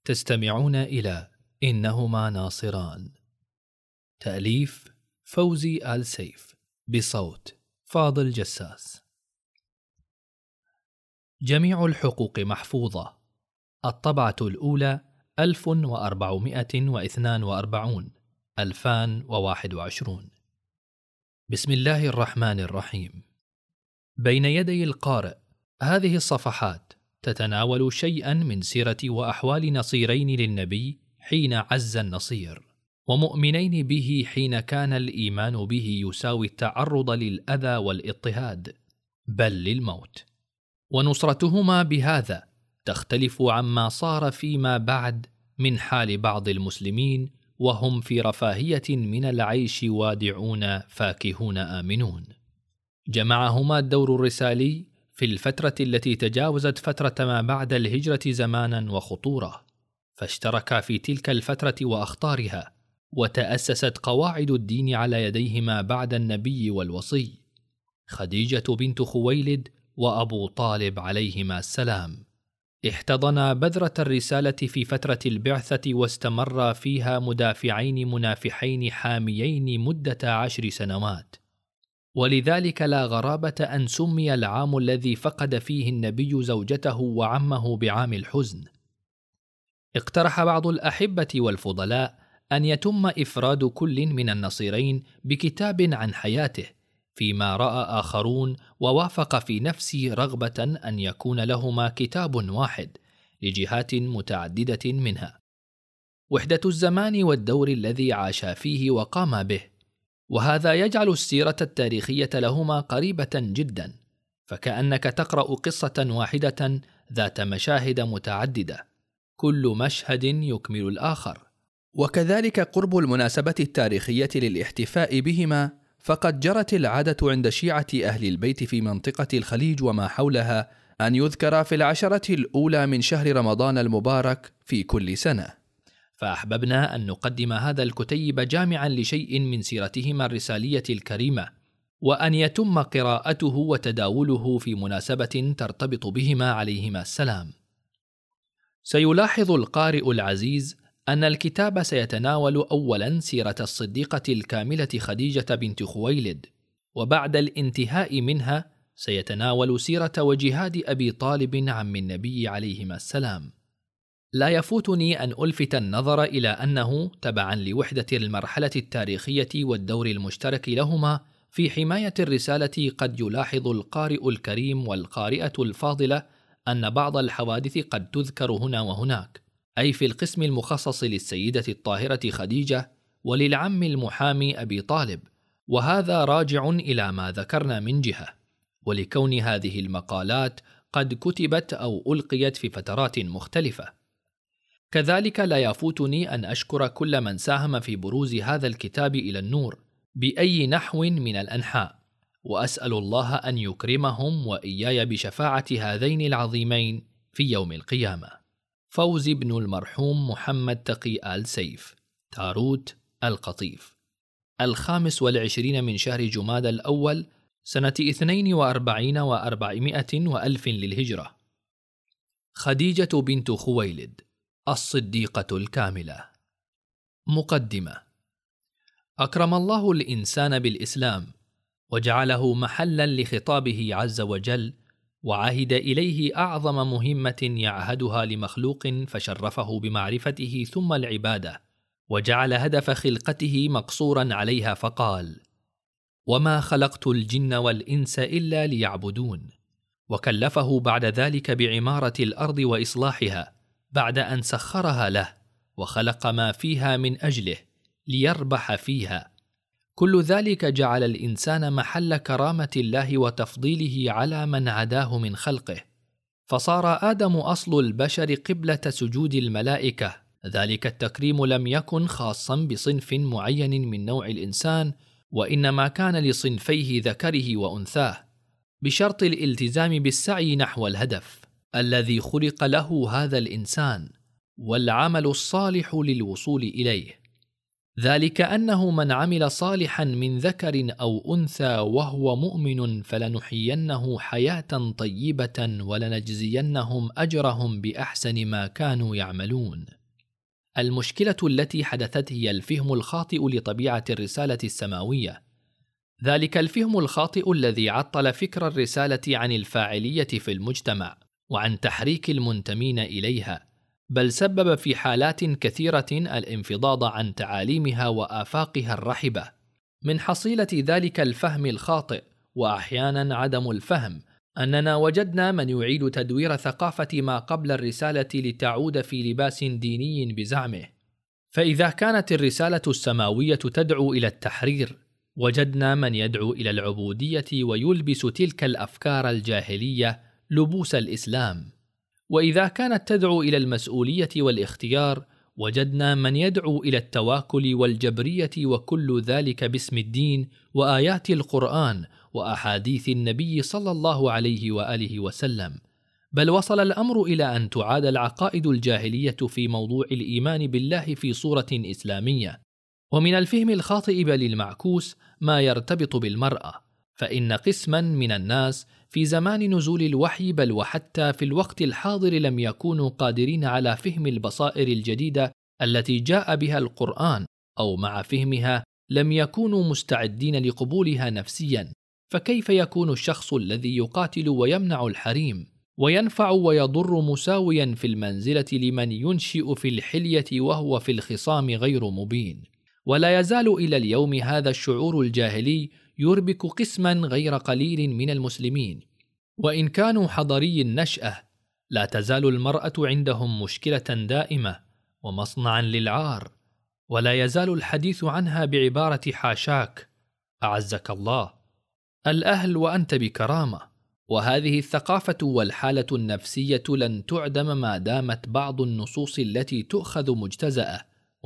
تستمعون إلى إنهما ناصران. تأليف فوزي آل سيف، بصوت فاضل جساس. جميع الحقوق محفوظة. الطبعة الأولى 1442 2021. بسم الله الرحمن الرحيم. بين يدي القارئ هذه الصفحات تتناول شيئا من سيرة وأحوال نصيرين للنبي حين عز النصير، ومؤمنين به حين كان الإيمان به يساوي التعرض للأذى والاضطهاد بل للموت، ونصرتهما بهذا تختلف عما صار فيما بعد من حال بعض المسلمين وهم في رفاهية من العيش وادعون فاكهون آمنون. جمعهما الدور الرسالي في الفترة التي تجاوزت فترة ما بعد الهجرة زمانا وخطورة، فاشتركا في تلك الفترة وأخطارها، وتأسست قواعد الدين على يديهما بعد النبي والوصي خديجة بنت خويلد وأبو طالب عليهما السلام. احتضنا بذرة الرسالة في فترة البعثة، واستمرا فيها مدافعين منافحين حاميين مدة 10 سنوات، ولذلك لا غرابة أن سمي العام الذي فقد فيه النبي زوجته وعمه بعام الحزن. اقترح بعض الأحبة والفضلاء أن يتم إفراد كل من النصيرين بكتاب عن حياته، فيما رأى آخرون ووافق في نفسي رغبة أن يكون لهما كتاب واحد لجهات متعددة منها: وحدة الزمان والدور الذي عاشا فيه وقام به، وهذا يجعل السيرة التاريخية لهما قريبة جدا، فكأنك تقرأ قصة واحدة ذات مشاهد متعددة، كل مشهد يكمل الآخر. وكذلك قرب المناسبة التاريخية للاحتفاء بهما، فقد جرت العادة عند شيعة أهل البيت في منطقة الخليج وما حولها أن يذكر في العشرة الأولى من شهر رمضان المبارك في كل سنة، فأحببنا أن نقدم هذا الكتيب جامعا لشيء من سيرتهما الرسالية الكريمة، وأن يتم قراءته وتداوله في مناسبة ترتبط بهما عليهما السلام. سيلاحظ القارئ العزيز أن الكتاب سيتناول أولا سيرة الصديقة الكاملة خديجة بنت خويلد، وبعد الانتهاء منها سيتناول سيرة وجهاد أبي طالب عم النبي عليهما السلام. لا يفوتني أن ألفت النظر إلى أنه تبعا لوحدة المرحلة التاريخية والدور المشترك لهما في حماية الرسالة، قد يلاحظ القارئ الكريم والقارئة الفاضلة أن بعض الحوادث قد تذكر هنا وهناك، أي في القسم المخصص للسيدة الطاهرة خديجة وللعم المحامي أبي طالب، وهذا راجع إلى ما ذكرنا من جهة، ولكون هذه المقالات قد كتبت أو ألقيت في فترات مختلفة. كذلك لا يفوتني أن أشكر كل من ساهم في بروز هذا الكتاب إلى النور بأي نحو من الأنحاء، وأسأل الله أن يكرمهم وإياي بشفاعة هذين العظيمين في يوم القيامة. فوزي بن المرحوم محمد تقي آل سيف، تاروت القطيف، 25 من شهر جماد الأول سنة 42 و400 وألف للهجرة. خديجة بنت خويلد الصديقة الكاملة. مقدمة. أكرم الله الإنسان بالإسلام، وجعله محلا لخطابه عز وجل، وعهد إليه أعظم مهمة يعهدها لمخلوق، فشرفه بمعرفته ثم العبادة، وجعل هدف خلقته مقصورا عليها، فقال: وما خلقت الجن والإنس إلا ليعبدون، وكلفه بعد ذلك بعمارة الأرض وإصلاحها بعد أن سخرها له وخلق ما فيها من أجله ليربح فيها. كل ذلك جعل الإنسان محل كرامة الله وتفضيله على من عداه من خلقه، فصار آدم أصل البشر قبلة سجود الملائكة. ذلك التكريم لم يكن خاصا بصنف معين من نوع الإنسان، وإنما كان لصنفيه ذكره وأنثاه، بشرط الالتزام بالسعي نحو الهدف الذي خلق له هذا الإنسان، والعمل الصالح للوصول إليه. ذلك أنه من عمل صالحا من ذكر أو أنثى وهو مؤمن فلنحيينه حياة طيبة ولنجزينهم أجرهم بأحسن ما كانوا يعملون. المشكلة التي حدثت هي الفهم الخاطئ لطبيعة الرسالة السماوية. ذلك الفهم الخاطئ الذي عطل فكر الرسالة عن الفاعلية في المجتمع وعن تحريك المنتمين إليها، بل سبب في حالات كثيرة الانفضاض عن تعاليمها وآفاقها الرحبة. من حصيلة ذلك الفهم الخاطئ وأحيانا عدم الفهم أننا وجدنا من يعيد تدوير ثقافة ما قبل الرسالة لتعود في لباس ديني بزعمه. فإذا كانت الرسالة السماوية تدعو إلى التحرير، وجدنا من يدعو إلى العبودية ويلبس تلك الأفكار الجاهلية لبوس الإسلام. وإذا كانت تدعو إلى المسؤولية والاختيار، وجدنا من يدعو إلى التواكل والجبرية، وكل ذلك باسم الدين وآيات القرآن وأحاديث النبي صلى الله عليه وآله وسلم. بل وصل الأمر إلى أن تعاد العقائد الجاهلية في موضوع الإيمان بالله في صورة إسلامية. ومن الفهم الخاطئ بل المعكوس ما يرتبط بالمرأة، فإن قسما من الناس في زمان نزول الوحي بل وحتى في الوقت الحاضر لم يكونوا قادرين على فهم البصائر الجديدة التي جاء بها القرآن، أو مع فهمها لم يكونوا مستعدين لقبولها نفسيا. فكيف يكون الشخص الذي يقاتل ويمنع الحريم وينفع ويضر مساويا في المنزلة لمن ينشئ في الحلية وهو في الخصام غير مبين؟ ولا يزال إلى اليوم هذا الشعور الجاهلي يربك قسما غير قليل من المسلمين، وإن كانوا حضري النشأة لا تزال المرأة عندهم مشكلة دائمة ومصنعا للعار، ولا يزال الحديث عنها بعبارة حاشاك أعزك الله، الأهل وأنت بكرامة. وهذه الثقافة والحالة النفسية لن تعدم ما دامت بعض النصوص التي تؤخذ مجتزأة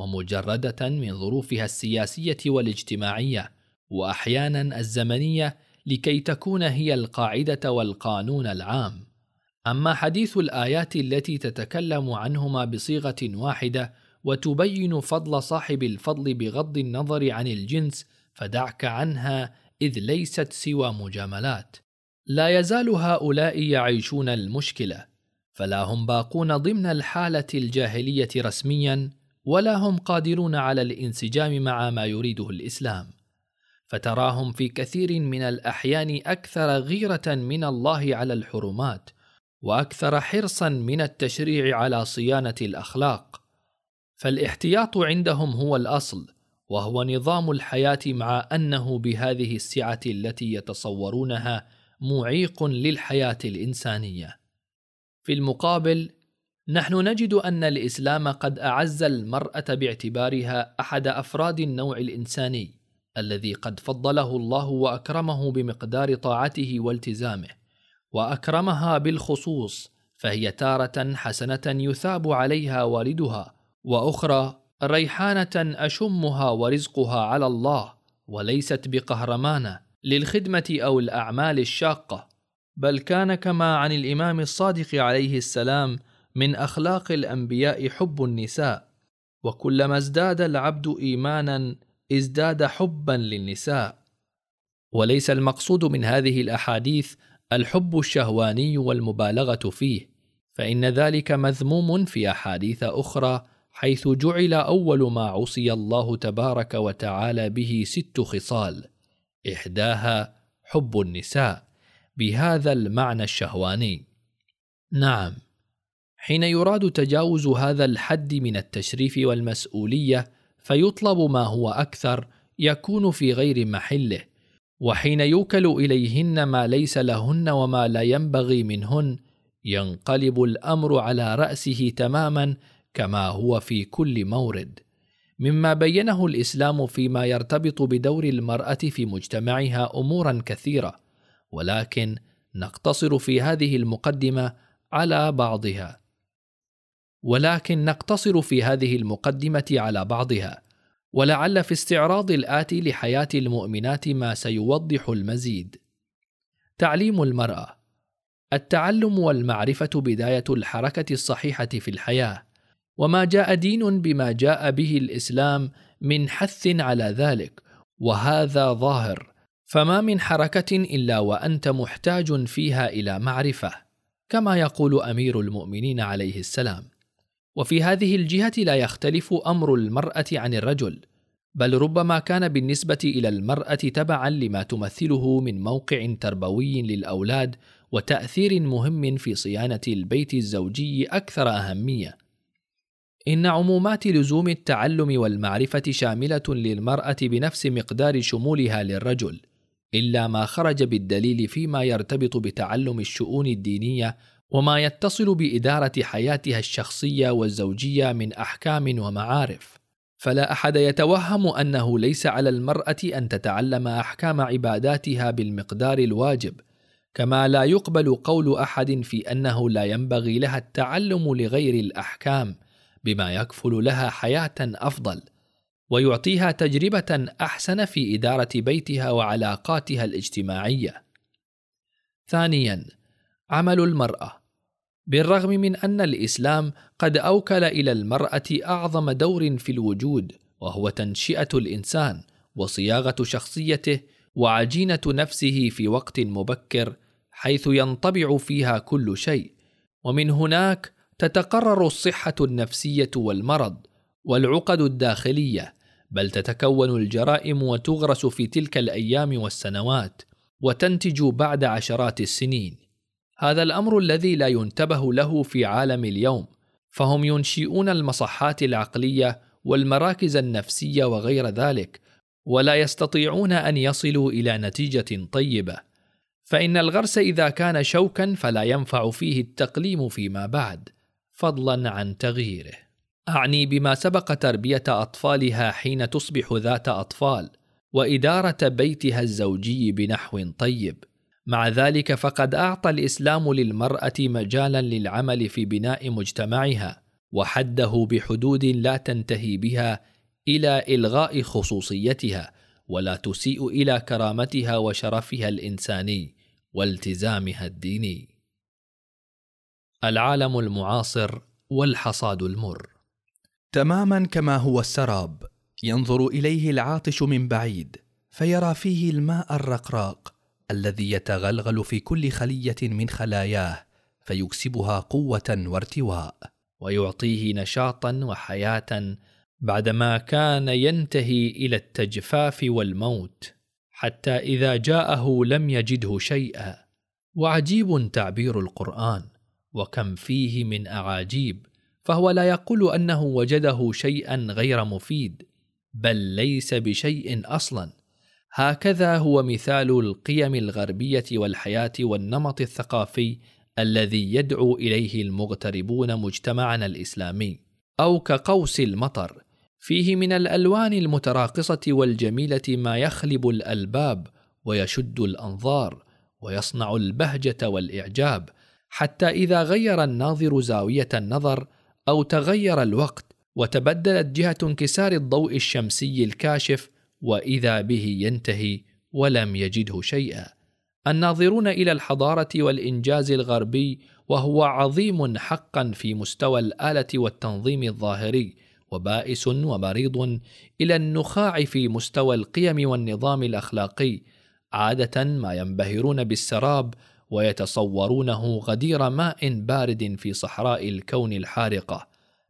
ومجردة من ظروفها السياسية والاجتماعية وأحيانا الزمنية لكي تكون هي القاعدة والقانون العام. أما حديث الآيات التي تتكلم عنهما بصيغة واحدة وتبين فضل صاحب الفضل بغض النظر عن الجنس فدعك عنها، إذ ليست سوى مجاملات. لا يزال هؤلاء يعيشون المشكلة، فلا هم باقون ضمن الحالة الجاهلية رسميا، ولا هم قادرون على الانسجام مع ما يريده الإسلام. فتراهم في كثير من الأحيان أكثر غيرة من الله على الحرمات، وأكثر حرصا من التشريع على صيانة الأخلاق. فالاحتياط عندهم هو الأصل، وهو نظام الحياة، مع أنه بهذه السعة التي يتصورونها معيق للحياة الإنسانية. في المقابل، نحن نجد أن الإسلام قد أعز المرأة باعتبارها أحد أفراد النوع الإنساني الذي قد فضله الله وأكرمه بمقدار طاعته والتزامه، وأكرمها بالخصوص، فهي تارة حسنة يثاب عليها والدها، وأخرى ريحانة أشمها ورزقها على الله، وليست بقهرمانة للخدمة أو الأعمال الشاقة. بل كان كما عن الإمام الصادق عليه السلام من أخلاق الأنبياء حب النساء، وكلما ازداد العبد إيمانا ازداد حبا للنساء. وليس المقصود من هذه الأحاديث الحب الشهواني والمبالغة فيه، فإن ذلك مذموم في أحاديث أخرى، حيث جعل أول ما عصي الله تبارك وتعالى به 6 خصال، إحداها حب النساء بهذا المعنى الشهواني. نعم، حين يراد تجاوز هذا الحد من التشريف والمسؤولية فيطلب ما هو أكثر، يكون في غير محله. وحين يوكل إليهن ما ليس لهن وما لا ينبغي منهن، ينقلب الأمر على رأسه تماما، كما هو في كل مورد، مما بينه الإسلام فيما يرتبط بدور المرأة في مجتمعها أمورا كثيرة، ولكن نقتصر في هذه المقدمة على بعضها، ولعل في استعراض الآتي لحياة المؤمنات ما سيوضح المزيد. تعليم المرأة. التعلم والمعرفة بداية الحركة الصحيحة في الحياة، وما جاء دين بما جاء به الإسلام من حث على ذلك، وهذا ظاهر، فما من حركة إلا وأنت محتاج فيها إلى معرفة، كما يقول أمير المؤمنين عليه السلام. وفي هذه الجهة لا يختلف أمر المرأة عن الرجل، بل ربما كان بالنسبة إلى المرأة تبعا لما تمثله من موقع تربوي للأولاد وتأثير مهم في صيانة البيت الزوجي أكثر أهمية. إن عمومات لزوم التعلم والمعرفة شاملة للمرأة بنفس مقدار شمولها للرجل، إلا ما خرج بالدليل فيما يرتبط بتعلم الشؤون الدينية وما يتصل بإدارة حياتها الشخصية والزوجية من أحكام ومعارف. فلا أحد يتوهم أنه ليس على المرأة أن تتعلم أحكام عباداتها بالمقدار الواجب، كما لا يقبل قول أحد في أنه لا ينبغي لها التعلم لغير الأحكام، بما يكفل لها حياة أفضل ويعطيها تجربة أحسن في إدارة بيتها وعلاقاتها الاجتماعية. ثانياً، عمل المرأة. بالرغم من أن الإسلام قد أوكل إلى المرأة أعظم دور في الوجود، وهو تنشئة الإنسان وصياغة شخصيته وعجينة نفسه في وقت مبكر، حيث ينطبع فيها كل شيء، ومن هناك تتقرر الصحة النفسية والمرض والعقد الداخلية، بل تتكون الجرائم وتغرس في تلك الأيام والسنوات، وتنتج بعد عشرات السنين. هذا الأمر الذي لا ينتبه له في عالم اليوم، فهم ينشئون المصحات العقلية والمراكز النفسية وغير ذلك، ولا يستطيعون أن يصلوا إلى نتيجة طيبة، فإن الغرس إذا كان شوكا فلا ينفع فيه التقليم فيما بعد، فضلا عن تغييره. أعني بما سبق تربية أطفالها حين تصبح ذات أطفال، وإدارة بيتها الزوجي بنحو طيب. مع ذلك فقد أعطى الإسلام للمرأة مجالا للعمل في بناء مجتمعها، وحده بحدود لا تنتهي بها إلى إلغاء خصوصيتها ولا تسيء إلى كرامتها وشرفها الإنساني والتزامها الديني. العالم المعاصر والحصاد المر. تماما كما هو السراب ينظر إليه العاطش من بعيد فيرى فيه الماء الرقراق الذي يتغلغل في كل خلية من خلاياه فيكسبها قوة وارتواء، ويعطيه نشاطا وحياة بعدما كان ينتهي إلى التجفاف والموت، حتى إذا جاءه لم يجده شيئا. وعجيب تعبير القرآن، وكم فيه من أعاجيب، فهو لا يقول أنه وجده شيئا غير مفيد، بل ليس بشيء أصلا. هكذا هو مثال القيم الغربية والحياة والنمط الثقافي الذي يدعو إليه المغتربون مجتمعنا الإسلامي، أو كقوس المطر، فيه من الألوان المتراقصة والجميلة ما يخلب الألباب ويشد الأنظار ويصنع البهجة والإعجاب، حتى إذا غير الناظر زاوية النظر أو تغير الوقت وتبدلت جهة انكسار الضوء الشمسي الكاشف، وإذا به ينتهي ولم يجده شيئا. الناظرون إلى الحضارة والإنجاز الغربي، وهو عظيم حقا في مستوى الآلة والتنظيم الظاهري، وبائس ومريض إلى النخاع في مستوى القيم والنظام الأخلاقي، عادة ما ينبهرون بالسراب ويتصورونه غدير ماء بارد في صحراء الكون الحارقة،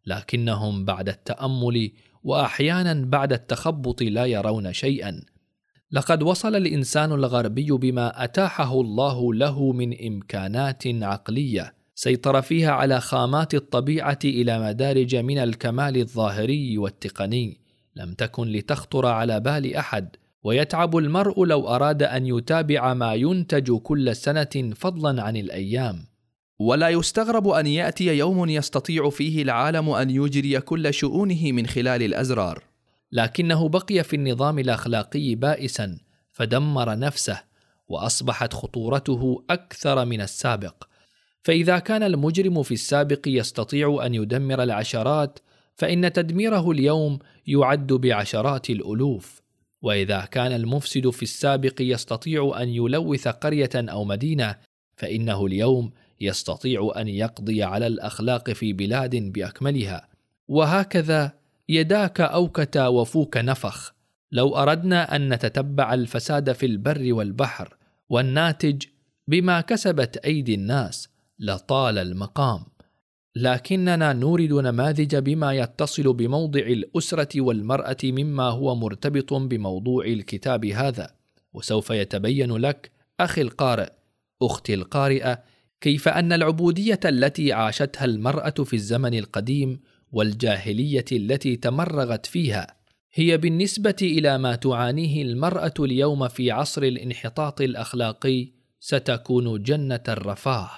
لكنهم بعد التأمل وأحيانا بعد التخبط لا يرون شيئا. لقد وصل الإنسان الغربي بما أتاحه الله له من إمكانات عقلية سيطر فيها على خامات الطبيعة إلى مدارج من الكمال الظاهري والتقني لم تكن لتخطر على بال أحد، ويتعب المرء لو أراد أن يتابع ما ينتج كل سنة فضلا عن الأيام. ولا يستغرب أن يأتي يوم يستطيع فيه العالم أن يجري كل شؤونه من خلال الأزرار، لكنه بقي في النظام الأخلاقي بائسا فدمر نفسه، وأصبحت خطورته أكثر من السابق. فإذا كان المجرم في السابق يستطيع أن يدمر العشرات، فإن تدميره اليوم يعد بعشرات الألوف. وإذا كان المفسد في السابق يستطيع أن يلوث قرية أو مدينة، فإنه اليوم يستطيع أن يقضي على الأخلاق في بلاد بأكملها، وهكذا يداك أوكتا وفوك نفخ. لو أردنا أن نتتبع الفساد في البر والبحر والناتج بما كسبت أيدي الناس لطال المقام، لكننا نورد نماذج بما يتصل بموضع الأسرة والمرأة مما هو مرتبط بموضوع الكتاب هذا. وسوف يتبين لك أخي القارئ، أختي القارئة، كيف أن العبودية التي عاشتها المرأة في الزمن القديم والجاهلية التي تمرغت فيها هي بالنسبة إلى ما تعانيه المرأة اليوم في عصر الانحطاط الأخلاقي ستكون جنة الرفاه.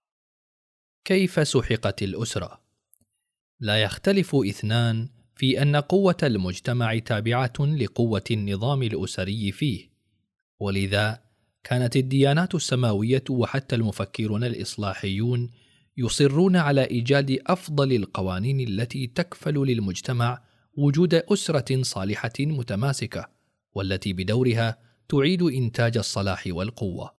كيف سحقت الأسرة؟ لا يختلف اثنان في أن قوة المجتمع تابعة لقوة النظام الأسري فيه، ولذا كانت الديانات السماوية وحتى المفكرون الإصلاحيون يصرون على إيجاد أفضل القوانين التي تكفل للمجتمع وجود أسرة صالحة متماسكة، والتي بدورها تعيد إنتاج الصلاح والقوة.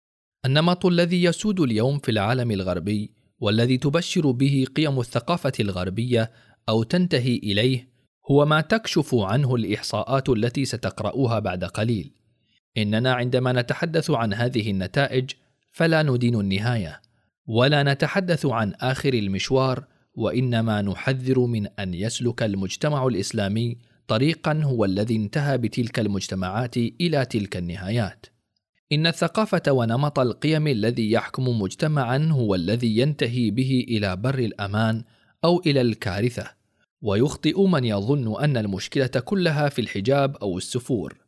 النمط الذي يسود اليوم في العالم الغربي والذي تبشر به قيم الثقافة الغربية أو تنتهي إليه هو ما تكشف عنه الإحصاءات التي ستقرؤها بعد قليل. إننا عندما نتحدث عن هذه النتائج فلا ندين النهاية ولا نتحدث عن آخر المشوار، وإنما نحذر من أن يسلك المجتمع الإسلامي طريقا هو الذي انتهى بتلك المجتمعات إلى تلك النهايات. إن الثقافة ونمط القيم الذي يحكم مجتمعا هو الذي ينتهي به إلى بر الأمان أو إلى الكارثة، ويخطئ من يظن أن المشكلة كلها في الحجاب أو السفور.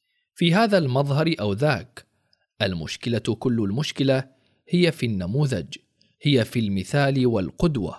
في هذا المظهر أو ذاك، المشكلة كل المشكلة هي في النموذج، هي في المثال والقدوة.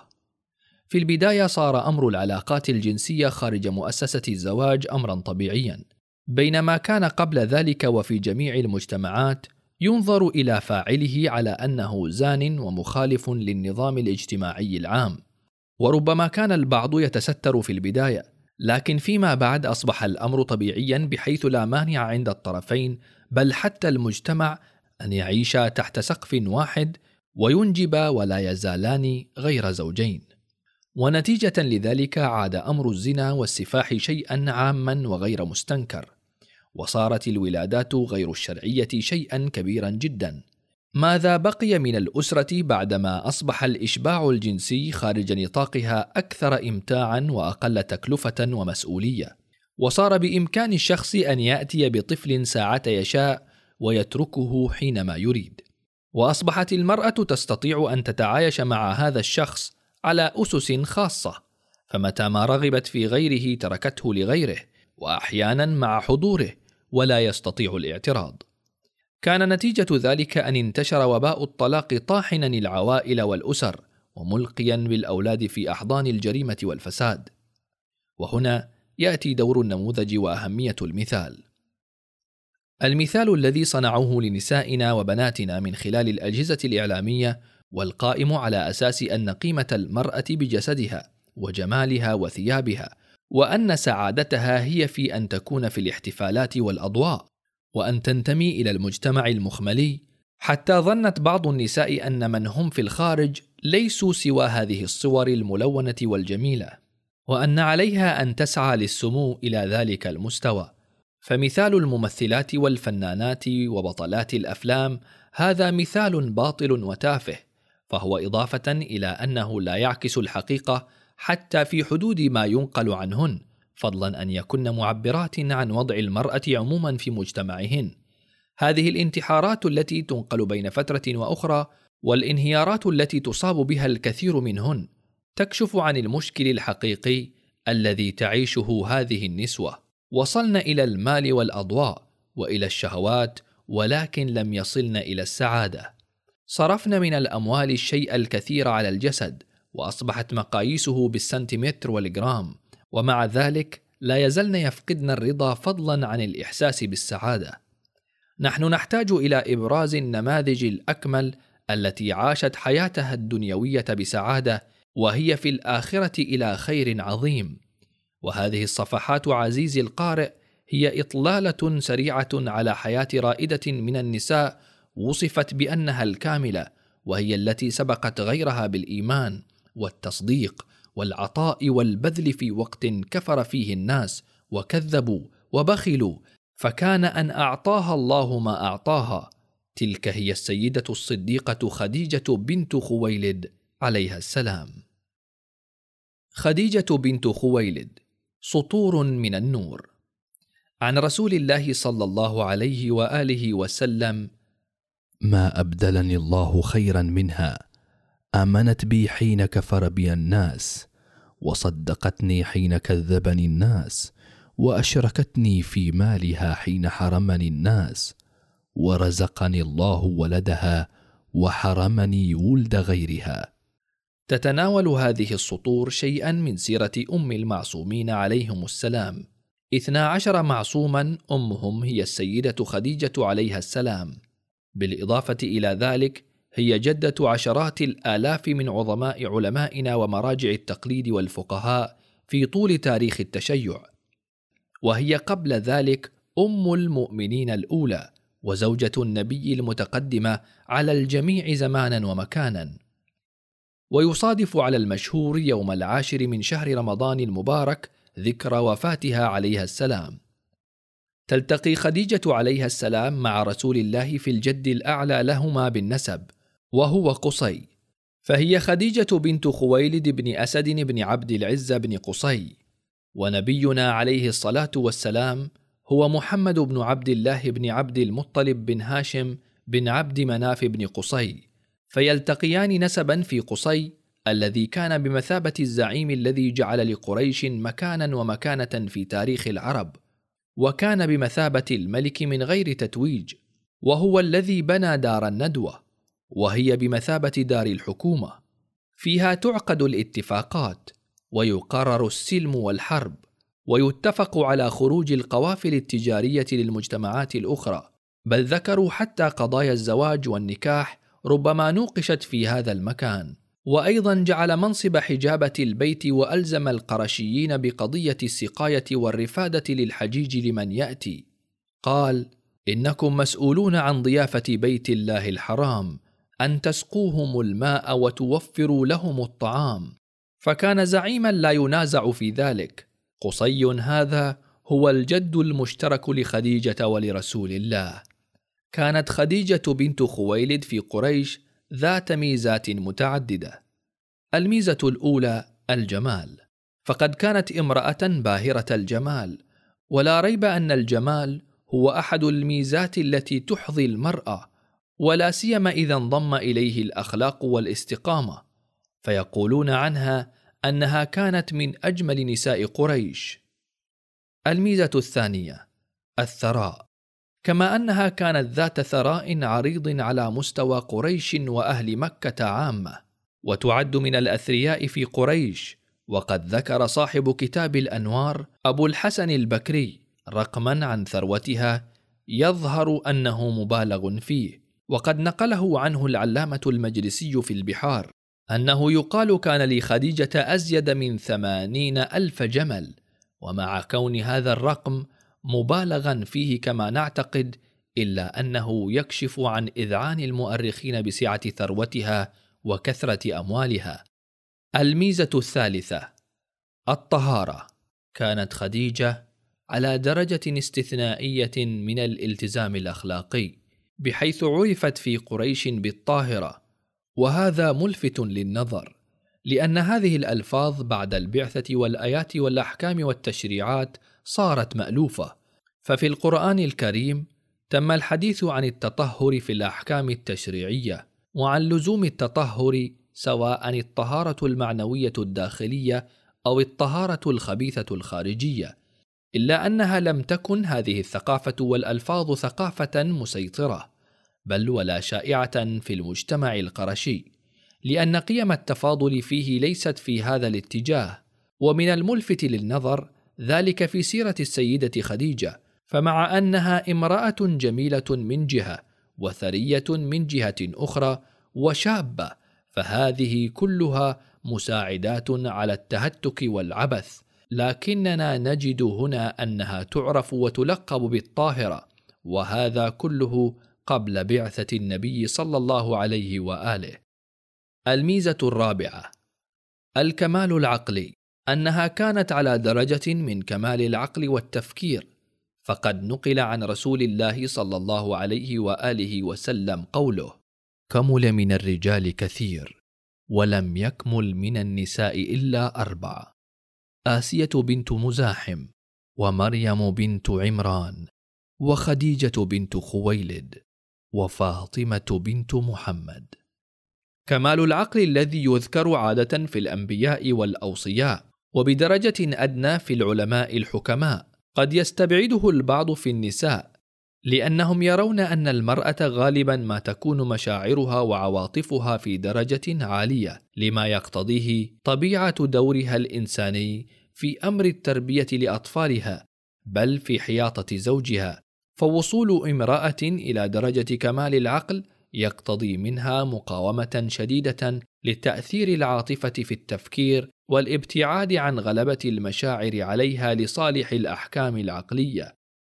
في البداية صار أمر العلاقات الجنسية خارج مؤسسة الزواج أمرا طبيعيا، بينما كان قبل ذلك وفي جميع المجتمعات ينظر إلى فاعله على أنه زان ومخالف للنظام الاجتماعي العام. وربما كان البعض يتستر في البداية، لكن فيما بعد أصبح الأمر طبيعيا بحيث لا مانع عند الطرفين بل حتى المجتمع أن يعيش تحت سقف واحد وينجب ولا يزالان غير زوجين. ونتيجة لذلك عاد أمر الزنا والسفاح شيئا عاما وغير مستنكر، وصارت الولادات غير الشرعية شيئا كبيرا جدا. ماذا بقي من الأسرة بعدما أصبح الإشباع الجنسي خارج نطاقها أكثر إمتاعا وأقل تكلفة ومسؤولية؟ وصار بإمكان الشخص أن يأتي بطفل ساعة يشاء ويتركه حينما يريد، وأصبحت المرأة تستطيع أن تتعايش مع هذا الشخص على أسس خاصة، فمتى ما رغبت في غيره تركته لغيره، وأحيانا مع حضوره ولا يستطيع الاعتراض. كان نتيجة ذلك أن انتشر وباء الطلاق طاحنا العوائل والأسر وملقيا بالأولاد في أحضان الجريمة والفساد. وهنا يأتي دور النموذج وأهمية المثال. المثال الذي صنعوه لنسائنا وبناتنا من خلال الأجهزة الإعلامية، والقائم على أساس أن قيمة المرأة بجسدها وجمالها وثيابها، وأن سعادتها هي في أن تكون في الاحتفالات والأضواء، وأن تنتمي إلى المجتمع المخملي، حتى ظنت بعض النساء أن من هم في الخارج ليسوا سوى هذه الصور الملونة والجميلة، وأن عليها أن تسعى للسمو إلى ذلك المستوى. فمثال الممثلات والفنانات وبطلات الأفلام هذا مثال باطل وتافه، فهو إضافة إلى أنه لا يعكس الحقيقة حتى في حدود ما ينقل عنهن، فضلا أن يكن معبرات عن وضع المرأة عموما في مجتمعهن. هذه الانتحارات التي تنقل بين فترة وأخرى والانهيارات التي تصاب بها الكثير منهن تكشف عن المشكل الحقيقي الذي تعيشه هذه النسوة. وصلن إلى المال والأضواء وإلى الشهوات، ولكن لم يصلن إلى السعادة. صرفن من الأموال الشيء الكثير على الجسد، وأصبحت مقاييسه بالسنتيمتر والجرام، ومع ذلك لا يزلن يفقدن الرضا فضلا عن الإحساس بالسعادة. نحن نحتاج إلى إبراز النماذج الأكمل التي عاشت حياتها الدنيوية بسعادة وهي في الآخرة إلى خير عظيم. وهذه الصفحات عزيزي القارئ هي إطلالة سريعة على حياة رائدة من النساء وصفت بأنها الكاملة، وهي التي سبقت غيرها بالإيمان والتصديق والعطاء والبذل في وقت كفر فيه الناس وكذبوا وبخلوا، فكان أن أعطاها الله ما أعطاها. تلك هي السيدة الصديقة خديجة بنت خويلد عليها السلام. خديجة بنت خويلد سطور من النور. عن رسول الله صلى الله عليه وآله وسلم: ما أبدلني الله خيرا منها، آمنت بي حين كفر بي الناس، وصدقتني حين كذبني الناس، وأشركتني في مالها حين حرمني الناس، ورزقني الله ولدها وحرمني ولد غيرها. تتناول هذه السطور شيئا من سيرة أم المعصومين عليهم السلام. 12 معصوما أمهم هي السيدة خديجة عليها السلام، بالإضافة إلى ذلك هي جدة عشرات الآلاف من عظماء علمائنا ومراجع التقليد والفقهاء في طول تاريخ التشيع، وهي قبل ذلك أم المؤمنين الأولى وزوجة النبي المتقدمة على الجميع زمانا ومكانا. ويصادف على المشهور يوم 10 من شهر رمضان المبارك ذكرى وفاتها عليها السلام. تلتقي خديجة عليها السلام مع رسول الله في الجد الأعلى لهما بالنسب، وهو قصي، فهي خديجة بنت خويلد بن أسد بن عبد العزة بن قصي. ونبينا عليه الصلاة والسلام هو محمد بن عبد الله بن عبد المطلب بن هاشم بن عبد مناف بن قصي، فيلتقيان نسبا في قصي الذي كان بمثابة الزعيم الذي جعل لقريش مكانا ومكانة في تاريخ العرب، وكان بمثابة الملك من غير تتويج، وهو الذي بنى دار الندوة، وهي بمثابة دار الحكومة. فيها تعقد الاتفاقات، ويقرر السلم والحرب، ويتفق على خروج القوافل التجارية للمجتمعات الأخرى، بل ذكروا حتى قضايا الزواج والنكاح ربما نوقشت في هذا المكان. وأيضا جعل منصب حجابة البيت، وألزم القرشيين بقضية السقاية والرفادة للحجيج لمن يأتي. قال: إنكم مسؤولون عن ضيافة بيت الله الحرام، أن تسقوهم الماء وتوفروا لهم الطعام. فكان زعيما لا ينازع في ذلك. قصي هذا هو الجد المشترك لخديجة ولرسول الله. كانت خديجة بنت خويلد في قريش ذات ميزات متعددة. الميزة الأولى الجمال، فقد كانت امرأة باهرة الجمال، ولا ريب أن الجمال هو أحد الميزات التي تحظي المرأة، ولا سيما إذا انضم إليه الأخلاق والاستقامة، فيقولون عنها أنها كانت من أجمل نساء قريش. الميزة الثانية الثراء، كما أنها كانت ذات ثراء عريض على مستوى قريش وأهل مكة عامة، وتعد من الأثرياء في قريش. وقد ذكر صاحب كتاب الأنوار أبو الحسن البكري رقما عن ثروتها يظهر أنه مبالغ فيه، وقد نقله عنه العلامة المجلسي في البحار أنه يقال كان لخديجة أزيد من 80,000 جمل. ومع كون هذا الرقم مبالغا فيه كما نعتقد، إلا أنه يكشف عن إذعان المؤرخين بسعة ثروتها وكثرة أموالها. الميزة الثالثة الطهارة، كانت خديجة على درجة استثنائية من الالتزام الأخلاقي، بحيث عرفت في قريش بالطاهرة، وهذا ملفت للنظر، لأن هذه الألفاظ بعد البعثة والآيات والأحكام والتشريعات صارت مألوفة. ففي القرآن الكريم تم الحديث عن التطهر في الأحكام التشريعية، وعن لزوم التطهر، سواء الطهارة المعنوية الداخلية أو الطهارة الخبيثة الخارجية، إلا أنها لم تكن هذه الثقافة والألفاظ ثقافة مسيطرة، بل ولا شائعة في المجتمع القرشي، لأن قيم التفاضل فيه ليست في هذا الاتجاه. ومن الملفت للنظر ذلك في سيرة السيدة خديجة، فمع أنها امرأة جميلة من جهة، وثرية من جهة أخرى، وشابة، فهذه كلها مساعدات على التهتك والعبث، لكننا نجد هنا أنها تعرف وتلقب بالطاهرة، وهذا كله قبل بعثة النبي صلى الله عليه وآله. الميزة الرابعة الكمال العقلي، أنها كانت على درجة من كمال العقل والتفكير، فقد نقل عن رسول الله صلى الله عليه وآله وسلم قوله: كمل من الرجال كثير ولم يكمل من النساء إلا 4: آسية بنت مزاحم، ومريم بنت عمران، وخديجة بنت خويلد، وفاطمة بنت محمد. كمال العقل الذي يذكر عادة في الأنبياء والأوصياء، وبدرجة أدنى في العلماء الحكماء، قد يستبعده البعض في النساء، لأنهم يرون أن المرأة غالبا ما تكون مشاعرها وعواطفها في درجة عالية، لما يقتضيه طبيعة دورها الإنساني في أمر التربية لأطفالها، بل في حياطة زوجها. فوصول امرأة إلى درجة كمال العقل يقتضي منها مقاومة شديدة للتأثير العاطفة في التفكير والابتعاد عن غلبة المشاعر عليها لصالح الأحكام العقلية،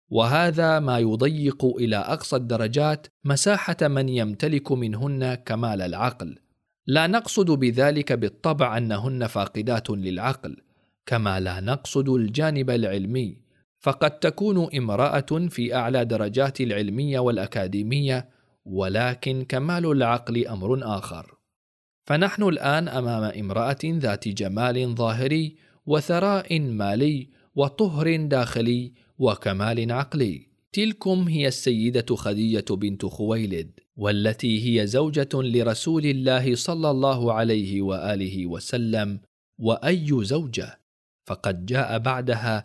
وهذا ما يضيق إلى أقصى الدرجات مساحة من يمتلك منهن كمال العقل. لا نقصد بذلك بالطبع أنهن فاقدات للعقل، كما لا نقصد الجانب العلمي، فقد تكون امرأة في أعلى درجات العلمية والأكاديمية، ولكن كمال العقل أمر آخر. فنحن الآن أمام امرأة ذات جمال ظاهري وثراء مالي وطهر داخلي وكمال عقلي. تلكم هي السيدة خديجة بنت خويلد، والتي هي زوجة لرسول الله صلى الله عليه وآله وسلم. وأي زوجة؟ فقد جاء بعدها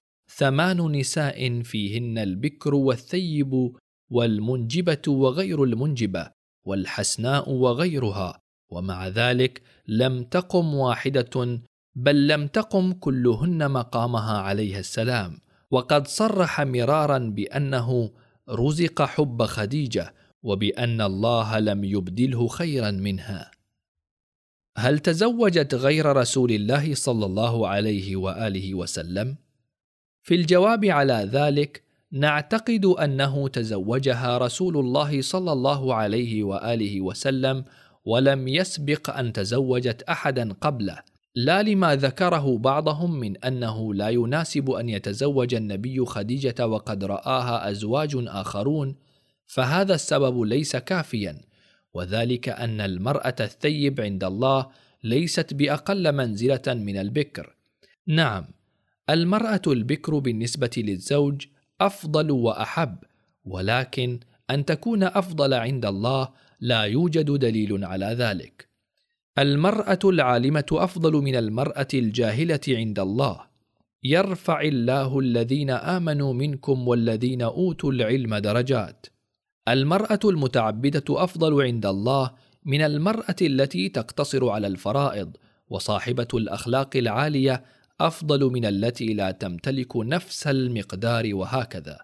8 نساء فيهن البكر والثيب والمنجبة وغير المنجبة والحسناء وغيرها، ومع ذلك لم تقم واحدة، بل لم تقم كلهن مقامها عليه السلام. وقد صرح مرارا بأنه رزق حب خديجة، وبأن الله لم يبدله خيرا منها. هل تزوجت غير رسول الله صلى الله عليه وآله وسلم؟ في الجواب على ذلك نعتقد أنه تزوجها رسول الله صلى الله عليه وآله وسلم، ولم يسبق أن تزوجت أحدا قبله، لا لما ذكره بعضهم من أنه لا يناسب أن يتزوج النبي خديجة وقد رآها أزواج آخرون، فهذا السبب ليس كافيا، وذلك أن المرأة الثيب عند الله ليست بأقل منزلة من البكر. نعم، المرأة البكر بالنسبة للزوج أفضل وأحب، ولكن أن تكون أفضل عند الله لا يوجد دليل على ذلك. المرأة العالمة أفضل من المرأة الجاهلة عند الله. يرفع الله الذين آمنوا منكم والذين أوتوا العلم درجات. المرأة المتعبدة أفضل عند الله من المرأة التي تقتصر على الفرائض، وصاحبة الأخلاق العالية أفضل من التي لا تمتلك نفس المقدار، وهكذا.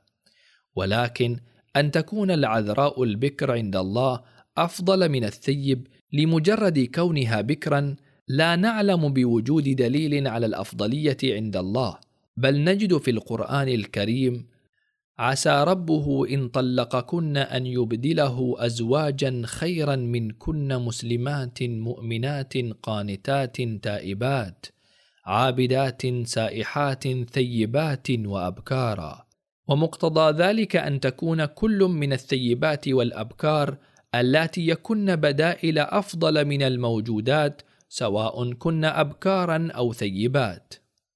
ولكن أن تكون العذراء البكر عند الله أفضل من الثيب لمجرد كونها بكرا، لا نعلم بوجود دليل على الأفضلية عند الله، بل نجد في القرآن الكريم: عسى ربه إن طلقكن أن يبدله أزواجا خيرا منكن مسلمات مؤمنات قانتات تائبات عابدات سائحات ثيبات وأبكارا. ومقتضى ذلك أن تكون كل من الثيبات والأبكار اللاتي يكن بدائل أفضل من الموجودات، سواء كن أبكارا أو ثيبات.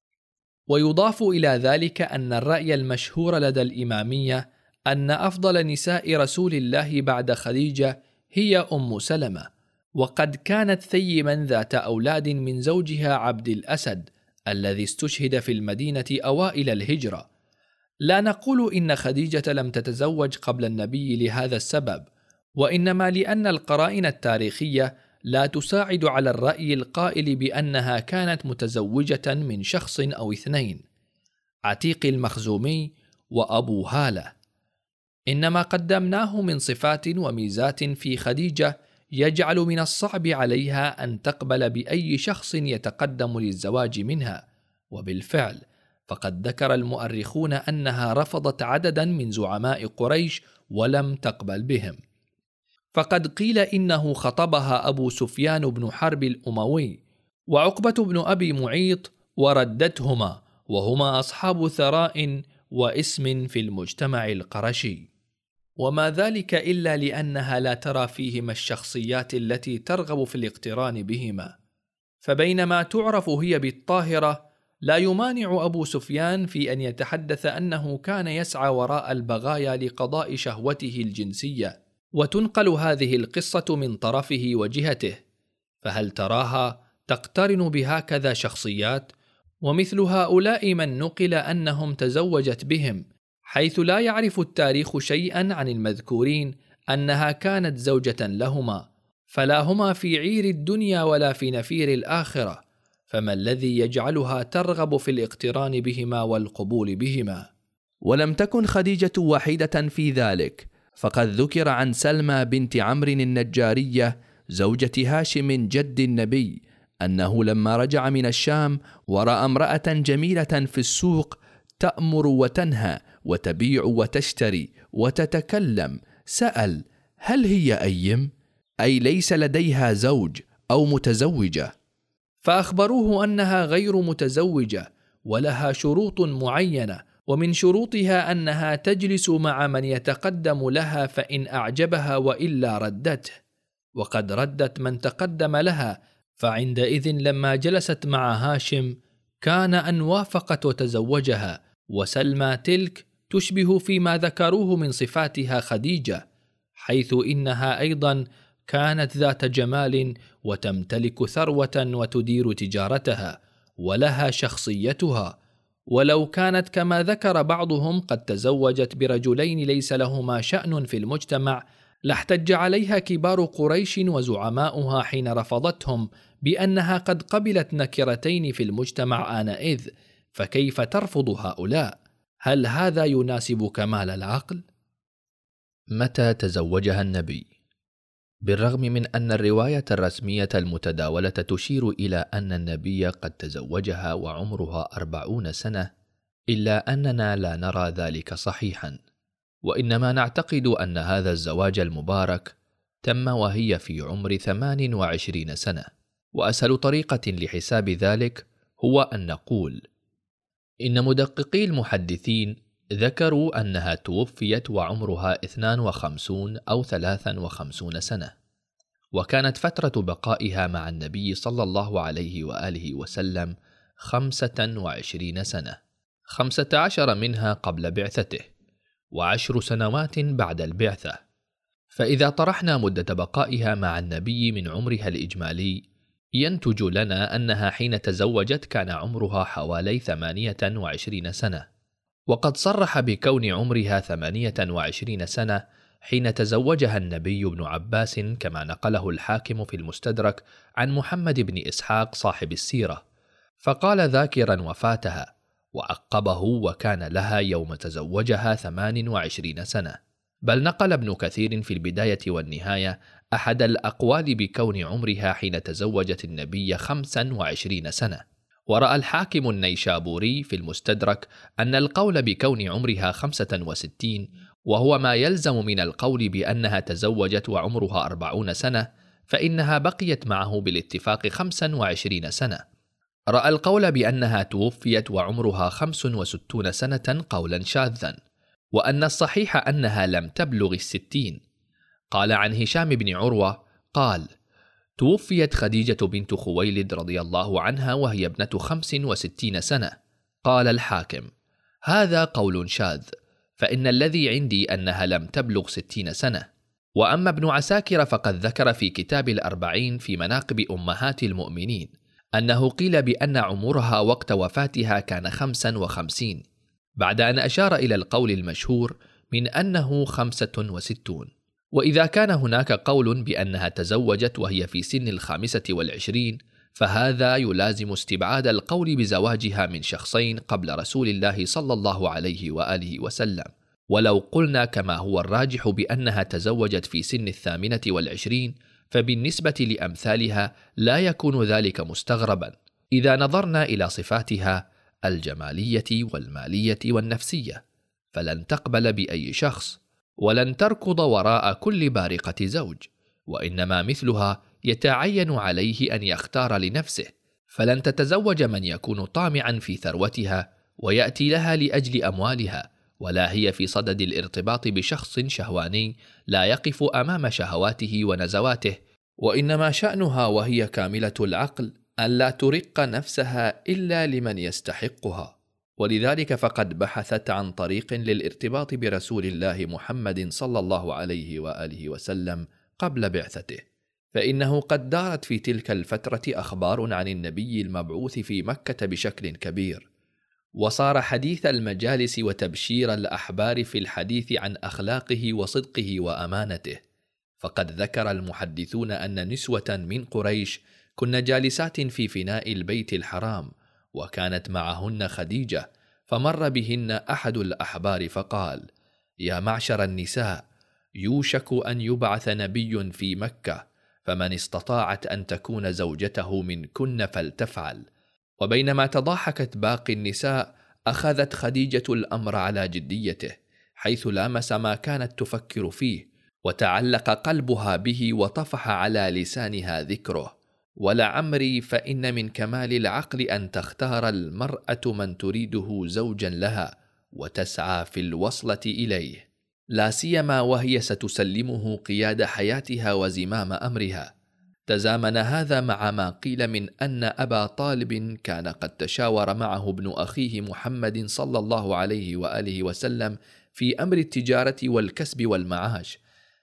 ويضاف إلى ذلك أن الرأي المشهور لدى الإمامية أن أفضل نساء رسول الله بعد خديجة هي أم سلمة، وقد كانت ثيبا ذات أولاد من زوجها عبد الأسد الذي استشهد في المدينة أوائل الهجرة. لا نقول إن خديجة لم تتزوج قبل النبي لهذا السبب، وإنما لأن القرائن التاريخية لا تساعد على الرأي القائل بأنها كانت متزوجة من شخص أو 2: عتيق المخزومي وأبو هالة. إنما قدمناه من صفات وميزات في خديجة يجعل من الصعب عليها أن تقبل بأي شخص يتقدم للزواج منها، وبالفعل فقد ذكر المؤرخون أنها رفضت عددا من زعماء قريش ولم تقبل بهم. فقد قيل إنه خطبها أبو سفيان بن حرب الأموي، وعقبة بن أبي معيط وردتهما، وهما أصحاب ثراء واسم في المجتمع القرشي، وما ذلك إلا لأنها لا ترى فيهما الشخصيات التي ترغب في الاقتران بهما. فبينما تعرف هي بالطاهرة، لا يمانع أبو سفيان في أن يتحدث أنه كان يسعى وراء البغايا لقضاء شهوته الجنسية، وتنقل هذه القصة من طرفه وجهته، فهل تراها تقترن بهكذا شخصيات؟ ومثل هؤلاء من نقل أنهم تزوجت بهم، حيث لا يعرف التاريخ شيئا عن المذكورين أنها كانت زوجة لهما، فلا هما في عير الدنيا ولا في نفير الآخرة، فما الذي يجعلها ترغب في الاقتران بهما والقبول بهما؟ ولم تكن خديجة وحيدة في ذلك، فقد ذكر عن سلمى بنت عمرو النجارية زوجة هاشم جد النبي أنه لما رجع من الشام ورأى امرأة جميلة في السوق تأمر وتنهى وتبيع وتشتري وتتكلم، سأل: هل هي أيم؟ أي ليس لديها زوج أو متزوجة؟ فأخبروه أنها غير متزوجة ولها شروط معينة، ومن شروطها أنها تجلس مع من يتقدم لها فإن أعجبها وإلا ردته، وقد ردت من تقدم لها، فعندئذ لما جلست مع هاشم كان أن وافقت وتزوجها، وسلمى تلك تشبه فيما ذكروه من صفاتها خديجة، حيث إنها أيضا كانت ذات جمال وتمتلك ثروة وتدير تجارتها ولها شخصيتها، ولو كانت كما ذكر بعضهم قد تزوجت برجلين ليس لهما شأن في المجتمع لاحتج عليها كبار قريش وزعماؤها حين رفضتهم بأنها قد قبلت نكرتين في المجتمع آنئذ، فكيف ترفض هؤلاء؟ هل هذا يناسب كمال العقل؟ متى تزوجها النبي؟ بالرغم من أن الرواية الرسمية المتداولة تشير إلى أن النبي قد تزوجها وعمرها 40 سنة، إلا أننا لا نرى ذلك صحيحا، وإنما نعتقد أن هذا الزواج المبارك تم وهي في عمر 28 سنة. وأسهل طريقة لحساب ذلك هو أن نقول إن مدققي المحدثين ذكروا أنها توفيت وعمرها 52 أو 53 سنة، وكانت فترة بقائها مع النبي صلى الله عليه وآله وسلم 25 سنة، 15 منها قبل بعثته و10 سنوات بعد البعثة. فإذا طرحنا مدة بقائها مع النبي من عمرها الإجمالي، ينتج لنا أنها حين تزوجت كان عمرها حوالي 28 سنة، وقد صرح بكون عمرها 28 سنة حين تزوجها النبي ابن عباس، كما نقله الحاكم في المستدرك عن محمد بن إسحاق صاحب السيرة، فقال ذاكرا وفاتها، وعقبه: وكان لها يوم تزوجها 28 سنة. بل نقل ابن كثير في البداية والنهاية أحد الأقوال بكون عمرها حين تزوجت النبي 25 سنة. ورأى الحاكم النيشابوري في المستدرك أن القول بكون عمرها 65، وهو ما يلزم من القول بأنها تزوجت وعمرها 40 سنة، فإنها بقيت معه بالاتفاق 25 سنة. رأى القول بأنها توفيت وعمرها 65 سنة قولا شاذا، وأن الصحيح أنها لم تبلغ 60. قال عن هشام بن عروة قال: توفيت خديجة بنت خويلد رضي الله عنها وهي ابنة 65 سنة. قال الحاكم: هذا قول شاذ، فإن الذي عندي أنها لم تبلغ 60 سنة. وأما ابن عساكر فقد ذكر في كتاب الأربعين في مناقب أمهات المؤمنين أنه قيل بأن عمرها وقت وفاتها كان 55، بعد أن أشار إلى القول المشهور من أنه 65. وإذا كان هناك قول بأنها تزوجت وهي في سن 25، فهذا يلازم استبعاد القول بزواجها من شخصين قبل رسول الله صلى الله عليه وآله وسلم. ولو قلنا كما هو الراجح بأنها تزوجت في سن 28، فبالنسبة لأمثالها لا يكون ذلك مستغربا إذا نظرنا إلى صفاتها الجمالية والمالية والنفسية، فلن تقبل بأي شخص، ولن تركض وراء كل بارقة زوج، وإنما مثلها يتعين عليه أن يختار لنفسه، فلن تتزوج من يكون طامعا في ثروتها ويأتي لها لأجل أموالها، ولا هي في صدد الارتباط بشخص شهواني لا يقف أمام شهواته ونزواته، وإنما شأنها وهي كاملة العقل أن لا ترق نفسها إلا لمن يستحقها. ولذلك فقد بحثت عن طريق للارتباط برسول الله محمد صلى الله عليه وآله وسلم قبل بعثته، فإنه قد دارت في تلك الفترة أخبار عن النبي المبعوث في مكة بشكل كبير، وصار حديث المجالس وتبشير الأحبار في الحديث عن أخلاقه وصدقه وأمانته. فقد ذكر المحدثون أن نسوة من قريش كن جالسات في فناء البيت الحرام، وكانت معهن خديجة، فمر بهن أحد الأحبار فقال: يا معشر النساء، يوشك أن يبعث نبي في مكة، فمن استطاعت أن تكون زوجته منكن فلتفعل. وبينما تضاحكت باقي النساء، أخذت خديجة الأمر على جديته، حيث لامس ما كانت تفكر فيه، وتعلق قلبها به، وطفح على لسانها ذكره. ولعمري فإن من كمال العقل أن تختار المرأة من تريده زوجا لها وتسعى في الوصلة إليه، لا سيما وهي ستسلمه قياد حياتها وزمام أمرها. تزامن هذا مع ما قيل من أن أبا طالب كان قد تشاور معه ابن أخيه محمد صلى الله عليه وآله وسلم في أمر التجارة والكسب والمعاش،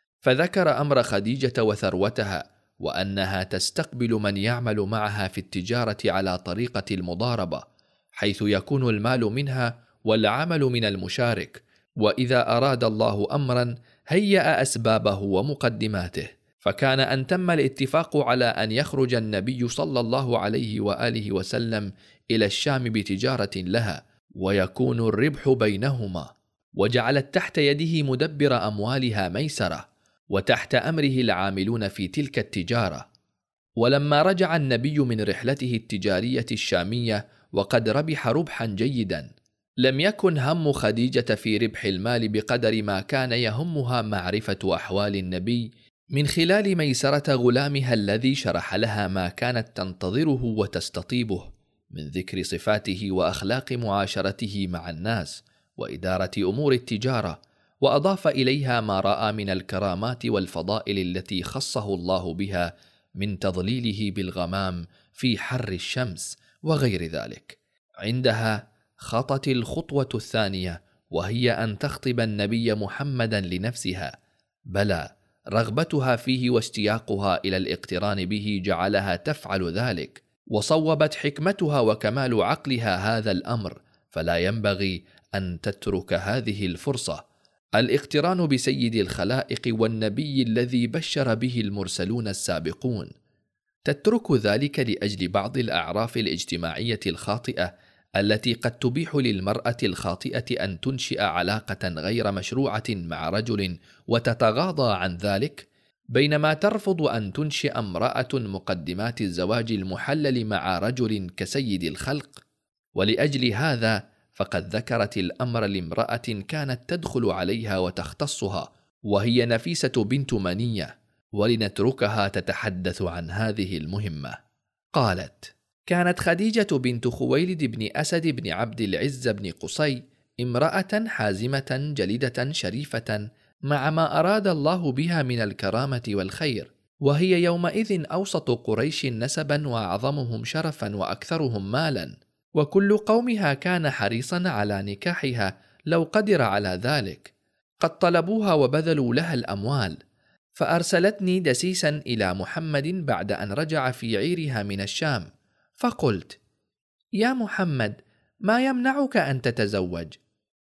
فذكر أمر خديجة وثروتها، وأنها تستقبل من يعمل معها في التجارة على طريقة المضاربة، حيث يكون المال منها والعمل من المشارك، وإذا أراد الله أمرا هيأ أسبابه ومقدماته. فكان أن تم الاتفاق على أن يخرج النبي صلى الله عليه وآله وسلم إلى الشام بتجارة لها، ويكون الربح بينهما، وجعلت تحت يده مدبر أموالها ميسرة، وتحت أمره العاملون في تلك التجارة. ولما رجع النبي من رحلته التجارية الشامية وقد ربح ربحا جيدا، لم يكن هم خديجة في ربح المال بقدر ما كان يهمها معرفة أحوال النبي من خلال ميسرة غلامها الذي شرح لها ما كانت تنتظره وتستطيبه من ذكر صفاته وأخلاق معاشرته مع الناس وإدارة أمور التجارة، وأضاف إليها ما رأى من الكرامات والفضائل التي خصه الله بها من تضليله بالغمام في حر الشمس وغير ذلك. عندها خطت الخطوة الثانية، وهي أن تخطب النبي محمدا لنفسها، بلى رغبتها فيه واشتياقها إلى الاقتران به جعلها تفعل ذلك، وصوبت حكمتها وكمال عقلها هذا الأمر، فلا ينبغي أن تترك هذه الفرصة، الاقتران بسيد الخلائق والنبي الذي بشر به المرسلون السابقون. تترك ذلك لأجل بعض الأعراف الاجتماعية الخاطئة التي قد تبيح للمرأة الخاطئة أن تنشئ علاقة غير مشروعة مع رجل وتتغاضى عن ذلك، بينما ترفض أن تنشئ امرأة مقدمات الزواج المحلل مع رجل كسيد الخلق. ولأجل هذا فقد ذكرت الأمر لامرأة كانت تدخل عليها وتختصها، وهي نفيسة بنت منية، ولنتركها تتحدث عن هذه المهمة. قالت: كانت خديجة بنت خويلد بن أسد بن عبد العز بن قصي امرأة حازمة جلدة شريفة، مع ما أراد الله بها من الكرامة والخير، وهي يومئذ أوسط قريش نسبا وأعظمهم شرفا وأكثرهم مالا، وكل قومها كان حريصا على نكاحها لو قدر على ذلك. قد طلبوها وبذلوا لها الأموال، فأرسلتني دسيسا إلى محمد بعد أن رجع في عيرها من الشام، فقلت: يا محمد، ما يمنعك أن تتزوج؟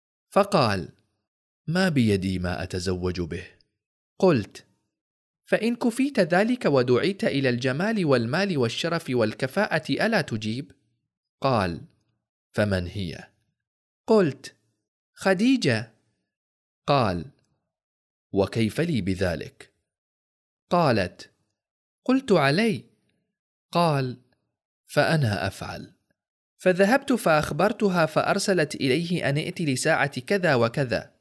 فقال: ما بيدي ما أتزوج به. قلت: فإن كفيت ذلك ودعيت إلى الجمال والمال والشرف والكفاءة ألا تجيب؟ قال: فمن هي؟ قلت: خديجة. قال: وكيف لي بذلك؟ قالت: قلت علي. قال: فأنا أفعل. فذهبت فأخبرتها، فأرسلت إليه أن ائت لساعة كذا وكذا.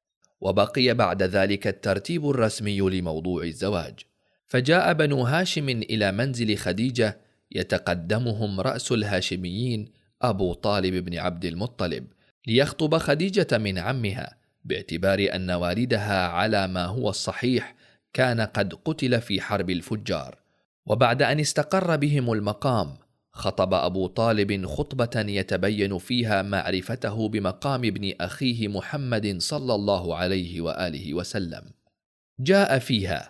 وبقي بعد ذلك الترتيب الرسمي لموضوع الزواج، فجاء بنو هاشم إلى منزل خديجة يتقدمهم رأس الهاشميين أبو طالب بن عبد المطلب ليخطب خديجة من عمها، باعتبار أن والدها على ما هو الصحيح كان قد قتل في حرب الفجار. وبعد أن استقر بهم المقام، خطب أبو طالب خطبة يتبين فيها معرفته بمقام ابن أخيه محمد صلى الله عليه وآله وسلم. جاء فيها: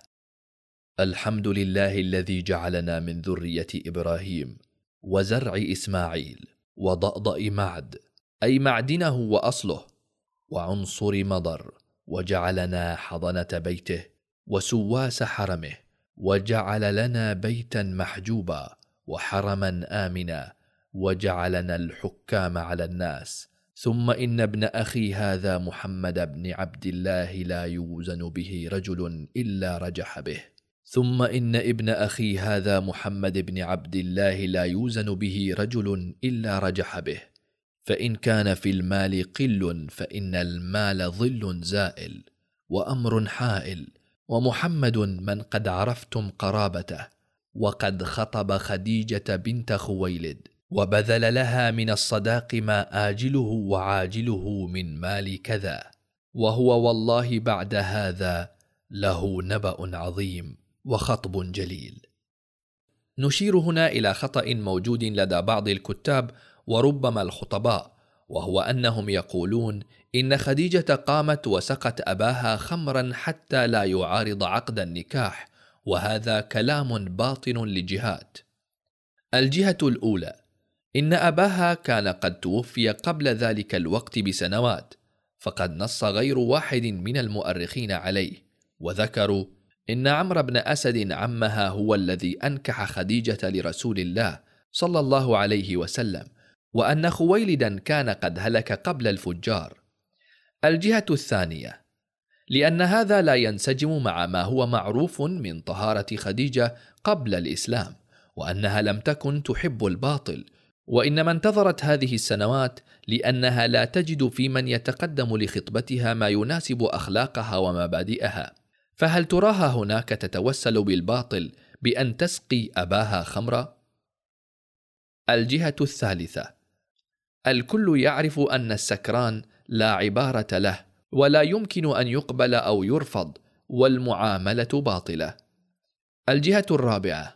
الحمد لله الذي جعلنا من ذرية إبراهيم وزرع إسماعيل وضأضأ معد، أي معدنه وأصله، وعنصر مضر، وجعلنا حضنة بيته وسواس حرمه، وجعل لنا بيتا محجوبا وحرما آمنا، وجعلنا الحكام على الناس. ثم إن ابن أخي هذا محمد بن عبد الله لا يوزن به رجل إلا رجح به. ثم إن ابن أخي هذا محمد بن عبد الله لا يوزن به رجل إلا رجح به. فإن كان في المال قل فإن المال ظل زائل وأمر حائل، ومحمد من قد عرفتم قرابته، وقد خطب خديجة بنت خويلد، وبذل لها من الصداق ما آجله وعاجله من مال كذا، وهو والله بعد هذا له نبأ عظيم وخطب جليل. نشير هنا إلى خطأ موجود لدى بعض الكتاب وربما الخطباء، وهو أنهم يقولون إن خديجة قامت وسقت أباها خمرا حتى لا يعارض عقد النكاح، وهذا كلام باطل لجهات. الجهة الأولى: إن أباها كان قد توفي قبل ذلك الوقت بسنوات، فقد نص غير واحد من المؤرخين عليه، وذكروا إن عمرو بن أسد عمها هو الذي أنكح خديجة لرسول الله صلى الله عليه وسلم، وأن خويلدا كان قد هلك قبل الفجار. الجهة الثانية: لأن هذا لا ينسجم مع ما هو معروف من طهارة خديجة قبل الإسلام، وأنها لم تكن تحب الباطل، وإنما انتظرت هذه السنوات لأنها لا تجد في من يتقدم لخطبتها ما يناسب أخلاقها ومبادئها. فهل تراها هناك تتوسل بالباطل بأن تسقي أباها خمرا؟ الجهة الثالثة: الكل يعرف أن السكران لا عبارة له، ولا يمكن أن يقبل أو يرفض، والمعاملة باطلة. الجهة الرابعة: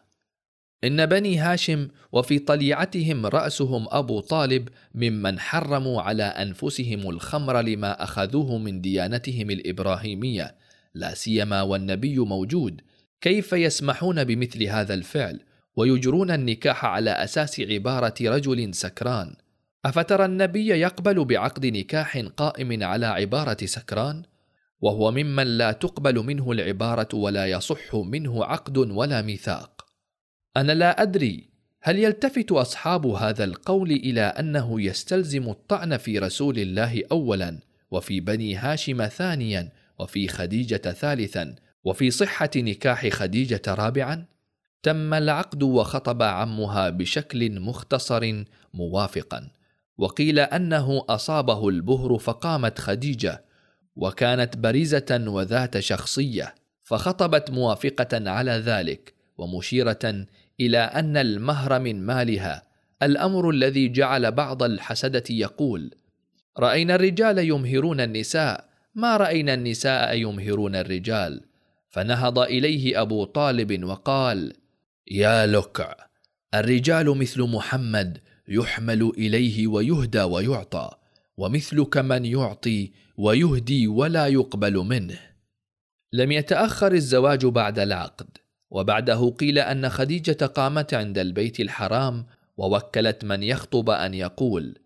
إن بني هاشم وفي طليعتهم رأسهم أبو طالب ممن حرموا على أنفسهم الخمر لما أخذوه من ديانتهم الإبراهيمية، لا سيما والنبي موجود، كيف يسمحون بمثل هذا الفعل ويجرون النكاح على أساس عبارة رجل سكران؟ أفترى النبي يقبل بعقد نكاح قائم على عبارة سكران؟ وهو ممن لا تقبل منه العبارة ولا يصح منه عقد ولا ميثاق. أنا لا أدري هل يلتفت أصحاب هذا القول إلى أنه يستلزم الطعن في رسول الله أولا، وفي بني هاشم ثانيا، وفي خديجة ثالثا، وفي صحة نكاح خديجة رابعا؟ تم العقد وخطب عمها بشكل مختصر موافقا، وقيل أنه أصابه البهر فقامت خديجة، وكانت بريزة وذات شخصية، فخطبت موافقة على ذلك ومشيرة إلى أن المهر من مالها، الأمر الذي جعل بعض الحسدة يقول: رأينا الرجال يمهرون النساء، ما رأينا النساء يمهرون الرجال. فنهض إليه أبو طالب وقال: يا لكع، الرجال مثل محمد يحمل إليه ويهدى ويعطى، ومثلك من يعطي ويهدي ولا يقبل منه. لم يتأخر الزواج بعد العقد، وبعده قيل أن خديجة قامت عند البيت الحرام ووكلت من يخطب أن يقول: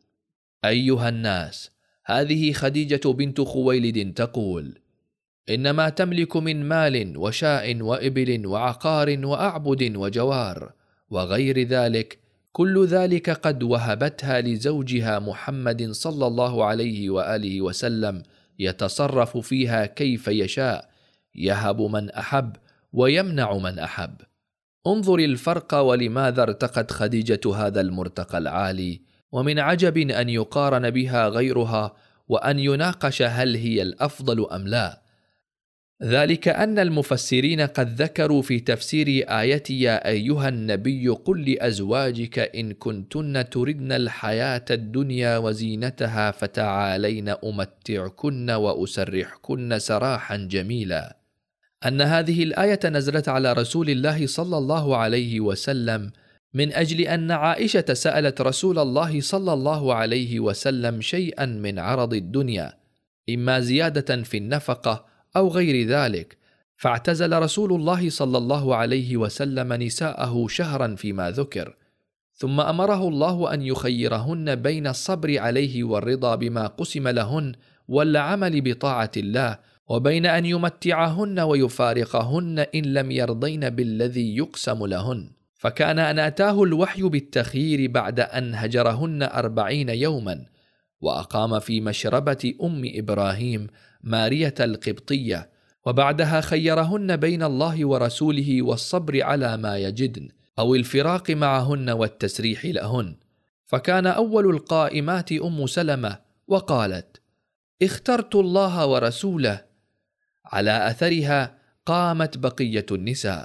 أيها الناس، هذه خديجة بنت خويلد تقول: إن ما تملك من مال وشاء وإبل وعقار وأعبد وجوار وغير ذلك، كل ذلك قد وهبتها لزوجها محمد صلى الله عليه وآله وسلم، يتصرف فيها كيف يشاء، يهب من أحب ويمنع من أحب. انظر الفرق، ولماذا ارتقت خديجة هذا المرتقى العالي، ومن عجب أن يقارن بها غيرها وأن يناقش هل هي الأفضل أم لا. ذلك أن المفسرين قد ذكروا في تفسير آية يا أيها النبي قل لأزواجك إن كنتن تردن الحياة الدنيا وزينتها فتعالين أمتعكن وأسرحكن سراحا جميلا، أن هذه الآية نزلت على رسول الله صلى الله عليه وسلم من أجل أن عائشة سألت رسول الله صلى الله عليه وسلم شيئا من عرض الدنيا، إما زيادة في النفقة أو غير ذلك، فاعتزل رسول الله صلى الله عليه وسلم نساءه شهرا فيما ذكر، ثم أمره الله أن يخيرهن بين الصبر عليه والرضا بما قسم لهن والعمل بطاعة الله، وبين أن يمتعهن ويفارقهن إن لم يرضين بالذي يقسم لهن، فكان أن أتاه الوحي بالتخيير بعد أن هجرهن 40 يوما، وأقام في مشربة أم إبراهيم مارية القبطية، وبعدها خيرهن بين الله ورسوله والصبر على ما يجدن أو الفراق معهن والتسريح لهن، فكان أول القائمات أم سلمة وقالت: اخترت الله ورسوله. على أثرها قامت بقية النساء،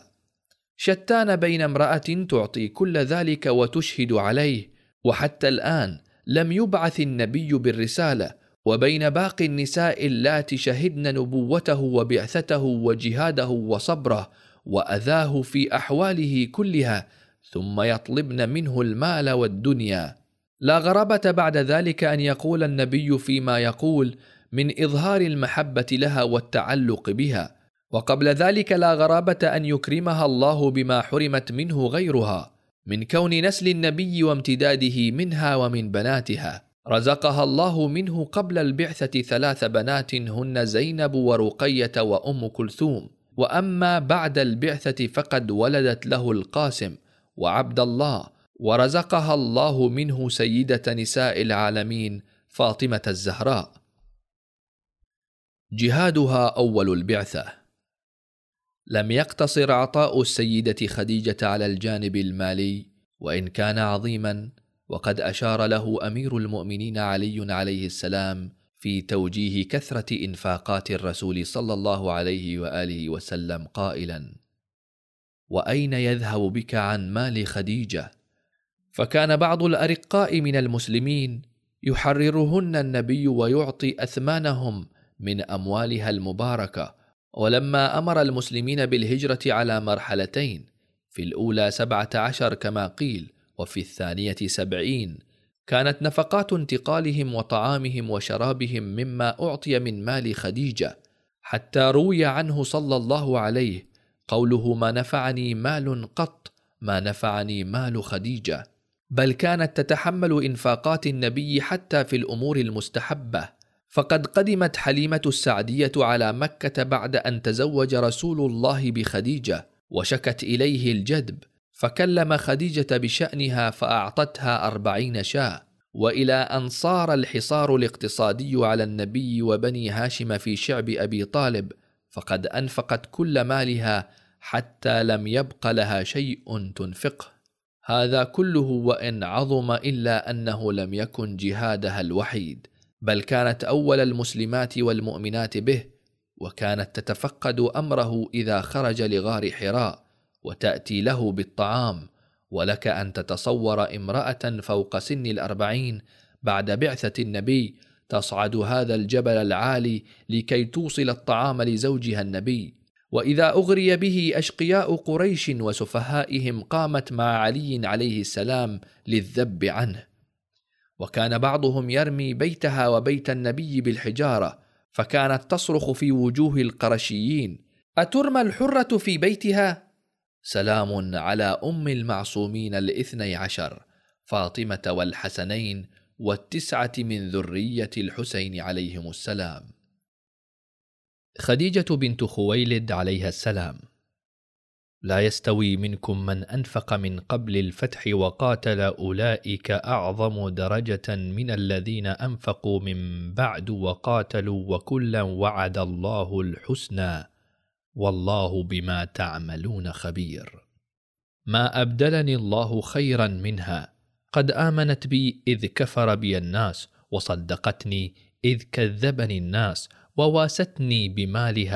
شتان بين امرأة تعطي كل ذلك وتشهد عليه، وحتى الآن لم يبعث النبي بالرسالة، وبين باقي النساء اللاتي شهدن نبوته وبعثته وجهاده وصبره وأذاه في أحواله كلها، ثم يطلبن منه المال والدنيا. لا غرابة بعد ذلك أن يقول النبي فيما يقول من إظهار المحبة لها والتعلق بها، وقبل ذلك لا غرابة أن يكرمها الله بما حرمت منه غيرها من كون نسل النبي وامتداده منها ومن بناتها. رزقها الله منه قبل البعثة 3 بنات هن زينب ورقية وأم كلثوم، وأما بعد البعثة فقد ولدت له القاسم وعبد الله، ورزقها الله منه سيدة نساء العالمين فاطمة الزهراء. جهادها أول البعثة. لم يقتصر عطاء السيدة خديجة على الجانب المالي، وإن كان عظيما، وقد أشار له أمير المؤمنين علي عليه السلام في توجيه كثرة إنفاقات الرسول صلى الله عليه وآله وسلم قائلا: وأين يذهب بك عن مال خديجة؟ فكان بعض الأرقاء من المسلمين يحررهن النبي ويعطي أثمانهم من أموالها المباركة. ولما أمر المسلمين بالهجرة على مرحلتين، في الأولى 17 كما قيل، وفي الثانية 70، كانت نفقات انتقالهم وطعامهم وشرابهم مما أعطي من مال خديجة، حتى روي عنه صلى الله عليه قوله: ما نفعني مال قط ما نفعني مال خديجة. بل كانت تتحمل إنفاقات النبي حتى في الأمور المستحبة، فقد قدمت حليمة السعدية على مكة بعد أن تزوج رسول الله بخديجة، وشكت إليه الجدب، فكلم خديجة بشأنها فأعطتها 40 شاة. وإلى أن صار الحصار الاقتصادي على النبي وبني هاشم في شعب أبي طالب، فقد أنفقت كل مالها حتى لم يبق لها شيء تنفقه. هذا كله وإن عظم إلا أنه لم يكن جهادها الوحيد، بل كانت أول المسلمات والمؤمنات به، وكانت تتفقد أمره إذا خرج لغار حراء وتأتي له بالطعام. ولك أن تتصور امرأة فوق سن 40 بعد بعثة النبي تصعد هذا الجبل العالي لكي توصل الطعام لزوجها النبي، وإذا أغري به أشقياء قريش وسفهائهم قامت مع علي عليه السلام للذب عنه. وكان بعضهم يرمي بيتها وبيت النبي بالحجارة، فكانت تصرخ في وجوه القرشيين: أترمى الحرة في بيتها؟ سلام على أم المعصومين 12 فاطمة والحسنين 9 من ذرية الحسين عليهم السلام. خديجة بنت خويلد عليها السلام: لا يستوي منكم من أنفق من قبل الفتح وقاتل أولئك أعظم درجة من الذين أنفقوا من بعد وقاتلوا وكلا وعد الله الحسنى والله بما تعملون خبير. ما أبدلني الله خيرا منها، قد آمنت بي إذ كفر بي الناس، وصدقتني إذ كذبني الناس، وواستني بمالها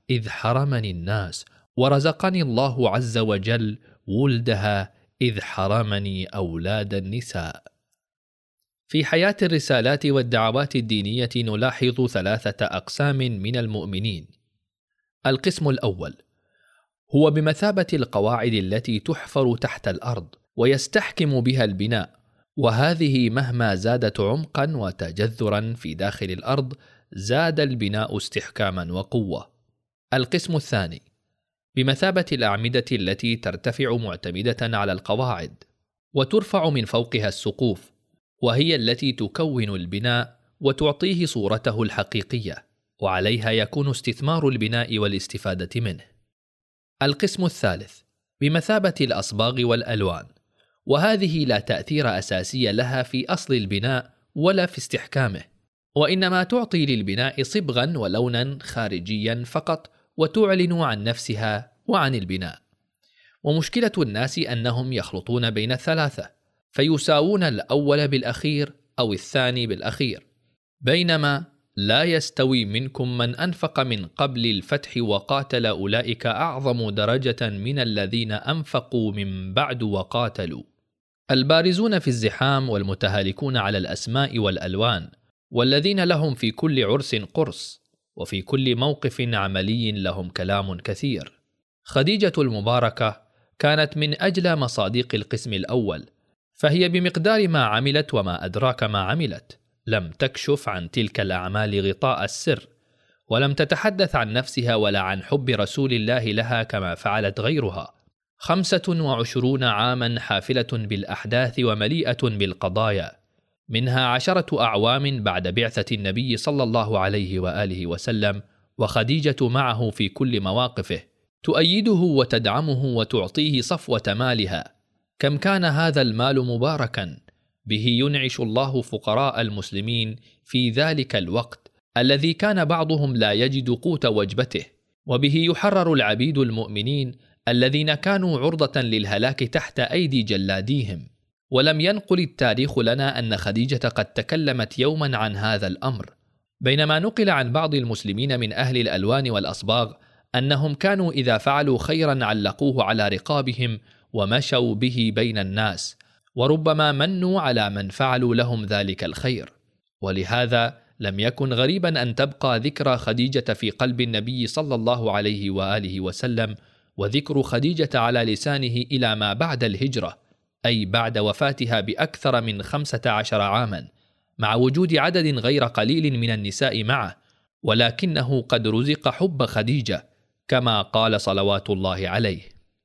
إذ حرمني الناس، ورزقني الله عز وجل ولدها إذ حرمني أولاد النساء. في حياة الرسالات والدعوات الدينية نلاحظ 3 أقسام من المؤمنين. القسم الأول هو بمثابة القواعد التي تحفر تحت الأرض ويستحكم بها البناء، وهذه مهما زادت عمقا وتجذرا في داخل الأرض زاد البناء استحكاما وقوة. القسم الثاني بمثابة الأعمدة التي ترتفع معتمدة على القواعد وترفع من فوقها السقوف، وهي التي تكون البناء وتعطيه صورته الحقيقية، وعليها يكون استثمار البناء والاستفادة منه. القسم الثالث بمثابة الأصباغ والألوان، وهذه لا تأثير أساسي لها في أصل البناء ولا في استحكامه، وإنما تعطي للبناء صبغا ولونا خارجيا فقط، وتعلن عن نفسها وعن البناء. ومشكلة الناس أنهم يخلطون بين الثلاثة، فيساوون الأول بالأخير أو الثاني بالأخير، بينما لا يستوي منكم من أنفق من قبل الفتح وقاتل أولئك أعظم درجة من الذين أنفقوا من بعد وقاتلوا. البارزون في الزحام والمتهالكون على الأسماء والألوان، والذين لهم في كل عرس قرص، وفي كل موقف عملي لهم كلام كثير. خديجة المباركة كانت من أجلى مصادق القسم الأول، فهي بمقدار ما عملت وما أدراك ما عملت لم تكشف عن تلك الأعمال غطاء السر، ولم تتحدث عن نفسها ولا عن حب رسول الله لها كما فعلت غيرها. 25 عاما حافلة بالأحداث ومليئة بالقضايا، منها 10 أعوام بعد بعثة النبي صلى الله عليه وآله وسلم، وخديجة معه في كل مواقفه، تؤيده وتدعمه وتعطيه صفوة مالها. كم كان هذا المال مباركا، به ينعش الله فقراء المسلمين في ذلك الوقت الذي كان بعضهم لا يجد قوت وجبته، وبه يحرر العبيد المؤمنين الذين كانوا عرضة للهلاك تحت أيدي جلاديهم. ولم ينقل التاريخ لنا أن خديجة قد تكلمت يوما عن هذا الأمر، بينما نقل عن بعض المسلمين من أهل الألوان والأصباغ أنهم كانوا إذا فعلوا خيرا علقوه على رقابهم ومشوا به بين الناس، وربما منوا على من فعلوا لهم ذلك الخير. ولهذا لم يكن غريبا أن تبقى ذكرى خديجة في قلب النبي صلى الله عليه وآله وسلم، وذكر خديجة على لسانه إلى ما بعد الهجرة، أي بعد وفاتها بأكثر من 15 عاما، مع وجود عدد غير قليل من النساء معه، ولكنه قد رزق حب خديجة كما قال صلوات الله عليه.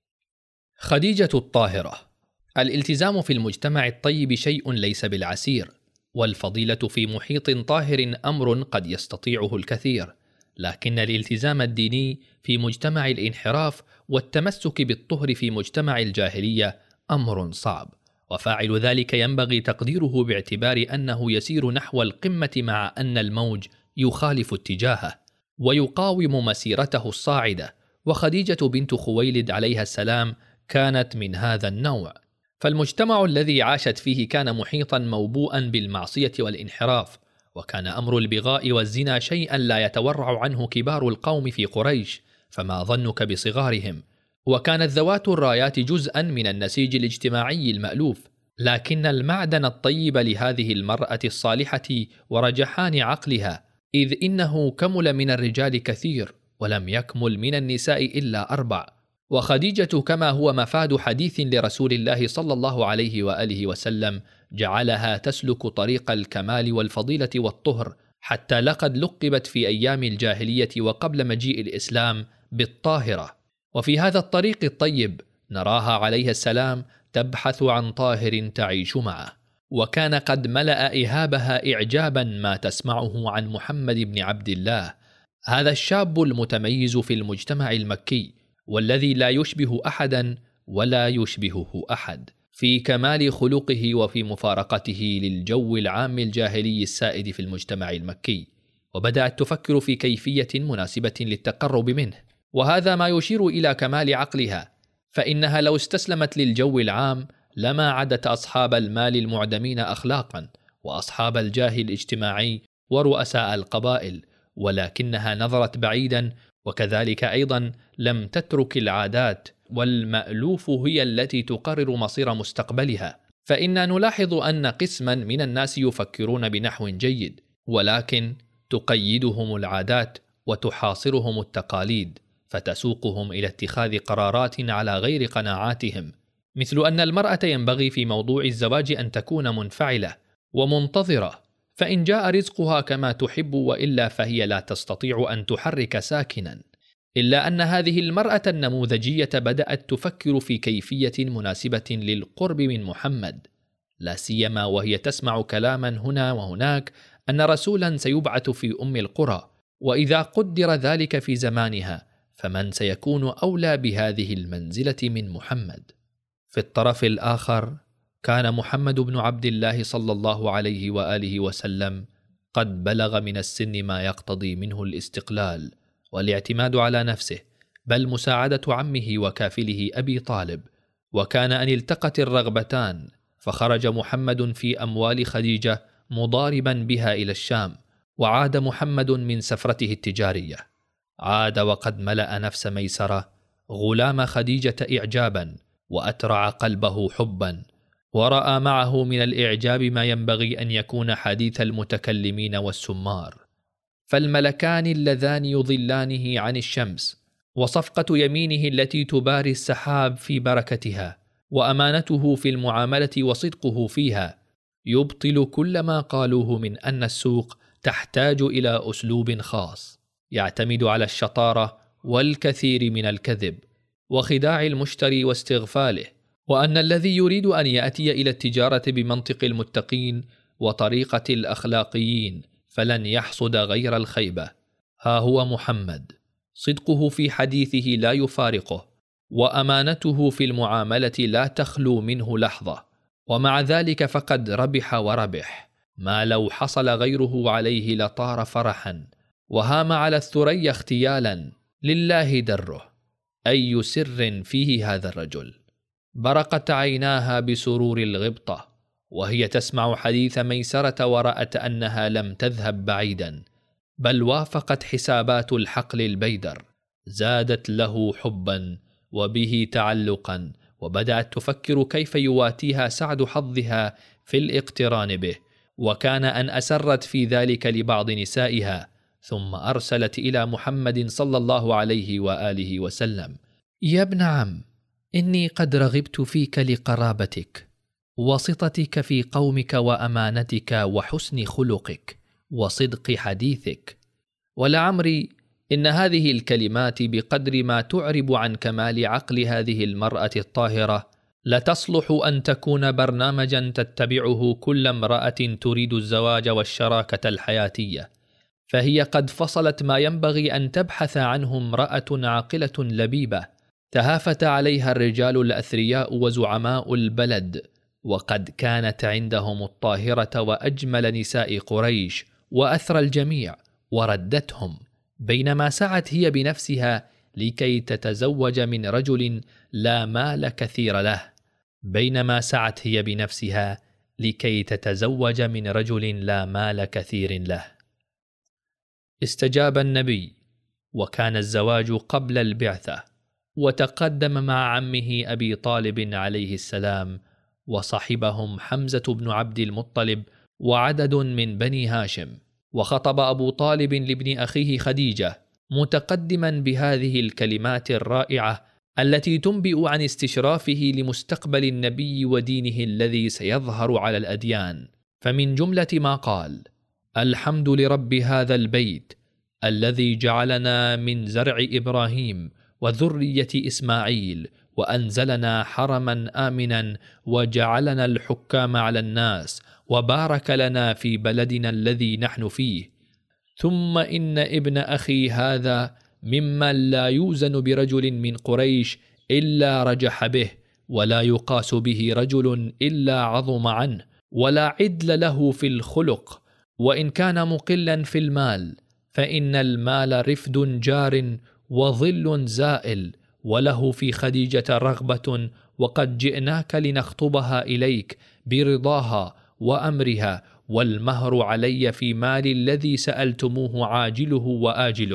خديجة الطاهرة. الالتزام في المجتمع الطيب شيء ليس بالعسير، والفضيلة في محيط طاهر أمر قد يستطيعه الكثير، لكن الالتزام الديني في مجتمع الانحراف والتمسك بالطهر في مجتمع الجاهلية أمر صعب، وفاعل ذلك ينبغي تقديره باعتبار أنه يسير نحو القمة مع أن الموج يخالف اتجاهه ويقاوم مسيرته الصاعدة. وخديجة بنت خويلد عليها السلام كانت من هذا النوع، فالمجتمع الذي عاشت فيه كان محيطا موبوءا بالمعصية والانحراف، وكان أمر البغاء والزنا شيئا لا يتورع عنه كبار القوم في قريش، فما ظنك بصغارهم. وكانت ذوات الرايات جزءا من النسيج الاجتماعي المألوف، لكن المعدن الطيب لهذه المرأة الصالحة ورجحان عقلها، إذ إنه كمل من الرجال كثير ولم يكمل من النساء إلا 4. وخديجة كما هو مفاد حديث لرسول الله صلى الله عليه وآله وسلم جعلها تسلك طريق الكمال والفضيلة والطهر، حتى لقد لقبت في أيام الجاهلية وقبل مجيء الإسلام بالطاهرة. وفي هذا الطريق الطيب نراها عليه السلام تبحث عن طاهر تعيش معه، وكان قد ملأ إهابها إعجابا ما تسمعه عن محمد بن عبد الله، هذا الشاب المتميز في المجتمع المكي، والذي لا يشبه أحدا ولا يشبهه أحد في كمال خلقه وفي مفارقته للجو العام الجاهلي السائد في المجتمع المكي. وبدأت تفكر في كيفية مناسبة للتقرب منه، وهذا ما يشير إلى كمال عقلها، فإنها لو استسلمت للجو العام لما عدت أصحاب المال المعدمين أخلاقا وأصحاب الجاه الاجتماعي ورؤساء القبائل، ولكنها نظرت بعيدا وكذلك أيضا لم تترك العادات، والمألوف هي التي تقرر مصير مستقبلها. فإننا نلاحظ أن قسما من الناس يفكرون بنحو جيد، ولكن تقيدهم العادات وتحاصرهم التقاليد، فتسوقهم إلى اتخاذ قرارات على غير قناعاتهم، مثل أن المرأة ينبغي في موضوع الزواج أن تكون منفعلة ومنتظرة، فإن جاء رزقها كما تحب وإلا فهي لا تستطيع أن تحرك ساكنا. إلا أن هذه المرأة النموذجية بدأت تفكر في كيفية مناسبة للقرب من محمد، لا سيما وهي تسمع كلاما هنا وهناك أن رسولا سيبعث في أم القرى، وإذا قدر ذلك في زمانها فمن سيكون أولى بهذه المنزلة من محمد؟ في الطرف الآخر كان محمد بن عبد الله صلى الله عليه وآله وسلم قد بلغ من السن ما يقتضي منه الاستقلال والاعتماد على نفسه، بل مساعدة عمه وكافله أبي طالب. وكان أن التقت الرغبتان، فخرج محمد في أموال خديجة مضاربا بها إلى الشام، وعاد محمد من سفرته التجارية. عاد وقد ملأ نفس ميسرة غلام خديجة إعجابا، وأترع قلبه حبا، ورأى معه من الإعجاب ما ينبغي أن يكون حديث المتكلمين والسمار. فالملكان اللذان يظلانه عن الشمس، وصفقة يمينه التي تباري السحاب في بركتها، وأمانته في المعاملة وصدقه فيها، يبطل كل ما قالوه من أن السوق تحتاج إلى أسلوب خاص يعتمد على الشطارة والكثير من الكذب وخداع المشتري واستغفاله، وأن الذي يريد أن يأتي إلى التجارة بمنطق المتقين وطريقة الأخلاقيين فلن يحصد غير الخيبة. ها هو محمد، صدقه في حديثه لا يفارقه، وأمانته في المعاملة لا تخلو منه لحظة، ومع ذلك فقد ربح وربح، ما لو حصل غيره عليه لطار فرحا، وهام على الثريا اختيالا. لله دره، أي سر فيه هذا الرجل. برقت عيناها بسرور الغبطة وهي تسمع حديث ميسرة، ورأت أنها لم تذهب بعيدا، بل وافقت حسابات الحقل البيدر. زادت له حبا وبه تعلقا، وبدأت تفكر كيف يواتيها سعد حظها في الاقتران به، وكان أن أسرت في ذلك لبعض نسائها، ثم أرسلت إلى محمد صلى الله عليه وآله وسلم: يا ابن عم، إني قد رغبت فيك لقرابتك وسطتك في قومك وأمانتك وحسن خلقك وصدق حديثك، ولعمري إن هذه الكلمات بقدر ما تعرب عن كمال عقل هذه المرأة الطاهرة لتصلح أن تكون برنامجا تتبعه كل امرأة تريد الزواج والشراكة الحياتية، فهي قد فصلت ما ينبغي أن تبحث عنه امرأة عاقلة لبيبة تهافت عليها الرجال الأثرياء وزعماء البلد، وقد كانت عندهم الطاهرة وأجمل نساء قريش وأثرى الجميع، وردتهم، بينما سعت هي بنفسها لكي تتزوج من رجل لا مال كثير له، استجاب النبي، وكان الزواج قبل البعثة، وتقدم مع عمه أبي طالب عليه السلام، وصحبهم حمزة بن عبد المطلب وعدد من بني هاشم. وخطب أبو طالب لابن أخيه خديجة متقدما بهذه الكلمات الرائعة التي تنبئ عن استشرافه لمستقبل النبي ودينه الذي سيظهر على الأديان. فمن جملة ما قال: الحمد لرب هذا البيت الذي جعلنا من زرع إبراهيم وذرية إسماعيل، وأنزلنا حرما آمنا، وجعلنا الحكام على الناس، وبارك لنا في بلدنا الذي نحن فيه. ثم إن ابن أخي هذا ممن لا يوزن برجل من قريش إلا رجح به، ولا يقاس به رجل إلا عظم عنه، ولا عدل له في الخلق، وإن كان مقلا في المال فإن المال رفد جار وظل زائل، وله في خديجة رغبة، وقد جئناك لنخطبها إليك برضاها وأمرها، والمهر علي في مال الذي سألتموه عاجله وآجله،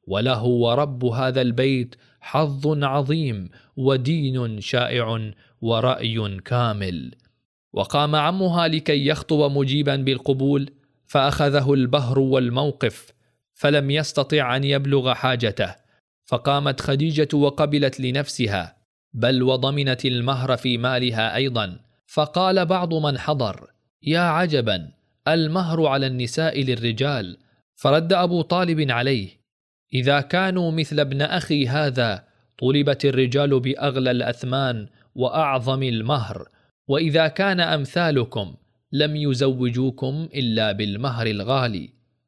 وله ورب هذا البيت حظ عظيم ودين شائع ورأي كامل. وقام عمها لكي يخطب مجيبا بالقبول، فأخذه البهر والموقف، فلم يستطع أن يبلغ حاجته، فقامت خديجة وقبلت لنفسها، بل وضمنت المهر في مالها أيضا. فقال بعض من حضر: يا عجبا، المهر على النساء للرجال. فرد أبو طالب عليه: إذا كانوا مثل ابن أخي هذا طلبت الرجال بأغلى الأثمان وأعظم المهر، وإذا كان أمثالكم لم يزوجوكم إلا بالمهر الغالي.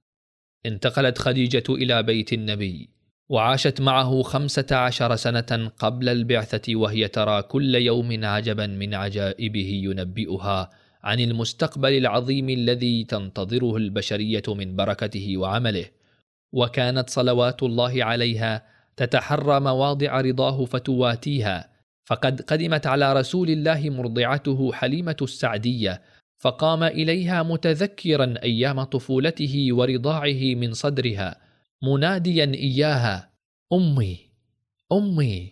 انتقلت خديجة إلى بيت النبي، وعاشت معه 15 سنة قبل البعثة، وهي ترى كل يوم عجبا من عجائبه ينبئها عن المستقبل العظيم الذي تنتظره البشرية من بركته وعمله. وكانت صلوات الله عليها تتحرى مواضع رضاه فتواتيها، فقد قدمت على رسول الله مرضعته حليمة السعدية، فقام إليها متذكرا أيام طفولته ورضاعه من صدرها، مناديا إياها: أمي أمي،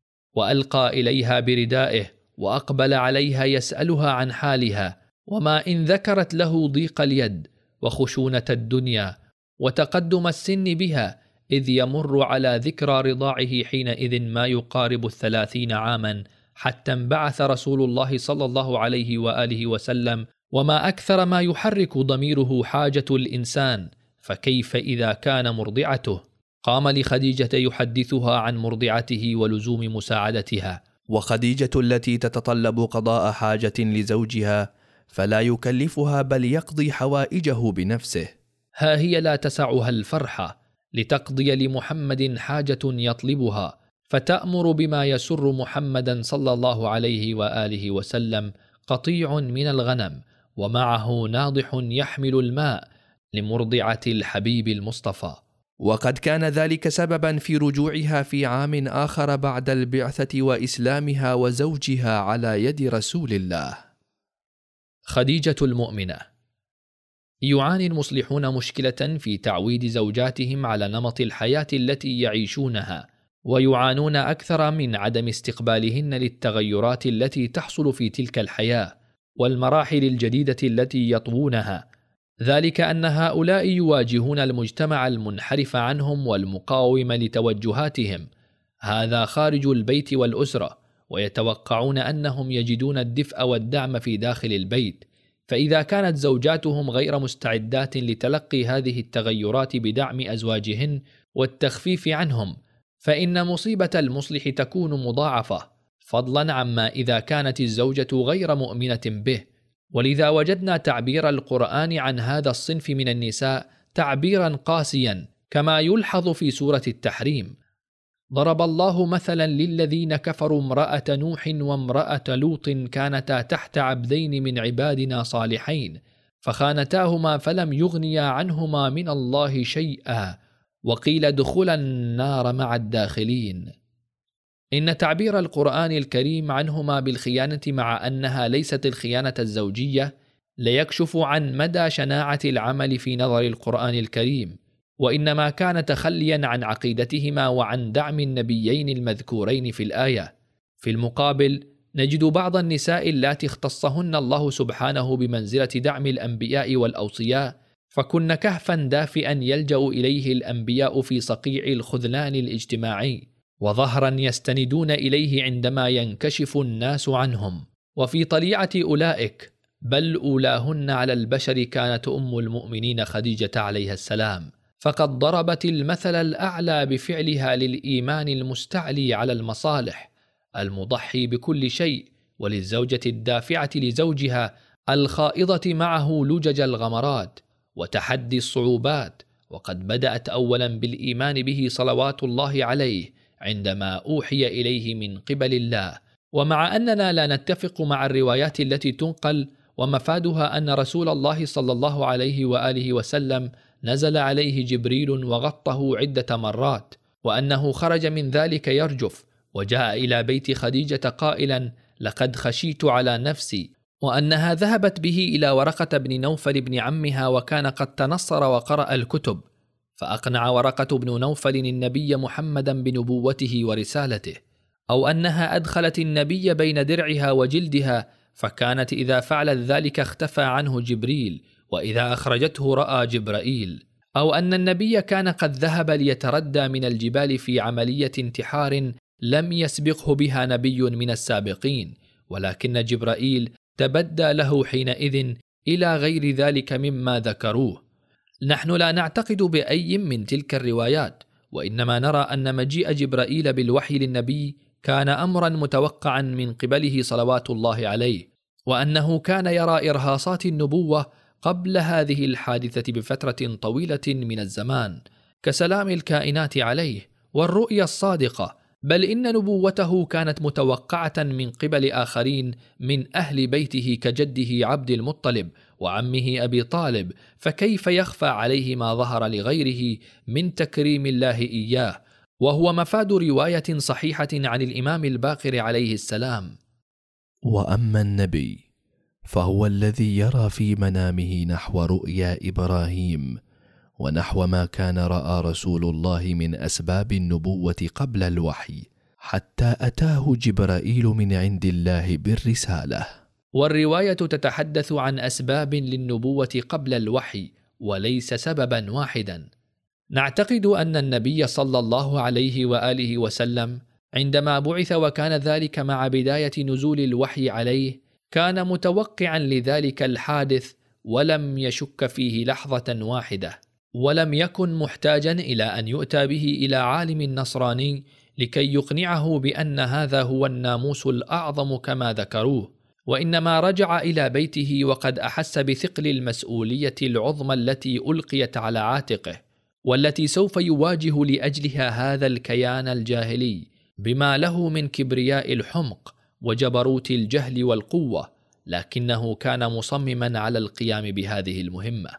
وألقى إليها بردائه وأقبل عليها يسألها عن حالها، وما إن ذكرت له ضيق اليد وخشونة الدنيا وتقدم السن بها، إذ يمر على ذكرى رضاعه حينئذ ما يقارب 30 عاما، حتى انبعث رسول الله صلى الله عليه وآله وسلم. وما أكثر ما يحرك ضميره حاجة الإنسان، فكيف إذا كان مرضعته؟ قام لخديجة يحدثها عن مرضعته ولزوم مساعدتها. وخديجة التي تتطلب قضاء حاجة لزوجها فلا يكلفها بل يقضي حوائجه بنفسه. ها هي لا تسعها الفرحة لتقضي لمحمد حاجة يطلبها، فتأمر بما يسر محمدا صلى الله عليه وآله وسلم قطيع من الغنم، ومعه ناضح يحمل الماء لمرضعة الحبيب المصطفى. وقد كان ذلك سببا في رجوعها في عام آخر بعد البعثة وإسلامها وزوجها على يد رسول الله. خديجة المؤمنة. يعاني المصلحون مشكلة في تعويد زوجاتهم على نمط الحياة التي يعيشونها، ويعانون أكثر من عدم استقبالهن للتغيرات التي تحصل في تلك الحياة والمراحل الجديدة التي يطوونها. ذلك أن هؤلاء يواجهون المجتمع المنحرف عنهم والمقاوم لتوجهاتهم، هذا خارج البيت والأسرة، ويتوقعون أنهم يجدون الدفء والدعم في داخل البيت. فإذا كانت زوجاتهم غير مستعدات لتلقي هذه التغيرات بدعم أزواجهن والتخفيف عنهم، فإن مصيبة المصلح تكون مضاعفة، فضلا عما إذا كانت الزوجة غير مؤمنة به. ولذا وجدنا تعبير القرآن عن هذا الصنف من النساء تعبيرا قاسيا، كما يلحظ في سورة التحريم: ضرب الله مثلا للذين كفروا امرأة نوح وامرأة لوط كانتا تحت عبدين من عبادنا صالحين فخانتاهما فلم يغنيا عنهما من الله شيئا وقيل ادخلا النار مع الداخلين. إن تعبير القرآن الكريم عنهما بالخيانة، مع أنها ليست الخيانة الزوجية، ليكشف عن مدى شناعة العمل في نظر القرآن الكريم، وإنما كان تخليا عن عقيدتهما وعن دعم النبيين المذكورين في الآية. في المقابل نجد بعض النساء اللاتي اختصهن الله سبحانه بمنزلة دعم الأنبياء والأوصياء، فكن كهفا دافئا يلجأ إليه الأنبياء في صقيع الخذلان الاجتماعي، وظهرا يستندون إليه عندما ينكشف الناس عنهم. وفي طليعة أولئك، بل أولاهن على البشر، كانت أم المؤمنين خديجة عليها السلام، فقد ضربت المثل الأعلى بفعلها للإيمان المستعلي على المصالح، المضحي بكل شيء، وللزوجة الدافعة لزوجها، الخائضة معه لجج الغمرات وتحدي الصعوبات. وقد بدأت أولا بالإيمان به صلوات الله عليه عندما أوحي إليه من قبل الله. ومع أننا لا نتفق مع الروايات التي تنقل ومفادها أن رسول الله صلى الله عليه وآله وسلم نزل عليه جبريل وغطه عدة مرات، وأنه خرج من ذلك يرجف وجاء إلى بيت خديجة قائلا: لقد خشيت على نفسي، وأنها ذهبت به إلى ورقة بن نوفل بن عمها، وكان قد تنصر وقرأ الكتب، فأقنع ورقة بن نوفل النبي محمدا بنبوته ورسالته، أو أنها أدخلت النبي بين درعها وجلدها، فكانت إذا فعلت ذلك اختفى عنه جبريل، وإذا أخرجته رأى جبرائيل، أو أن النبي كان قد ذهب ليتردى من الجبال في عملية انتحار لم يسبقه بها نبي من السابقين، ولكن جبرائيل تبدى له حينئذ، إلى غير ذلك مما ذكروه. نحن لا نعتقد بأي من تلك الروايات، وإنما نرى أن مجيء جبرائيل بالوحي للنبي كان أمرا متوقعا من قبله صلوات الله عليه، وأنه كان يرى إرهاصات النبوة قبل هذه الحادثة بفترة طويلة من الزمان، كسلام الكائنات عليه والرؤيا الصادقة، بل إن نبوته كانت متوقعة من قبل آخرين من أهل بيته كجده عبد المطلب وعمه أبي طالب، فكيف يخفى عليه ما ظهر لغيره من تكريم الله إياه، وهو مفاد رواية صحيحة عن الإمام الباقر عليه السلام. وأما النبي فهو الذي يرى في منامه نحو رؤيا إبراهيم، ونحو ما كان رأى رسول الله من أسباب النبوة قبل الوحي، حتى أتاه جبرائيل من عند الله بالرسالة. والرواية تتحدث عن أسباب للنبوة قبل الوحي وليس سببا واحدا. نعتقد أن النبي صلى الله عليه وآله وسلم عندما بعث وكان ذلك مع بداية نزول الوحي عليه كان متوقعا لذلك الحادث ولم يشك فيه لحظة واحدة، ولم يكن محتاجا إلى أن يؤتى به إلى عالم نصراني لكي يقنعه بأن هذا هو الناموس الأعظم كما ذكروه، وإنما رجع إلى بيته وقد أحس بثقل المسؤولية العظمى التي ألقيت على عاتقه، والتي سوف يواجه لأجلها هذا الكيان الجاهلي بما له من كبرياء الحمق وجبروت الجهل والقوة، لكنه كان مصمما على القيام بهذه المهمة.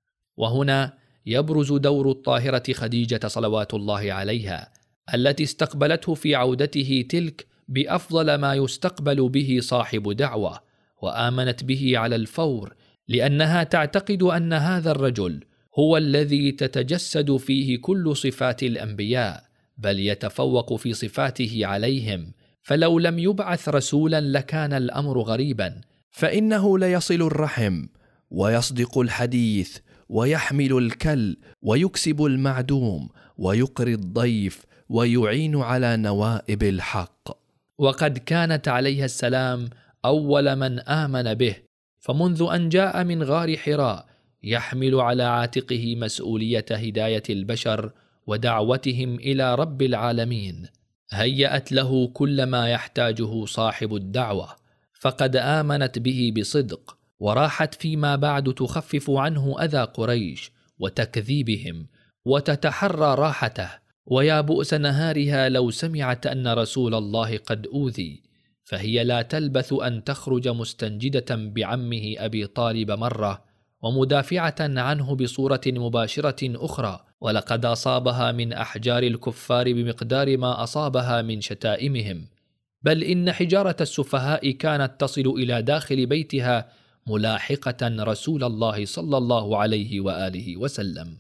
وهنا يبرز دور الطاهرة خديجة صلوات الله عليها، التي استقبلته في عودته تلك بأفضل ما يستقبل به صاحب دعوة، وآمنت به على الفور، لأنها تعتقد أن هذا الرجل هو الذي تتجسد فيه كل صفات الأنبياء، بل يتفوق في صفاته عليهم، فلو لم يبعث رسولا لكان الأمر غريبا، فإنه ليصل الرحم ويصدق الحديث ويحمل الكل ويكسب المعدوم ويقري الضيف ويعين على نوائب الحق. وقد كانت عليها السلام أول من آمن به، فمنذ أن جاء من غار حراء يحمل على عاتقه مسؤولية هداية البشر ودعوتهم إلى رب العالمين، هيأت له كل ما يحتاجه صاحب الدعوة، فقد آمنت به بصدق، وراحت فيما بعد تخفف عنه أذى قريش وتكذيبهم وتتحرى راحته، ويا بؤس نهارها لو سمعت أن رسول الله قد أوذي، فهي لا تلبث أن تخرج مستنجدة بعمه أبي طالب مرة ومدافعة عنه بصورة مباشرة أخرى، ولقد أصابها من أحجار الكفار بمقدار ما أصابها من شتائمهم، بل إن حجارة السفهاء كانت تصل إلى داخل بيتها ملاحقة رسول الله صلى الله عليه وآله وسلم.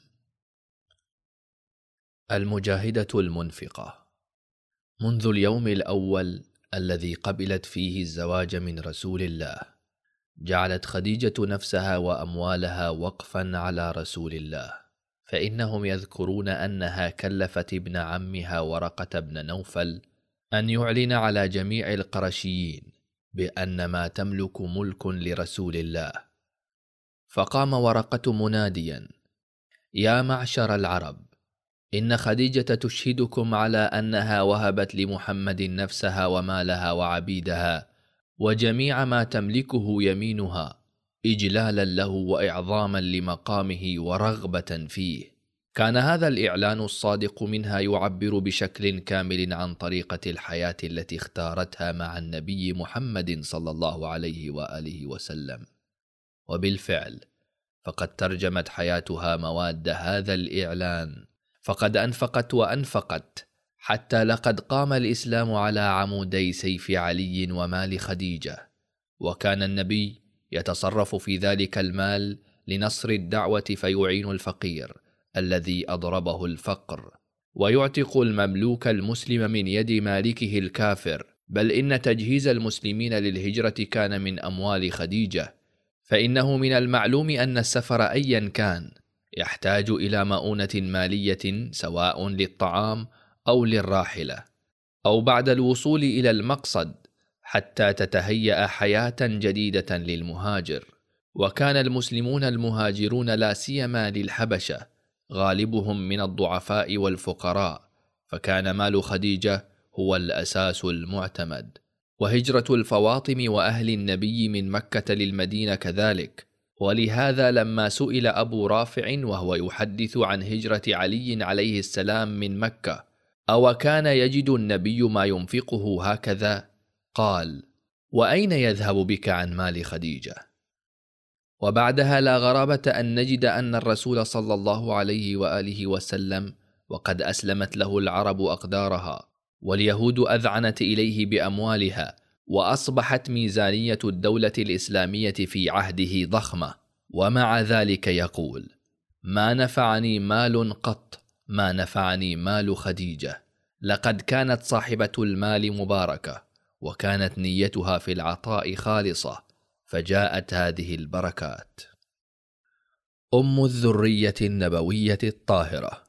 المجاهدة المنفقة. منذ اليوم الأول الذي قبلت فيه الزواج من رسول الله، جعلت خديجة نفسها وأموالها وقفا على رسول الله، فإنهم يذكرون أنها كلفت ابن عمها ورقة بن نوفل أن يعلن على جميع القرشيين بأن ما تملك ملك لرسول الله، فقام ورقة مناديا: يا معشر العرب، إن خديجة تشهدكم على أنها وهبت لمحمد نفسها ومالها وعبيدها وجميع ما تملكه يمينها إجلالا له وإعظاما لمقامه ورغبة فيه. كان هذا الإعلان الصادق منها يعبر بشكل كامل عن طريقة الحياة التي اختارتها مع النبي محمد صلى الله عليه وآله وسلم، وبالفعل فقد ترجمت حياتها مواد هذا الإعلان، فقد أنفقت وأنفقت، حتى لقد قام الإسلام على عمودي سيف علي ومال خديجة، وكان النبي يتصرف في ذلك المال لنصر الدعوة فيعين الفقير الذي أضربه الفقر، ويعتق المملوك المسلم من يد مالكه الكافر، بل إن تجهيز المسلمين للهجرة كان من أموال خديجة، فإنه من المعلوم أن السفر أيا كان يحتاج إلى مؤونة مالية، سواء للطعام أو للراحلة أو بعد الوصول إلى المقصد، حتى تتهيأ حياة جديدة للمهاجر. وكان المسلمون المهاجرون لا سيما للحبشة غالبهم من الضعفاء والفقراء، فكان مال خديجة هو الأساس المعتمد، وهجرة الفواطم وأهل النبي من مكة للمدينة كذلك. ولهذا لما سئل أبو رافع وهو يحدث عن هجرة علي عليه السلام من مكة: أو كان يجد النبي ما ينفقه هكذا؟ قال: وأين يذهب بك عن مال خديجة؟ وبعدها لا غرابة أن نجد أن الرسول صلى الله عليه وآله وسلم وقد أسلمت له العرب أقدارها، واليهود أذعنت إليه بأموالها، وأصبحت ميزانية الدولة الإسلامية في عهده ضخمة، ومع ذلك يقول: ما نفعني مال قط، ما نفعني مال خديجة. لقد كانت صاحبة المال مباركة، وكانت نيتها في العطاء خالصة، فجاءت هذه البركات. أم الذرية النبوية الطاهرة.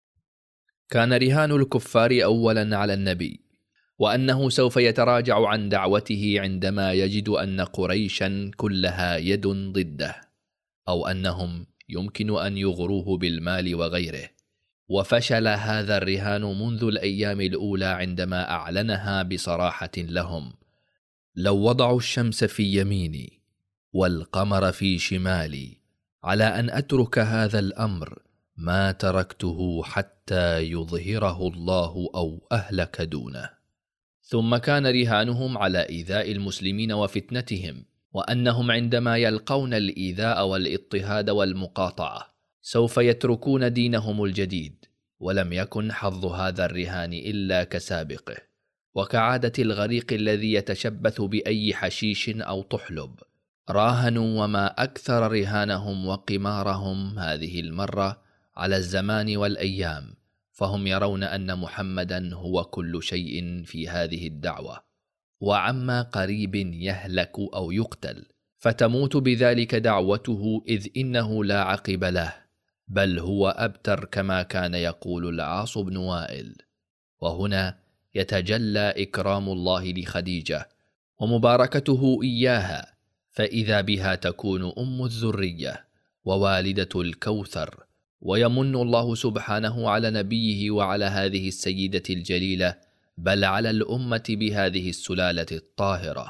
كان رهان الكفار أولا على النبي، وأنه سوف يتراجع عن دعوته عندما يجد أن قريشا كلها يد ضده، أو أنهم يمكن أن يغروه بالمال وغيره. وفشل هذا الرهان منذ الأيام الأولى عندما أعلنها بصراحة لهم: لو وضعوا الشمس في يميني والقمر في شمالي على أن أترك هذا الأمر ما تركته حتى يظهره الله أو أهلك دونه. ثم كان رهانهم على إيذاء المسلمين وفتنتهم، وأنهم عندما يلقون الإيذاء والاضطهاد والمقاطعة سوف يتركون دينهم الجديد. ولم يكن حظ هذا الرهان إلا كسابقه، وكعادة الغريق الذي يتشبث بأي حشيش أو طحلب. راهنوا وما أكثر رهانهم وقمارهم هذه المرة على الزمان والأيام، فهم يرون أن محمدا هو كل شيء في هذه الدعوة، وعما قريب يهلك أو يقتل، فتموت بذلك دعوته، إذ إنه لا عقب له، بل هو أبتر كما كان يقول العاص بن وائل. وهنا يتجلى إكرام الله لخديجة ومباركته إياها، فإذا بها تكون أم الذرية ووالدة الكوثر، ويمن الله سبحانه على نبيه وعلى هذه السيدة الجليلة، بل على الأمة بهذه السلالة الطاهرة: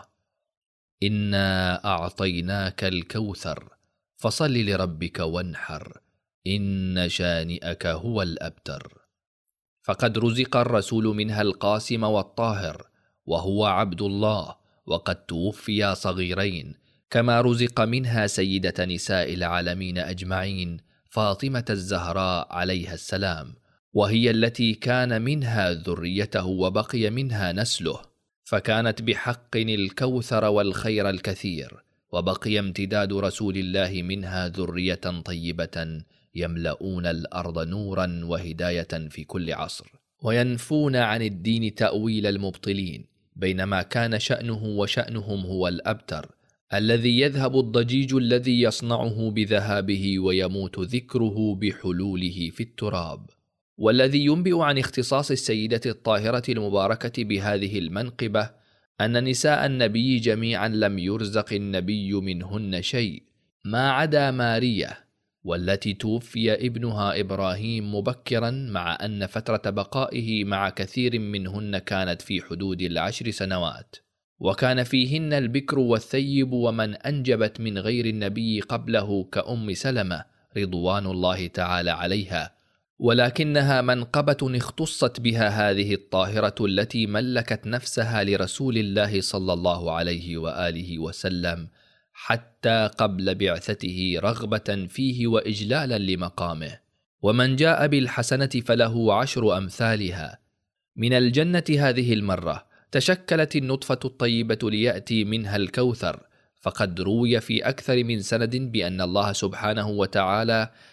إنا أعطيناك الكوثر فصل لربك وانحر إن شانئك هو الأبتر. فقد رزق الرسول منها القاسم والطاهر، وهو عبد الله، وقد توفي صغيرين، كما رزق منها سيدة نساء العالمين أجمعين فاطمة الزهراء عليها السلام، وهي التي كان منها ذريته وبقي منها نسله، فكانت بحق الكوثر والخير الكثير، وبقي امتداد رسول الله منها ذرية طيبة يملؤون الأرض نورا وهداية في كل عصر، وينفون عن الدين تأويل المبطلين، بينما كان شأنه وشأنهم هو الأبتر، الذي يذهب الضجيج الذي يصنعه بذهابه ويموت ذكره بحلوله في التراب. والذي ينبئ عن اختصاص السيدة الطاهرة المباركة بهذه المنقبة أن نساء النبي جميعا لم يرزق النبي منهن شيء ما عدا ماريا، والتي توفي ابنها إبراهيم مبكرا، مع أن فترة بقائه مع كثير منهن كانت في حدود 10 سنوات، وكان فيهن البكر والثيب ومن أنجبت من غير النبي قبله كأم سلمة رضوان الله تعالى عليها، ولكنها منقبة اختصت بها هذه الطاهرة التي ملكت نفسها لرسول الله صلى الله عليه وآله وسلم حتى قبل بعثته، رغبة فيه وإجلالا لمقامه. ومن جاء بالحسنة فله 10 أمثالها. من الجنة هذه المرة تشكلت النطفة الطيبة ليأتي منها الكوثر، فقد روي في أكثر من سند بأن الله سبحانه وتعالى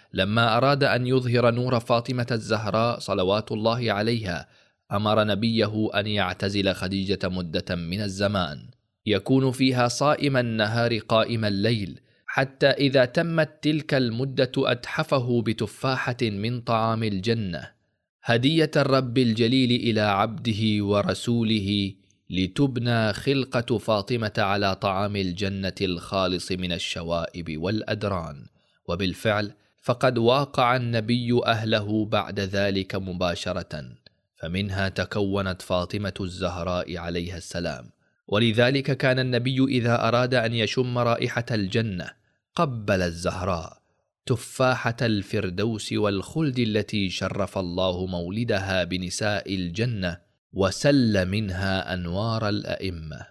لما أراد أن يظهر نور فاطمة الزهراء صلوات الله عليها، أمر نبيه أن يعتزل خديجة مدة من الزمان يكون فيها صائم النهار قائم الليل، حتى إذا تمت تلك المدة أتحفه بتفاحة من طعام الجنة هدية الرب الجليل إلى عبده ورسوله، لتبنى خلقة فاطمة على طعام الجنة الخالص من الشوائب والأدران. وبالفعل فقد واقع النبي أهله بعد ذلك مباشرة، فمنها تكونت فاطمة الزهراء عليها السلام. ولذلك كان النبي إذا أراد أن يشم رائحة الجنة قبل الزهراء تفاحة الفردوس والخلد التي شرف الله مولدها بنساء الجنة وسل منها أنوار الأئمة.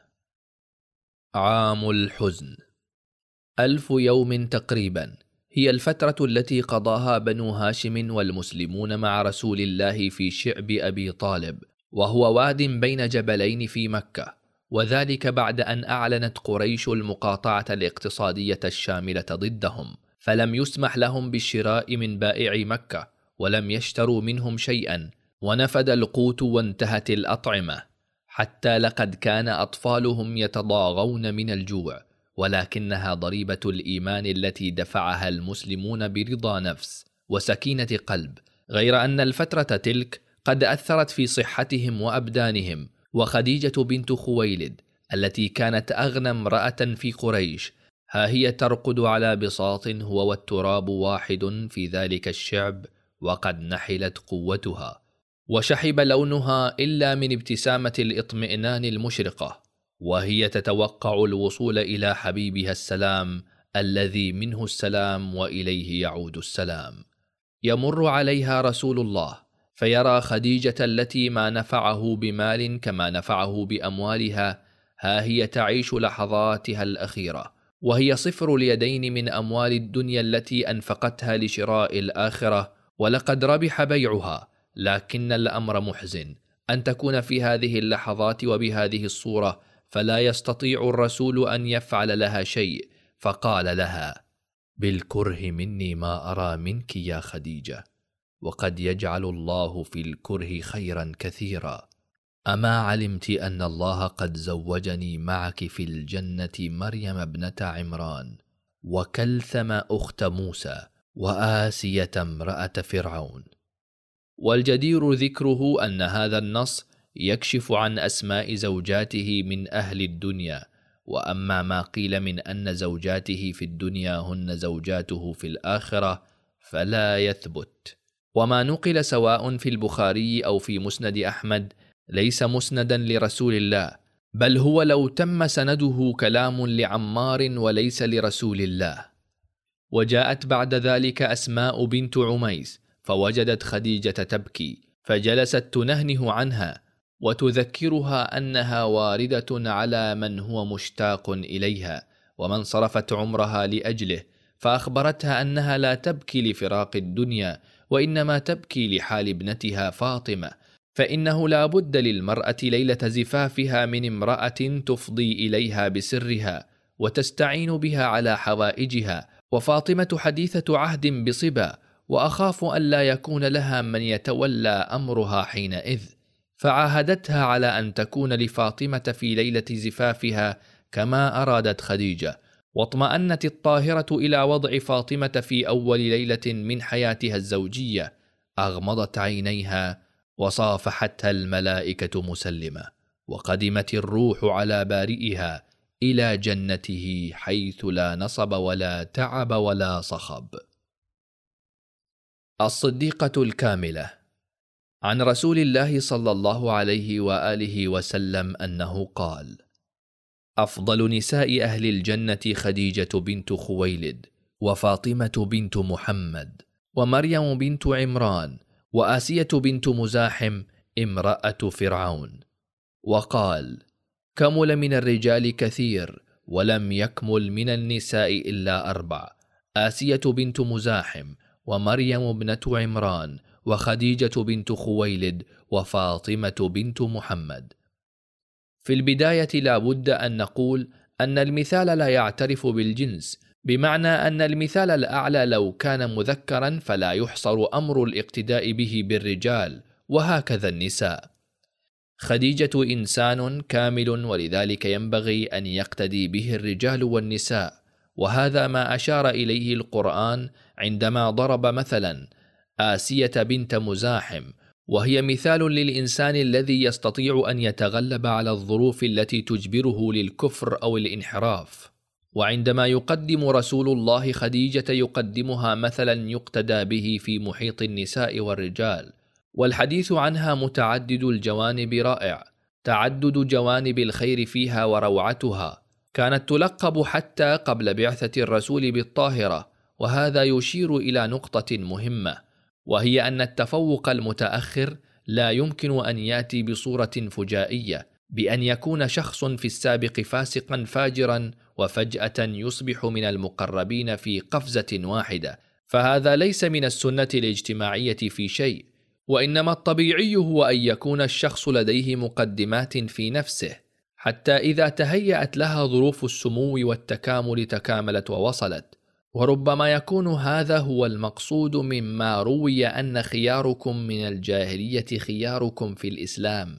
عام الحزن 1000 يوم تقريبا هي الفترة التي قضاها بنو هاشم والمسلمون مع رسول الله في شعب أبي طالب، وهو واد بين جبلين في مكة، وذلك بعد أن أعلنت قريش المقاطعة الاقتصادية الشاملة ضدهم، فلم يسمح لهم بالشراء من بائع مكة، ولم يشتروا منهم شيئا، ونفد القوت وانتهت الأطعمة، حتى لقد كان أطفالهم يتضاغون من الجوع، ولكنها ضريبة الإيمان التي دفعها المسلمون برضا نفس وسكينة قلب، غير أن الفترة تلك قد أثرت في صحتهم وأبدانهم. وخديجة بنت خويلد التي كانت أغنى امرأة في قريش، ها هي ترقد على بساط هو والتراب واحد في ذلك الشعب، وقد نحلت قوتها وشحب لونها إلا من ابتسامة الإطمئنان المشرقة، وهي تتوقع الوصول إلى حبيبها السلام الذي منه السلام وإليه يعود السلام. يمر عليها رسول الله فيرى خديجة التي ما نفعه بمال كما نفعه بأموالها، ها هي تعيش لحظاتها الأخيرة، وهي صفر اليدين من أموال الدنيا التي أنفقتها لشراء الآخرة، ولقد ربح بيعها. لكن الأمر محزن أن تكون في هذه اللحظات وبهذه الصورة، فلا يستطيع الرسول أن يفعل لها شيء، فقال لها: بالكره مني ما أرى منك يا خديجة، وقد يجعل الله في الكره خيرا كثيرا. أما علمت أن الله قد زوجني معك في الجنة مريم ابنة عمران، وكلثم أخت موسى، وآسية امرأة فرعون. والجدير ذكره أن هذا النص يكشف عن أسماء زوجاته من أهل الدنيا، وأما ما قيل من أن زوجاته في الدنيا هن زوجاته في الآخرة فلا يثبت. وما نقل سواء في البخاري أو في مسند أحمد ليس مسندا لرسول الله، بل هو لو تم سنده كلام لعمار وليس لرسول الله. وجاءت بعد ذلك أسماء بنت عميس فوجدت خديجة تبكي، فجلست تنهنه عنها وتذكرها أنها واردة على من هو مشتاق إليها ومن صرفت عمرها لأجله، فأخبرتها أنها لا تبكي لفراق الدنيا، وإنما تبكي لحال ابنتها فاطمة، فإنه لا بد للمرأة ليلة زفافها من امرأة تفضي إليها بسرها وتستعين بها على حوائجها، وفاطمة حديثة عهد بصبا، وأخاف أن لا يكون لها من يتولى أمرها حينئذ، فعاهدتها على أن تكون لفاطمة في ليلة زفافها كما أرادت خديجة. واطمأنت الطاهرة إلى وضع فاطمة في أول ليلة من حياتها الزوجية، أغمضت عينيها وصافحتها الملائكة مسلمة، وقدمت الروح على بارئها إلى جنته حيث لا نصب ولا تعب ولا صخب. الصديقة الكاملة. عن رسول الله صلى الله عليه وآله وسلم أنه قال: أفضل نساء أهل الجنة خديجة بنت خويلد، وفاطمة بنت محمد، ومريم بنت عمران، وآسية بنت مزاحم امرأة فرعون. وقال: كمل من الرجال كثير، ولم يكمل من النساء إلا 4: آسية بنت مزاحم، ومريم ابنة عمران، وخديجة بنت خويلد، وفاطمة بنت محمد. في البداية لا بد أن نقول أن المثال لا يعترف بالجنس، بمعنى أن المثال الأعلى لو كان مذكرا فلا يحصر أمر الاقتداء به بالرجال، وهكذا النساء. خديجة إنسان كامل، ولذلك ينبغي أن يقتدي به الرجال والنساء، وهذا ما أشار إليه القرآن عندما ضرب مثلا آسية بنت مزاحم، وهي مثال للإنسان الذي يستطيع أن يتغلب على الظروف التي تجبره للكفر أو الانحراف. وعندما يقدم رسول الله خديجة يقدمها مثلا يقتدى به في محيط النساء والرجال، والحديث عنها متعدد الجوانب رائع، تعدد جوانب الخير فيها وروعتها. كانت تلقب حتى قبل بعثة الرسول بالطاهرة، وهذا يشير إلى نقطة مهمة، وهي أن التفوق المتأخر لا يمكن أن يأتي بصورة فجائية، بأن يكون شخص في السابق فاسقا فاجرا وفجأة يصبح من المقربين في قفزة واحدة، فهذا ليس من السنة الاجتماعية في شيء، وإنما الطبيعي هو أن يكون الشخص لديه مقدمات في نفسه، حتى إذا تهيأت لها ظروف السمو والتكامل تكاملت ووصلت. وربما يكون هذا هو المقصود مما روي أن خياركم من الجاهلية خياركم في الإسلام،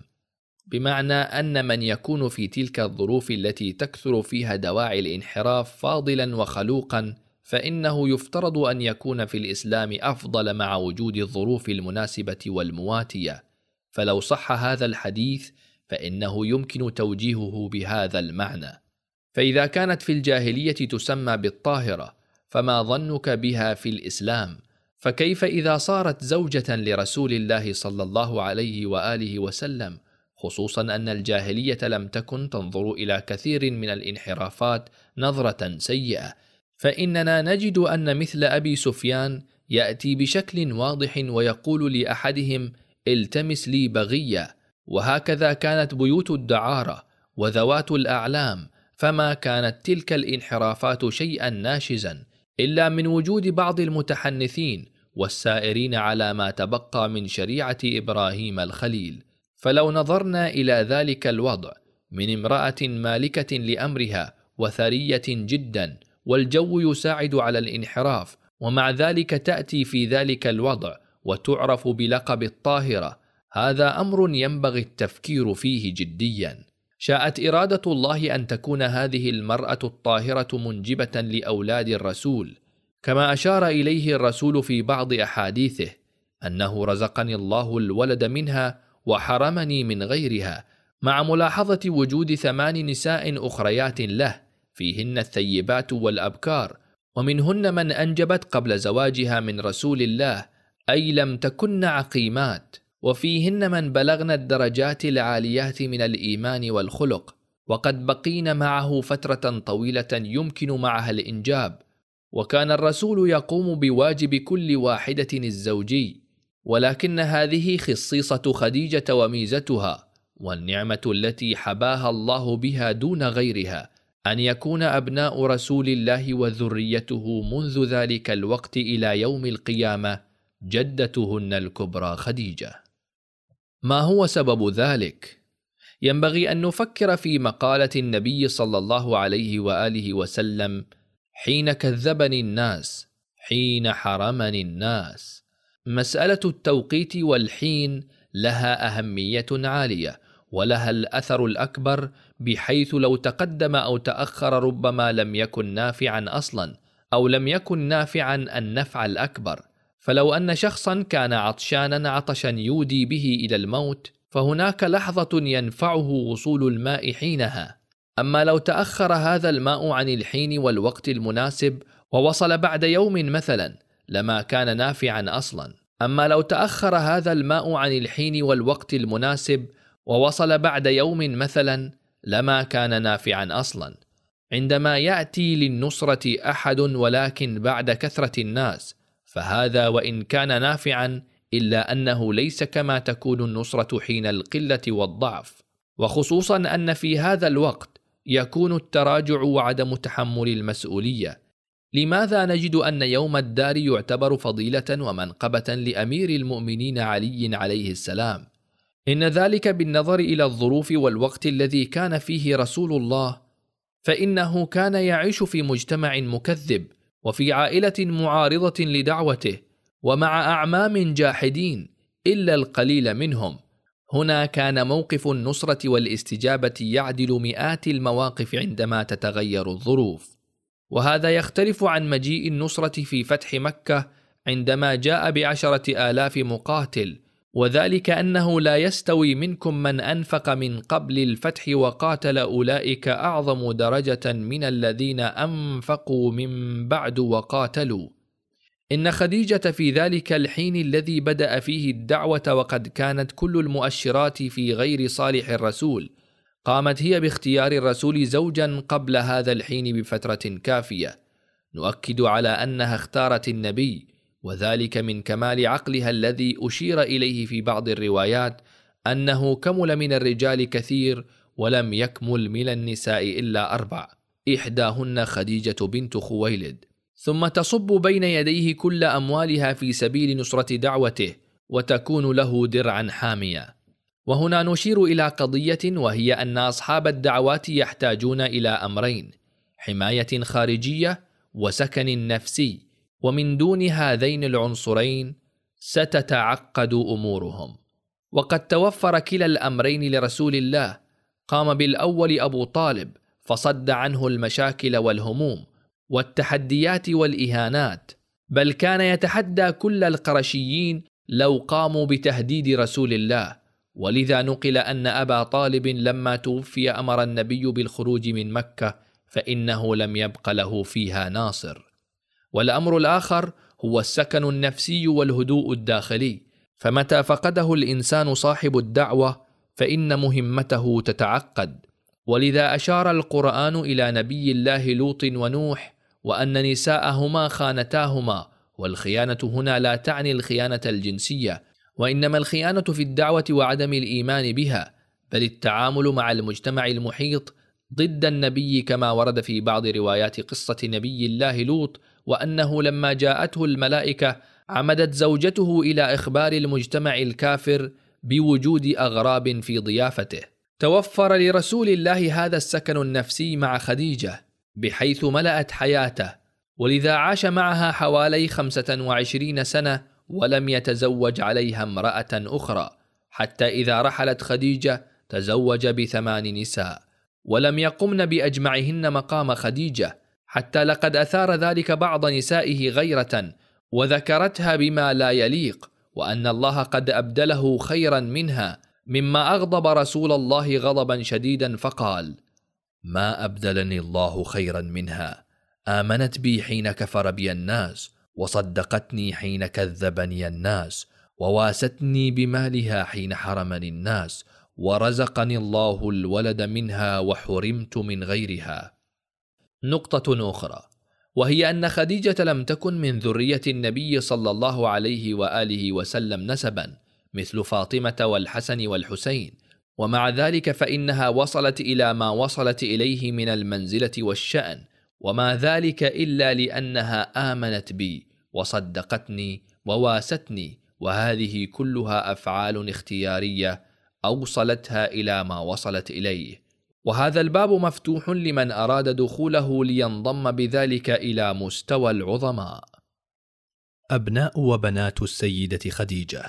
بمعنى أن من يكون في تلك الظروف التي تكثر فيها دواعي الانحراف فاضلا وخلوقا، فإنه يفترض أن يكون في الإسلام أفضل مع وجود الظروف المناسبة والمواتية. فلو صح هذا الحديث فإنه يمكن توجيهه بهذا المعنى. فإذا كانت في الجاهلية تسمى بالطاهرة، فما ظنك بها في الإسلام؟ فكيف إذا صارت زوجة لرسول الله صلى الله عليه وآله وسلم، خصوصا أن الجاهلية لم تكن تنظر إلى كثير من الانحرافات نظرة سيئة، فإننا نجد أن مثل أبي سفيان يأتي بشكل واضح ويقول لأحدهم التمس لي بغية، وهكذا كانت بيوت الدعارة وذوات الأعلام، فما كانت تلك الانحرافات شيئا ناشزا إلا من وجود بعض المتحنثين والسائرين على ما تبقى من شريعة إبراهيم الخليل. فلو نظرنا إلى ذلك الوضع من امرأة مالكة لأمرها وثرية جدا والجو يساعد على الانحراف، ومع ذلك تأتي في ذلك الوضع وتعرف بلقب الطاهرة، هذا أمر ينبغي التفكير فيه جديا. شاءت إرادة الله أن تكون هذه المرأة الطاهرة منجبة لأولاد الرسول، كما أشار إليه الرسول في بعض أحاديثه أنه رزقني الله الولد منها وحرمني من غيرها، مع ملاحظة وجود 8 نساء أخريات له، فيهن الثيبات والأبكار، ومنهن من أنجبت قبل زواجها من رسول الله، أي لم تكن عقيمات، وفيهن من بلغن الدرجات العاليات من الإيمان والخلق، وقد بقين معه فترة طويلة يمكن معها الإنجاب، وكان الرسول يقوم بواجب كل واحدة الزوجي. ولكن هذه خصيصة خديجة وميزتها، والنعمة التي حباها الله بها دون غيرها، أن يكون أبناء رسول الله وذريته منذ ذلك الوقت إلى يوم القيامة جدتهن الكبرى خديجة. ما هو سبب ذلك؟ ينبغي أن نفكر في مقالة النبي صلى الله عليه وآله وسلم: حين كذبني الناس، حين حرمني الناس. مسألة التوقيت والحين لها أهمية عالية، ولها الأثر الأكبر، بحيث لو تقدم أو تأخر ربما لم يكن نافعا أصلا، أو لم يكن نافعا النفع الأكبر. فلو أن شخصا كان عطشانا عطشا يودي به إلى الموت، فهناك لحظة ينفعه وصول الماء حينها. أما لو تأخر هذا الماء عن الحين والوقت المناسب ووصل بعد يوم مثلا، لما كان نافعا أصلا. أما لو تأخر هذا الماء عن الحين والوقت المناسب ووصل بعد يوم مثلا، لما كان نافعا أصلا. عندما يأتي للنصرة أحد ولكن بعد كثرة الناس، فهذا وإن كان نافعا إلا أنه ليس كما تكون النصرة حين القلة والضعف، وخصوصا أن في هذا الوقت يكون التراجع وعدم تحمل المسؤولية. لماذا نجد أن يوم الدار يعتبر فضيلة ومنقبة لأمير المؤمنين علي عليه السلام؟ إن ذلك بالنظر إلى الظروف والوقت الذي كان فيه رسول الله فإنه كان يعيش في مجتمع مكذب، وفي عائلة معارضة لدعوته، ومع أعمام جاحدين إلا القليل منهم. هنا كان موقف النصرة والاستجابة يعدل مئات المواقف عندما تتغير الظروف. وهذا يختلف عن مجيء النصرة في فتح مكة عندما جاء ب10,000 مقاتل، وذلك أنه لا يستوي منكم من أنفق من قبل الفتح وقاتل أولئك أعظم درجة من الذين أنفقوا من بعد وقاتلوا. إن خديجة في ذلك الحين الذي بدأ فيه الدعوة، وقد كانت كل المؤشرات في غير صالح الرسول، قامت هي باختيار الرسول زوجا قبل هذا الحين بفترة كافية. نؤكد على أنها اختارت النبي، وذلك من كمال عقلها الذي أشير إليه في بعض الروايات أنه كمل من الرجال كثير ولم يكمل من النساء إلا 4، إحداهن خديجة بنت خويلد. ثم تصب بين يديه كل أموالها في سبيل نصرة دعوته، وتكون له درعا حامية. وهنا نشير إلى قضية، وهي أن أصحاب الدعوات يحتاجون إلى أمرين: حماية خارجية وسكن نفسي، ومن دون هذين العنصرين ستتعقد أمورهم. وقد توفر كلا الأمرين لرسول الله. قام بالأول أبو طالب فصد عنه المشاكل والهموم والتحديات والإهانات، بل كان يتحدى كل القرشيين لو قاموا بتهديد رسول الله. ولذا نقل أن أبا طالب لما توفي أمر النبي بالخروج من مكة، فإنه لم يبق له فيها ناصر. والأمر الآخر هو السكن النفسي والهدوء الداخلي، فمتى فقده الإنسان صاحب الدعوة فإن مهمته تتعقد. ولذا أشار القرآن إلى نبي الله لوط ونوح، وأن نساءهما خانتاهما. والخيانة هنا لا تعني الخيانة الجنسية، وإنما الخيانة في الدعوة وعدم الإيمان بها، بل التعامل مع المجتمع المحيط ضد النبي، كما ورد في بعض روايات قصة نبي الله لوط، وأنه لما جاءته الملائكة عمدت زوجته إلى إخبار المجتمع الكافر بوجود أغراب في ضيافته. توفر لرسول الله هذا السكن النفسي مع خديجة بحيث ملأت حياته، ولذا عاش معها حوالي 25 سنة ولم يتزوج عليها امرأة أخرى، حتى إذا رحلت خديجة تزوج ب8 نساء، ولم يقمن بأجمعهن مقام خديجة، حتى لقد أثار ذلك بعض نسائه غيرة وذكرتها بما لا يليق، وأن الله قد أبدله خيرا منها، مما أغضب رسول الله غضبا شديدا، فقال: ما أبدلني الله خيرا منها، آمنت بي حين كفر بي الناس، وصدقتني حين كذبني الناس، وواستني بمالها حين حرمني الناس، ورزقني الله الولد منها وحرمت من غيرها. نقطة أخرى، وهي أن خديجة لم تكن من ذرية النبي صلى الله عليه وآله وسلم نسبا مثل فاطمة والحسن والحسين، ومع ذلك فإنها وصلت إلى ما وصلت إليه من المنزلة والشأن، وما ذلك إلا لأنها آمنت بي وصدقتني وواستني، وهذه كلها أفعال اختيارية أوصلتها إلى ما وصلت إليه. وهذا الباب مفتوح لمن أراد دخوله لينضم بذلك إلى مستوى العظماء. أبناء وبنات السيدة خديجة.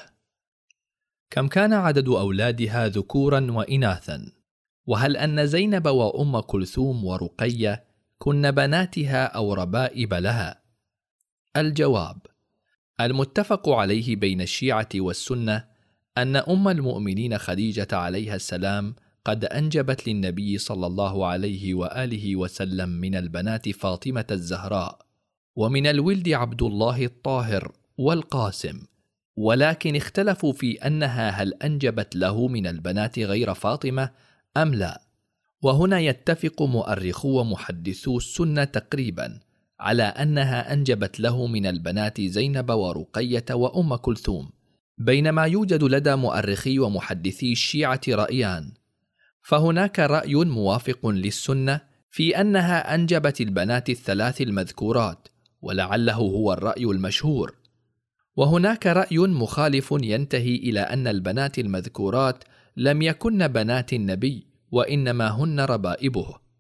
كم كان عدد أولادها ذكورا وإناثا؟ وهل أن زينب وأم كلثوم ورقية كن بناتها أو ربائب لها؟ الجواب: المتفق عليه بين الشيعة والسنة أن أم المؤمنين خديجة عليها السلام قد أنجبت للنبي صلى الله عليه وآله وسلم من البنات فاطمة الزهراء، ومن الولد عبد الله الطاهر والقاسم، ولكن اختلفوا في أنها هل أنجبت له من البنات غير فاطمة أم لا. وهنا يتفق مؤرخو ومحدثو السنة تقريبا على أنها أنجبت له من البنات زينب ورقية وأم كلثوم، بينما يوجد لدى مؤرخي ومحدثي الشيعة رأيان. فهناك رأي موافق للسنة في أنها أنجبت البنات الثلاث المذكورات، ولعله هو الرأي المشهور، وهناك رأي مخالف ينتهي إلى أن البنات المذكورات لم يكن بنات النبي، وإنما هن ربائبه.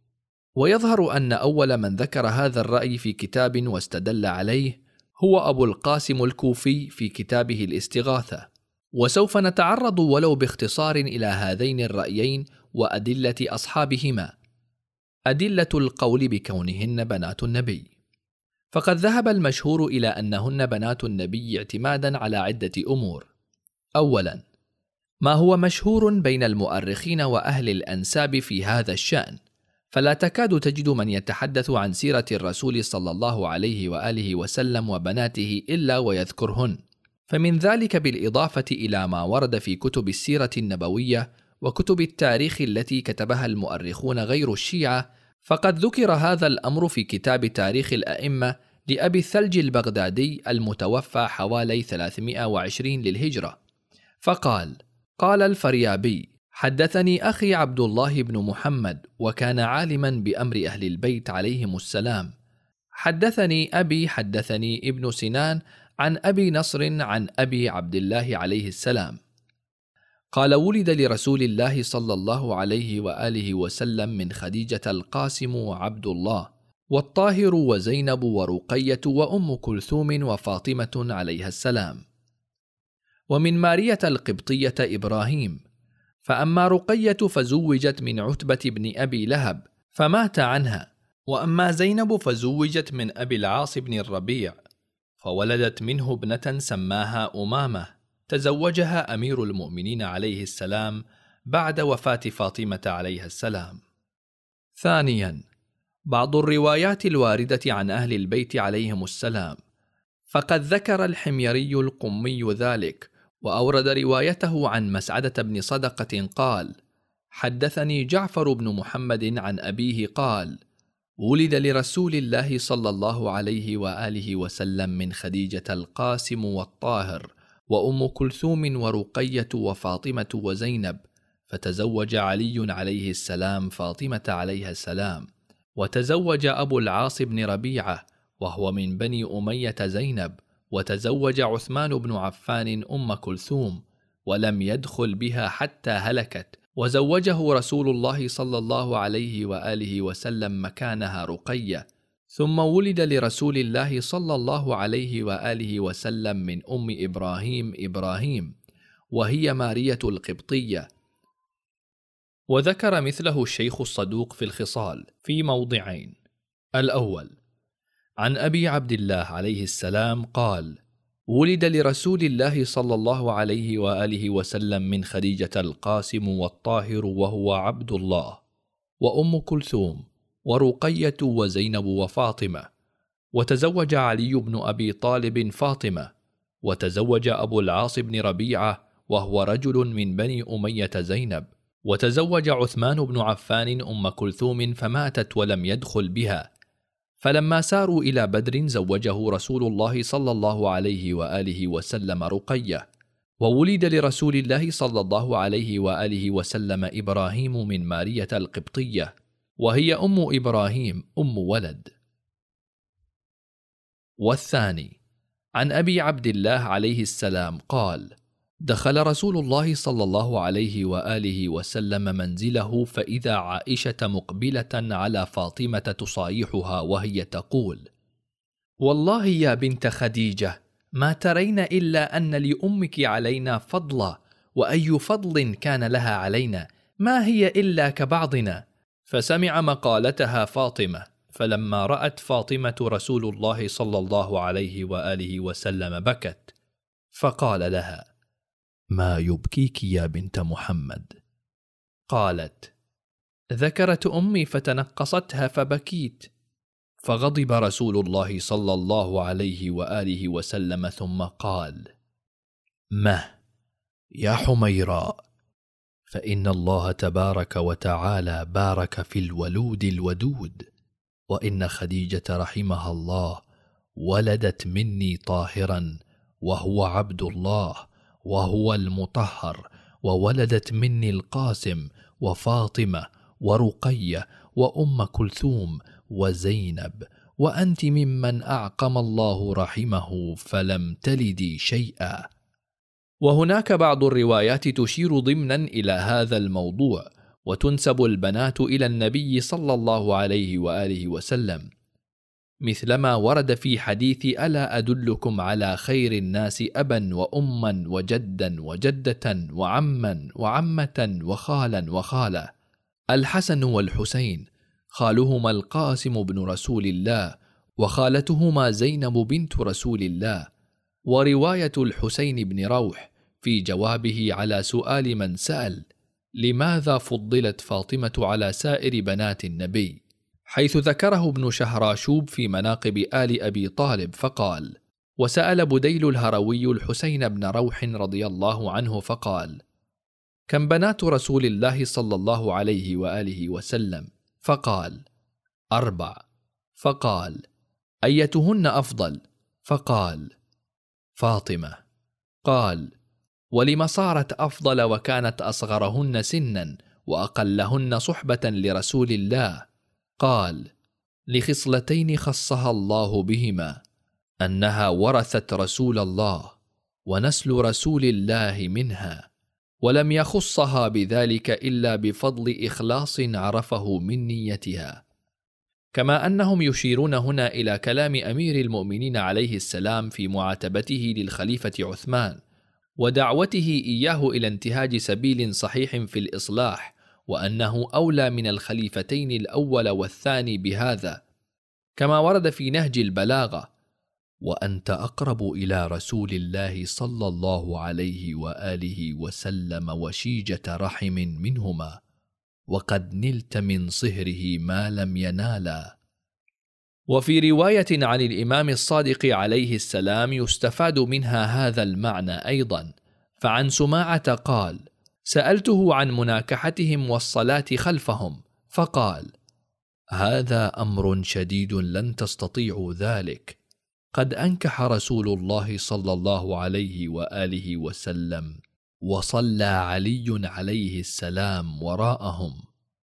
ويظهر أن أول من ذكر هذا الرأي في كتاب واستدل عليه هو أبو القاسم الكوفي في كتابه الاستغاثة. وسوف نتعرض ولو باختصار إلى هذين الرأيين وأدلة أصحابهما. أدلة القول بكونهن بنات النبي. فقد ذهب المشهور إلى أنهن بنات النبي اعتمادا على عدة أمور. أولا، ما هو مشهور بين المؤرخين وأهل الأنساب في هذا الشأن، فلا تكاد تجد من يتحدث عن سيرة الرسول صلى الله عليه وآله وسلم وبناته إلا ويذكرهن، فمن ذلك بالإضافة إلى ما ورد في كتب السيرة النبوية وكتب التاريخ التي كتبها المؤرخون غير الشيعة، فقد ذكر هذا الأمر في كتاب تاريخ الأئمة لأبي الثلج البغدادي المتوفى حوالي 320 للهجرة، فقال: قال الفريابي: حدثني أخي عبد الله بن محمد، وكان عالما بأمر أهل البيت عليهم السلام. حدثني أبي، حدثني ابن سنان عن أبي نصر عن أبي عبد الله عليه السلام قال: ولد لرسول الله صلى الله عليه وآله وسلم من خديجة القاسم وعبد الله والطاهر وزينب ورقية وأم كلثوم وفاطمة عليها السلام، ومن مارية القبطية إبراهيم، فأما رقية فزوجت من عتبة بن أبي لهب فمات عنها، وأما زينب فزوجت من أبي العاص بن الربيع فولدت منه ابنة سماها أمامة تزوجها أمير المؤمنين عليه السلام بعد وفاة فاطمة عليها السلام. ثانيا، بعض الروايات الواردة عن أهل البيت عليهم السلام، فقد ذكر الحميري القمي ذلك، وأورد روايته عن مسعدة بن صدقة قال: حدثني جعفر بن محمد عن أبيه قال: ولد لرسول الله صلى الله عليه وآله وسلم من خديجة القاسم والطاهر وأم كلثوم ورقية وفاطمة وزينب، فتزوج علي عليه السلام فاطمة عليها السلام، وتزوج أبو العاص بن ربيعة وهو من بني أمية زينب، وتزوج عثمان بن عفان أم كلثوم ولم يدخل بها حتى هلكت، وزوجه رسول الله صلى الله عليه وآله وسلم مكانها رقية. ثم ولد لرسول الله صلى الله عليه وآله وسلم من أم إبراهيم وهي مارية القبطية. وذكر مثله الشيخ الصدوق في الخصال في موضعين: الأول عن أبي عبد الله عليه السلام قال: ولد لرسول الله صلى الله عليه وآله وسلم من خديجة القاسم والطاهر وهو عبد الله وأم كلثوم ورقية وزينب وفاطمة، وتزوج علي بن أبي طالب فاطمة، وتزوج أبو العاص بن ربيعة وهو رجل من بني أمية زينب، وتزوج عثمان بن عفان أم كلثوم فماتت ولم يدخل بها، فلما ساروا إلى بدر زوجه رسول الله صلى الله عليه وآله وسلم رقية. وولد لرسول الله صلى الله عليه وآله وسلم إبراهيم من مارية القبطية وهي أم إبراهيم أم ولد. والثاني عن أبي عبد الله عليه السلام قال: دخل رسول الله صلى الله عليه وآله وسلم منزله فإذا عائشة مقبلة على فاطمة تصايحها وهي تقول: والله يا بنت خديجة، ما ترين إلا أن لأمك علينا فضلا، وأي فضل كان لها علينا، ما هي إلا كبعضنا. فسمع مقالتها فاطمة، فلما رأت فاطمة رسول الله صلى الله عليه وآله وسلم بكت، فقال لها: ما يبكيك يا بنت محمد؟ قالت: ذكرت أمي فتنقصتها فبكيت. فغضب رسول الله صلى الله عليه وآله وسلم ثم قال: مه يا حميراء، فإن الله تبارك وتعالى بارك في الولود الودود، وإن خديجة رحمها الله ولدت مني طاهرا وهو عبد الله وهو المطهر، وولدت مني القاسم وفاطمة ورقية وأم كلثوم وزينب، وأنت ممن أعقم الله رحمه فلم تلدي شيئا. وهناك بعض الروايات تشير ضمنا إلى هذا الموضوع، وتنسب البنات إلى النبي صلى الله عليه وآله وسلم، مثلما ورد في حديث ألا أدلكم على خير الناس أبا وأما وجدا وجدة وعما وعمة وخالا وخالة، الحسن والحسين خالهما القاسم بن رسول الله وخالتهما زينب بنت رسول الله. ورواية الحسين بن روح في جوابه على سؤال من سأل لماذا فضلت فاطمة على سائر بنات النبي، حيث ذكره ابن شهراشوب في مناقب آل أبي طالب فقال: وسأل بديل الهروي الحسين بن روح رضي الله عنه فقال: كم بنات رسول الله صلى الله عليه وآله وسلم؟ فقال: 4. فقال: أيتهن أفضل؟ فقال: فاطمة. قال: ولم صارت أفضل وكانت أصغرهن سنا وأقلهن صحبة لرسول الله؟ قال: لخصلتين خصها الله بهما، أنها ورثت رسول الله ونسل رسول الله منها، ولم يخصها بذلك إلا بفضل إخلاص عرفه من نيتها. كما أنهم يشيرون هنا إلى كلام أمير المؤمنين عليه السلام في معاتبته للخليفة عثمان ودعوته إياه إلى انتهاج سبيل صحيح في الإصلاح، وأنه أولى من الخليفتين الأول والثاني بهذا، كما ورد في نهج البلاغة: وأنت أقرب إلى رسول الله صلى الله عليه وآله وسلم وشيجة رحم منهما، وقد نلت من صهره ما لم ينالا. وفي رواية عن الإمام الصادق عليه السلام يستفاد منها هذا المعنى أيضا، فعن سماعة قال: سألته عن مناكحتهم والصلاة خلفهم، فقال: هذا أمر شديد لن تستطيعوا ذلك، قد أنكح رسول الله صلى الله عليه وآله وسلم وصلى علي عليه السلام وراءهم.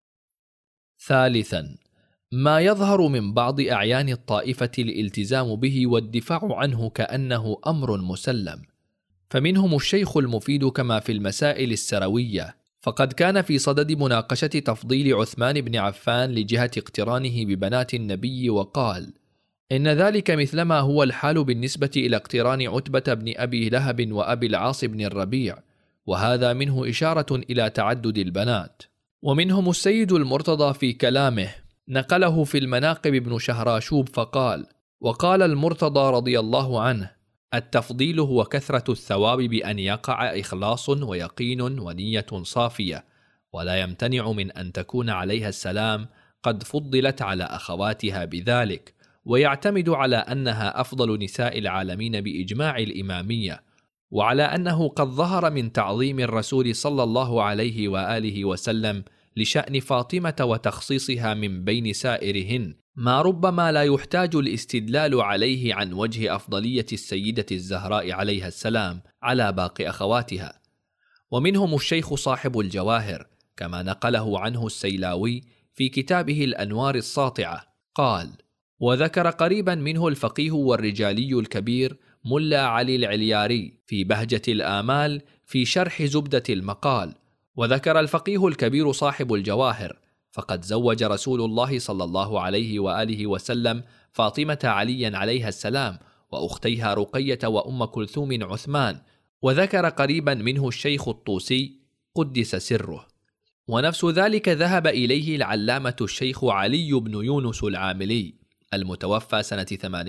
ثالثا، ما يظهر من بعض أعيان الطائفة الالتزام به والدفاع عنه كأنه أمر مسلم، فمنهم الشيخ المفيد كما في المسائل السروية، فقد كان في صدد مناقشة تفضيل عثمان بن عفان لجهة اقترانه ببنات النبي، وقال: إن ذلك مثلما هو الحال بالنسبة إلى اقتران عتبة بن أبي لهب وأبي العاص بن الربيع، وهذا منه إشارة إلى تعدد البنات. ومنهم السيد المرتضى في كلامه نقله في المناقب ابن شهراشوب فقال: وقال المرتضى رضي الله عنه: التفضيل هو كثرة الثواب بأن يقع إخلاص ويقين ونية صافية، ولا يمتنع من أن تكون عليها السلام قد فضلت على أخواتها بذلك، ويعتمد على أنها أفضل نساء العالمين بإجماع الإمامية، وعلى أنه قد ظهر من تعظيم الرسول صلى الله عليه وآله وسلم لشأن فاطمة وتخصيصها من بين سائرهن ما ربما لا يحتاج الاستدلال عليه عن وجه أفضلية السيدة الزهراء عليها السلام على باقي أخواتها. ومنهم الشيخ صاحب الجواهر كما نقله عنه السيلاوي في كتابه الأنوار الساطعة، قال: وذكر قريبا منه الفقيه والرجالي الكبير ملا علي العلياري في بهجة الآمال في شرح زبدة المقال، وذكر الفقيه الكبير صاحب الجواهر: فقد زوج رسول الله صلى الله عليه وآله وسلم فاطمة عليا عليها السلام وأختيها رقية وأم كلثوم عثمان. وذكر قريبا منه الشيخ الطوسي قدس سره. ونفس ذلك ذهب إليه العلامة الشيخ علي بن يونس العاملي المتوفى سنة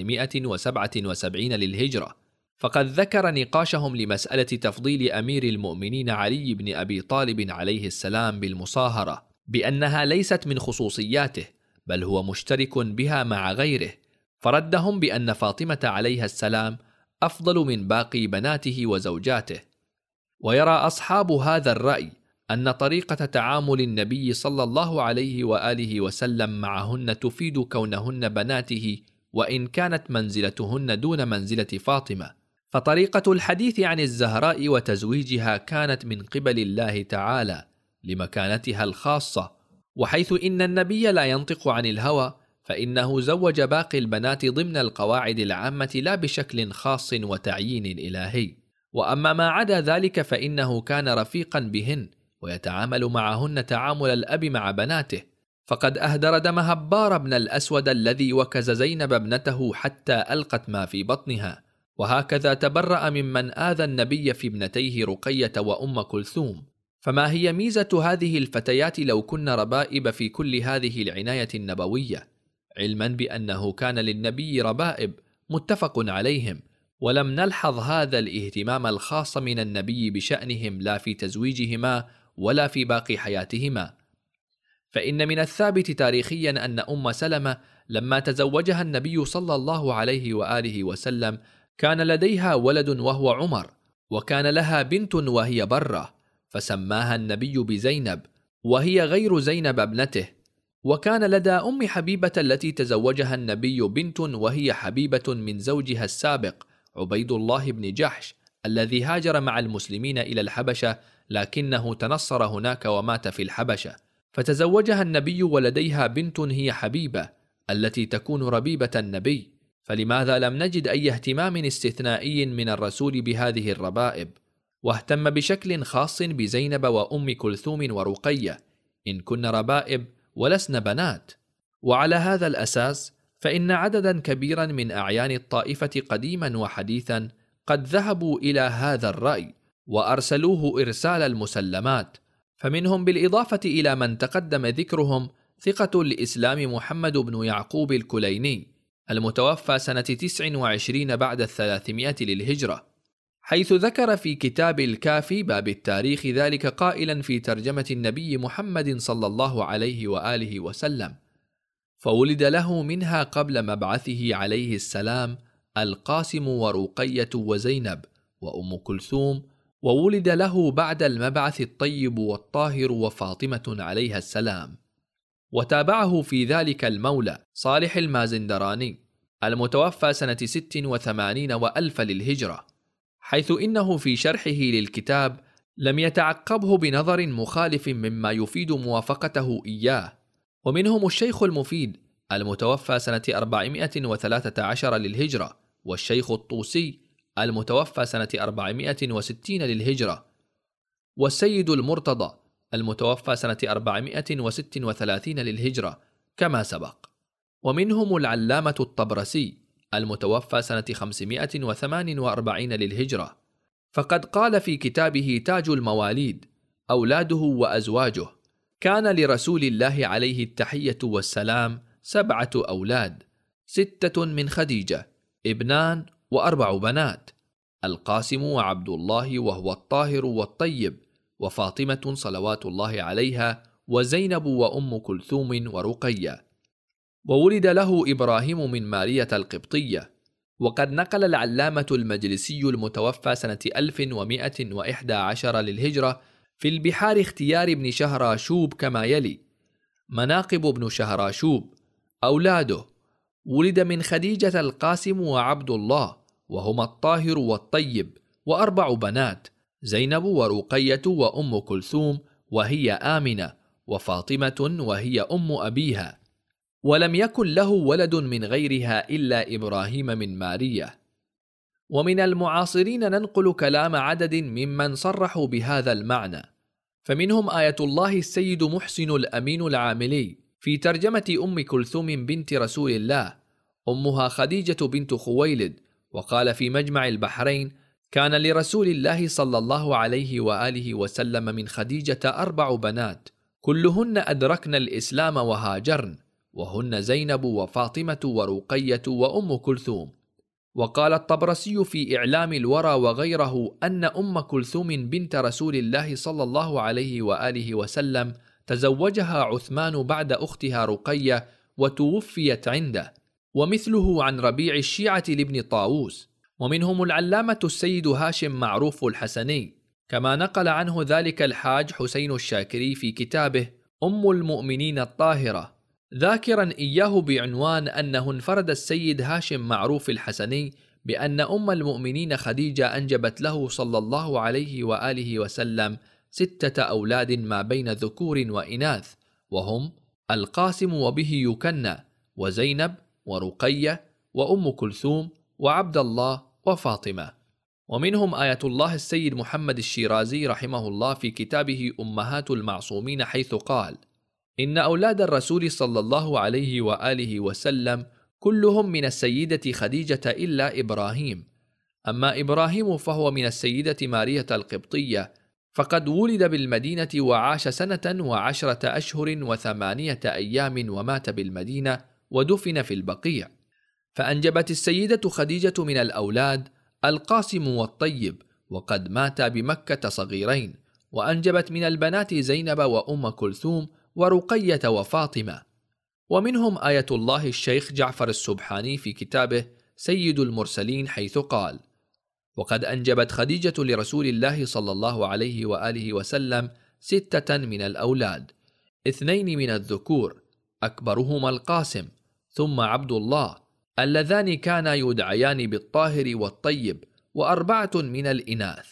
877 للهجرة، فقد ذكر نقاشهم لمسألة تفضيل أمير المؤمنين علي بن أبي طالب عليه السلام بالمصاهرة بأنها ليست من خصوصياته، بل هو مشترك بها مع غيره، فردهم بأن فاطمة عليها السلام أفضل من باقي بناته وزوجاته. ويرى أصحاب هذا الرأي أن طريقة تعامل النبي صلى الله عليه وآله وسلم معهن تفيد كونهن بناته، وإن كانت منزلتهن دون منزلة فاطمة، فطريقة الحديث عن الزهراء وتزويجها كانت من قبل الله تعالى لمكانتها الخاصة، وحيث إن النبي لا ينطق عن الهوى فإنه زوج باقي البنات ضمن القواعد العامة لا بشكل خاص وتعيين إلهي. وأما ما عدا ذلك فإنه كان رفيقا بهن ويتعامل معهن تعامل الأب مع بناته، فقد أهدر دم هبار بن الأسود الذي وكز زينب ابنته حتى ألقت ما في بطنها، وهكذا تبرأ ممن آذى النبي في ابنتيه رقية وأم كلثوم. فما هي ميزة هذه الفتيات لو كن ربائب في كل هذه العناية النبوية، علما بأنه كان للنبي ربائب متفق عليهم، ولم نلحظ هذا الاهتمام الخاص من النبي بشأنهم لا في تزويجهما ولا في باقي حياتهما. فإن من الثابت تاريخيا أن أم سلمة لما تزوجها النبي صلى الله عليه وآله وسلم كان لديها ولد وهو عمر، وكان لها بنت وهي برة، فسماها النبي بزينب وهي غير زينب ابنته. وكان لدى أم حبيبة التي تزوجها النبي بنت وهي حبيبة من زوجها السابق عبيد الله بن جحش الذي هاجر مع المسلمين إلى الحبشة، لكنه تنصر هناك ومات في الحبشة، فتزوجها النبي ولديها بنت هي حبيبة التي تكون ربيبة النبي. فلماذا لم نجد أي اهتمام استثنائي من الرسول بهذه الربائب؟ واهتم بشكل خاص بزينب وأم كلثوم ورقية إن كن ربائب ولسن بنات. وعلى هذا الأساس فإن عددا كبيرا من أعيان الطائفة قديما وحديثا قد ذهبوا إلى هذا الرأي وأرسلوه إرسال المسلمات، فمنهم بالإضافة إلى من تقدم ذكرهم ثقة الإسلام محمد بن يعقوب الكليني المتوفى سنة 29 بعد 300 للهجرة، حيث ذكر في كتاب الكافي باب التاريخ ذلك قائلا في ترجمة النبي محمد صلى الله عليه وآله وسلم: فولد له منها قبل مبعثه عليه السلام القاسم ورقية وزينب وأم كلثوم، وولد له بعد المبعث الطيب والطاهر وفاطمة عليها السلام. وتابعه في ذلك المولى صالح المازندراني المتوفى سنة 86 وألف للهجرة، حيث إنه في شرحه للكتاب لم يتعقبه بنظر مخالف مما يفيد موافقته إياه. ومنهم الشيخ المفيد المتوفى سنة 413 للهجرة، والشيخ الطوسي المتوفى سنة 460 للهجرة، والسيد المرتضى المتوفى سنة 436 للهجرة كما سبق. ومنهم العلامة الطبرسي المتوفى سنة 548 للهجرة، فقد قال في كتابه تاج المواليد: أولاده وأزواجه كان لرسول الله عليه التحية والسلام 7 أولاد، 6 من خديجة، ابنان و4 بنات، القاسم وعبد الله وهو الطاهر والطيب، وفاطمة صلوات الله عليها، وزينب وأم كلثوم ورقية. وولد له إبراهيم من مارية القبطية. وقد نقل العلامة المجلسي المتوفى سنة 1111 للهجرة في البحار اختيار ابن شهراشوب كما يلي: مناقب ابن شهراشوب: أولاده ولد من خديجة القاسم وعبد الله وهما الطاهر والطيب، و4 بنات: زينب ورقية وأم كلثوم وهي آمنة، وفاطمة وهي أم أبيها. ولم يكن له ولد من غيرها إلا إبراهيم من مارية. ومن المعاصرين ننقل كلام عدد ممن صرحوا بهذا المعنى، فمنهم آية الله السيد محسن الأمين العاملي في ترجمة أم كلثوم بنت رسول الله، أمها خديجة بنت خويلد، وقال في مجمع البحرين: كان لرسول الله صلى الله عليه وآله وسلم من خديجة 4 بنات كلهن أدركن الإسلام وهاجرن، وهن زينب وفاطمة ورقية وأم كلثوم. وقال الطبرسي في إعلام الورى وغيره أن أم كلثوم بنت رسول الله صلى الله عليه وآله وسلم تزوجها عثمان بعد أختها رقية وتوفيت عنده، ومثله عن ربيع الشيعة لابن طاووس. ومنهم العلامة السيد هاشم معروف الحسني، كما نقل عنه ذلك الحاج حسين الشاكري في كتابه أم المؤمنين الطاهرة، ذاكرا إياه بعنوان أنه انفرد السيد هاشم معروف الحسني بأن أم المؤمنين خديجة أنجبت له صلى الله عليه وآله وسلم 6 أولاد ما بين ذكور وإناث، وهم القاسم وبه يكنى، وزينب، ورقية، وأم كلثوم، وعبد الله، وفاطمة. ومنهم آية الله السيد محمد الشيرازي رحمه الله في كتابه أمهات المعصومين، حيث قال: إن أولاد الرسول صلى الله عليه وآله وسلم كلهم من السيدة خديجة إلا إبراهيم، أما إبراهيم فهو من السيدة مارية القبطية، فقد ولد بالمدينة وعاش 10 أشهر و8 أيام ومات بالمدينة ودفن في البقيع. فأنجبت السيدة خديجة من الأولاد القاسم والطيب، وقد ماتا بمكة صغيرين، وأنجبت من البنات زينب وأم كلثوم ورقية وفاطمة. ومنهم آية الله الشيخ جعفر السبحاني في كتابه سيد المرسلين، حيث قال: وقد أنجبت خديجة لرسول الله صلى الله عليه وآله وسلم 6 من الأولاد، 2 من الذكور، أكبرهما القاسم، ثم عبد الله، اللذان كانا يدعيان بالطاهر والطيب، و4 من الإناث.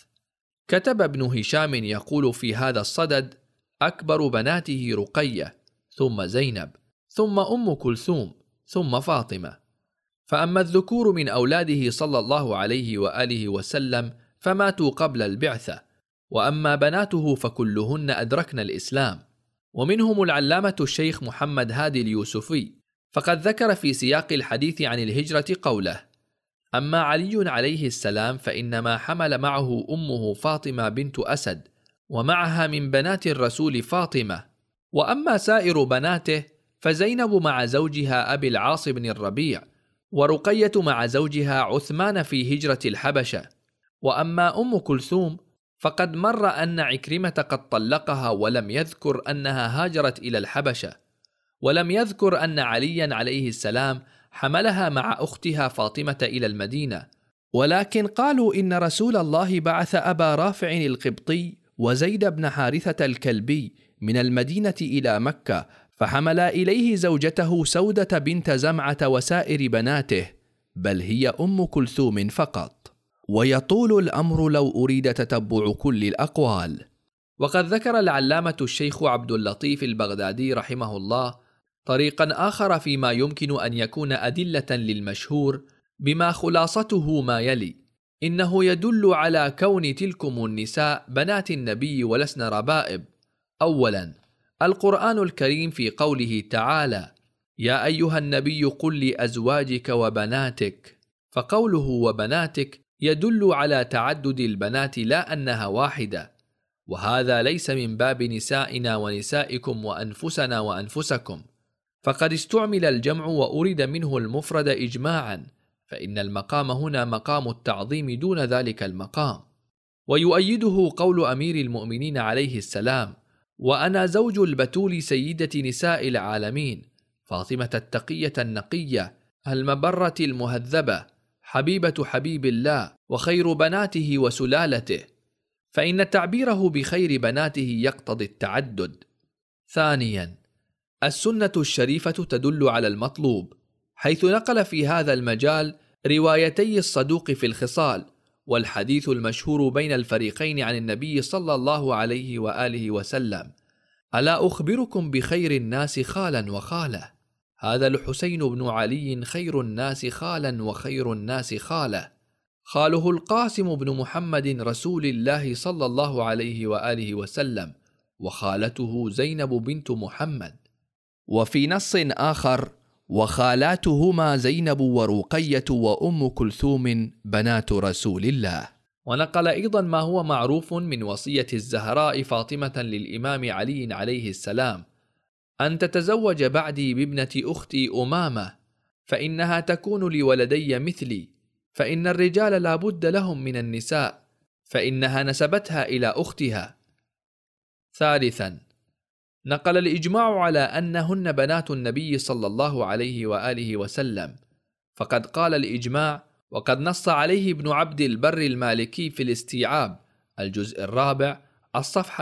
كتب ابن هشام يقول في هذا الصدد: أكبر بناته رقية، ثم زينب، ثم أم كلثوم، ثم فاطمة. فأما الذكور من أولاده صلى الله عليه وآله وسلم فماتوا قبل البعثة، وأما بناته فكلهن أدركن الإسلام. ومنهم العلامة الشيخ محمد هادي اليوسفي، فقد ذكر في سياق الحديث عن الهجرة قوله: أما علي عليه السلام فإنما حمل معه أمه فاطمة بنت أسد، ومعها من بنات الرسول فاطمة. وأما سائر بناته فزينب مع زوجها أبي العاص بن الربيع، ورقية مع زوجها عثمان في هجرة الحبشة. وأما أم كلثوم فقد مر أن عكرمة قد طلقها، ولم يذكر أنها هاجرت إلى الحبشة، ولم يذكر أن عليا عليه السلام حملها مع أختها فاطمة إلى المدينة، ولكن قالوا إن رسول الله بعث أبا رافع القبطي وزيد بن حارثة الكلبي من المدينة إلى مكة، فحمل إليه زوجته سودة بنت زمعة وسائر بناته، بل هي أم كلثوم فقط. ويطول الأمر لو أريد تتبع كل الأقوال. وقد ذكر العلامة الشيخ عبد اللطيف البغدادي رحمه الله طريقا آخر فيما يمكن أن يكون أدلة للمشهور، بما خلاصته ما يلي: إنه يدل على كون تلكم النساء بنات النبي ولسن ربائب. أولا، القرآن الكريم في قوله تعالى: يا أيها النبي قل لأزواجك وبناتك، فقوله وبناتك يدل على تعدد البنات لا أنها واحدة، وهذا ليس من باب نسائنا ونسائكم وأنفسنا وأنفسكم، فقد استعمل الجمع وأريد منه المفرد إجماعا، فإن المقام هنا مقام التعظيم دون ذلك المقام. ويؤيده قول أمير المؤمنين عليه السلام: وأنا زوج البتول سيدة نساء العالمين، فاطمة التقية النقية المبرة المهذبة، حبيبة حبيب الله، وخير بناته وسلالته، فإن تعبيره بخير بناته يقتضي التعدد. ثانيا، السنة الشريفة تدل على المطلوب، حيث نقل في هذا المجال روايتي الصدوق في الخصال، والحديث المشهور بين الفريقين عن النبي صلى الله عليه وآله وسلم: ألا أخبركم بخير الناس خالا وخالة؟ هذا الحسين بن علي خير الناس خالا وخير الناس خالة، خاله القاسم بن محمد رسول الله صلى الله عليه وآله وسلم، وخالته زينب بنت محمد. وفي نص آخر: وخالاتهما زينب ورقية وأم كلثوم بنات رسول الله. ونقل أيضا ما هو معروف من وصية الزهراء فاطمة للإمام علي عليه السلام: أن تتزوج بعدي بابنة أختي أمامة، فإنها تكون لولدي مثلي، فإن الرجال لا بد لهم من النساء، فإنها نسبتها إلى أختها. ثالثا، نقل الإجماع على أنهن بنات النبي صلى الله عليه وآله وسلم، فقد قال الإجماع، وقد نص عليه ابن عبد البر المالكي في الاستيعاب الجزء 4 الصفحة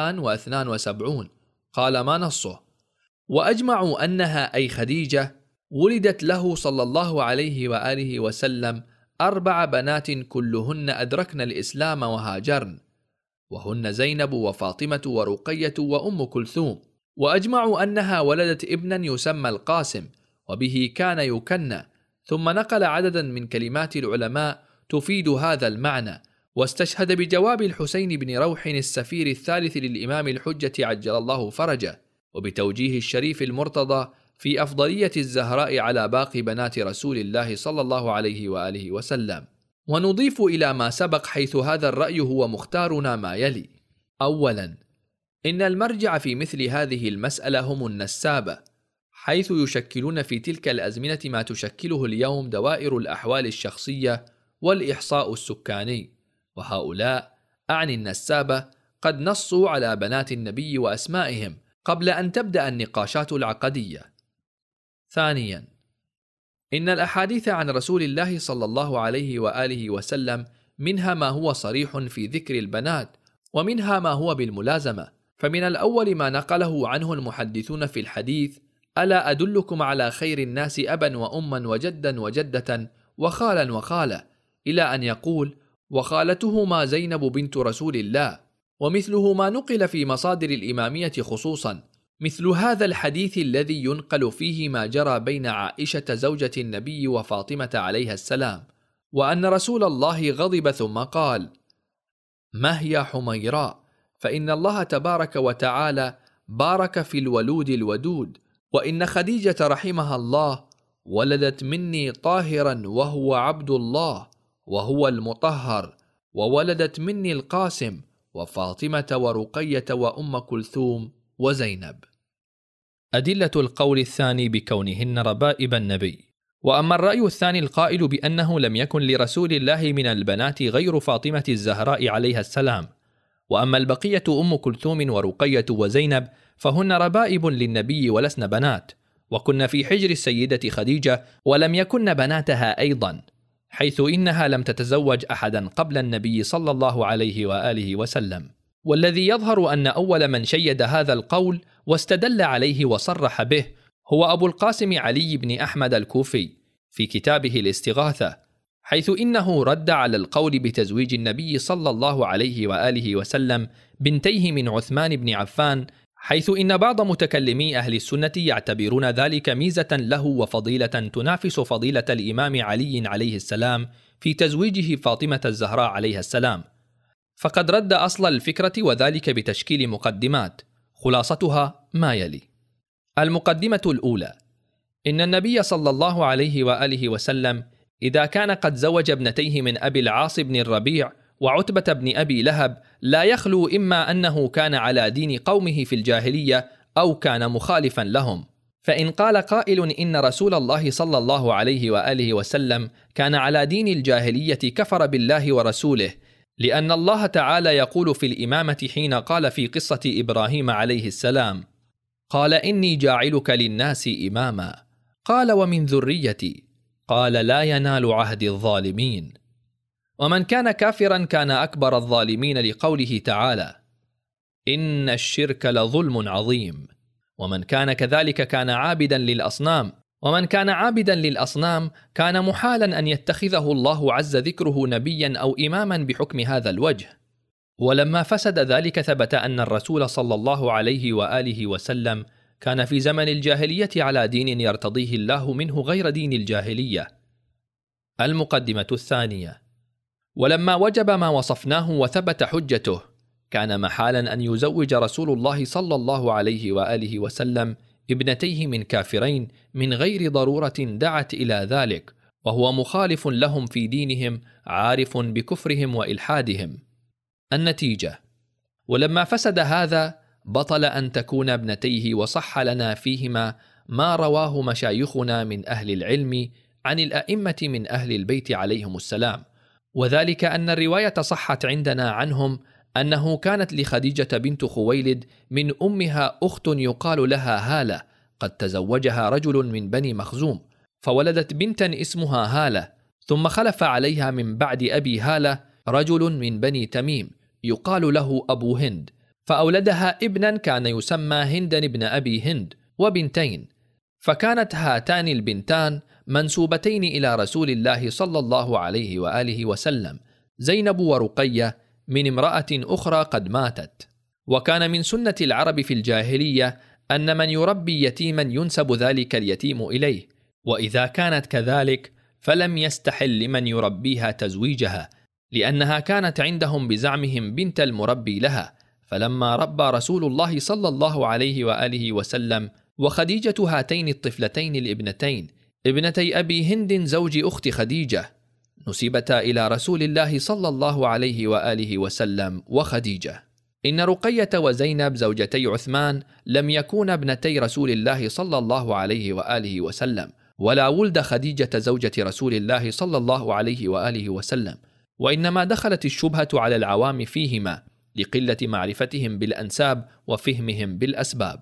272، قال ما نصه: وأجمعوا أنها أي خديجة ولدت له صلى الله عليه وآله وسلم 4 بنات كلهن أدركن الإسلام وهاجرن، وهن زينب وفاطمة ورقية وأم كلثوم. وأجمعوا أنها ولدت ابنا يسمى القاسم، وبه كان يكنى. ثم نقل عددا من كلمات العلماء تفيد هذا المعنى، واستشهد بجواب الحسين بن روح السفير الثالث للإمام الحجة عجل الله فرجه، وبتوجيه الشريف المرتضى في أفضلية الزهراء على باقي بنات رسول الله صلى الله عليه وآله وسلم. ونضيف إلى ما سبق حيث هذا الرأي هو مختارنا ما يلي: أولا، إن المرجع في مثل هذه المسألة هم النسابة، حيث يشكلون في تلك الأزمنة ما تشكله اليوم دوائر الأحوال الشخصية والإحصاء السكاني، وهؤلاء أعني النسابة قد نصوا على بنات النبي وأسمائهم قبل أن تبدأ النقاشات العقدية. ثانيا، إن الأحاديث عن رسول الله صلى الله عليه وآله وسلم منها ما هو صريح في ذكر البنات، ومنها ما هو بالملازمة. فمن الأول ما نقله عنه المحدثون في الحديث: ألا أدلكم على خير الناس أبا وأما وجدا وجدة وخالا وخالة، إلى أن يقول: وخالتهما زينب بنت رسول الله. ومثله ما نقل في مصادر الإمامية خصوصا، مثل هذا الحديث الذي ينقل فيه ما جرى بين عائشة زوجة النبي وفاطمة عليها السلام، وأن رسول الله غضب ثم قال: ما هي حميراء، فإن الله تبارك وتعالى بارك في الولود الودود، وإن خديجة رحمها الله ولدت مني طاهرا وهو عبد الله وهو المطهر، وولدت مني القاسم وفاطمة ورقية وأم كلثوم وزينب. أدلة القول الثاني بكونهن ربائب النبي. وأما الرأي الثاني القائل بأنه لم يكن لرسول الله من البنات غير فاطمة الزهراء عليها السلام، وأما البقية أم كلثوم ورقية وزينب فهن ربائب للنبي ولسن بنات، وكن في حجر السيدة خديجة ولم يكن بناتها أيضا، حيث إنها لم تتزوج أحدا قبل النبي صلى الله عليه وآله وسلم. والذي يظهر أن أول من شيد هذا القول واستدل عليه وصرح به هو أبو القاسم علي بن أحمد الكوفي في كتابه الاستغاثة، حيث إنه رد على القول بتزويج النبي صلى الله عليه وآله وسلم بنتيه من عثمان بن عفان، حيث إن بعض متكلمي أهل السنة يعتبرون ذلك ميزة له وفضيلة تنافس فضيلة الإمام علي عليه السلام في تزويجه فاطمة الزهراء عليها السلام. فقد رد أصل الفكرة، وذلك بتشكيل مقدمات، خلاصتها ما يلي: المقدمة الأولى: إن النبي صلى الله عليه وآله وسلم إذا كان قد زوج ابنتيه من أبي العاص بن الربيع وعتبة بن أبي لهب، لا يخلو إما أنه كان على دين قومه في الجاهلية أو كان مخالفا لهم. فإن قال قائل إن رسول الله صلى الله عليه وآله وسلم كان على دين الجاهلية كفر بالله ورسوله، لأن الله تعالى يقول في الإمامة حين قال في قصة إبراهيم عليه السلام: قال إني جاعلك للناس إماما، قال ومن ذريتي، قال لا ينال عهد الظالمين. ومن كان كافرا كان أكبر الظالمين، لقوله تعالى: إن الشرك لظلم عظيم. ومن كان كذلك كان عابدا للأصنام، ومن كان عابدا للأصنام كان محالا أن يتخذه الله عز ذكره نبيا أو إماما بحكم هذا الوجه. ولما فسد ذلك ثبت أن الرسول صلى الله عليه وآله وسلم كان في زمن الجاهلية على دين يرتضيه الله منه غير دين الجاهلية. المقدمة الثانية: ولما وجب ما وصفناه وثبت حجته، كان محالا أن يزوج رسول الله صلى الله عليه وآله وسلم ابنتيه من كافرين من غير ضرورة دعت إلى ذلك، وهو مخالف لهم في دينهم، عارف بكفرهم وإلحادهم. النتيجة: ولما فسد هذا بطل أن تكون ابنتيه، وصح لنا فيهما ما رواه مشايخنا من أهل العلم عن الأئمة من أهل البيت عليهم السلام، وذلك أن الرواية صحت عندنا عنهم أنه كانت لخديجة بنت خويلد من أمها أخت يقال لها هالة، قد تزوجها رجل من بني مخزوم، فولدت بنتا اسمها هالة، ثم خلف عليها من بعد أبي هالة رجل من بني تميم يقال له أبو هند، فأولدها ابنا كان يسمى هندا بن أبي هند، وبنتين، فكانت هاتان البنتان منسوبتين إلى رسول الله صلى الله عليه وآله وسلم، زينب ورقية، من امرأة أخرى قد ماتت. وكان من سنة العرب في الجاهلية أن من يربي يتيما ينسب ذلك اليتيم إليه، وإذا كانت كذلك فلم يستحل لمن يربيها تزويجها، لأنها كانت عندهم بزعمهم بنت المربي لها. فلما ربى رسول الله صلى الله عليه وآله وسلم وخديجة هاتين الطفلتين الابنتين ابنتي أبي هند زوج أخت خديجة، نسبتا إلى رسول الله صلى الله عليه وآله وسلم وخديجة. إن رقية وزينب زوجتي عثمان لم يكونا ابنتي رسول الله صلى الله عليه وآله وسلم، ولا ولد خديجة زوجة رسول الله صلى الله عليه وآله وسلم، وإنما دخلت الشبهة على العوام فيهما لقلة معرفتهم بالأنساب وفهمهم بالأسباب.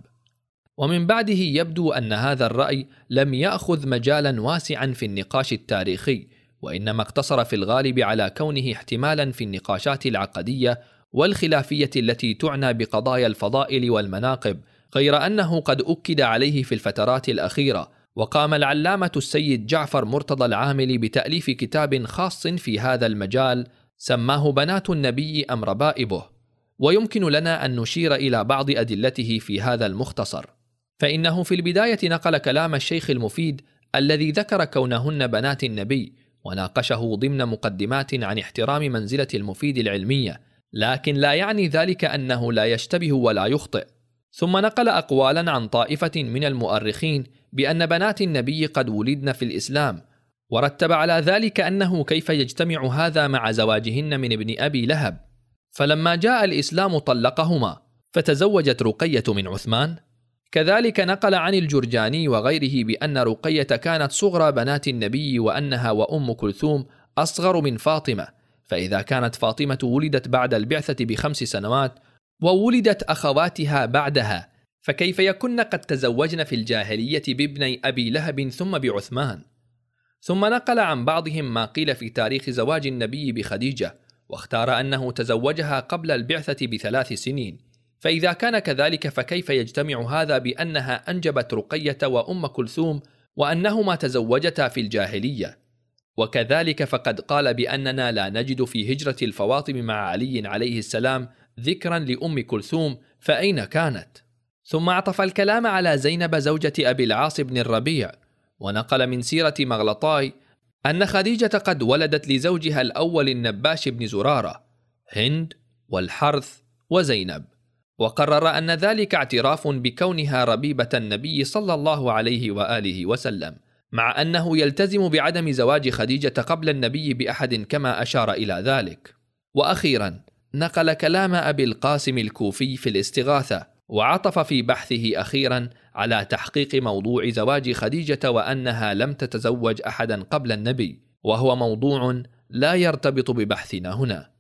ومن بعده يبدو أن هذا الرأي لم يأخذ مجالا واسعا في النقاش التاريخي، وإنما اقتصر في الغالب على كونه احتمالا في النقاشات العقدية والخلافية التي تعنى بقضايا الفضائل والمناقب، غير أنه قد أكد عليه في الفترات الأخيرة. وقام العلامة السيد جعفر مرتضى العامل بتأليف كتاب خاص في هذا المجال سماه بنات النبي أم ربائبه، ويمكن لنا أن نشير إلى بعض أدلته في هذا المختصر. فإنه في البداية نقل كلام الشيخ المفيد الذي ذكر كونهن بنات النبي، وناقشه ضمن مقدمات عن احترام منزلة المفيد العلمية، لكن لا يعني ذلك أنه لا يشتبه ولا يخطئ. ثم نقل أقوالا عن طائفة من المؤرخين بأن بنات النبي قد ولدن في الإسلام، ورتب على ذلك أنه كيف يجتمع هذا مع زواجهن من ابن أبي لهب، فلما جاء الإسلام طلقهما، فتزوجت رقية من عثمان. كذلك نقل عن الجرجاني وغيره بأن رقية كانت صغرى بنات النبي، وأنها وأم كلثوم أصغر من فاطمة، فإذا كانت فاطمة ولدت بعد البعثة ب5 سنوات وولدت أخواتها بعدها، فكيف يكن قد تزوجن في الجاهلية بابني أبي لهب ثم بعثمان؟ ثم نقل عن بعضهم ما قيل في تاريخ زواج النبي بخديجة، واختار أنه تزوجها قبل البعثة ب3 سنين. فإذا كان كذلك فكيف يجتمع هذا بأنها أنجبت رقية وأم كلثوم وأنهما تزوجتا في الجاهلية؟ وكذلك فقد قال بأننا لا نجد في هجرة الفواطم مع علي عليه السلام ذكرا لأم كلثوم، فأين كانت؟ ثم عطف الكلام على زينب زوجة أبي العاص بن الربيع، ونقل من سيرة مغلطاي أن خديجة قد ولدت لزوجها الأول النباش بن زرارة هند والحرث وزينب، وقرر أن ذلك اعتراف بكونها ربيبة النبي صلى الله عليه وآله وسلم، مع أنه يلتزم بعدم زواج خديجة قبل النبي بأحد كما أشار إلى ذلك. وأخيرا نقل كلام أبي القاسم الكوفي في الاستغاثة، وعطف في بحثه أخيرا على تحقيق موضوع زواج خديجة وأنها لم تتزوج أحدا قبل النبي، وهو موضوع لا يرتبط ببحثنا هنا.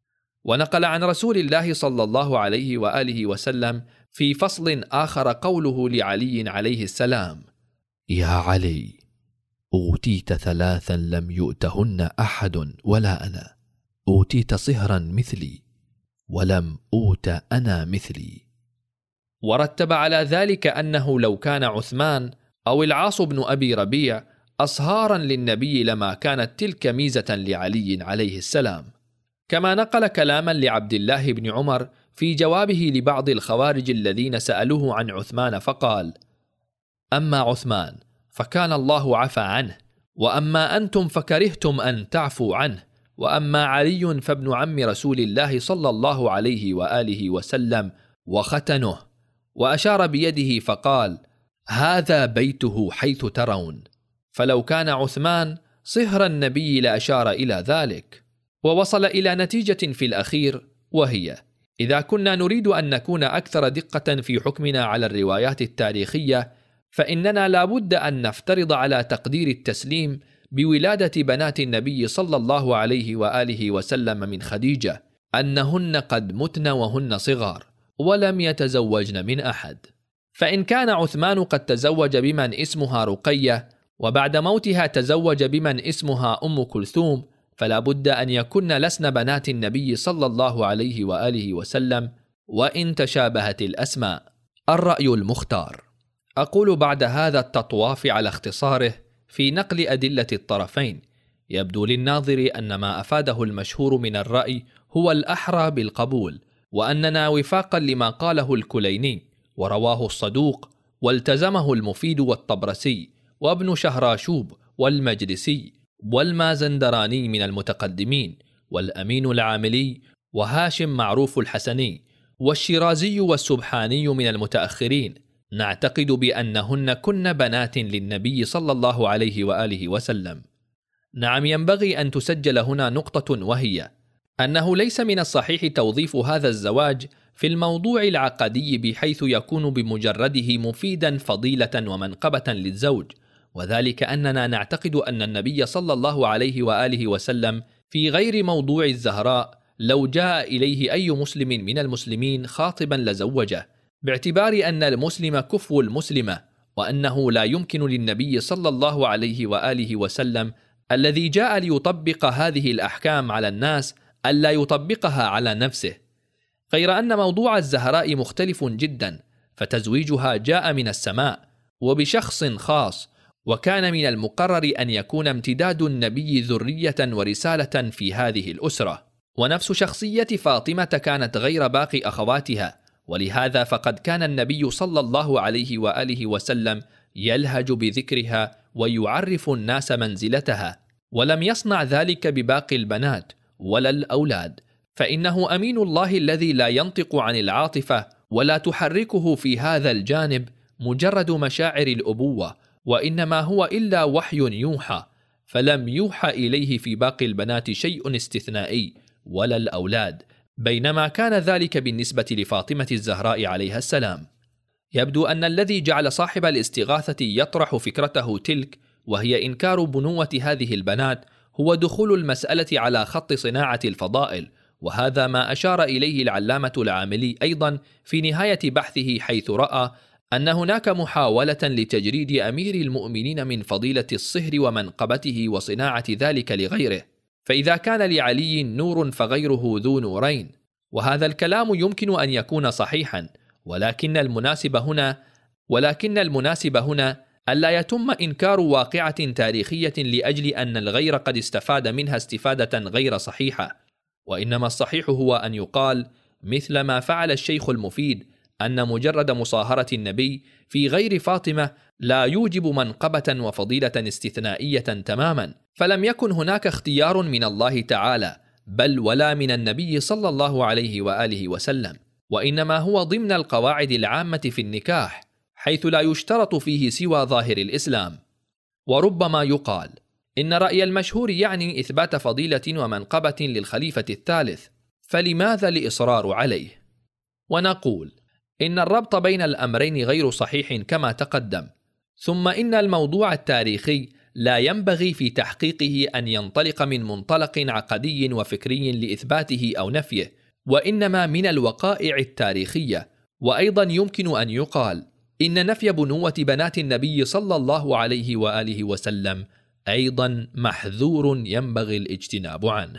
ونقل عن رسول الله صلى الله عليه وآله وسلم في فصل آخر قوله لعلي عليه السلام: يا علي، أوتيت 3 لم يؤتهن أحد ولا أنا، أوتيت صهرا مثلي ولم أوت أنا مثلي. ورتب على ذلك أنه لو كان عثمان أو العاص بن أبي ربيع أصهارا للنبي لما كانت تلك ميزة لعلي عليه السلام. كما نقل كلاما لعبد الله بن عمر في جوابه لبعض الخوارج الذين سألوه عن عثمان، فقال: أما عثمان فكان الله عفى عنه، وأما أنتم فكرهتم أن تعفوا عنه، وأما علي فابن عم رسول الله صلى الله عليه وآله وسلم وختنه، وأشار بيده فقال: هذا بيته حيث ترون. فلو كان عثمان صهر النبي لأشار إلى ذلك. ووصل إلى نتيجة في الأخير، وهي: إذا كنا نريد أن نكون أكثر دقة في حكمنا على الروايات التاريخية، فإننا لا بد أن نفترض على تقدير التسليم بولادة بنات النبي صلى الله عليه وآله وسلم من خديجة أنهن قد متن وهن صغار ولم يتزوجن من أحد. فإن كان عثمان قد تزوج بمن اسمها رقية، وبعد موتها تزوج بمن اسمها أم كلثوم، فلا بد أن يكن لسن بنات النبي صلى الله عليه وآله وسلم، وإن تشابهت الأسماء. الرأي المختار. أقول بعد هذا التطواف على اختصاره في نقل أدلة الطرفين، يبدو للناظر أن ما أفاده المشهور من الرأي هو الأحرى بالقبول، وأننا وفاقا لما قاله الكليني ورواه الصدوق والتزمه المفيد والطبرسي وابن شهراشوب والمجلسي والمازندراني من المتقدمين، والأمين العاملي، وهاشم معروف الحسني، والشيرازي والسبحاني من المتأخرين، نعتقد بأنهن كن بنات للنبي صلى الله عليه وآله وسلم. نعم، ينبغي أن تسجل هنا نقطة، وهي أنه ليس من الصحيح توظيف هذا الزواج في الموضوع العقدي بحيث يكون بمجرده مفيدا فضيلة ومنقبة للزوج، وذلك أننا نعتقد أن النبي صلى الله عليه وآله وسلم في غير موضوع الزهراء لو جاء إليه أي مسلم من المسلمين خاطبا لزوجه، باعتبار أن المسلم كفو المسلمة، وأنه لا يمكن للنبي صلى الله عليه وآله وسلم الذي جاء ليطبق هذه الأحكام على الناس ألا يطبقها على نفسه، غير أن موضوع الزهراء مختلف جدا، فتزويجها جاء من السماء وبشخص خاص، وكان من المقرر أن يكون امتداد النبي ذرية ورسالة في هذه الأسرة. ونفس شخصية فاطمة كانت غير باقي أخواتها، ولهذا فقد كان النبي صلى الله عليه وآله وسلم يلهج بذكرها ويعرف الناس منزلتها، ولم يصنع ذلك بباقي البنات ولا الأولاد، فإنه أمين الله الذي لا ينطق عن العاطفة ولا تحركه في هذا الجانب مجرد مشاعر الأبوة، وإنما هو إلا وحي يوحى، فلم يوحى إليه في باقي البنات شيء استثنائي ولا الأولاد، بينما كان ذلك بالنسبة لفاطمة الزهراء عليها السلام. يبدو أن الذي جعل صاحب الاستغاثة يطرح فكرته تلك، وهي إنكار بنوة هذه البنات، هو دخول المسألة على خط صناعة الفضائل، وهذا ما أشار إليه العلامة العاملي أيضا في نهاية بحثه، حيث رأى أن هناك محاولة لتجريد أمير المؤمنين من فضيلة الصهر ومنقبته وصناعة ذلك لغيره، فإذا كان لعلي نور فغيره ذو نورين، وهذا الكلام يمكن أن يكون صحيحا، ولكن المناسب هنا ألا يتم إنكار واقعة تاريخية لأجل أن الغير قد استفاد منها استفادة غير صحيحة، وإنما الصحيح هو أن يقال مثل ما فعل الشيخ المفيد، أن مجرد مصاهرة النبي في غير فاطمة لا يوجب منقبة وفضيلة استثنائية تماما، فلم يكن هناك اختيار من الله تعالى بل ولا من النبي صلى الله عليه وآله وسلم، وإنما هو ضمن القواعد العامة في النكاح، حيث لا يشترط فيه سوى ظاهر الإسلام. وربما يقال إن رأي المشهور يعني إثبات فضيلة ومنقبة للخليفة الثالث، فلماذا الإصرار عليه؟ ونقول إن الربط بين الأمرين غير صحيح كما تقدم، ثم إن الموضوع التاريخي لا ينبغي في تحقيقه أن ينطلق من منطلق عقدي وفكري لإثباته أو نفيه، وإنما من الوقائع التاريخية. وأيضا يمكن أن يقال إن نفي بنوة بنات النبي صلى الله عليه وآله وسلم أيضا محذور ينبغي الاجتناب عنه.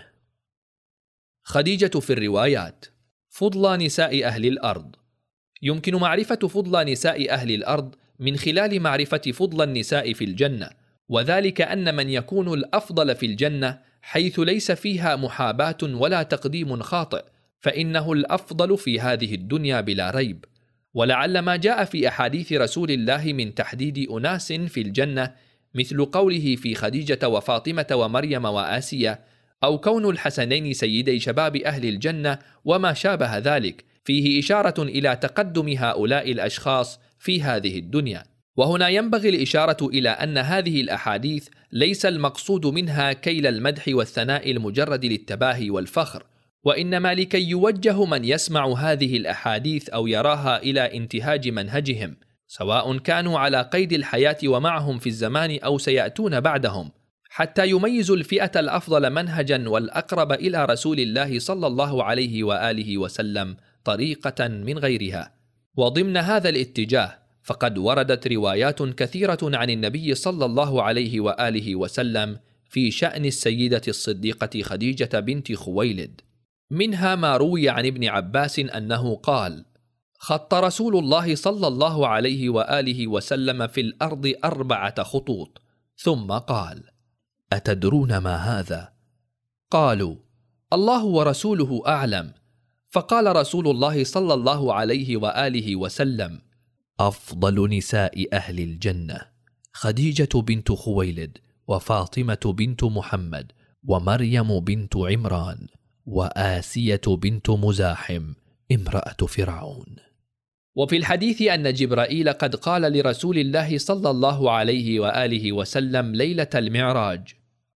خديجة في الروايات: فضل نساء أهل الأرض. يمكن معرفة فضل نساء أهل الأرض من خلال معرفة فضل النساء في الجنة، وذلك أن من يكون الأفضل في الجنة حيث ليس فيها محاباة ولا تقديم خاطئ، فإنه الأفضل في هذه الدنيا بلا ريب. ولعل ما جاء في أحاديث رسول الله من تحديد أناس في الجنة، مثل قوله في خديجة وفاطمة ومريم وآسيا، أو كون الحسنين سيدي شباب أهل الجنة وما شابه ذلك، فيه إشارة إلى تقدم هؤلاء الأشخاص في هذه الدنيا. وهنا ينبغي الإشارة إلى أن هذه الأحاديث ليس المقصود منها كيل المدح والثناء المجرد للتباهي والفخر، وإنما لكي يوجه من يسمع هذه الأحاديث أو يراها إلى انتهاج منهجهم، سواء كانوا على قيد الحياة ومعهم في الزمان أو سيأتون بعدهم، حتى يميزوا الفئة الأفضل منهجا والأقرب إلى رسول الله صلى الله عليه وآله وسلم طريقة من غيرها. وضمن هذا الاتجاه فقد وردت روايات كثيرة عن النبي صلى الله عليه وآله وسلم في شأن السيدة الصديقة خديجة بنت خويلد، منها ما روي عن ابن عباس أنه قال: خط رسول الله صلى الله عليه وآله وسلم في الأرض 4 خطوط، ثم قال: أتدرون ما هذا؟ قالوا: الله ورسوله أعلم. فقال رسول الله صلى الله عليه وآله وسلم: أفضل نساء أهل الجنة خديجة بنت خويلد، وفاطمة بنت محمد ومريم بنت عمران وآسية بنت مزاحم امرأة فرعون. وفي الحديث أن جبرائيل قد قال لرسول الله صلى الله عليه وآله وسلم ليلة المعراج: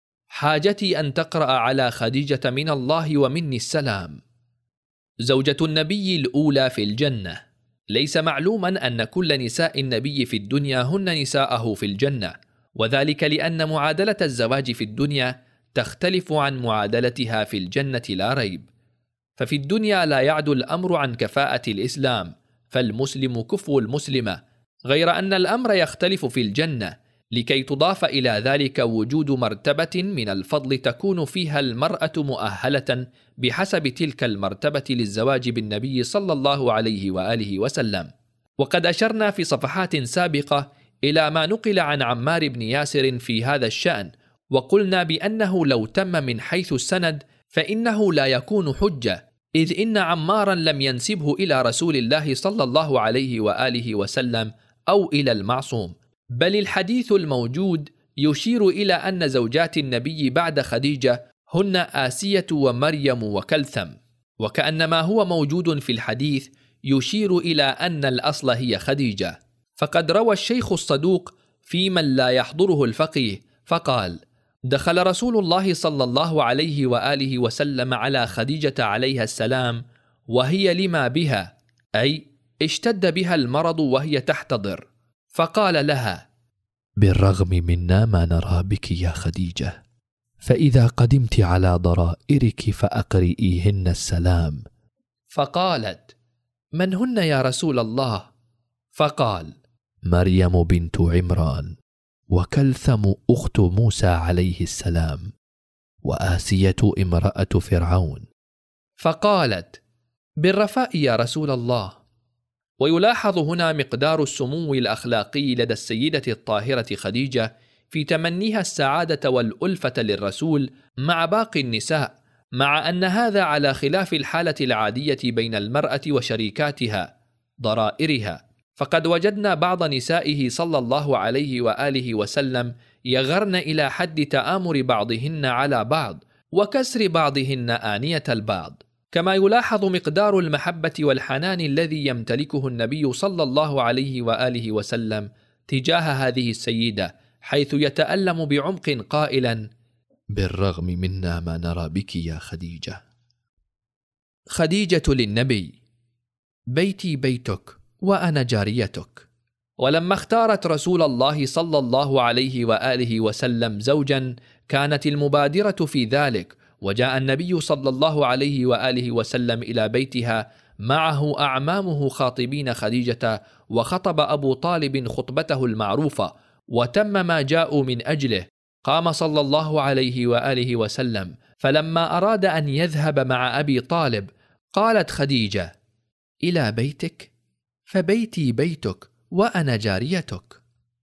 حاجتي أن تقرأ على خديجة من الله ومني السلام. زوجة النبي الأولى في الجنة. ليس معلوما أن كل نساء النبي في الدنيا هن نساءه في الجنة، وذلك لأن معادلة الزواج في الدنيا تختلف عن معادلتها في الجنة لا ريب. ففي الدنيا لا يعدو الأمر عن كفاءة الإسلام، فالمسلم كفو المسلمة، غير أن الأمر يختلف في الجنة لكي تضاف إلى ذلك وجود مرتبة من الفضل تكون فيها المرأة مؤهلة بحسب تلك المرتبة للزواج بالنبي صلى الله عليه وآله وسلم. وقد أشرنا في صفحات سابقة إلى ما نقل عن عمار بن ياسر في هذا الشأن، وقلنا بأنه لو تم من حيث السند فإنه لا يكون حجة، إذ إن عمارا لم ينسبه إلى رسول الله صلى الله عليه وآله وسلم أو إلى المعصوم، بل الحديث الموجود يشير إلى أن زوجات النبي بعد خديجة هن آسية ومريم وكلثم، وكأن ما هو موجود في الحديث يشير إلى أن الأصل هي خديجة. فقد روى الشيخ الصدوق في من لا يحضره الفقيه فقال: دخل رسول الله صلى الله عليه وآله وسلم على خديجة عليها السلام وهي لما بها، أي اشتد بها المرض وهي تحتضر، فقال لها: بالرغم منا ما نرى بك يا خديجة، فإذا قدمت على ضرائرك فأقرئيهن السلام. فقالت: من هن يا رسول الله؟ فقال: مريم بنت عمران، وكلثم أخت موسى عليه السلام، وآسية امرأة فرعون. فقالت: بالرفاء يا رسول الله. ويلاحظ هنا مقدار السمو الأخلاقي لدى السيدة الطاهرة خديجة في تمنيها السعادة والألفة للرسول مع باقي النساء، مع أن هذا على خلاف الحالة العادية بين المرأة وشريكاتها ضرائرها. فقد وجدنا بعض نسائه صلى الله عليه وآله وسلم يغرن إلى حد تآمر بعضهن على بعض وكسر بعضهن آنية البعض. كما يلاحظ مقدار المحبة والحنان الذي يمتلكه النبي صلى الله عليه وآله وسلم تجاه هذه السيدة، حيث يتألم بعمق قائلا: بالرغم منا ما نرى بك يا خديجة. خديجة للنبي: بيتي بيتك وأنا جاريتك. ولما اختارت رسول الله صلى الله عليه وآله وسلم زوجا كانت المبادرة في ذلك، وجاء النبي صلى الله عليه وآله وسلم إلى بيتها معه أعمامه خاطبين خديجة، وخطب أبو طالب خطبته المعروفة، وتم ما جاءوا من أجله. قام صلى الله عليه وآله وسلم، فلما أراد أن يذهب مع أبي طالب قالت خديجة: إلى بيتك؟ فبيتي بيتك وأنا جاريتك.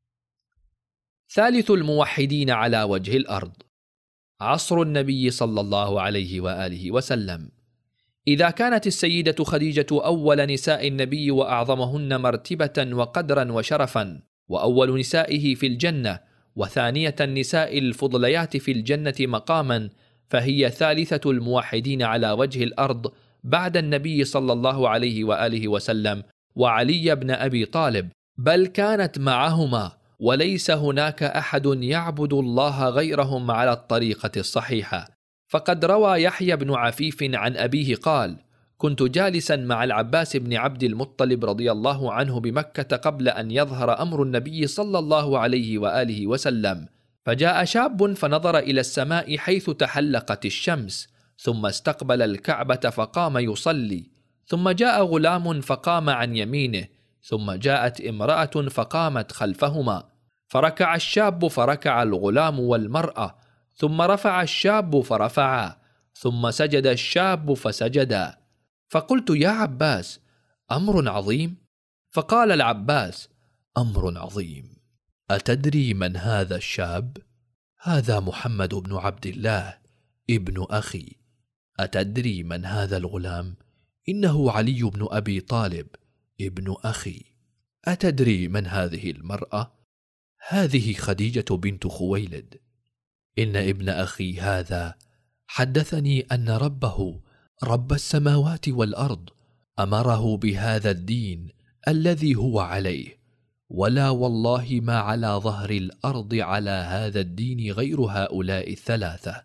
ثالث الموحدين على وجه الأرض عصر النبي صلى الله عليه وآله وسلم. إذا كانت السيدة خديجة أول نساء النبي وأعظمهن مرتبة وقدرا وشرفا، وأول نسائه في الجنة، وثانية النساء الفضليات في الجنة مقاما، فهي ثالثة الموحدين على وجه الأرض بعد النبي صلى الله عليه وآله وسلم وعلي بن أبي طالب، بل كانت معهما، وليس هناك أحد يعبد الله غيرهم على الطريقة الصحيحة. فقد روى يحيى بن عفيف عن أبيه قال: كنت جالسا مع العباس بن عبد المطلب رضي الله عنه بمكة قبل أن يظهر أمر النبي صلى الله عليه وآله وسلم، فجاء شاب فنظر إلى السماء حيث تحلقت الشمس، ثم استقبل الكعبة فقام يصلي، ثم جاء غلام فقام عن يمينه، ثم جاءت امرأة فقامت خلفهما، فركع الشاب فركع الغلام والمرأة، ثم رفع الشاب فرفعا، ثم سجد الشاب فسجدا. فقلت: يا عباس، أمر عظيم؟ فقال العباس: أمر عظيم. أتدري من هذا الشاب؟ هذا محمد بن عبد الله ابن أخي. أتدري من هذا الغلام؟ إنه علي بن أبي طالب ابن أخي. أتدري من هذه المرأة؟ هذه خديجة بنت خويلد إن ابن أخي هذا حدثني أن ربه رب السماوات والأرض أمره بهذا الدين الذي هو عليه، ولا والله ما على ظهر الأرض على هذا الدين غير هؤلاء الثلاثة.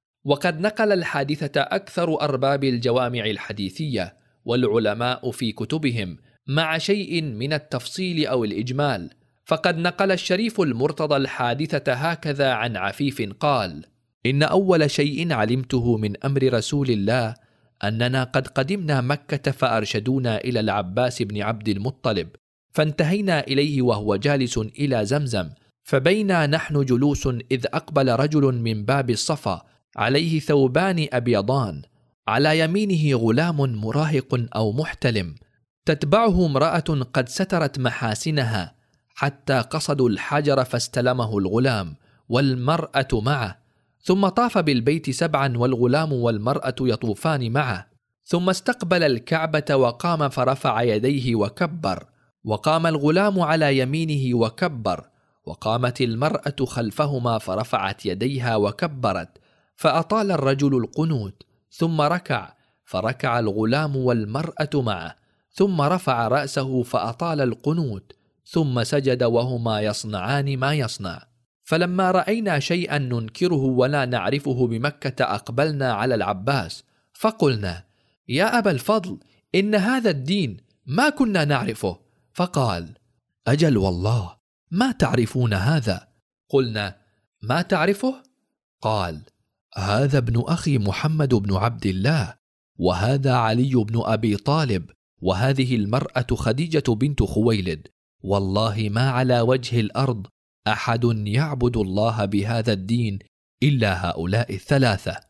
وقد نقل الحادثة أكثر أرباب الجوامع الحديثية والعلماء في كتبهم مع شيء من التفصيل أو الإجمال. فقد نقل الشريف المرتضى الحادثة هكذا عن عفيف قال: إن أول شيء علمته من أمر رسول الله أننا قد قدمنا مكة فأرشدونا إلى العباس بن عبد المطلب، فانتهينا إليه وهو جالس إلى زمزم، فبينا نحن جلوس إذ أقبل رجل من باب الصفا عليه ثوبان أبيضان، على يمينه غلام مراهق أو محتلم، تتبعه امرأة قد سترت محاسنها حتى قصدوا الحجر فاستلمه الغلام والمرأة معه، ثم طاف بالبيت 7 والغلام والمرأة يطوفان معه، ثم استقبل الكعبة وقام فرفع يديه وكبر، وقام الغلام على يمينه وكبر، وقامت المرأة خلفهما فرفعت يديها وكبرت، فأطال الرجل القنوت، ثم ركع فركع الغلام والمرأة معه، ثم رفع رأسه فأطال القنوت، ثم سجد وهما يصنعان ما يصنع. فلما رأينا شيئا ننكره ولا نعرفه بمكة أقبلنا على العباس فقلنا: يا أبا الفضل، إن هذا الدين ما كنا نعرفه. فقال: أجل والله ما تعرفون هذا. قلنا: ما تعرفه؟ قال: هذا ابن أخي محمد بن عبد الله، وهذا علي بن أبي طالب، وهذه المرأة خديجة بنت خويلد، والله ما على وجه الأرض أحد يعبد الله بهذا الدين إلا هؤلاء الثلاثة.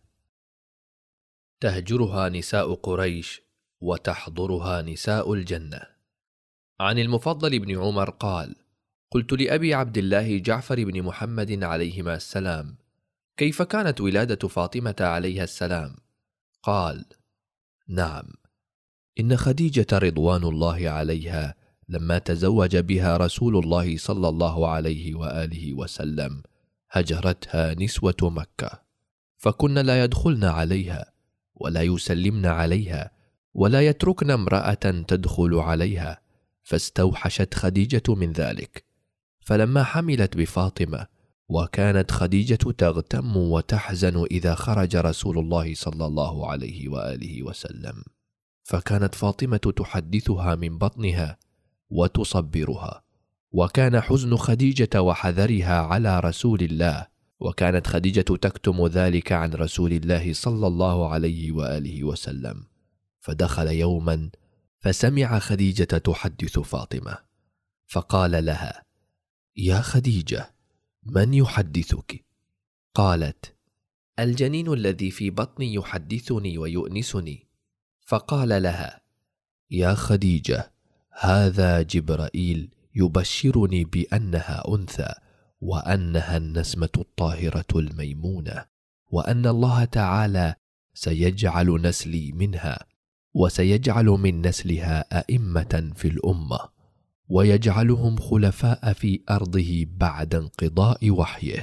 تهجرها نساء قريش وتحضرها نساء الجنة. عن المفضل بن عمر قال: قلت لأبي عبد الله جعفر بن محمد عليهما السلام: كيف كانت ولادة فاطمة عليها السلام؟ قال: نعم، إن خديجة رضوان الله عليها لما تزوج بها رسول الله صلى الله عليه وآله وسلم هجرتها نسوة مكة، فكن لا يدخلن عليها ولا يسلمن عليها ولا يتركن امرأة تدخل عليها، فاستوحشت خديجة من ذلك. فلما حملت بفاطمة، وكانت خديجة تغتم وتحزن إذا خرج رسول الله صلى الله عليه وآله وسلم، فكانت فاطمة تحدثها من بطنها وتصبرها، وكان حزن خديجة وحذرها على رسول الله، وكانت خديجة تكتم ذلك عن رسول الله صلى الله عليه وآله وسلم. فدخل يوما فسمع خديجة تحدث فاطمة، فقال لها: يا خديجة، من يحدثك؟ قالت: الجنين الذي في بطني يحدثني ويؤنسني. فقال لها: يا خديجة، هذا جبرائيل يبشرني بأنها أنثى، وأنها النسمة الطاهرة الميمونة، وأن الله تعالى سيجعل نسلي منها، وسيجعل من نسلها أئمة في الأمة، ويجعلهم خلفاء في أرضه بعد انقضاء وحيه.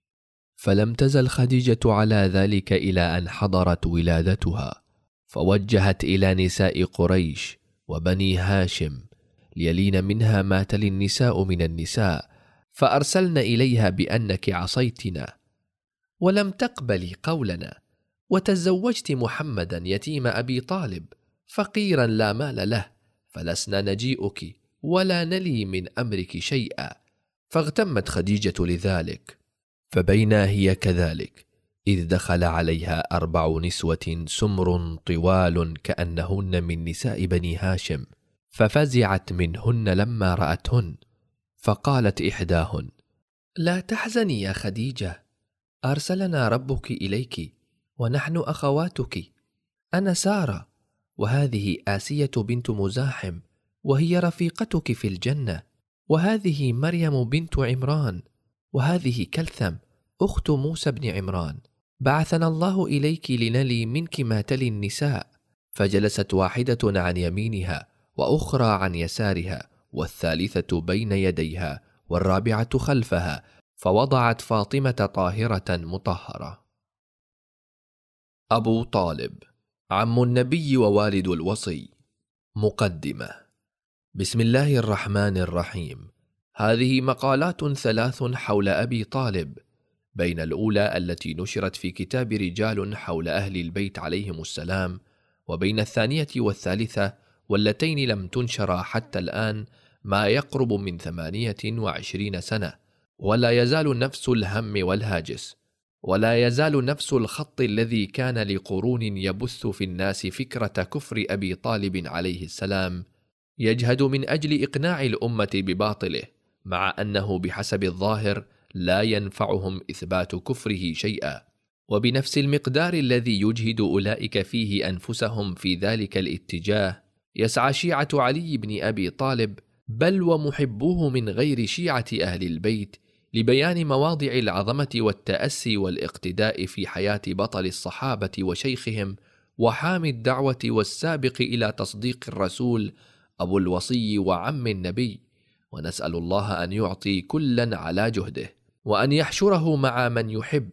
فلم تزل خديجة على ذلك إلى أن حضرت ولادتها، فوجهت إلى نساء قريش وبني هاشم ليلين منها ما تلي النساء من النساء، فأرسلن إليها بأنك عصيتنا ولم تقبلي قولنا، وتزوجت محمدا يتيم أبي طالب فقيرا لا مال له، فلسنا نجيئك ولا نلي من أمرك شيئا. فاغتمت خديجة لذلك. فبينا هي كذلك إذ دخل عليها 4 نسوة سمر طوال كأنهن من نساء بني هاشم، ففزعت منهن لما رأتهن، فقالت إحداهن: لا تحزني يا خديجة، أرسلنا ربك إليك ونحن أخواتك، أنا سارة، وهذه آسية بنت مزاحم وهي رفيقتك في الجنة، وهذه مريم بنت عمران، وهذه كلثم أخت موسى بن عمران، بعثنا الله إليك لنلي منك ما تلي النساء. فجلست واحدة عن يمينها وأخرى عن يسارها، والثالثة بين يديها، والرابعة خلفها، فوضعت فاطمة طاهرة مطهرة. أبو طالب عم النبي ووالد الوصي. مقدمة. بسم الله الرحمن الرحيم. هذه مقالات 3 حول أبي طالب، بين الأولى التي نشرت في كتاب رجال حول أهل البيت عليهم السلام، وبين الثانية والثالثة واللتين لم تنشرا حتى الآن ما يقرب من 28 سنة، ولا يزال نفس الهم والهاجس، ولا يزال نفس الخط الذي كان لقرون يبث في الناس فكرة كفر أبي طالب عليه السلام، يجهد من أجل إقناع الأمة بباطله، مع أنه بحسب الظاهر لا ينفعهم إثبات كفره شيئا. وبنفس المقدار الذي يجهد أولئك فيه أنفسهم في ذلك الاتجاه، يسعى شيعة علي بن أبي طالب، بل ومحبوه من غير شيعة أهل البيت، لبيان مواضع العظمة والتأسي والاقتداء في حياة بطل الصحابة وشيخهم وحامي الدعوة والسابق إلى تصديق الرسول أبو الوصي وعم النبي، ونسأل الله أن يعطي كلا على جهده، وأن يحشره مع من يحب،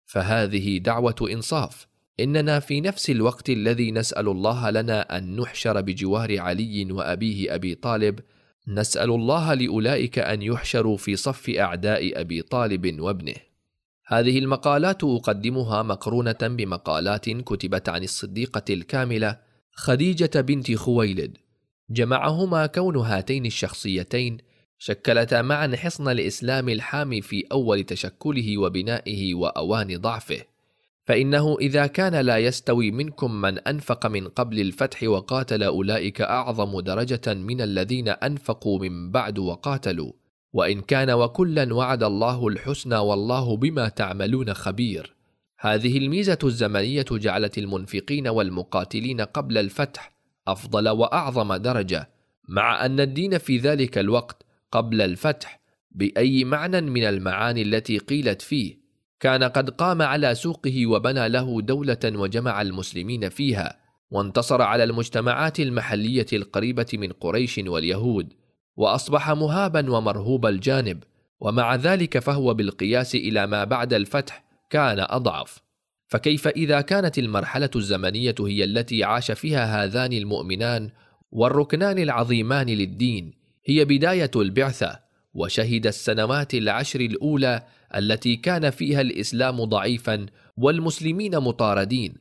فهذه دعوة إنصاف. إننا في نفس الوقت الذي نسأل الله لنا أن نحشر بجوار علي وأبيه أبي طالب، نسأل الله لأولئك أن يحشروا في صف أعداء أبي طالب وابنه. هذه المقالات أقدمها مقرونة بمقالات كتبت عن الصديقة الكاملة خديجة بنت خويلد، جمعهما كون هاتين الشخصيتين شكلتا معا حصن الإسلام الحامي في أول تشكله وبنائه وأوان ضعفه. فإنه إذا كان لا يستوي منكم من أنفق من قبل الفتح وقاتل أولئك أعظم درجة من الذين أنفقوا من بعد وقاتلوا، وإن كان وكلا وعد الله الحسنى والله بما تعملون خبير. هذه الميزة الزمنية جعلت المنفقين والمقاتلين قبل الفتح أفضل وأعظم درجة، مع أن الدين في ذلك الوقت قبل الفتح بأي معنى من المعاني التي قيلت فيه كان قد قام على سوقه وبنى له دولة وجمع المسلمين فيها، وانتصر على المجتمعات المحلية القريبة من قريش واليهود، وأصبح مهابا ومرهوب الجانب، ومع ذلك فهو بالقياس إلى ما بعد الفتح كان أضعف. فكيف إذا كانت المرحلة الزمنية هي التي عاش فيها هذان المؤمنان والركنان العظيمان للدين، هي بداية البعثة، وشهد السنوات العشر الأولى التي كان فيها الإسلام ضعيفا والمسلمين مطاردين،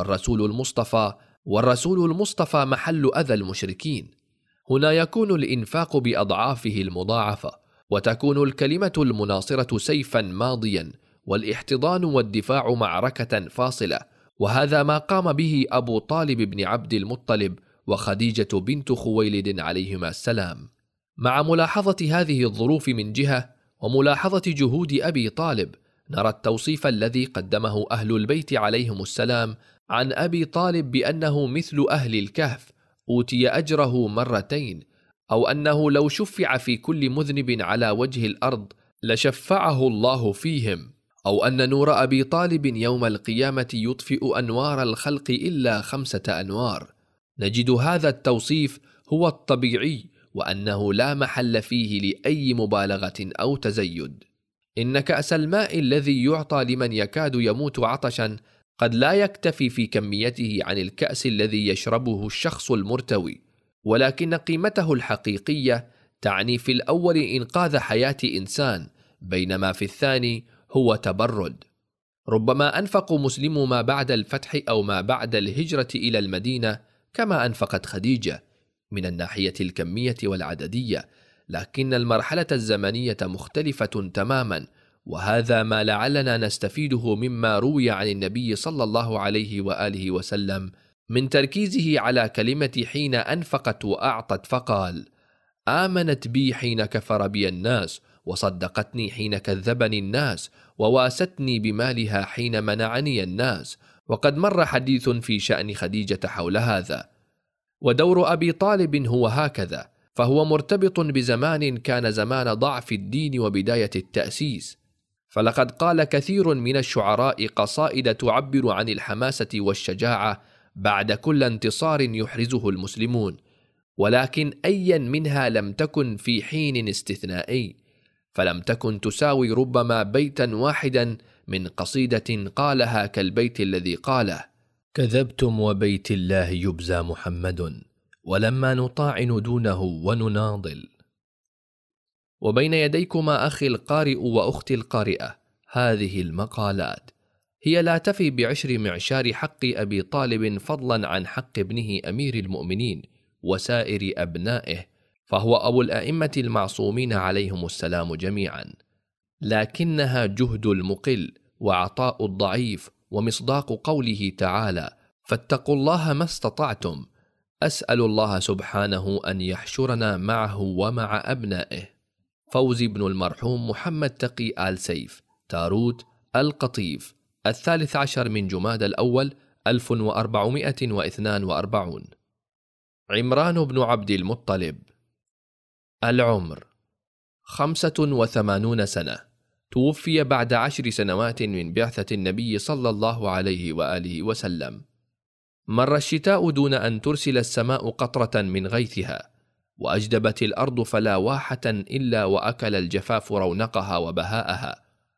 والرسول المصطفى محل أذى المشركين. هنا يكون الإنفاق بأضعافه المضاعفة، وتكون الكلمة المناصرة سيفا ماضيا، والاحتضان والدفاع معركة فاصلة. وهذا ما قام به أبو طالب بن عبد المطلب وخديجة بنت خويلد عليهما السلام. مع ملاحظة هذه الظروف من جهة، وملاحظة جهود أبي طالب، نرى التوصيف الذي قدمه أهل البيت عليهم السلام عن أبي طالب بأنه مثل أهل الكهف أوتي أجره مرتين، أو أنه لو شفع في كل مذنب على وجه الأرض لشفعه الله فيهم، أو أن نور أبي طالب يوم القيامة يطفئ أنوار الخلق إلا 5 أنوار. نجد هذا التوصيف هو الطبيعي، وأنه لا محل فيه لأي مبالغة أو تزيد. إن كأس الماء الذي يعطى لمن يكاد يموت عطشا قد لا يكتفي في كميته عن الكأس الذي يشربه الشخص المرتوي، ولكن قيمته الحقيقية تعني في الأول إنقاذ حياة إنسان، بينما في الثاني هو تبرد. ربما أنفق مسلم ما بعد الفتح أو ما بعد الهجرة إلى المدينة كما أنفقت خديجة من الناحية الكمية والعددية، لكن المرحلة الزمنية مختلفة تماما، وهذا ما لعلنا نستفيده مما روي عن النبي صلى الله عليه وآله وسلم من تركيزه على كلمة حين أنفقت وأعطت، فقال: آمنت بي حين كفر بي الناس، وصدقتني حين كذبني الناس، وواستني بمالها حين منعني الناس. وقد مر حديث في شأن خديجة حول هذا. ودور أبي طالب هو هكذا، فهو مرتبط بزمان كان زمان ضعف الدين وبداية التأسيس. فلقد قال كثير من الشعراء قصائد تعبر عن الحماسة والشجاعة بعد كل انتصار يحرزه المسلمون، ولكن أيا منها لم تكن في حين استثنائي، فلم تكن تساوي ربما بيتا واحدا من قصيدة قالها كالبيت الذي قاله: كذبتم وبيت الله يبزى محمد، ولما نطاعن دونه ونناضل. وبين يديكما أخي القارئ وأختي القارئة هذه المقالات، هي لا تفي بعشر معشار حق أبي طالب فضلا عن حق ابنه أمير المؤمنين وسائر أبنائه، فهو أبو الأئمة المعصومين عليهم السلام جميعا، لكنها جهد المقل وعطاء الضعيف ومصداق قوله تعالى: فاتقوا الله ما استطعتم. أسأل الله سبحانه أن يحشرنا معه ومع أبنائه. فوزي بن المرحوم محمد تقي آل سيف، تاروت القطيف، 13 من جماد الأول 1442. عمران بن عبد المطلب، العمر 85 سنة، توفي بعد 10 سنوات من بعثة النبي صلى الله عليه وآله وسلم. مر الشتاء دون أن ترسل السماء قطرة من غيثها، وأجدبت الأرض فلا واحة إلا وأكل الجفاف رونقها وبهاءها،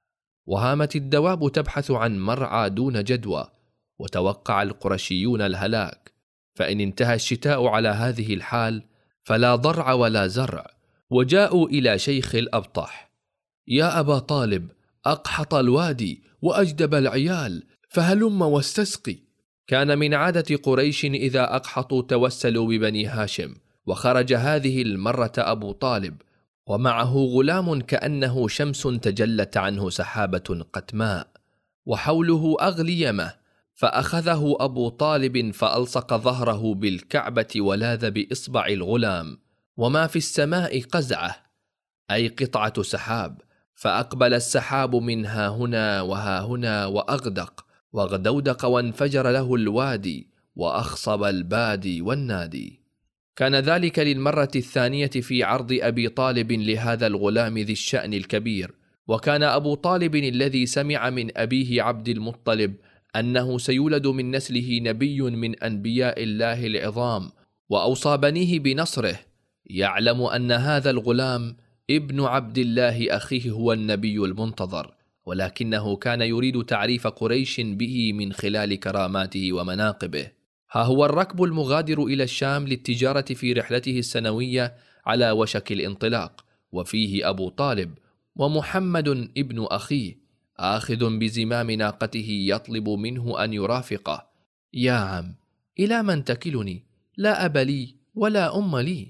وهامت الدواب تبحث عن مرعى دون جدوى، وتوقع القرشيون الهلاك، فإن انتهى الشتاء على هذه الحال فلا ضرع ولا زرع. وجاءوا إلى شيخ الأبطح: يا أبا طالب، أقحط الوادي وأجدب العيال، فهلم واستسقي. كان من عادة قريش إذا أقحطوا توسلوا ببني هاشم، وخرج هذه المرة أبو طالب ومعه غلام كأنه شمس تجلت عنه سحابة قتماء، وحوله أغليمة، فأخذه أبو طالب فألصق ظهره بالكعبة ولاذ بإصبع الغلام، وما في السماء قزعة، أي قطعة سحاب، فأقبل السحاب من ها هنا وها هنا وأغدق واغدودق، وانفجر له الوادي وأخصب البادي والنادي. كان ذلك للمرة الثانية في عرض أبي طالب لهذا الغلام ذي الشأن الكبير. وكان أبو طالب الذي سمع من أبيه عبد المطلب أنه سيولد من نسله نبي من أنبياء الله العظام، وأوصى بنيه بنصره، يعلم أن هذا الغلام ابن عبد الله أخيه هو النبي المنتظر، ولكنه كان يريد تعريف قريش به من خلال كراماته ومناقبه. ها هو الركب المغادر إلى الشام للتجارة في رحلته السنوية على وشك الانطلاق، وفيه أبو طالب ومحمد ابن أخيه آخذ بزمام ناقته يطلب منه أن يرافقه. يا عم، إلى من تكلني؟ لا أب لي ولا أم لي.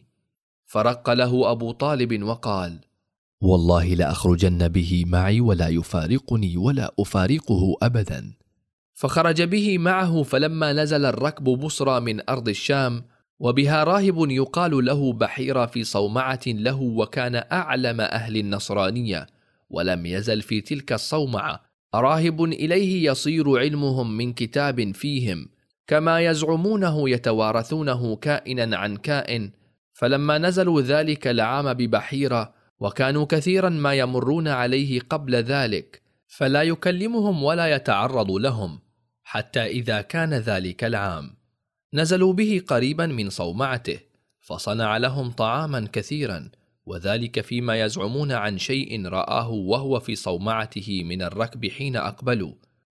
فرق له أبو طالب وقال: والله لأخرجن به معي ولا يفارقني ولا أفارقه أبدا. فخرج به معه، فلما نزل الركب بصرى من أرض الشام، وبها راهب يقال له بحيرة في صومعة له، وكان أعلم أهل النصرانية، ولم يزل في تلك الصومعة راهب إليه يصير علمهم من كتاب فيهم، كما يزعمونه يتوارثونه كائنا عن كائن. فلما نزلوا ذلك العام ببحيرة، وكانوا كثيرا ما يمرون عليه قبل ذلك، فلا يكلمهم ولا يتعرض لهم، حتى إذا كان ذلك العام نزلوا به قريبا من صومعته، فصنع لهم طعاما كثيرا، وذلك فيما يزعمون عن شيء رآه وهو في صومعته من الركب حين أقبلوا،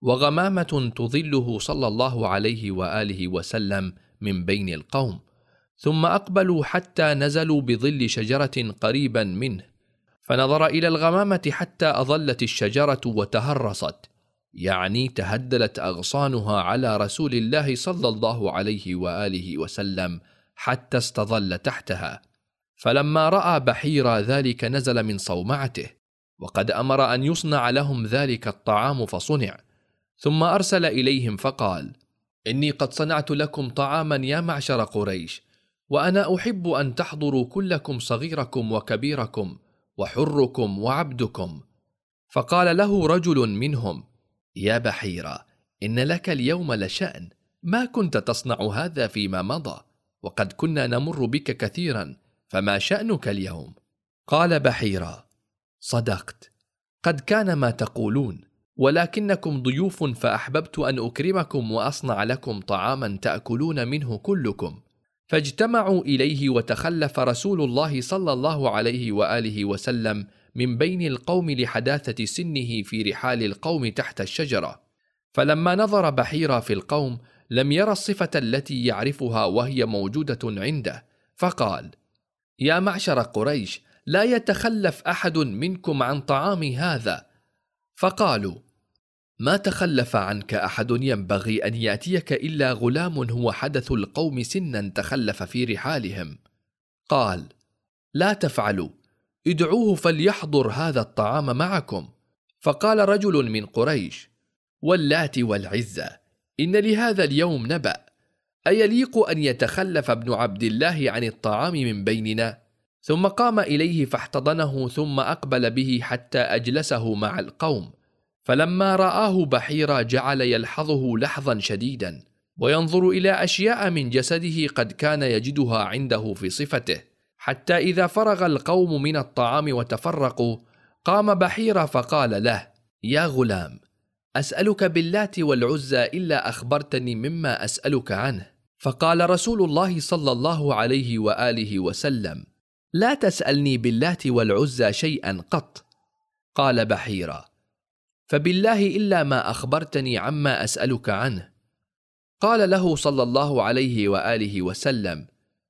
وغمامة تظله صلى الله عليه وآله وسلم من بين القوم. ثم أقبلوا حتى نزلوا بظل شجرة قريبا منه، فنظر إلى الغمامة حتى أظلت الشجرة وتهرصت، يعني تهدلت أغصانها على رسول الله صلى الله عليه وآله وسلم حتى استظل تحتها. فلما رأى بحيرة ذلك نزل من صومعته، وقد أمر أن يصنع لهم ذلك الطعام فصنع، ثم أرسل إليهم فقال: إني قد صنعت لكم طعاما يا معشر قريش، وأنا أحب أن تحضروا كلكم صغيركم وكبيركم وحركم وعبدكم. فقال له رجل منهم: يا بحيرة، إن لك اليوم لشأن، ما كنت تصنع هذا فيما مضى، وقد كنا نمر بك كثيرا، فما شأنك اليوم؟ قال بحيرة: صدقت، قد كان ما تقولون، ولكنكم ضيوف، فأحببت أن أكرمكم وأصنع لكم طعاما تأكلون منه كلكم. فاجتمعوا إليه، وتخلف رسول الله صلى الله عليه وآله وسلم من بين القوم لحداثة سنه في رحال القوم تحت الشجرة. فلما نظر بحيرة في القوم لم يرى الصفة التي يعرفها وهي موجودة عنده، فقال: يا معشر قريش، لا يتخلف أحد منكم عن طعامي هذا. فقالوا: ما تخلف عنك أحد ينبغي أن يأتيك إلا غلام هو حدث القوم سنا تخلف في رحالهم. قال: لا تفعلوا، ادعوه فليحضر هذا الطعام معكم. فقال رجل من قريش: واللات والعزة، إن لهذا اليوم نبأ، أيليق أن يتخلف ابن عبد الله عن الطعام من بيننا؟ ثم قام إليه فاحتضنه ثم أقبل به حتى أجلسه مع القوم. فلما رآه بحيرة جعل يلحظه لحظا شديدا وينظر إلى أشياء من جسده قد كان يجدها عنده في صفته، حتى إذا فرغ القوم من الطعام وتفرقوا قام بحيرة فقال له: يا غلام، أسألك باللات والعزى إلا أخبرتني مما أسألك عنه. فقال رسول الله صلى الله عليه وآله وسلم: لا تسألني باللات والعزى شيئا قط. قال بحيرة: فبالله إلا ما أخبرتني عما أسألك عنه. قال له صلى الله عليه وآله وسلم: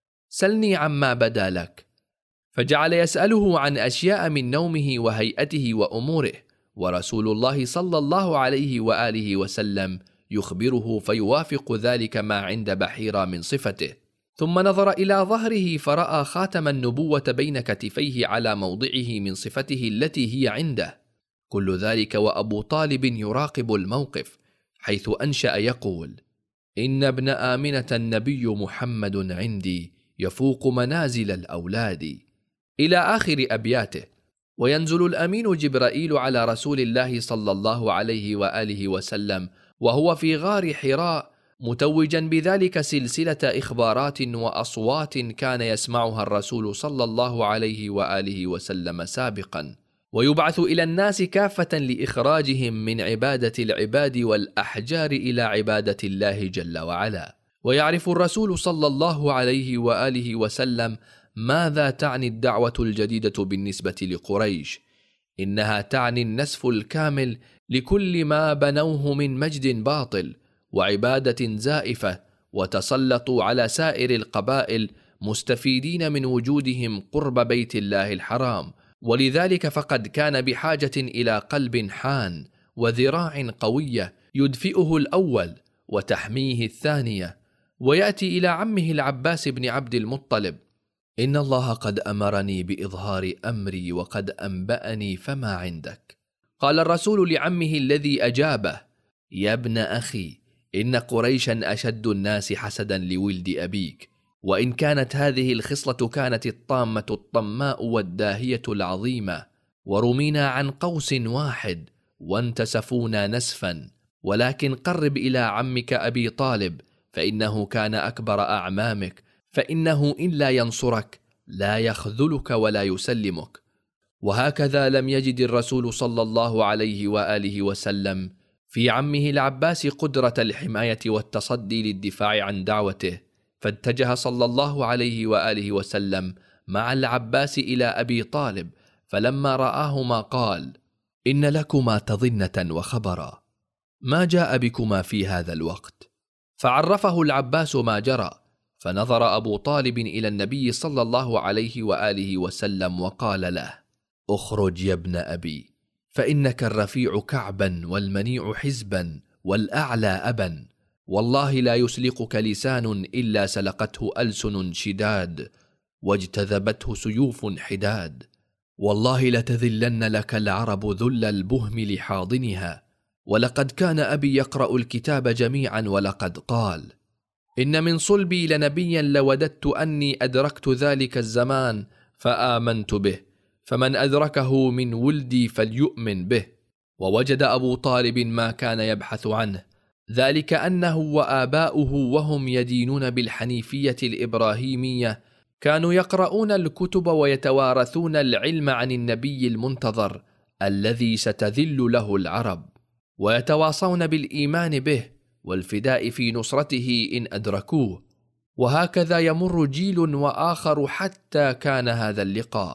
سلني عما بدا لك. فجعل يسأله عن أشياء من نومه وهيئته وأموره، ورسول الله صلى الله عليه وآله وسلم يخبره فيوافق ذلك ما عند بحيرة من صفته. ثم نظر إلى ظهره فرأى خاتم النبوة بين كتفيه على موضعه من صفته التي هي عنده. كل ذلك وأبو طالب يراقب الموقف، حيث أنشأ يقول: إن ابن آمنة النبي محمد عندي يفوق منازل الأولاد، إلى آخر أبياته. وينزل الأمين جبرائيل على رسول الله صلى الله عليه وآله وسلم وهو في غار حراء، متوجا بذلك سلسلة إخبارات وأصوات كان يسمعها الرسول صلى الله عليه وآله وسلم سابقا، ويبعث إلى الناس كافة لإخراجهم من عبادة العباد والأحجار إلى عبادة الله جل وعلا. ويعرف الرسول صلى الله عليه وآله وسلم ماذا تعني الدعوة الجديدة بالنسبة لقريش. إنها تعني النسف الكامل لكل ما بنوه من مجد باطل وعبادة زائفة، وتسلطوا على سائر القبائل مستفيدين من وجودهم قرب بيت الله الحرام. ولذلك فقد كان بحاجة إلى قلب حان وذراع قوية يدفئه الأول وتحميه الثانية. ويأتي إلى عمه العباس بن عبد المطلب: إن الله قد أمرني بإظهار أمري وقد أنبأني فما عندك. قال الرسول لعمه الذي أجابه: يا ابن أخي، إن قريشا أشد الناس حسدا لولد أبيك، وإن كانت هذه الخصلة كانت الطامة الطماء والداهية العظيمة، ورمينا عن قوس واحد وانتسفونا نسفا، ولكن قرب إلى عمك أبي طالب فإنه كان أكبر أعمامك، فإنه إن لا ينصرك لا يخذلك ولا يسلمك. وهكذا لم يجد الرسول صلى الله عليه وآله وسلم في عمه العباس قدرة الحماية والتصدي للدفاع عن دعوته، فاتجه صلى الله عليه وآله وسلم مع العباس إلى أبي طالب، فلما رآهما قال: إن لكما تظنة وخبرا، ما جاء بكما في هذا الوقت؟ فعرفه العباس ما جرى، فنظر أبو طالب إلى النبي صلى الله عليه وآله وسلم وقال له: اخرج يا ابن أبي، فإنك الرفيع كعبا والمنيع حزبا والأعلى أبا، والله لا يسلقك لسان إلا سلقته ألسن شداد واجتذبته سيوف حداد، والله لتذلن لك العرب ذل البهم لحاضنها، ولقد كان أبي يقرأ الكتاب جميعا ولقد قال: إن من صلبي لنبيا لوددت أني أدركت ذلك الزمان فآمنت به، فمن أدركه من ولدي فليؤمن به. ووجد أبو طالب ما كان يبحث عنه، ذلك أنه وآباؤه وهم يدينون بالحنيفية الإبراهيمية كانوا يقرؤون الكتب ويتوارثون العلم عن النبي المنتظر الذي ستذل له العرب، ويتواصون بالإيمان به والفداء في نصرته إن أدركوه. وهكذا يمر جيل وآخر حتى كان هذا اللقاء،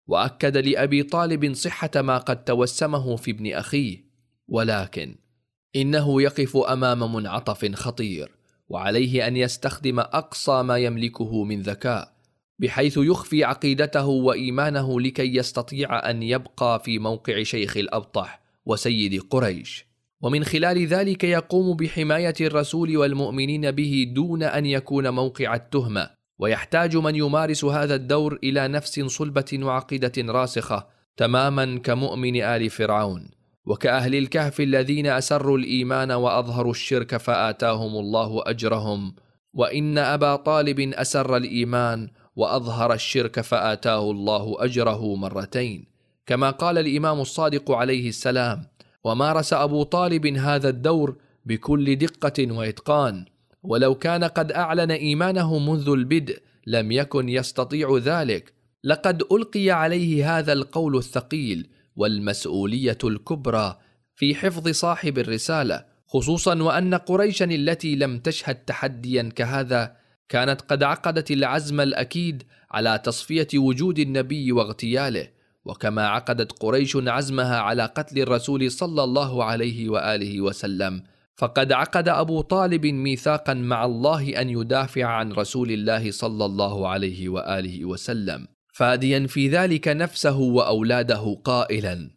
وأكد لأبي طالب صحة ما قد توسمه في ابن أخيه، ولكن إنه يقف أمام منعطف خطير، وعليه أن يستخدم أقصى ما يملكه من ذكاء، بحيث يخفي عقيدته وإيمانه لكي يستطيع أن يبقى في موقع شيخ الأبطح وسيد قريش، ومن خلال ذلك يقوم بحماية الرسول والمؤمنين به دون أن يكون موقع التهمة. ويحتاج من يمارس هذا الدور إلى نفس صلبة وعقيدة راسخة تماما كمؤمن آل فرعون، وكأهل الكهف الذين أسروا الإيمان وأظهروا الشرك فآتاهم الله أجرهم، وإن أبا طالب أسر الإيمان وأظهر الشرك فآتاه الله أجره مرتين، كما قال الإمام الصادق عليه السلام: ومارس أبو طالب هذا الدور بكل دقة وإتقان، ولو كان قد أعلن إيمانه منذ البدء لم يكن يستطيع ذلك. لقد ألقي عليه هذا القول الثقيل والمسؤولية الكبرى في حفظ صاحب الرسالة، خصوصا وأن قريشا التي لم تشهد تحديا كهذا كانت قد عقدت العزم الأكيد على تصفية وجود النبي واغتياله، وكما عقدت قريش عزمها على قتل الرسول صلى الله عليه وآله وسلم، فقد عقد أبو طالب ميثاقا مع الله أن يدافع عن رسول الله صلى الله عليه وآله وسلم، فاديا في ذلك نفسه وأولاده قائلا: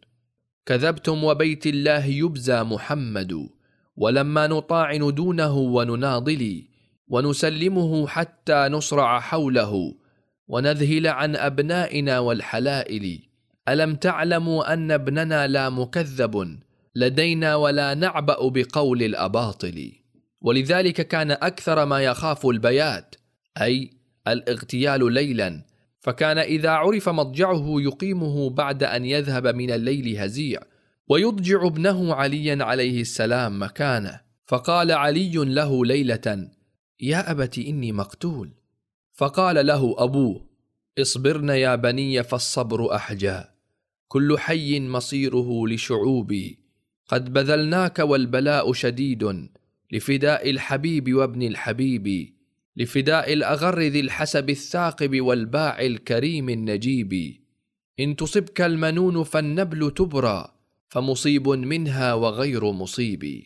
كذبتم وبيت الله يبزى محمد، ولما نطاعن دونه ونناضل، ونسلمه حتى نصرع حوله، ونذهل عن أبنائنا والحلائل. ألم تعلموا أن ابننا لا مكذب لدينا ولا نعبأ بقول الأباطل. ولذلك كان أكثر ما يخاف البيات، أي الاغتيال ليلا، فكان إذا عرف مضجعه يقيمه بعد أن يذهب من الليل هزيع، ويضجع ابنه عليا عليه السلام مكانه. فقال علي له ليلة: يا أبت إني مقتول. فقال له أبوه: اصبرن يا بني فالصبر أحجى، كل حي مصيره لشعوبي، قد بذلناك والبلاء شديد، لفداء الحبيب وابن الحبيب، لفداء الأغر ذي الحسب الثاقب والباع الكريم النجيب، إن تصبك المنون فالنبل تبرى، فمصيب منها وغير مصيب.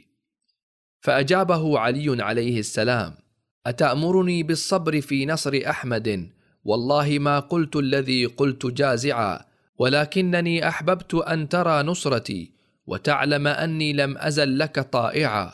فأجابه علي عليه السلام: أتأمرني بالصبر في نصر أحمد؟ والله ما قلت الذي قلت جازعا، ولكنني أحببت أن ترى نصرتي وتعلم أني لم أزل لك طائعا.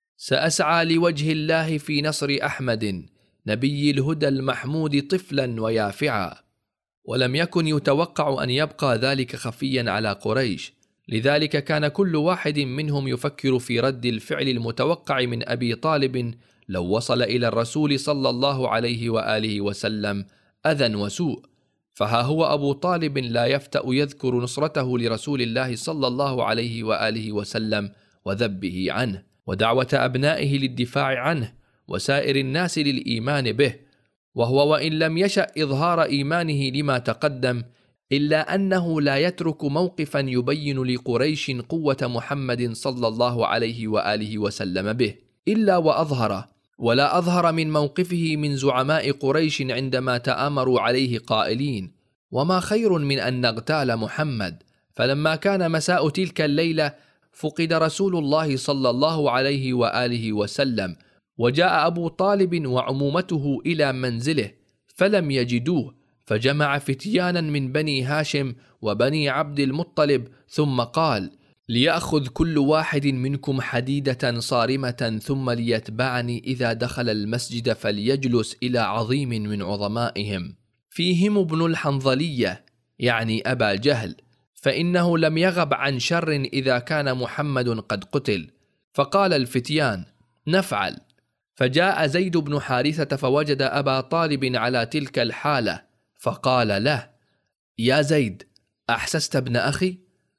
سأسعى لوجه الله في نصر أحمد نبي الهدى المحمود طفلا ويافعا. ولم يكن يتوقع أن يبقى ذلك خفيا على قريش، لذلك كان كل واحد منهم يفكر في رد الفعل المتوقع من أبي طالب لو وصل إلى الرسول صلى الله عليه وآله وسلم أذى وسوء. فها هو أبو طالب لا يفتأ يذكر نصرته لرسول الله صلى الله عليه وآله وسلم وذبه عنه، ودعوة أبنائه للدفاع عنه وسائر الناس للإيمان به، وهو وإن لم يشأ إظهار إيمانه لما تقدم، إلا أنه لا يترك موقفا يبين لقريش قوة محمد صلى الله عليه وآله وسلم به إلا وأظهره، ولا أظهر من موقفه من زعماء قريش عندما تآمروا عليه قائلين: وما خير من أن نغتال محمد. فلما كان مساء تلك الليلة فقد رسول الله صلى الله عليه وآله وسلم، وجاء أبو طالب وعمومته إلى منزله فلم يجدوه، فجمع فتيانا من بني هاشم وبني عبد المطلب، ثم قال: ليأخذ كل واحد منكم حديدة صارمة، ثم ليتبعني إذا دخل المسجد فليجلس إلى عظيم من عظمائهم فيهم ابن الحنظلية، يعني أبا جهل، فإنه لم يغب عن شر إذا كان محمد قد قتل. فقال الفتيان: نفعل. فجاء زيد بن حارثة فوجد أبا طالب على تلك الحالة، فقال له: يا زيد، أحسست ابن أخي؟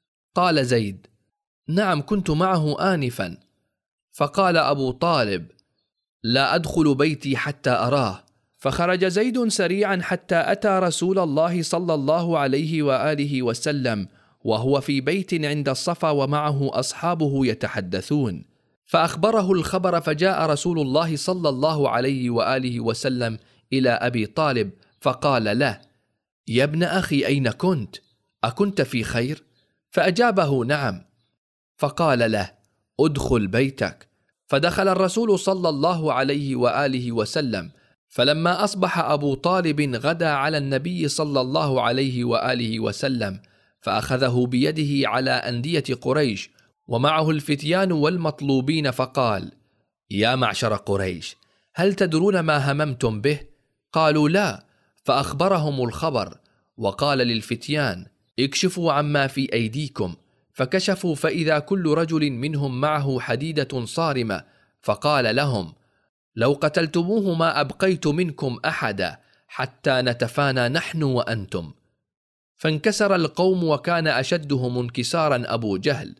قال زيد: نعم، كنت معه آنفا. فقال أبو طالب: لا أدخل بيتي حتى أراه. فخرج زيد سريعا حتى أتى رسول الله صلى الله عليه وآله وسلم وهو في بيت عند الصفا ومعه أصحابه يتحدثون، فأخبره الخبر، فجاء رسول الله صلى الله عليه وآله وسلم إلى أبي طالب فقال له: يا ابن أخي أين كنت؟ أكنت في خير؟ فأجابه نعم. فقال له ادخل بيتك. فدخل الرسول صلى الله عليه وآله وسلم، فلما أصبح أبو طالب غدا على النبي صلى الله عليه وآله وسلم، فأخذه بيده على أندية قريش ومعه الفتيان والمطلوبين، فقال: يا معشر قريش، هل تدرون ما هممتم به؟ قالوا لا. فأخبرهم الخبر، وقال للفتيان: اكشفوا عما في أيديكم. فكشفوا، فإذا كل رجل منهم معه حديدة صارمة، فقال لهم: لو قتلتموه ما أبقيت منكم أحدا حتى نتفانى نحن وأنتم. فانكسر القوم، وكان أشدهم انكسارا أبو جهل.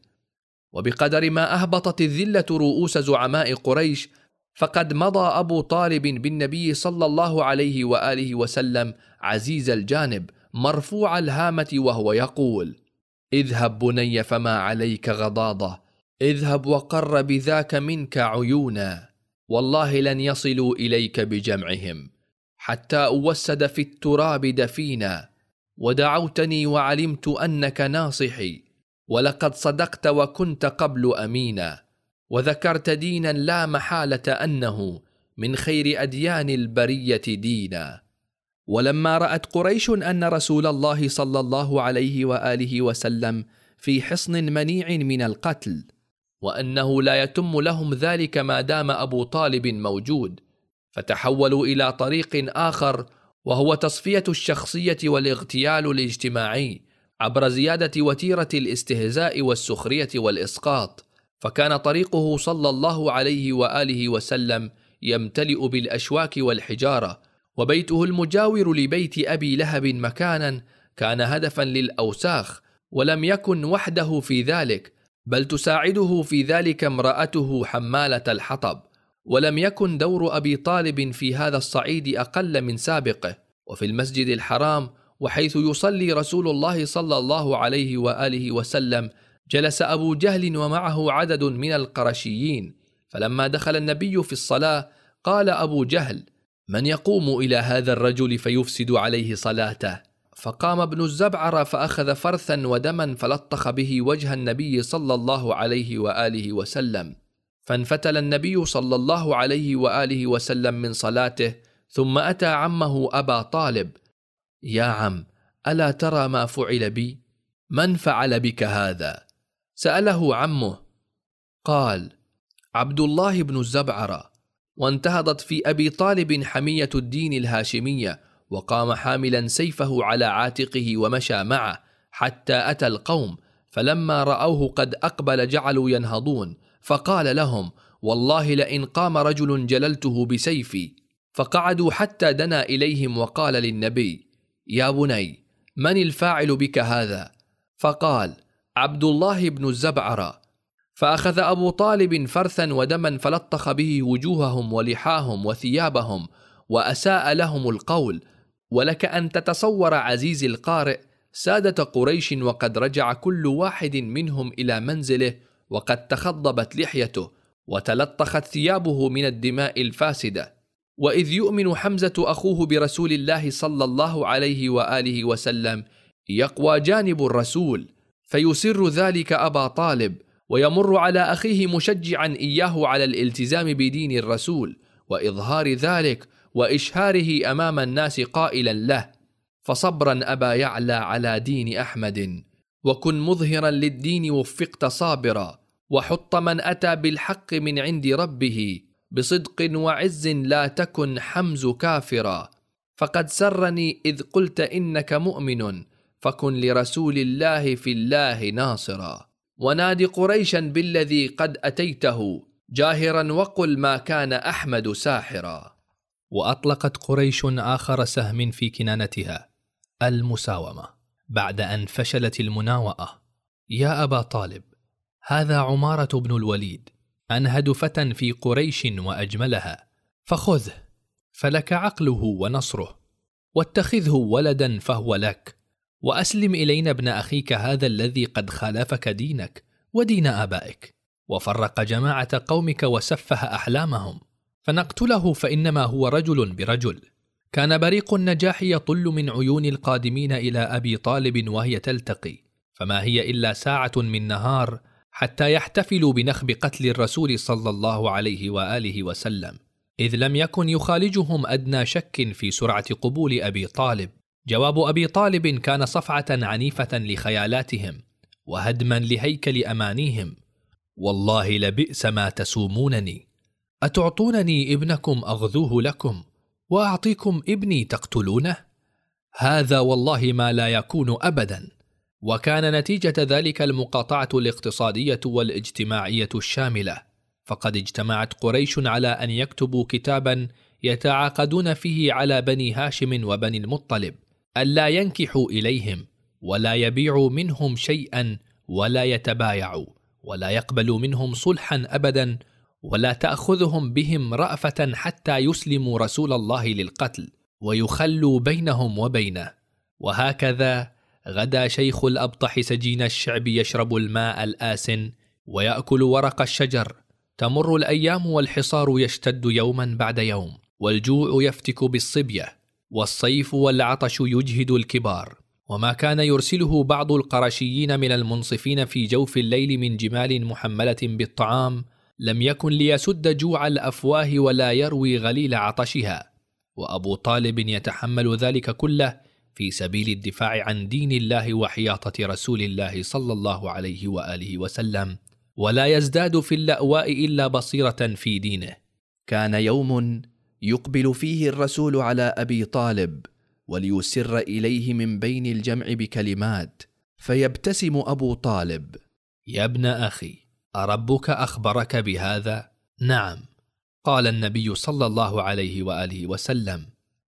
وبقدر ما أهبطت الذلة رؤوس زعماء قريش، فقد مضى أبو طالب بالنبي صلى الله عليه وآله وسلم عزيز الجانب مرفوع الهامة، وهو يقول: اذهب بني فما عليك غضاضة، اذهب وقر بذاك منك عيونا، والله لن يصلوا إليك بجمعهم حتى أوسد في التراب دفينا، ودعوتني وعلمت أنك ناصحي، ولقد صدقت وكنت قبل أمينا، وذكرت دينا لا محالة أنه من خير أديان البرية دينا. ولما رأت قريش أن رسول الله صلى الله عليه وآله وسلم في حصن منيع من القتل، وأنه لا يتم لهم ذلك ما دام أبو طالب موجود، فتحولوا إلى طريق آخر، وهو تصفية الشخصية والاغتيال الاجتماعي عبر زيادة وتيرة الاستهزاء والسخرية والإسقاط. فكان طريقه صلى الله عليه وآله وسلم يمتلئ بالأشواك والحجارة، وبيته المجاور لبيت أبي لهب مكانا كان هدفا للأوساخ، ولم يكن وحده في ذلك، بل تساعده في ذلك امرأته حمالة الحطب. ولم يكن دور أبي طالب في هذا الصعيد أقل من سابقه. وفي المسجد الحرام، وحيث يصلي رسول الله صلى الله عليه وآله وسلم، جلس أبو جهل ومعه عدد من القرشيين، فلما دخل النبي في الصلاة قال أبو جهل: من يقوم إلى هذا الرجل فيفسد عليه صلاته؟ فقام ابن الزبعر فأخذ فرثا ودما فلطخ به وجه النبي صلى الله عليه وآله وسلم، فانفتل النبي صلى الله عليه وآله وسلم من صلاته، ثم أتى عمه أبا طالب: يا عم، ألا ترى ما فعل بي؟ من فعل بك هذا؟ سأله عمه، قال: عبد الله بن الزبعر. وانتهضت في أبي طالب حمية الدين الهاشمية، وقام حاملا سيفه على عاتقه ومشى معه حتى أتى القوم، فلما رأوه قد أقبل جعلوا ينهضون، فقال لهم: والله لئن قام رجل جللته بسيفي. فقعدوا حتى دنا إليهم، وقال للنبي: يا بني، من الفاعل بك هذا؟ فقال: عبد الله بن الزبعر. فأخذ أبو طالب فرثا ودما فلطخ به وجوههم ولحاهم وثيابهم، وأساء لهم القول. ولك أن تتصور عزيز القارئ سادة قريش وقد رجع كل واحد منهم إلى منزله، وقد تخضبت لحيته وتلطخت ثيابه من الدماء الفاسدة، وإذ يؤمن حمزة أخوه برسول الله صلى الله عليه وآله وسلم يقوى جانب الرسول، فيسر ذلك أبا طالب، ويمر على أخيه مشجعا إياه على الالتزام بدين الرسول وإظهار ذلك وإشهاره أمام الناس، قائلا له: فصبرا أبا يعلى على دين أحمد، وكن مظهرا للدين وفقت صابرا، وحط من أتى بالحق من عند ربه، بصدق وعز لا تكن حمز كافرا، فقد سرني إذ قلت إنك مؤمن، فكن لرسول الله في الله ناصرا، ونادي قريشا بالذي قد أتيته جاهرا، وقل ما كان أحمد ساحرا. وأطلقت قريش آخر سهم في كنانتها، المساومة، بعد أن فشلت المناوئة. يا أبا طالب، هذا عمارة بن الوليد، أنهد فتى في قريش وأجملها، فخذه، فلك عقله ونصره، واتخذه ولدا فهو لك، وأسلم إلينا ابن أخيك هذا الذي قد خالفك دينك ودين آبائك، وفرق جماعة قومك وسفه أحلامهم، فنقتله فإنما هو رجل برجل، كان بريق النجاح يطل من عيون القادمين إلى أبي طالب وهي تلتقي، فما هي إلا ساعة من نهار حتى يحتفلوا بنخب قتل الرسول صلى الله عليه وآله وسلم، إذ لم يكن يخالجهم أدنى شك في سرعة قبول أبي طالب. جواب أبي طالب كان صفعة عنيفة لخيالاتهم وهدما لهيكل أمانيهم: والله لبئس ما تسومونني، أتعطونني ابنكم أغذوه لكم وأعطيكم ابني تقتلونه؟ هذا والله ما لا يكون أبدا. وكان نتيجة ذلك المقاطعة الاقتصادية والاجتماعية الشاملة، فقد اجتمعت قريش على أن يكتبوا كتابا يتعاقدون فيه على بني هاشم وبني المطلب ألا ينكحوا إليهم ولا يبيعوا منهم شيئا ولا يتبايعوا ولا يقبلوا منهم صلحا أبدا ولا تأخذهم بهم رأفة حتى يسلموا رسول الله للقتل ويخلوا بينهم وبينه. وهكذا غدا شيخ الأبطح سجين الشعب يشرب الماء الآسن ويأكل ورق الشجر. تمر الأيام والحصار يشتد يوما بعد يوم، والجوع يفتك بالصبية، والصيف والعطش يجهد الكبار. وما كان يرسله بعض القرشيين من المنصفين في جوف الليل من جمال محملة بالطعام لم يكن ليسد جوع الأفواه ولا يروي غليل عطشها، وأبو طالب يتحمل ذلك كله في سبيل الدفاع عن دين الله وحياطة رسول الله صلى الله عليه وآله وسلم، ولا يزداد في اللأواء إلا بصيرة في دينه. كان يوم يقبل فيه الرسول على أبي طالب وليسر إليه من بين الجمع بكلمات، فيبتسم أبو طالب: يا ابن أخي، أربك أخبرك بهذا؟ نعم. قال النبي صلى الله عليه وآله وسلم: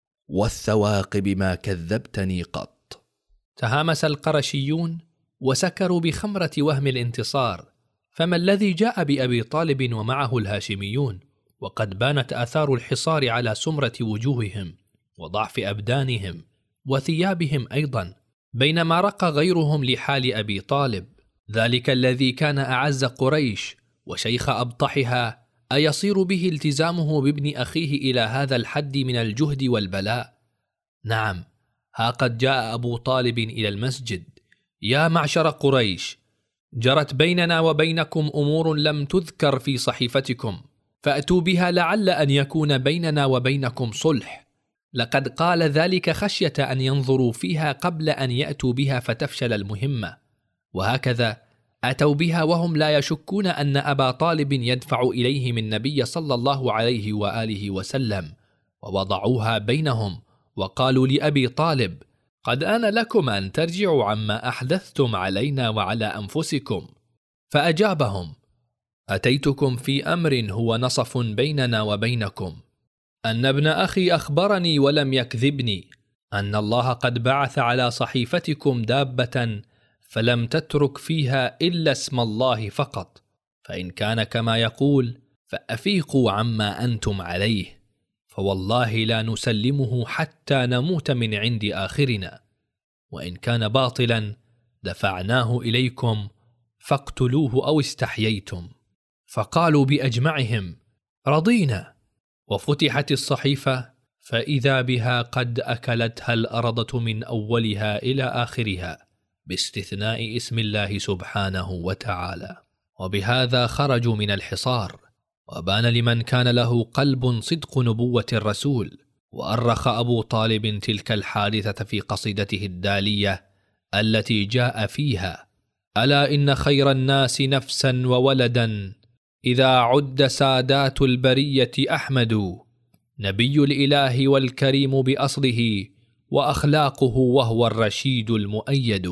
والثواقب ما كذبتني قط. تهامس القرشيون وسكروا بخمرة وهم الانتصار، فما الذي جاء بأبي طالب ومعه الهاشميون وقد بانت آثار الحصار على سمرة وجوههم وضعف أبدانهم وثيابهم أيضا، بينما رق غيرهم لحال أبي طالب، ذلك الذي كان أعز قريش وشيخ أبطحها، أيصير به التزامه بابن أخيه إلى هذا الحد من الجهد والبلاء؟ نعم، ها قد جاء أبو طالب إلى المسجد: يا معشر قريش، جرت بيننا وبينكم أمور لم تذكر في صحيفتكم، فأتوا بها لعل أن يكون بيننا وبينكم صلح. لقد قال ذلك خشية أن ينظروا فيها قبل أن يأتوا بها فتفشل المهمة، وهكذا أتوا بها وهم لا يشكون أن أبا طالب يدفع إليهم النبي صلى الله عليه وآله وسلم، ووضعوها بينهم وقالوا لأبي طالب: قد آن لكم أن ترجعوا عما أحدثتم علينا وعلى أنفسكم. فأجابهم: أتيتكم في أمر هو نصف بيننا وبينكم، أن ابن أخي أخبرني ولم يكذبني أن الله قد بعث على صحيفتكم دابة فلم تترك فيها إلا اسم الله فقط، فإن كان كما يقول فأفيقوا عما أنتم عليه، فوالله لا نسلمه حتى نموت من عند آخرنا، وإن كان باطلا دفعناه إليكم فاقتلوه أو استحييتم. فقالوا بأجمعهم: رضينا. وفتحت الصحيفة فإذا بها قد أكلتها الأرضة من أولها إلى آخرها باستثناء اسم الله سبحانه وتعالى. وبهذا خرجوا من الحصار، وبان لمن كان له قلب صدق نبوة الرسول. وأرخ أبو طالب تلك الحادثة في قصيدته الدالية التي جاء فيها: ألا إن خير الناس نفسا وولدا إذا عد سادات البرية أحمد، نبي الإله والكريم بأصله وأخلاقه وهو الرشيد المؤيد.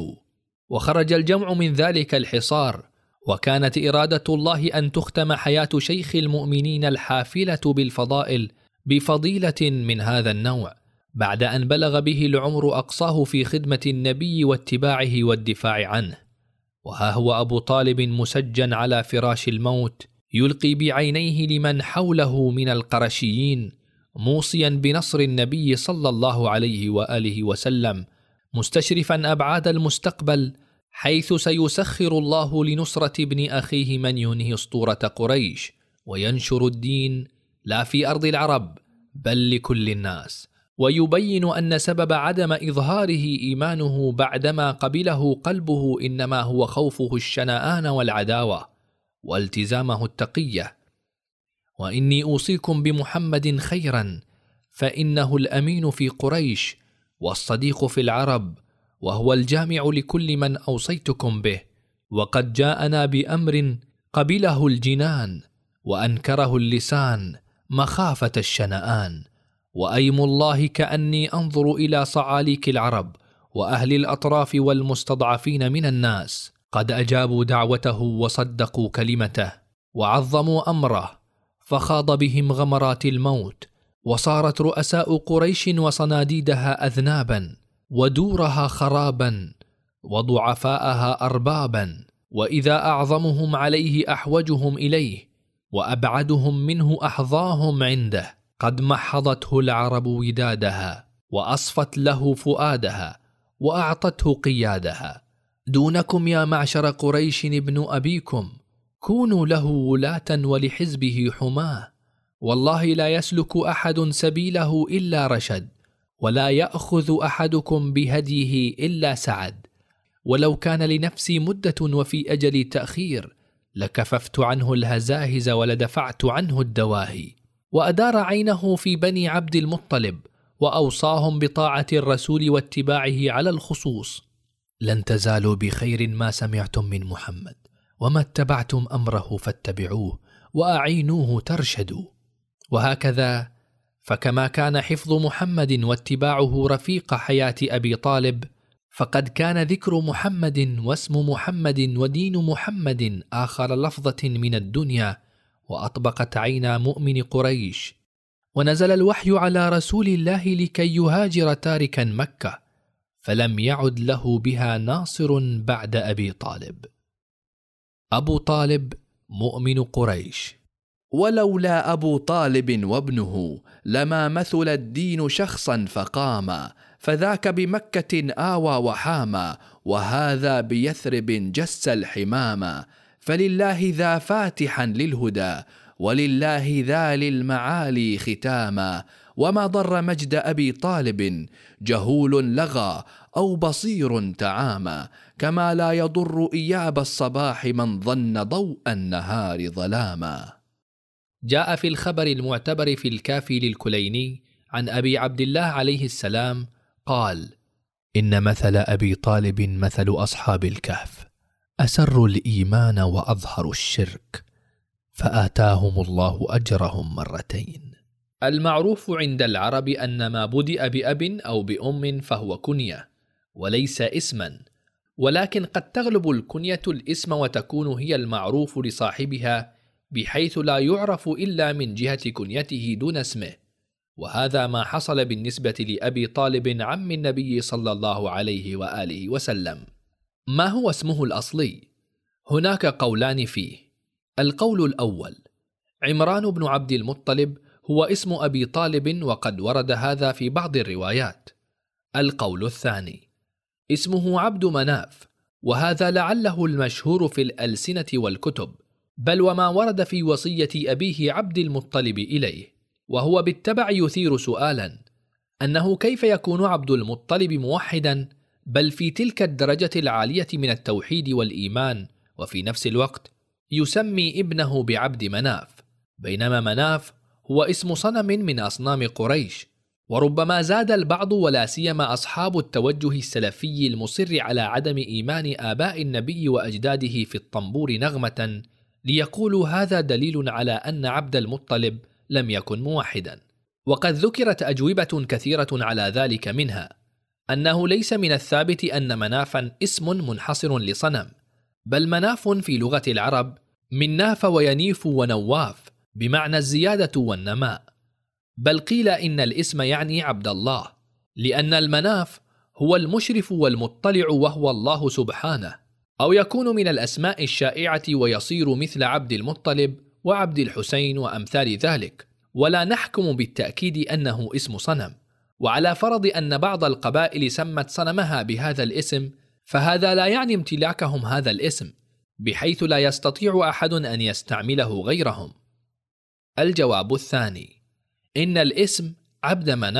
وخرج الجمع من ذلك الحصار، وكانت إرادة الله أن تختم حياة شيخ المؤمنين الحافلة بالفضائل بفضيلة من هذا النوع، بعد أن بلغ به العمر أقصاه في خدمة النبي واتباعه والدفاع عنه. وها هو أبو طالب مسجن على فراش الموت يلقي بعينيه لمن حوله من القرشيين، موصيا بنصر النبي صلى الله عليه وآله وسلم، مستشرفا أبعاد المستقبل حيث سيسخر الله لنصرة ابن أخيه من ينهي اسطورة قريش وينشر الدين لا في أرض العرب بل لكل الناس، ويبين أن سبب عدم إظهاره إيمانه بعدما قبله قلبه إنما هو خوفه الشنآن والعداوة والتزامه التقية. وإني أوصيكم بمحمد خيرا، فإنه الأمين في قريش والصديق في العرب، وهو الجامع لكل من أوصيتكم به، وقد جاءنا بأمر قبله الجنان وأنكره اللسان مخافة الشنآن. وأيم الله كأني أنظر إلى صعاليك العرب وأهل الأطراف والمستضعفين من الناس قد أجابوا دعوته وصدقوا كلمته وعظموا أمره، فخاض بهم غمرات الموت، وصارت رؤساء قريش وصناديدها أذنابا، ودورها خرابا، وضعفاءها أربابا، وإذا أعظمهم عليه أحوجهم إليه، وأبعدهم منه أحظاهم عنده. قد محضته العرب ودادها، وأصفت له فؤادها، وأعطته قيادها. دونكم يا معشر قريش ابن أبيكم، كونوا له ولاة ولحزبه حماه. والله لا يسلك أحد سبيله إلا رشد، ولا يأخذ أحدكم بهديه إلا سعد. ولو كان لنفسي مدة وفي أجل تأخير لكففت عنه الهزاهز ولدفعت عنه الدواهي. وأدار عينه في بني عبد المطلب، وأوصاهم بطاعة الرسول واتباعه على الخصوص. لن تزالوا بخير ما سمعتم من محمد، وما اتبعتم أمره فاتبعوه، وأعينوه ترشدوا. وهكذا فكما كان حفظ محمد واتباعه رفيق حياة أبي طالب، فقد كان ذكر محمد واسم محمد ودين محمد آخر لفظة من الدنيا، وأطبقت عينا مؤمن قريش. ونزل الوحي على رسول الله لكي يهاجر تاركا مكة، فلم يعد له بها ناصر بعد أبي طالب. أبو طالب مؤمن قريش. ولولا أبو طالب وابنه لما مثل الدين شخصا فقاما، فذاك بمكة آوى وحاما، وهذا بيثرب جس الحماما. فلله ذا فاتحا للهدى، ولله ذا للمعالي ختاما. وما ضر مجد أبي طالب جهول لغى أو بصير تعامى، كما لا يضر إياب الصباح من ظن ضوء النهار ظلاما. جاء في الخبر المعتبر في الكافي للكليني عن أبي عبد الله عليه السلام قال: إن مثل أبي طالب مثل أصحاب الكهف، أسروا الإيمان وأظهروا الشرك، فآتاهم الله أجرهم مرتين. المعروف عند العرب أن ما بدأ بأب أو بأم فهو كنية وليس اسما، ولكن قد تغلب الكنية الاسم وتكون هي المعروف لصاحبها، بحيث لا يعرف إلا من جهة كنيته دون اسمه. وهذا ما حصل بالنسبة لأبي طالب عم النبي صلى الله عليه وآله وسلم. ما هو اسمه الأصلي؟ هناك قولان فيه. القول الأول: عمران بن عبد المطلب هو اسم أبي طالب، وقد ورد هذا في بعض الروايات. القول الثاني: اسمه عبد مناف، وهذا لعله المشهور في الألسنة والكتب، بل وما ورد في وصية أبيه عبد المطلب إليه. وهو بالتبع يثير سؤالا، أنه كيف يكون عبد المطلب موحدا، بل في تلك الدرجة العالية من التوحيد والإيمان، وفي نفس الوقت يسمي ابنه بعبد مناف، بينما مناف هو اسم صنم من أصنام قريش. وربما زاد البعض ولا سيما أصحاب التوجه السلفي المصر على عدم إيمان آباء النبي وأجداده في الطنبور نغمة، ليقولوا هذا دليل على أن عبد المطلب لم يكن موحدا. وقد ذكرت أجوبة كثيرة على ذلك، منها أنه ليس من الثابت أن منافا اسم منحصر لصنم، بل مناف في لغة العرب من ناف وينيف ونواف، بمعنى الزيادة والنماء. بل قيل إن الاسم يعني عبد الله، لأن المناف هو المشرف والمطلع وهو الله سبحانه، أو يكون من الأسماء الشائعة ويصير مثل عبد المطلب وعبد الحسين وأمثال ذلك، ولا نحكم بالتأكيد أنه اسم صنم. وعلى فرض أن بعض القبائل سمت صنمها بهذا الاسم، فهذا لا يعني امتلاكهم هذا الاسم، بحيث لا يستطيع أحد أن يستعمله غيرهم. الجواب الثاني: إن الاسم عبد مناف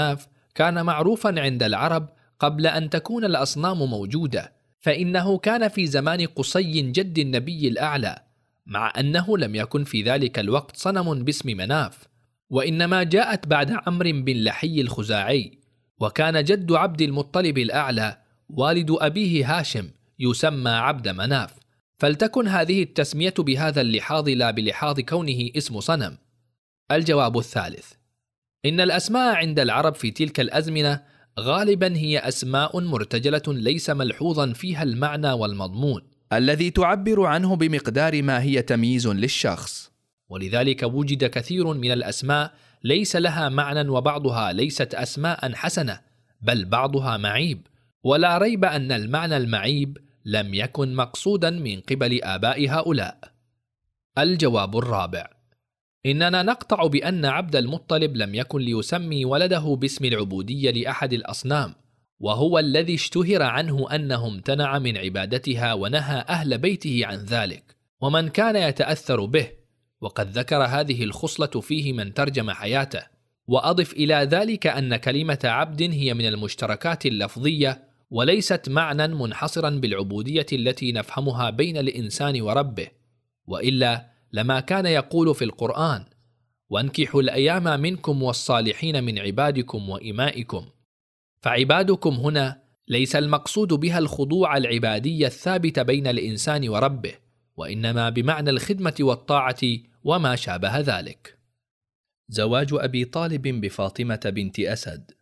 كان معروفا عند العرب قبل أن تكون الأصنام موجودة، فإنه كان في زمان قصي جد النبي الأعلى، مع أنه لم يكن في ذلك الوقت صنم باسم مناف، وإنما جاءت بعد عمرو بن لحي الخزاعي، وكان جد عبد المطلب الأعلى والد أبيه هاشم يسمى عبد مناف، فلتكن هذه التسمية بهذا اللحاظ لا بلحاظ كونه اسم صنم. الجواب الثالث: إن الأسماء عند العرب في تلك الأزمنة غالبا هي أسماء مرتجلة ليس ملحوظا فيها المعنى والمضمون الذي تعبر عنه بمقدار ما هي تمييز للشخص، ولذلك وجد كثير من الأسماء ليس لها معنى، وبعضها ليست أسماء حسنة بل بعضها معيب، ولا ريب أن المعنى المعيب لم يكن مقصودا من قبل آباء هؤلاء. الجواب الرابع: إننا نقطع بأن عبد المطلب لم يكن ليسمي ولده باسم العبودية لأحد الأصنام، وهو الذي اشتهر عنه أنه امتنع من عبادتها ونهى أهل بيته عن ذلك ومن كان يتأثر به، وقد ذكر هذه الخصلة فيه من ترجم حياته. وأضف إلى ذلك أن كلمة عبد هي من المشتركات اللفظية وليست معنى منحصرا بالعبودية التي نفهمها بين الإنسان وربه، وإلا لما كان يقول في القرآن: وانكحوا الأيام منكم والصالحين من عبادكم وإمائكم. فعبادكم هنا ليس المقصود بها الخضوع العبادي الثابت بين الإنسان وربه، وإنما بمعنى الخدمة والطاعة وما شابه ذلك. زواج أبي طالب بفاطمة بنت أسد.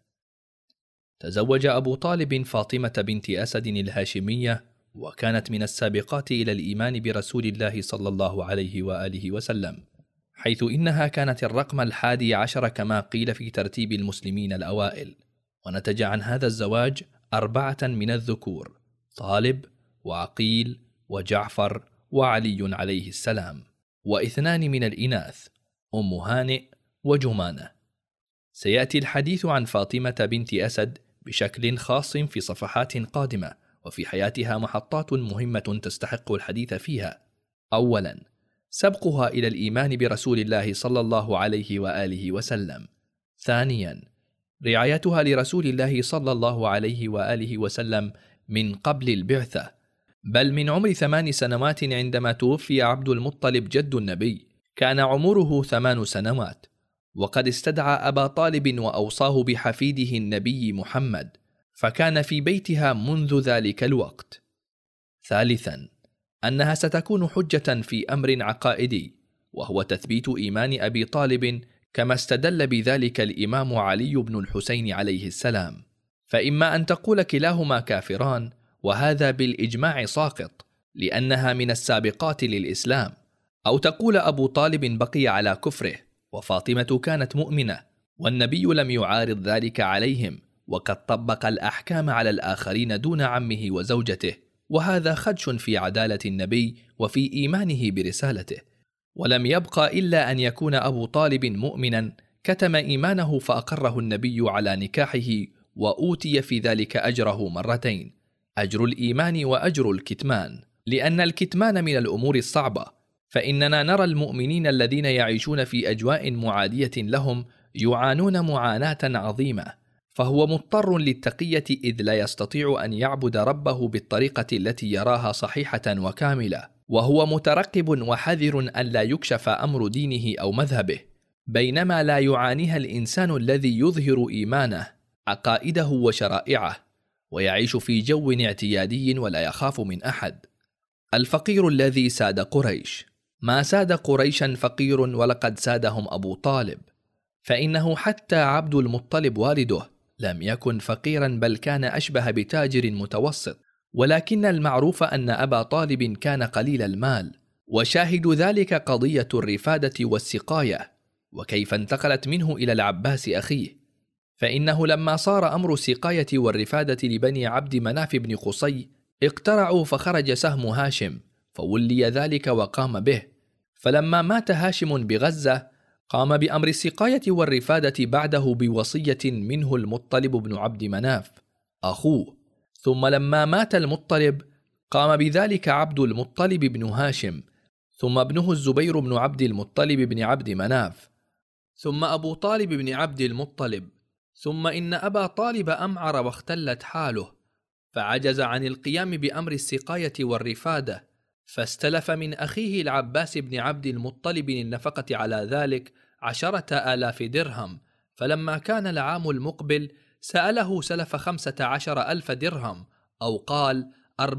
تزوج أبو طالب فاطمة بنت أسد الهاشمية، وكانت من السابقات إلى الإيمان برسول الله صلى الله عليه وآله وسلم، حيث إنها كانت الرقم 11 كما قيل في ترتيب المسلمين الأوائل. ونتج عن هذا الزواج 4 من الذكور: طالب وعقيل وجعفر وعلي عليه السلام، و2 من الإناث: أم هانئ وجمانة. سيأتي الحديث عن فاطمة بنت أسد بشكل خاص في صفحات قادمة، وفي حياتها محطات مهمة تستحق الحديث فيها. أولا، سبقها إلى الإيمان برسول الله صلى الله عليه وآله وسلم. ثانيا، رعايتها لرسول الله صلى الله عليه وآله وسلم من قبل البعثة، بل من عمر 8 سنوات عندما توفي عبد المطلب جد النبي، كان عمره 8 سنوات، وقد استدعى أبا طالب وأوصاه بحفيده النبي محمد، فكان في بيتها منذ ذلك الوقت. ثالثا، أنها ستكون حجة في أمر عقائدي، وهو تثبيت إيمان أبي طالب، كما استدل بذلك الإمام علي بن الحسين عليه السلام. فإما أن تقول كلاهما كافران، وهذا بالإجماع ساقط لأنها من السابقات للإسلام، أو تقول أبو طالب بقي على كفره وفاطمة كانت مؤمنة، والنبي لم يعارض ذلك عليهم، وقد طبق الأحكام على الآخرين دون عمه وزوجته، وهذا خدش في عدالة النبي وفي إيمانه برسالته. ولم يبقى إلا أن يكون أبو طالب مؤمنا كتم إيمانه فأقره النبي على نكاحه، وأوتي في ذلك أجره مرتين: أجر الإيمان وأجر الكتمان، لأن الكتمان من الأمور الصعبة، فإننا نرى المؤمنين الذين يعيشون في أجواء معادية لهم يعانون معاناة عظيمة، فهو مضطر للتقية إذ لا يستطيع أن يعبد ربه بالطريقة التي يراها صحيحة وكاملة، وهو مترقب وحذر أن لا يكشف أمر دينه أو مذهبه، بينما لا يعانيها الإنسان الذي يظهر إيمانه، عقائده وشرائعه، ويعيش في جو اعتيادي ولا يخاف من أحد. الفقير الذي ساد قريش. ما ساد قريشا فقير، ولقد سادهم أبو طالب، فإنه حتى عبد المطلب والده لم يكن فقيرا، بل كان أشبه بتاجر متوسط، ولكن المعروف أن أبا طالب كان قليل المال، وشاهد ذلك قضية الرفادة والسقاية، وكيف انتقلت منه إلى العباس أخيه، فإنه لما صار أمر السقاية والرفادة لبني عبد مناف بن قصي اقترعوا، فخرج سهم هاشم فولي ذلك وقام به، فلما مات هاشم بغزة قام بأمر السقاية والرفادة بعده بوصية منه المطلب بن عبد مناف أخوه، ثم لما مات المطلب قام بذلك عبد المطلب بن هاشم، ثم ابنه الزبير بن عبد المطلب بن عبد مناف، ثم أبو طالب بن عبد المطلب، ثم إن أبا طالب أمعر واختلت حاله، فعجز عن القيام بأمر السقاية والرفادة، فاستلف من أخيه العباس بن عبد المطلب النفقة على ذلك 10,000 درهم. فلما كان العام المقبل سأله سلف 15,000 درهم، أو قال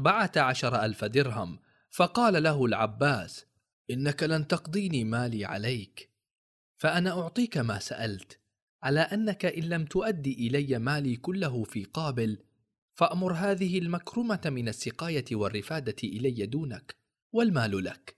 14,000 درهم، فقال له العباس: إنك لن تقضيني مالي عليك، فأنا أعطيك ما سألت، على أنك إن لم تؤدي إلي مالي كله في قابل، فأمر هذه المكرمة من السقاية والرفادة إلي دونك، والمال لك.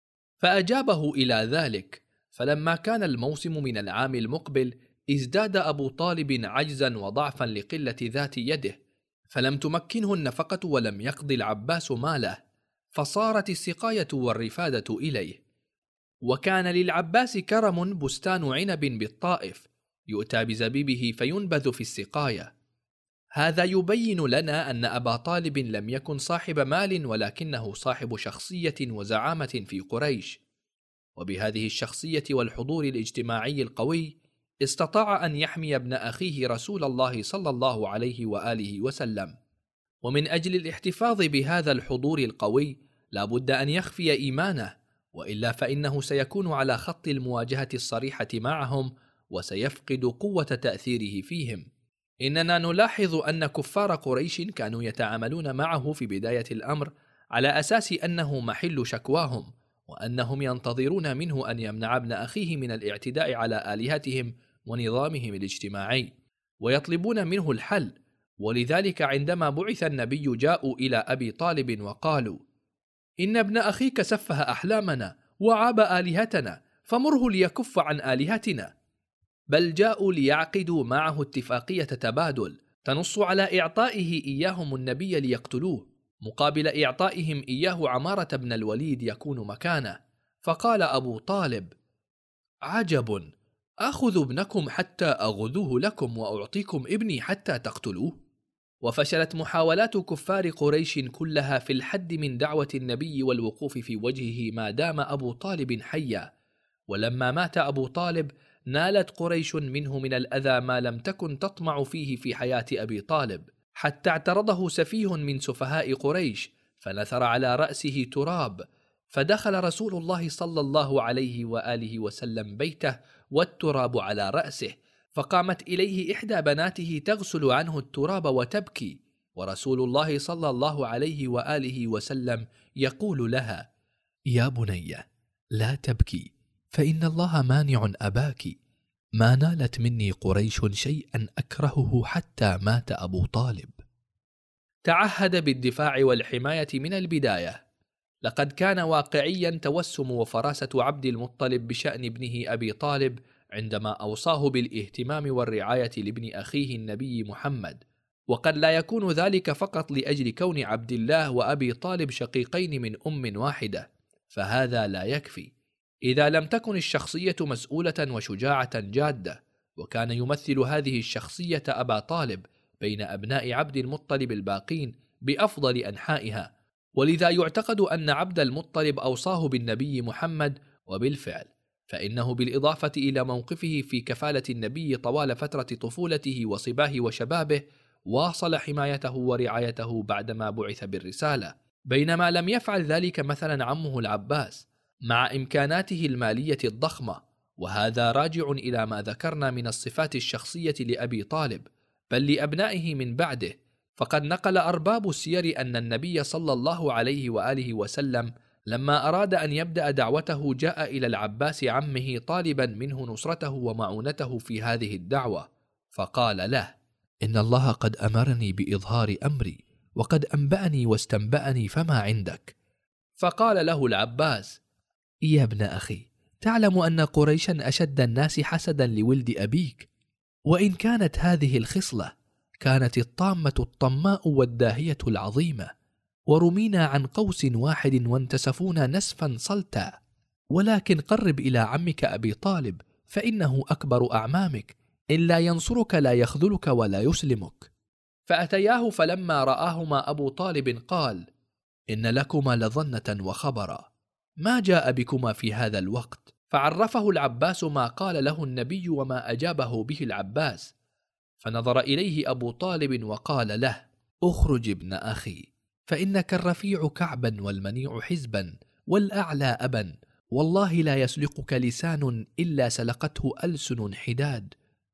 فأجابه إلى ذلك. فلما كان الموسم من العام المقبل ازداد أبو طالب عجزا وضعفا لقلة ذات يده، فلم تمكنه النفقة ولم يقضي العباس ماله، فصارت السقاية والرفادة إليه. وكان للعباس كرم بستان عنب بالطائف، يؤتى بزبيبه فينبذ في السقاية. هذا يبين لنا أن أبا طالب لم يكن صاحب مال، ولكنه صاحب شخصية وزعامة في قريش، وبهذه الشخصية والحضور الاجتماعي القوي استطاع أن يحمي ابن أخيه رسول الله صلى الله عليه وآله وسلم. ومن أجل الاحتفاظ بهذا الحضور القوي لا بد أن يخفي إيمانه، وإلا فإنه سيكون على خط المواجهة الصريحة معهم، وسيفقد قوة تأثيره فيهم. إننا نلاحظ أن كفار قريش كانوا يتعاملون معه في بداية الأمر على أساس أنه محل شكواهم، وأنهم ينتظرون منه أن يمنع ابن أخيه من الاعتداء على آلهتهم ونظامهم الاجتماعي، ويطلبون منه الحل. ولذلك عندما بعث النبي جاءوا إلى أبي طالب وقالوا: إن ابن أخيك سفه أحلامنا وعاب آلهتنا، فمره ليكف عن آلهتنا. بل جاءوا ليعقدوا معه اتفاقية تبادل تنص على إعطائه إياهم النبي ليقتلوه، مقابل إعطائهم إياه عمارة بن الوليد يكون مكانه. فقال أبو طالب: عجب، أخذ ابنكم حتى أغذوه لكم، وأعطيكم ابني حتى تقتلوه؟ وفشلت محاولات كفار قريش كلها في الحد من دعوة النبي والوقوف في وجهه ما دام أبو طالب حيا. ولما مات أبو طالب نالت قريش منه من الأذى ما لم تكن تطمع فيه في حياة أبي طالب، حتى اعترضه سفيه من سفهاء قريش فنثر على رأسه تراب، فدخل رسول الله صلى الله عليه وآله وسلم بيته والتراب على رأسه، فقامت إليه إحدى بناته تغسل عنه التراب وتبكي، ورسول الله صلى الله عليه وآله وسلم يقول لها: يا بني لا تبكي، فإن الله مانع أباك، ما نالت مني قريش شيئا أكرهه حتى مات أبو طالب. تعهد بالدفاع والحماية من البداية. لقد كان واقعيا توسم وفراسة عبد المطلب بشأن ابنه أبي طالب عندما أوصاه بالاهتمام والرعاية لابن أخيه النبي محمد، وقد لا يكون ذلك فقط لأجل كون عبد الله وأبي طالب شقيقين من أم واحدة، فهذا لا يكفي إذا لم تكن الشخصية مسؤولة وشجاعة جادة. وكان يمثل هذه الشخصية أبا طالب بين أبناء عبد المطلب الباقين بأفضل أنحائها، ولذا يعتقد أن عبد المطلب أوصاه بالنبي محمد، وبالفعل فإنه بالإضافة إلى موقفه في كفالة النبي طوال فترة طفولته وصباه وشبابه واصل حمايته ورعايته بعدما بعث بالرسالة، بينما لم يفعل ذلك مثلا عمه العباس مع إمكاناته المالية الضخمة. وهذا راجع إلى ما ذكرنا من الصفات الشخصية لأبي طالب بل لأبنائه من بعده، فقد نقل أرباب السير أن النبي صلى الله عليه وآله وسلم لما أراد أن يبدأ دعوته جاء إلى العباس عمه طالبا منه نصرته ومعونته في هذه الدعوة، فقال له: إن الله قد أمرني بإظهار أمري، وقد أنبأني واستنبأني، فما عندك؟ فقال له العباس: يا ابن أخي، تعلم أن قريشا أشد الناس حسدا لولد أبيك، وإن كانت هذه الخصلة كانت الطامة الطماء والداهية العظيمة، ورمينا عن قوس واحد وانتسفونا نسفا صلتا، ولكن قرب إلى عمك أبي طالب فإنه أكبر أعمامك، إن لا ينصرك لا يخذلك ولا يسلمك. فأتياه فلما رآهما أبو طالب قال: إن لكما لظنة وخبرا، ما جاء بكما في هذا الوقت؟ فعرفه العباس ما قال له النبي وما أجابه به العباس، فنظر إليه أبو طالب وقال له: اخرج ابن أخي، فإنك الرفيع كعبا والمنيع حزبا والأعلى أبا، والله لا يسلقك لسان إلا سلقته ألسن حداد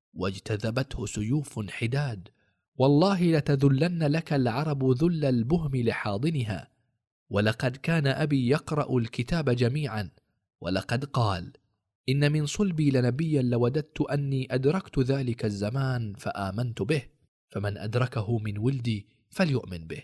واجتذبته سيوف حداد، والله لتذلن لك العرب ذل البهم لحاضنها، ولقد كان أبي يقرأ الكتاب جميعا، ولقد قال: إن من صلبي لنبيا لوددت أني أدركت ذلك الزمان فآمنت به، فمن أدركه من ولدي فليؤمن به.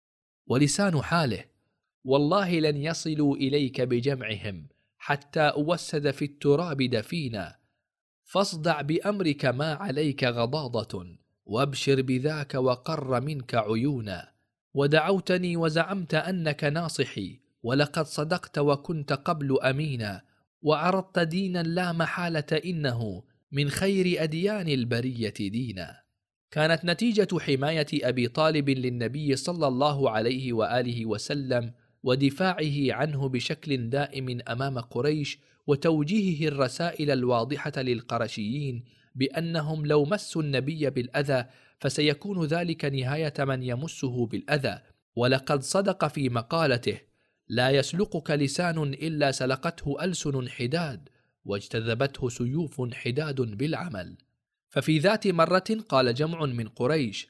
ولسان حاله: والله لن يصلوا إليك بجمعهم حتى أوسد في التراب دفينا، فاصدع بأمرك ما عليك غضاضة، وابشر بذاك وقر منك عيونا، ودعوتني وزعمت أنك ناصحي، ولقد صدقت وكنت قبل أمينا، وعرضت دينا لا محالة إنه من خير أديان البرية دينا. كانت نتيجة حماية أبي طالب للنبي صلى الله عليه وآله وسلم ودفاعه عنه بشكل دائم أمام قريش، وتوجيهه الرسائل الواضحة للقرشيين بأنهم لو مسوا النبي بالأذى فسيكون ذلك نهاية من يمسه بالأذى، ولقد صدق في مقالته: لا يسلقك لسان إلا سلقته ألسن حداد واجتذبته سيوف حداد بالعمل. ففي ذات مرة قال جمع من قريش: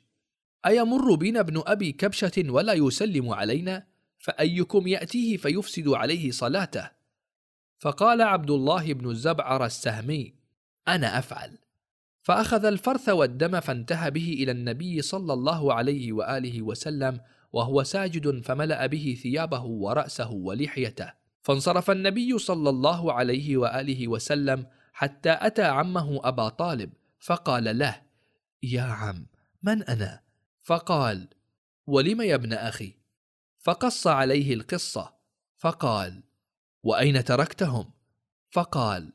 أيمر بنا ابن أبي كبشة ولا يسلم علينا؟ فأيكم يأتيه فيفسد عليه صلاته؟ فقال عبد الله بن الزبعر السهمي: أنا أفعل. فأخذ الفرث والدم فانتهى به إلى النبي صلى الله عليه وآله وسلم وهو ساجد، فملأ به ثيابه ورأسه ولحيته. فانصرف النبي صلى الله عليه وآله وسلم حتى أتى عمه أبا طالب فقال له: يا عم، من أنا؟ فقال: ولم يا ابن أخي؟ فقص عليه القصة، فقال: وأين تركتهم؟ فقال: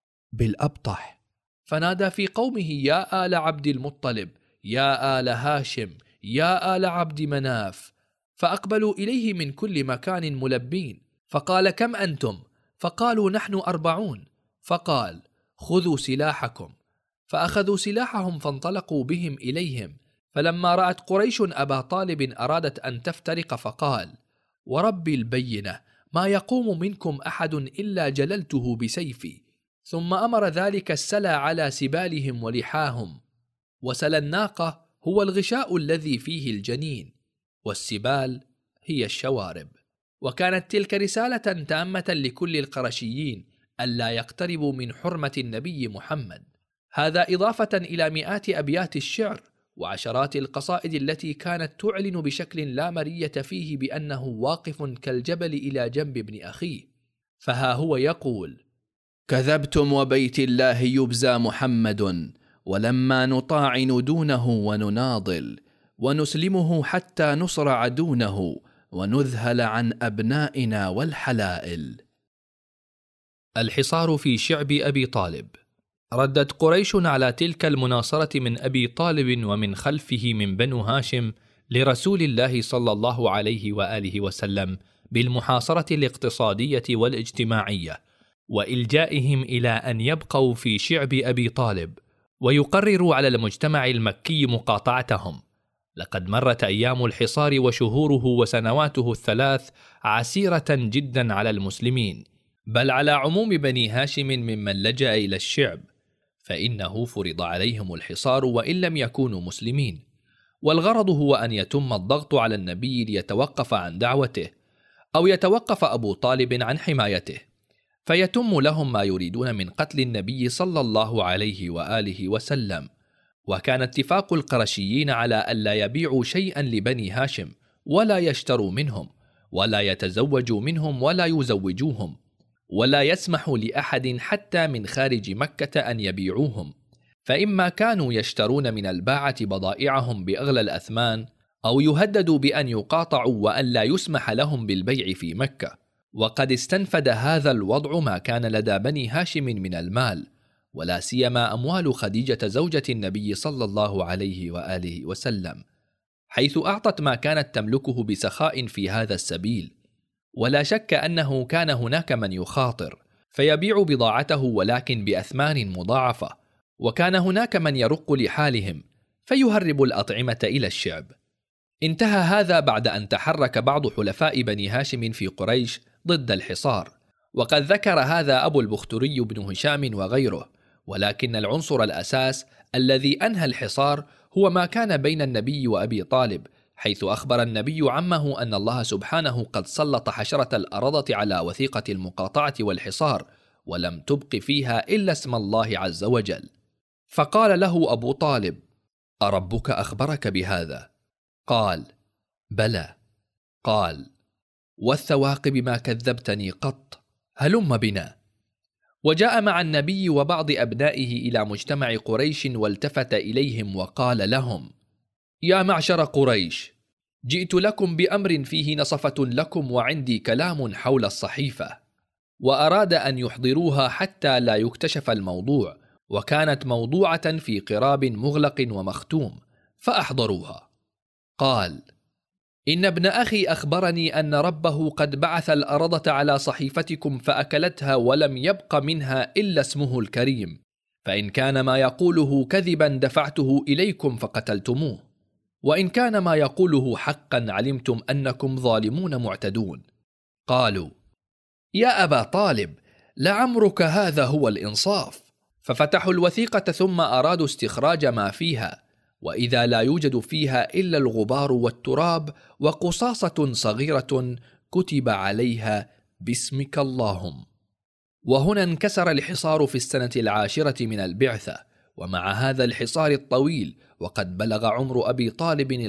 بالأبطح. فنادى في قومه: يا آل عبد المطلب، يا آل هاشم، يا آل عبد مناف، فأقبلوا إليه من كل مكان ملبين. فقال: كم أنتم؟ فقالوا: نحن 40. فقال: خذوا سلاحكم. فأخذوا سلاحهم فانطلقوا بهم إليهم. فلما رأت قريش أبا طالب أرادت أن تفترق، فقال: ورب البينة ما يقوم منكم أحد إلا جللته بسيفي. ثم أمر ذلك السلى على سبالهم ولحاهم. وسلى الناقة هو الغشاء الذي فيه الجنين، والسبال هي الشوارب. وكانت تلك رسالة تامة لكل القرشيين ألا يقتربوا من حرمة النبي محمد. هذا إضافة إلى مئات أبيات الشعر وعشرات القصائد التي كانت تعلن بشكل لا مرية فيه بأنه واقف كالجبل إلى جنب ابن أخيه. فها هو يقول: كذبتم وبيت الله يبزى محمد، ولما نطاعن دونه ونناضل، ونسلمه حتى نصرع دونه، ونذهل عن أبنائنا والحلائل. الحصار في شعب أبي طالب. ردت قريش على تلك المناصرة من أبي طالب ومن خلفه من بنو هاشم لرسول الله صلى الله عليه وآله وسلم بالمحاصرة الاقتصادية والاجتماعية، وإلجائهم إلى أن يبقوا في شعب أبي طالب ويقرروا على المجتمع المكي مقاطعتهم. لقد مرت أيام الحصار وشهوره وسنواته الثلاث عسيرة جدا على المسلمين، بل على عموم بني هاشم ممن لجأ إلى الشعب، فإنه فرض عليهم الحصار وإن لم يكونوا مسلمين. والغرض هو أن يتم الضغط على النبي ليتوقف عن دعوته، أو يتوقف أبو طالب عن حمايته، فيتم لهم ما يريدون من قتل النبي صلى الله عليه وآله وسلم. وكان اتفاق القرشيين على ألا يبيعوا شيئا لبني هاشم، ولا يشتروا منهم، ولا يتزوجوا منهم، ولا يزوجوهم، ولا يسمحوا لأحد حتى من خارج مكة أن يبيعوهم، فإما كانوا يشترون من الباعة بضائعهم بأغلى الأثمان، أو يهددوا بأن يقاطعوا وأن لا يسمح لهم بالبيع في مكة. وقد استنفد هذا الوضع ما كان لدى بني هاشم من المال، ولا سيما أموال خديجة زوجة النبي صلى الله عليه وآله وسلم، حيث أعطت ما كانت تملكه بسخاء في هذا السبيل. ولا شك أنه كان هناك من يخاطر فيبيع بضاعته ولكن بأثمان مضاعفة، وكان هناك من يرق لحالهم فيهرب الأطعمة إلى الشعب. انتهى هذا بعد أن تحرك بعض حلفاء بني هاشم في قريش ضد الحصار، وقد ذكر هذا أبو البختري بن هشام وغيره، ولكن العنصر الأساس الذي أنهى الحصار هو ما كان بين النبي وأبي طالب، حيث أخبر النبي عمه أن الله سبحانه قد سلط حشرة الأرضة على وثيقة المقاطعة والحصار، ولم تبق فيها إلا اسم الله عز وجل. فقال له أبو طالب: أربك أخبرك بهذا؟ قال: بلى. قال: والثواقب ما كذبتني قط، هلم بنا. وجاء مع النبي وبعض أبنائه إلى مجتمع قريش، والتفت إليهم وقال لهم: يا معشر قريش، جئت لكم بأمر فيه نصفة لكم وعندي كلام حول الصحيفة. وأراد أن يحضروها حتى لا يكتشف الموضوع، وكانت موضوعة في قراب مغلق ومختوم، فأحضروها. قال: إن ابن أخي أخبرني أن ربه قد بعث الأرضة على صحيفتكم فأكلتها، ولم يبق منها إلا اسمه الكريم، فإن كان ما يقوله كذبا دفعته إليكم فقتلتموه، وإن كان ما يقوله حقا علمتم أنكم ظالمون معتدون. قالوا: يا أبا طالب، لعمرك هذا هو الإنصاف. ففتحوا الوثيقة ثم أرادوا استخراج ما فيها، وإذا لا يوجد فيها إلا الغبار والتراب وقصاصة صغيرة كتب عليها باسمك اللهم. وهنا انكسر الحصار في السنة 10 من البعثة، ومع هذا الحصار الطويل وقد بلغ عمر أبي طالب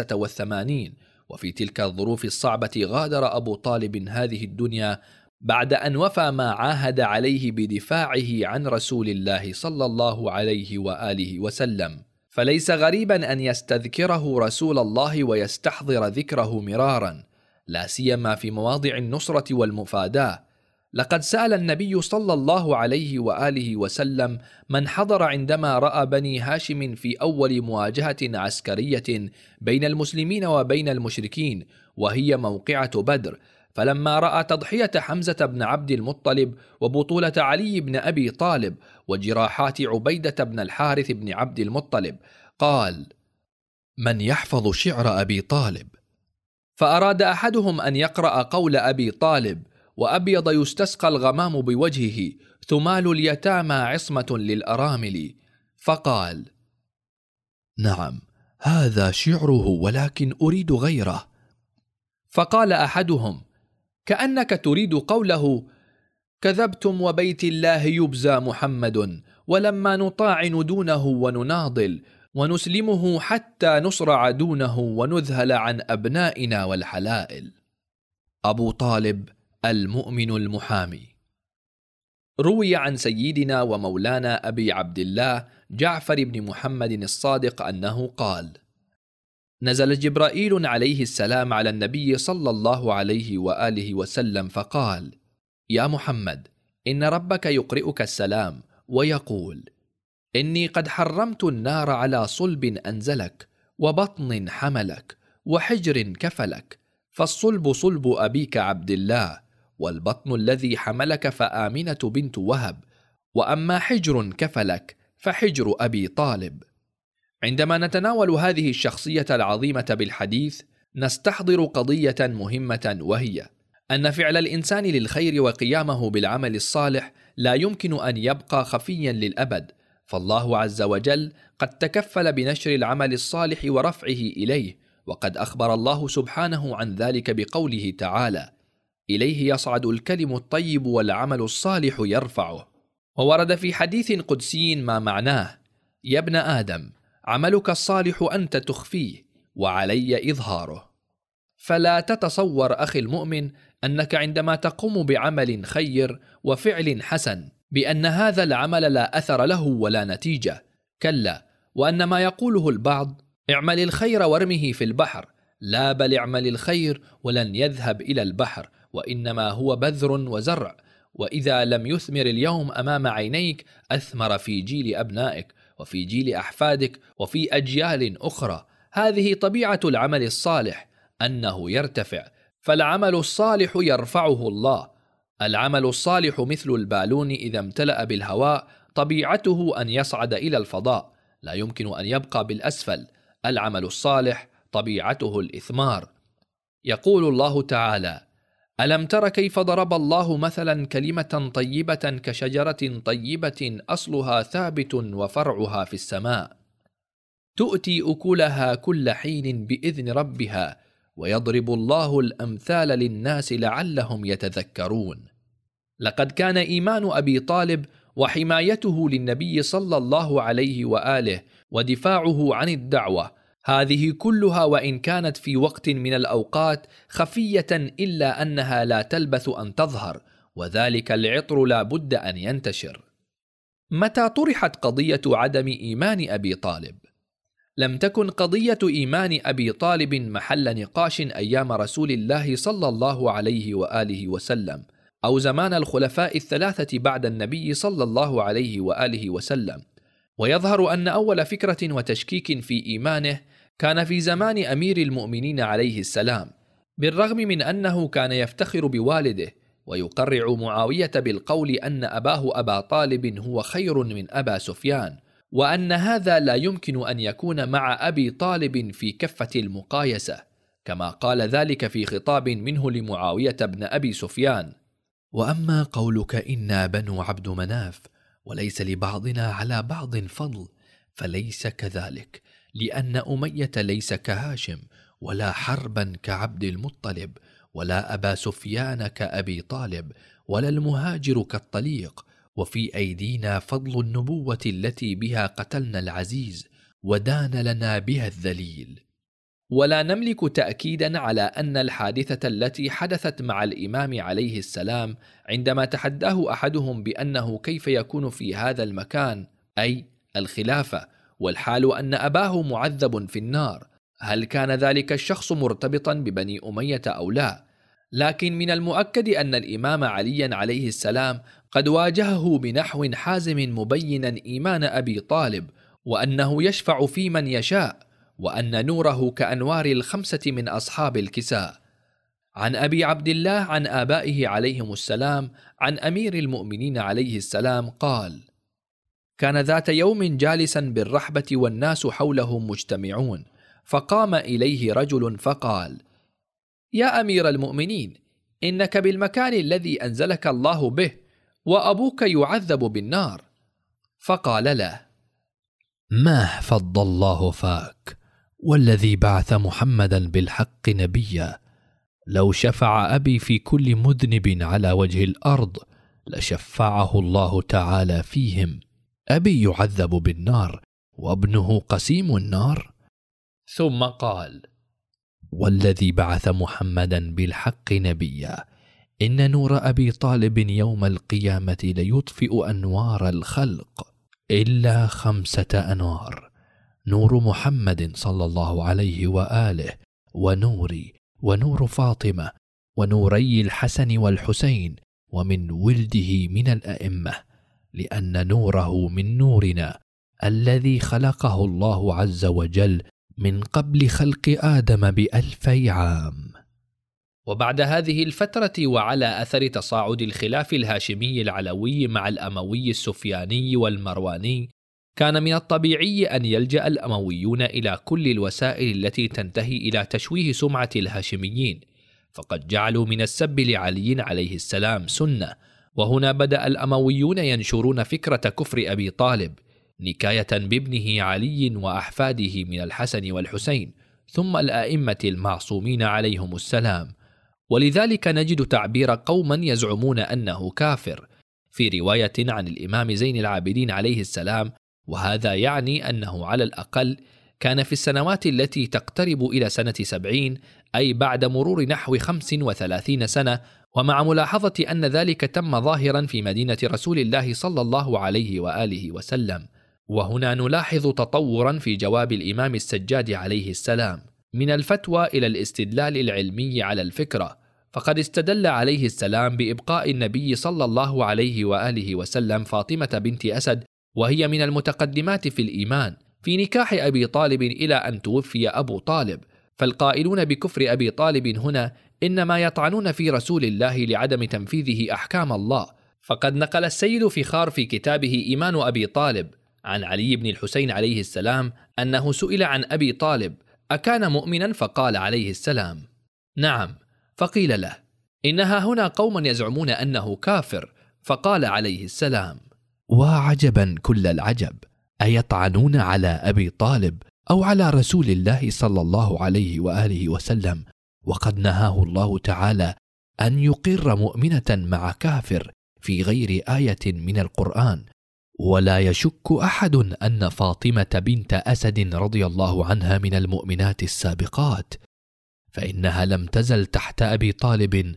85، وفي تلك الظروف الصعبة غادر أبو طالب هذه الدنيا بعد أن وفى ما عاهد عليه بدفاعه عن رسول الله صلى الله عليه وآله وسلم. فليس غريبا أن يستذكره رسول الله ويستحضر ذكره مرارا، لا سيما في مواضع النصرة والمفاداة. لقد سأل النبي صلى الله عليه وآله وسلم من حضر عندما رأى بني هاشم في أول مواجهة عسكرية بين المسلمين وبين المشركين، وهي موقعة بدر، فلما رأى تضحية حمزة بن عبد المطلب وبطولة علي بن أبي طالب وجراحات عبيدة بن الحارث بن عبد المطلب، قال: من يحفظ شعر أبي طالب؟ فأراد أحدهم أن يقرأ قول أبي طالب: وأبيض يستسقى الغمام بوجهه، ثمال اليتامى عصمة للأرامل، فقال: نعم، هذا شعره، ولكن أريد غيره. فقال أحدهم: كأنك تريد قوله: كذبتم وبيت الله يبزى محمد، ولما نطاعن دونه ونناضل، ونسلمه حتى نصرع دونه، ونذهل عن أبنائنا والحلائل. أبو طالب المؤمن المحامي. روي عن سيدنا ومولانا أبي عبد الله جعفر بن محمد الصادق أنه قال: نزل جبرائيل عليه السلام على النبي صلى الله عليه وآله وسلم فقال: يا محمد، إن ربك يقرئك السلام ويقول: إني قد حرمت النار على صلب أنزلك، وبطن حملك، وحجر كفلك، فالصلب صلب أبيك عبد الله، والبطن الذي حملك فآمنة بنت وهب، وأما حجر كفلك فحجر أبي طالب. عندما نتناول هذه الشخصية العظيمة بالحديث نستحضر قضية مهمة، وهي أن فعل الإنسان للخير وقيامه بالعمل الصالح لا يمكن أن يبقى خفيا للأبد، فالله عز وجل قد تكفل بنشر العمل الصالح ورفعه إليه، وقد أخبر الله سبحانه عن ذلك بقوله تعالى: إليه يصعد الكلم الطيب والعمل الصالح يرفعه. وورد في حديث قدسي ما معناه: يا ابن آدم، عملك الصالح أنت تخفيه، وعلي إظهاره. فلا تتصور أخي المؤمن أنك عندما تقوم بعمل خير وفعل حسن بأن هذا العمل لا أثر له ولا نتيجة، كلا، وأن ما يقوله البعض: اعمل الخير وارمه في البحر، لا، بل اعمل الخير ولن يذهب إلى البحر، وإنما هو بذر وزرع، وإذا لم يثمر اليوم أمام عينيك أثمر في جيل أبنائك وفي جيل أحفادك وفي أجيال أخرى. هذه طبيعة العمل الصالح، أنه يرتفع، فالعمل الصالح يرفعه الله. العمل الصالح مثل البالون إذا امتلأ بالهواء، طبيعته أن يصعد إلى الفضاء، لا يمكن أن يبقى بالأسفل. العمل الصالح طبيعته الإثمار. يقول الله تعالى: ألم تر كيف ضرب الله مثلا كلمة طيبة كشجرة طيبة أصلها ثابت وفرعها في السماء تؤتي أكلها كل حين بإذن ربها ويضرب الله الأمثال للناس لعلهم يتذكرون. لقد كان إيمان أبي طالب وحمايته للنبي صلى الله عليه وآله ودفاعه عن الدعوة هذه كلها، وإن كانت في وقت من الأوقات خفية إلا أنها لا تلبث أن تظهر، وذلك العطر لا بد أن ينتشر. متى طرحت قضية عدم إيمان أبي طالب؟ لم تكن قضية إيمان أبي طالب محل نقاش أيام رسول الله صلى الله عليه وآله وسلم أو زمان الخلفاء الثلاثة بعد النبي صلى الله عليه وآله وسلم، ويظهر أن أول فكرة وتشكيك في إيمانه كان في زمان أمير المؤمنين عليه السلام، بالرغم من أنه كان يفتخر بوالده ويقرع معاوية بالقول أن أباه أبا طالب هو خير من أبا سفيان، وأن هذا لا يمكن أن يكون مع أبي طالب في كفة المقايسة، كما قال ذلك في خطاب منه لمعاوية بن أبي سفيان: وأما قولك إنا بنو عبد مناف وليس لبعضنا على بعض فضل فليس كذلك، لأن أمية ليس كهاشم ولا حربا كعبد المطلب ولا أبا سفيان كأبي طالب ولا المهاجر كالطليق، وفي أيدينا فضل النبوة التي بها قتلنا العزيز ودان لنا بها الذليل. ولا نملك تأكيدا على أن الحادثة التي حدثت مع الإمام عليه السلام عندما تحداه أحدهم بأنه كيف يكون في هذا المكان، أي الخلافة، والحال أن أباه معذب في النار، هل كان ذلك الشخص مرتبطا ببني أمية أو لا؟ لكن من المؤكد أن الإمام علي عليه السلام قد واجهه بنحو حازم مبينا إيمان أبي طالب، وأنه يشفع في من يشاء، وأن نوره كأنوار الخمسة من أصحاب الكساء. عن أبي عبد الله عن آبائه عليهم السلام عن أمير المؤمنين عليه السلام قال: كان ذات يوم جالسا بالرحبة والناس حوله مجتمعون، فقام إليه رجل فقال: يا أمير المؤمنين، إنك بالمكان الذي أنزلك الله به، وأبوك يعذب بالنار. فقال له: ما فض الله فاك، والذي بعث محمدا بالحق نبيا، لو شفع أبي في كل مذنب على وجه الأرض لشفعه الله تعالى فيهم. أبي يعذب بالنار وابنه قسيم النار. ثم قال: والذي بعث محمدا بالحق نبيا، إن نور أبي طالب يوم القيامة ليطفئ أنوار الخلق إلا 5 أنوار: نور محمد صلى الله عليه وآله، ونوري، ونور فاطمة، ونوري الحسن والحسين، ومن ولده من الأئمة، لأن نوره من نورنا الذي خلقه الله عز وجل من قبل خلق آدم ب2000 عام. وبعد هذه الفترة، وعلى أثر تصاعد الخلاف الهاشمي العلوي مع الأموي السفياني والمرواني، كان من الطبيعي أن يلجأ الأمويون إلى كل الوسائل التي تنتهي إلى تشويه سمعة الهاشميين، فقد جعلوا من السب لعلي عليه السلام سنة. وهنا بدأ الأمويون ينشرون فكرة كفر أبي طالب، نكاية بابنه علي وأحفاده من الحسن والحسين، ثم الآئمة المعصومين عليهم السلام. ولذلك نجد تعبير قوما يزعمون أنه كافر في رواية عن الإمام زين العابدين عليه السلام، وهذا يعني أنه على الأقل كان في السنوات التي تقترب إلى سنة 70، أي بعد مرور نحو 35 سنة، ومع ملاحظة أن ذلك تم ظاهرا في مدينة رسول الله صلى الله عليه وآله وسلم. وهنا نلاحظ تطورا في جواب الإمام السجاد عليه السلام من الفتوى إلى الاستدلال العلمي على الفكرة، فقد استدل عليه السلام بإبقاء النبي صلى الله عليه وآله وسلم فاطمة بنت أسد، وهي من المتقدمات في الإيمان، في نكاح أبي طالب إلى أن توفي أبو طالب. فالقائلون بكفر أبي طالب هنا إنما يطعنون في رسول الله لعدم تنفيذه أحكام الله، فقد نقل السيد فخار في كتابه إيمان أبي طالب عن علي بن الحسين عليه السلام أنه سئل عن أبي طالب أكان مؤمنا؟ فقال عليه السلام: نعم. فقيل له: إنها هنا قوم يزعمون أنه كافر. فقال عليه السلام: وعجبا كل العجب، أيطعنون على أبي طالب أو على رسول الله صلى الله عليه وآله وسلم، وقد نهاه الله تعالى أن يقر مؤمنة مع كافر في غير آية من القرآن. ولا يشك أحد أن فاطمة بنت أسد رضي الله عنها من المؤمنات السابقات، فإنها لم تزل تحت أبي طالب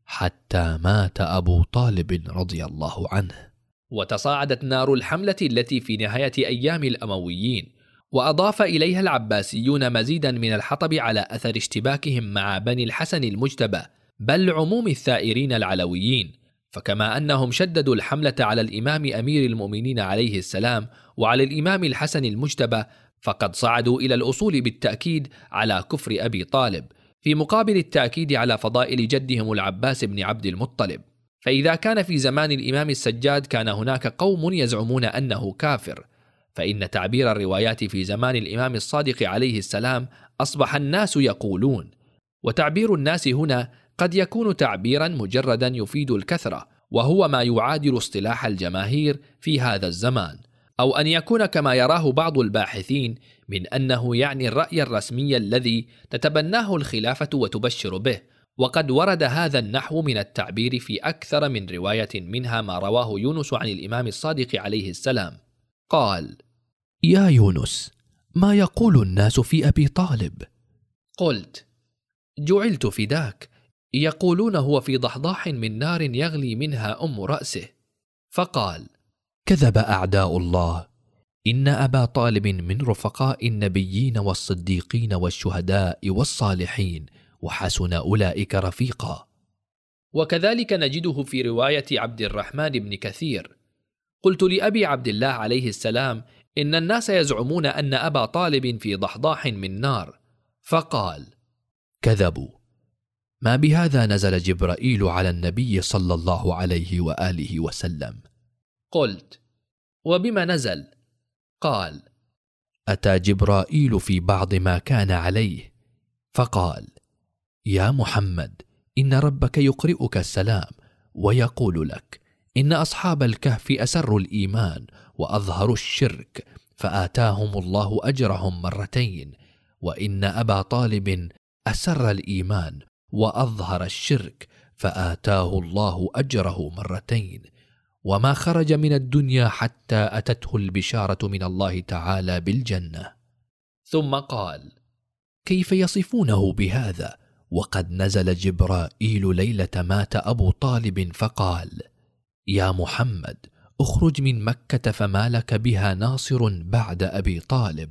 حتى مات أبو طالب رضي الله عنه. وتصاعدت نار الحملة التي في نهاية أيام الأمويين، وأضاف إليها العباسيون مزيدا من الحطب على أثر اشتباكهم مع بني الحسن المجتبى، بل عموم الثائرين العلويين. فكما أنهم شددوا الحملة على الإمام أمير المؤمنين عليه السلام وعلى الإمام الحسن المجتبى، فقد صعدوا إلى الأصول بالتأكيد على كفر أبي طالب، في مقابل التأكيد على فضائل جدهم العباس بن عبد المطلب. فإذا كان في زمان الإمام السجاد كان هناك قوم يزعمون أنه كافر، فإن تعبير الروايات في زمان الإمام الصادق عليه السلام أصبح الناس يقولون. وتعبير الناس هنا قد يكون تعبيرا مجردا يفيد الكثرة، وهو ما يعادل اصطلاح الجماهير في هذا الزمان، أو أن يكون كما يراه بعض الباحثين من أنه يعني الرأي الرسمي الذي تتبناه الخلافة وتبشر به. وقد ورد هذا النحو من التعبير في أكثر من رواية، منها ما رواه يونس عن الإمام الصادق عليه السلام قال: يا يونس، ما يقول الناس في أبي طالب؟ قلت: جعلت فداك، يقولون هو في ضحضاح من نار يغلي منها رأسه. فقال: كذب أعداء الله، إن أبا طالب من رفقاء النبيين والصديقين والشهداء والصالحين، وحسن أولئك رفيقا. وكذلك نجده في رواية عبد الرحمن بن كثير: قلت لأبي عبد الله عليه السلام: إن الناس يزعمون أن أبا طالب في ضحضاح من نار. فقال: كذبوا، ما بهذا نزل جبرائيل على النبي صلى الله عليه وآله وسلم. قلت: وبما نزل؟ قال: أتى جبرائيل في بعض ما كان عليه فقال: يا محمد، إن ربك يقرئك السلام ويقول لك إن أصحاب الكهف أسروا الإيمان وأظهروا الشرك فآتاهم الله أجرهم مرتين، وإن أبا طالب أسر الإيمان وأظهر الشرك فآتاه الله أجره مرتين، وما خرج من الدنيا حتى أتته البشارة من الله تعالى بالجنة. ثم قال: كيف يصفونه بهذا وقد نزل جبرائيل ليلة مات أبو طالب فقال: يا محمد، اخرج من مكة فما لك بها ناصر بعد أبي طالب.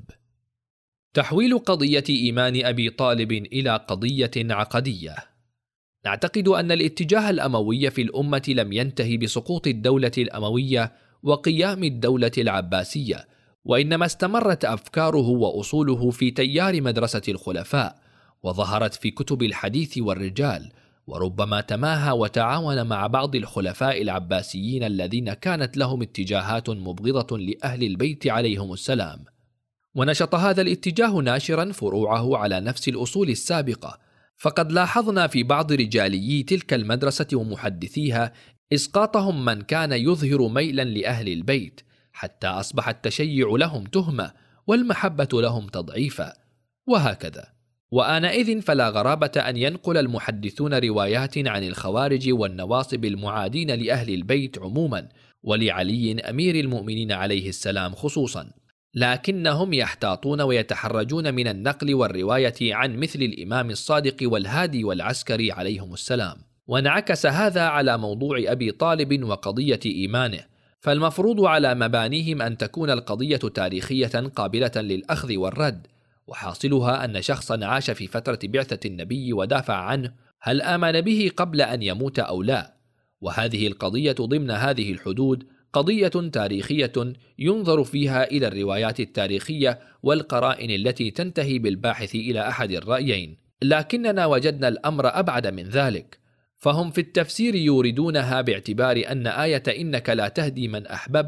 تحويل قضية إيمان أبي طالب إلى قضية عقدية. نعتقد أن الاتجاه الأموي في الأمة لم ينتهي بسقوط الدولة الأموية وقيام الدولة العباسية، وإنما استمرت أفكاره وأصوله في تيار مدرسة الخلفاء، وظهرت في كتب الحديث والرجال، وربما تماهى وتعاون مع بعض الخلفاء العباسيين الذين كانت لهم اتجاهات مبغضة لأهل البيت عليهم السلام. ونشط هذا الاتجاه ناشرا فروعه على نفس الأصول السابقة، فقد لاحظنا في بعض رجاليي تلك المدرسة ومحدثيها إسقاطهم من كان يظهر ميلا لأهل البيت، حتى أصبح التشيع لهم تهمة والمحبة لهم تضعيفا، وهكذا. وآنئذ فلا غرابة أن ينقل المحدثون روايات عن الخوارج والنواصب المعادين لأهل البيت عموما، ولعلي أمير المؤمنين عليه السلام خصوصا، لكنهم يحتاطون ويتحرجون من النقل والرواية عن مثل الإمام الصادق والهادي والعسكري عليهم السلام. وانعكس هذا على موضوع أبي طالب وقضية إيمانه، فالمفروض على مبانيهم أن تكون القضية تاريخية قابلة للأخذ والرد، وحاصلها أن شخصا عاش في فترة بعثة النبي ودافع عنه، هل آمن به قبل أن يموت أو لا؟ وهذه القضية ضمن هذه الحدود قضية تاريخية ينظر فيها إلى الروايات التاريخية والقرائن التي تنتهي بالباحث إلى أحد الرأيين، لكننا وجدنا الأمر أبعد من ذلك، فهم في التفسير يوردونها باعتبار أن آية إنك لا تهدي من أحببت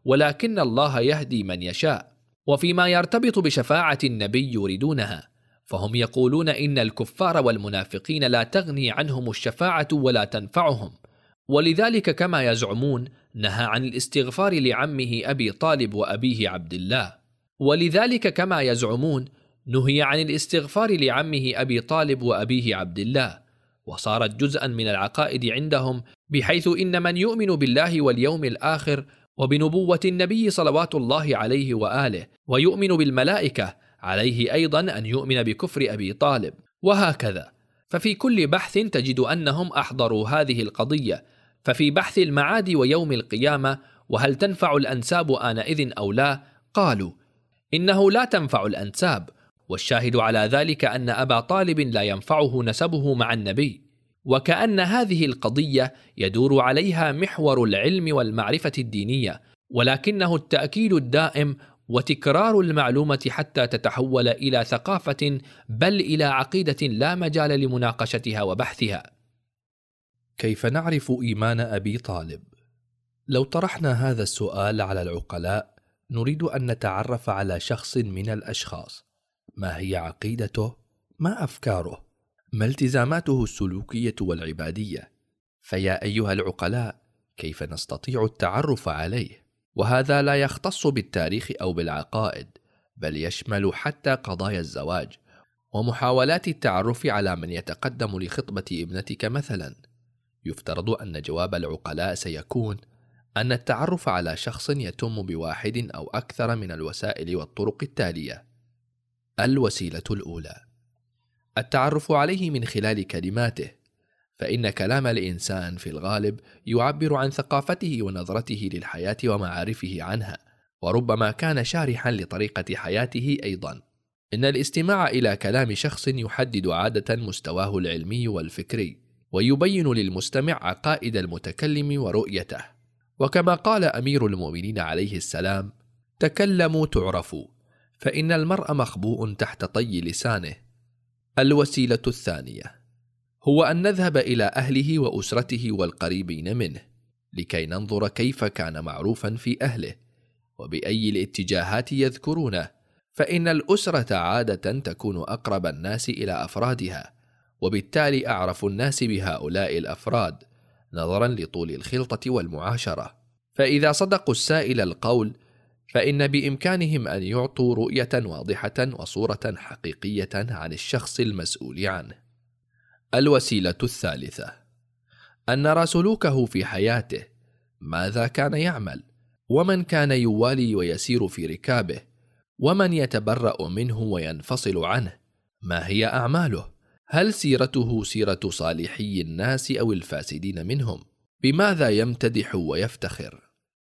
ولكن الله يهدي من يشاء. وفيما يرتبط بشفاعة النبي يريدونها، فهم يقولون إن الكفار والمنافقين لا تغني عنهم الشفاعة ولا تنفعهم، ولذلك كما يزعمون نهى عن الاستغفار لعمه أبي طالب وأبيه عبد الله، ولذلك كما يزعمون نهي عن الاستغفار لعمه أبي طالب وأبيه عبد الله، وصارت جزءا من العقائد عندهم، بحيث إن من يؤمن بالله واليوم الآخر وبنبوة النبي صلوات الله عليه وآله ويؤمن بالملائكة عليه أيضا أن يؤمن بكفر أبي طالب، وهكذا. ففي كل بحث تجد أنهم أحضروا هذه القضية. ففي بحث المعاد ويوم القيامة وهل تنفع الأنساب آنئذ أو لا، قالوا إنه لا تنفع الأنساب، والشاهد على ذلك أن أبا طالب لا ينفعه نسبه مع النبي، وكأن هذه القضية يدور عليها محور العلم والمعرفة الدينية، ولكنه التأكيد الدائم وتكرار المعلومة حتى تتحول إلى ثقافة، بل إلى عقيدة لا مجال لمناقشتها وبحثها. كيف نعرف إيمان أبي طالب؟ لو طرحنا هذا السؤال على العقلاء نريد أن نتعرف على شخص من الأشخاص. ما هي عقيدته؟ ما أفكاره؟ ما التزاماته السلوكية والعبادية؟ فيا أيها العقلاء، كيف نستطيع التعرف عليه؟ وهذا لا يختص بالتاريخ أو بالعقائد، بل يشمل حتى قضايا الزواج ومحاولات التعرف على من يتقدم لخطبة ابنتك مثلا. يفترض أن جواب العقلاء سيكون أن التعرف على شخص يتم بواحد أو أكثر من الوسائل والطرق التالية. الوسيلة الأولى: التعرف عليه من خلال كلماته، فإن كلام الإنسان في الغالب يعبر عن ثقافته ونظرته للحياة ومعارفه عنها، وربما كان شارحا لطريقة حياته أيضا. إن الاستماع إلى كلام شخص يحدد عادة مستواه العلمي والفكري، ويبين للمستمع عقائد المتكلم ورؤيته. وكما قال أمير المؤمنين عليه السلام: تكلموا تعرفوا، فإن المرء مخبوء تحت طي لسانه. الوسيلة الثانية هو أن نذهب إلى أهله وأسرته والقريبين منه لكي ننظر كيف كان معروفا في أهله وبأي الاتجاهات يذكرونه، فإن الأسرة عادة تكون أقرب الناس إلى أفرادها، وبالتالي أعرف الناس بهؤلاء الأفراد نظرا لطول الخلطة والمعاشرة. فإذا صدقوا السائل القول فإن بإمكانهم أن يعطوا رؤية واضحة وصورة حقيقية عن الشخص المسؤول عنه. الوسيلة الثالثة: أن نرى سلوكه في حياته، ماذا كان يعمل، ومن كان يوالي ويسير في ركابه، ومن يتبرأ منه وينفصل عنه، ما هي أعماله، هل سيرته سيرة صالحي الناس أو الفاسدين منهم، بماذا يمتدح ويفتخر.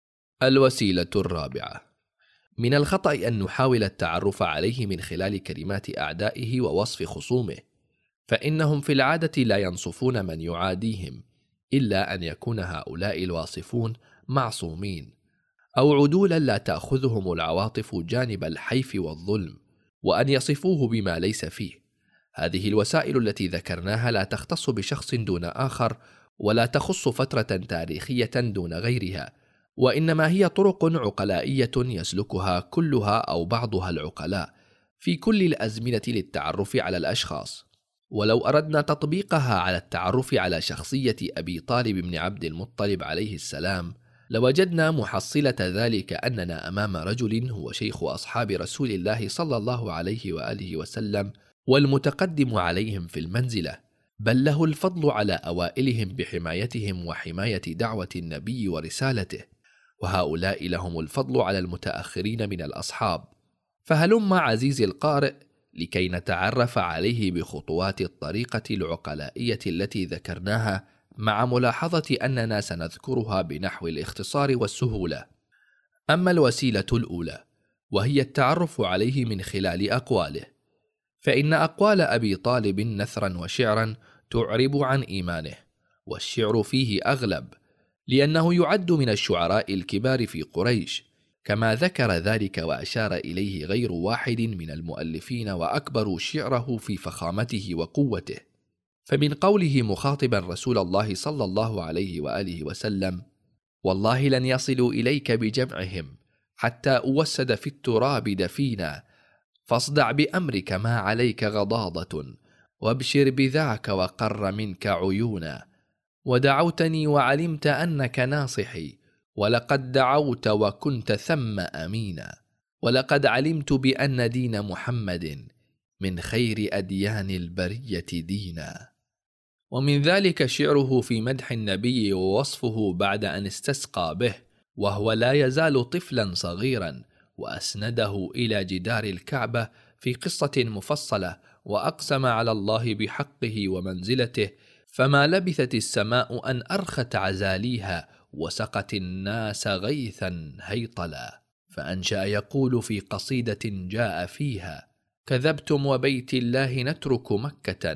الوسيلة الرابعة: من الخطأ أن نحاول التعرف عليه من خلال كلمات أعدائه ووصف خصومه، فإنهم في العادة لا ينصفون من يعاديهم، إلا أن يكون هؤلاء الواصفون معصومين أو عدولا لا تأخذهم العواطف جانب الحيف والظلم، وأن يصفوه بما ليس فيه. هذه الوسائل التي ذكرناها لا تختص بشخص دون آخر، ولا تخص فترة تاريخية دون غيرها، وإنما هي طرق عقلائية يسلكها كلها أو بعضها العقلاء في كل الأزمنة للتعرف على الأشخاص. ولو أردنا تطبيقها على التعرف على شخصية أبي طالب بن عبد المطلب عليه السلام، لوجدنا محصلة ذلك أننا أمام رجل هو شيخ أصحاب رسول الله صلى الله عليه وآله وسلم، والمتقدم عليهم في المنزلة، بل له الفضل على أوائلهم بحمايتهم وحماية دعوة النبي ورسالته، وهؤلاء لهم الفضل على المتأخرين من الأصحاب. فهلم عزيزي القارئ لكي نتعرف عليه بخطوات الطريقة العقلائية التي ذكرناها، مع ملاحظة أننا سنذكرها بنحو الاختصار والسهولة. أما الوسيلة الأولى وهي التعرف عليه من خلال أقواله، فإن أقوال أبي طالب نثرا وشعرا تعرب عن إيمانه، والشعر فيه أغلب لأنه يعد من الشعراء الكبار في قريش، كما ذكر ذلك وأشار إليه غير واحد من المؤلفين وأكبروا شعره في فخامته وقوته. فمن قوله مخاطبا رسول الله صلى الله عليه وآله وسلم: والله لن يصلوا إليك بجمعهم حتى أوسد في التراب دفينا، فاصدع بأمرك ما عليك غضاضة، وابشر بذاك وقر منك عيونا. ودعوتني وعلمت أنك ناصحي، ولقد دعوت وكنت ثم أمينا، ولقد علمت بأن دين محمد من خير أديان البرية دينا. ومن ذلك شعره في مدح النبي ووصفه بعد أن استسقى به وهو لا يزال طفلا صغيرا، وأسنده إلى جدار الكعبة في قصة مفصلة، وأقسم على الله بحقه ومنزلته، فما لبثت السماء أن أرخت عزاليها وسقت الناس غيثا هيطلا. فأنشأ يقول في قصيدة جاء فيها: كذبتم وبيت الله نترك مكة،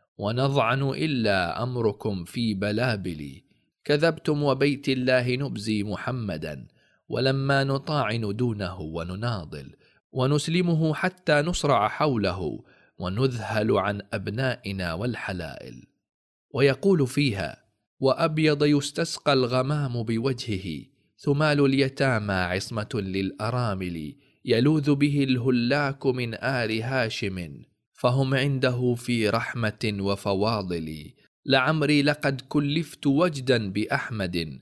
ونضعن إلا أمركم في بلابل. كذبتم وبيت الله نبزي محمدا، ولما نطاعن دونه ونناضل، ونسلمه حتى نصرع حوله، ونذهل عن أبنائنا والحلائل. ويقول فيها: وأبيض يستسقى الغمام بوجهه، ثمال اليتامى عصمة للأرامل، يلوذ به الهلاك من آل هاشم، فهم عنده في رحمة وفواضل. لعمري لقد كلفت وجدا بأحمد،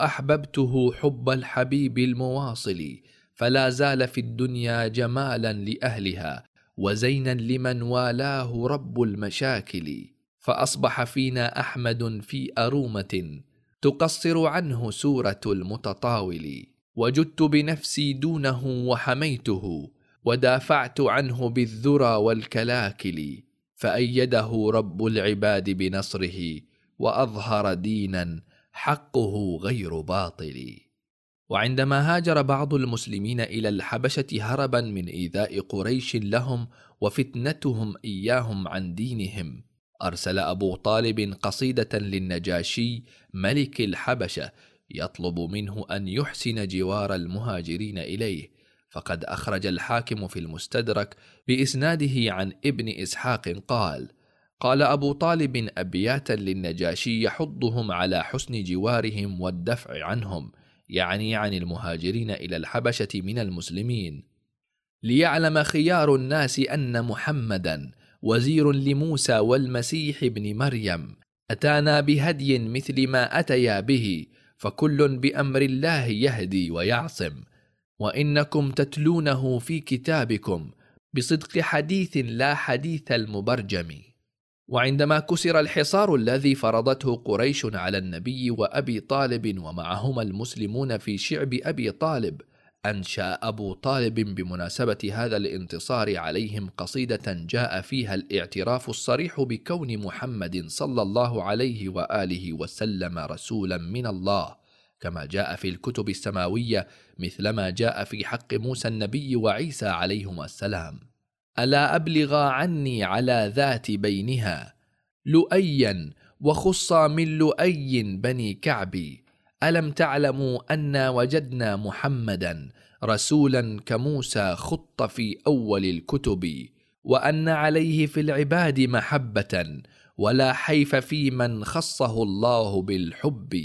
وأحببته حب الحبيب المواصل، فلا زال في الدنيا جمالا لأهلها، وزينا لمن والاه رب المشاكل. فأصبح فينا أحمد في أرومة، تقصر عنه سورة المتطاول، وجدت بنفسي دونه وحميته، ودافعت عنه بالذرى والكلاكل. فأيده رب العباد بنصره، وأظهر دينا حقه غير باطل. وعندما هاجر بعض المسلمين إلى الحبشة هربا من إيذاء قريش لهم وفتنتهم إياهم عن دينهم، أرسل أبو طالب قصيدة للنجاشي ملك الحبشة يطلب منه أن يحسن جوار المهاجرين إليه، فقد أخرج الحاكم في المستدرك بإسناده عن ابن إسحاق قال أبو طالب أبياتا للنجاشي يحضهم على حسن جوارهم والدفع عنهم، يعني عن المهاجرين إلى الحبشة من المسلمين: ليعلم خيار الناس أن محمدا وزير لموسى والمسيح ابن مريم، أتانا بهدي مثل ما أتيا به، فكل بأمر الله يهدي ويعصم، وإنكم تتلونه في كتابكم بصدق حديث لا حديث المبرجم. وعندما كسر الحصار الذي فرضته قريش على النبي وأبي طالب ومعهما المسلمون في شعب أبي طالب، أنشأ أبو طالب بمناسبة هذا الانتصار عليهم قصيدة جاء فيها الاعتراف الصريح بكون محمد صلى الله عليه وآله وسلم رسولا من الله، كما جاء في الكتب السماوية مثلما جاء في حق موسى النبي وعيسى عليهما السلام: ألا أبلغا عني على ذات بينها لؤيا، وخص من لؤي بني كعبي، ألم تعلموا أنا وجدنا محمدا رسولا كموسى خط في أول الكتب، وأن عليه في العباد محبة، ولا حيف في من خصه الله بالحب.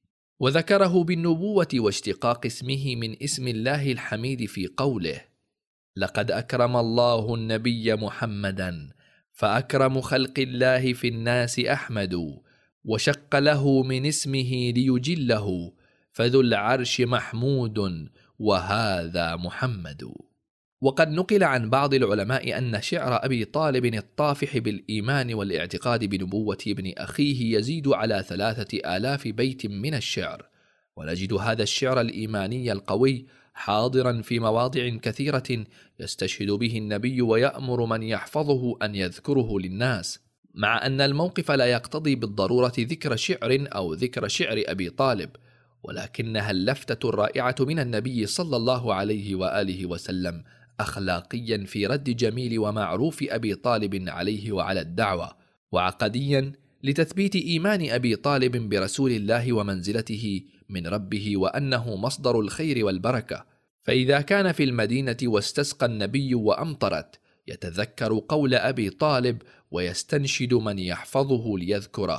وذكره بالنبوة واشتقاق اسمه من اسم الله الحميد في قوله: لقد أكرم الله النبي محمدا، فأكرم خلق الله في الناس أحمد، وشق له من اسمه ليجله، فذو العرش محمود وهذا محمد. وقد نقل عن بعض العلماء أن شعر أبي طالب الطافح بالإيمان والاعتقاد بنبوة ابن أخيه يزيد على 3000 بيت من الشعر، ونجد هذا الشعر الإيماني القوي حاضرا في مواضع كثيرة يستشهد به النبي ويأمر من يحفظه أن يذكره للناس، مع أن الموقف لا يقتضي بالضرورة ذكر شعر أو ذكر شعر أبي طالب، ولكنها اللفتة الرائعة من النبي صلى الله عليه وآله وسلم أخلاقيا في رد جميل ومعروف أبي طالب عليه وعلى الدعوة، وعقديا لتثبيت إيمان أبي طالب برسول الله ومنزلته من ربه وأنه مصدر الخير والبركة. فإذا كان في المدينة واستسقى النبي وأمطرت يتذكر قول أبي طالب ويستنشد من يحفظه ليذكره: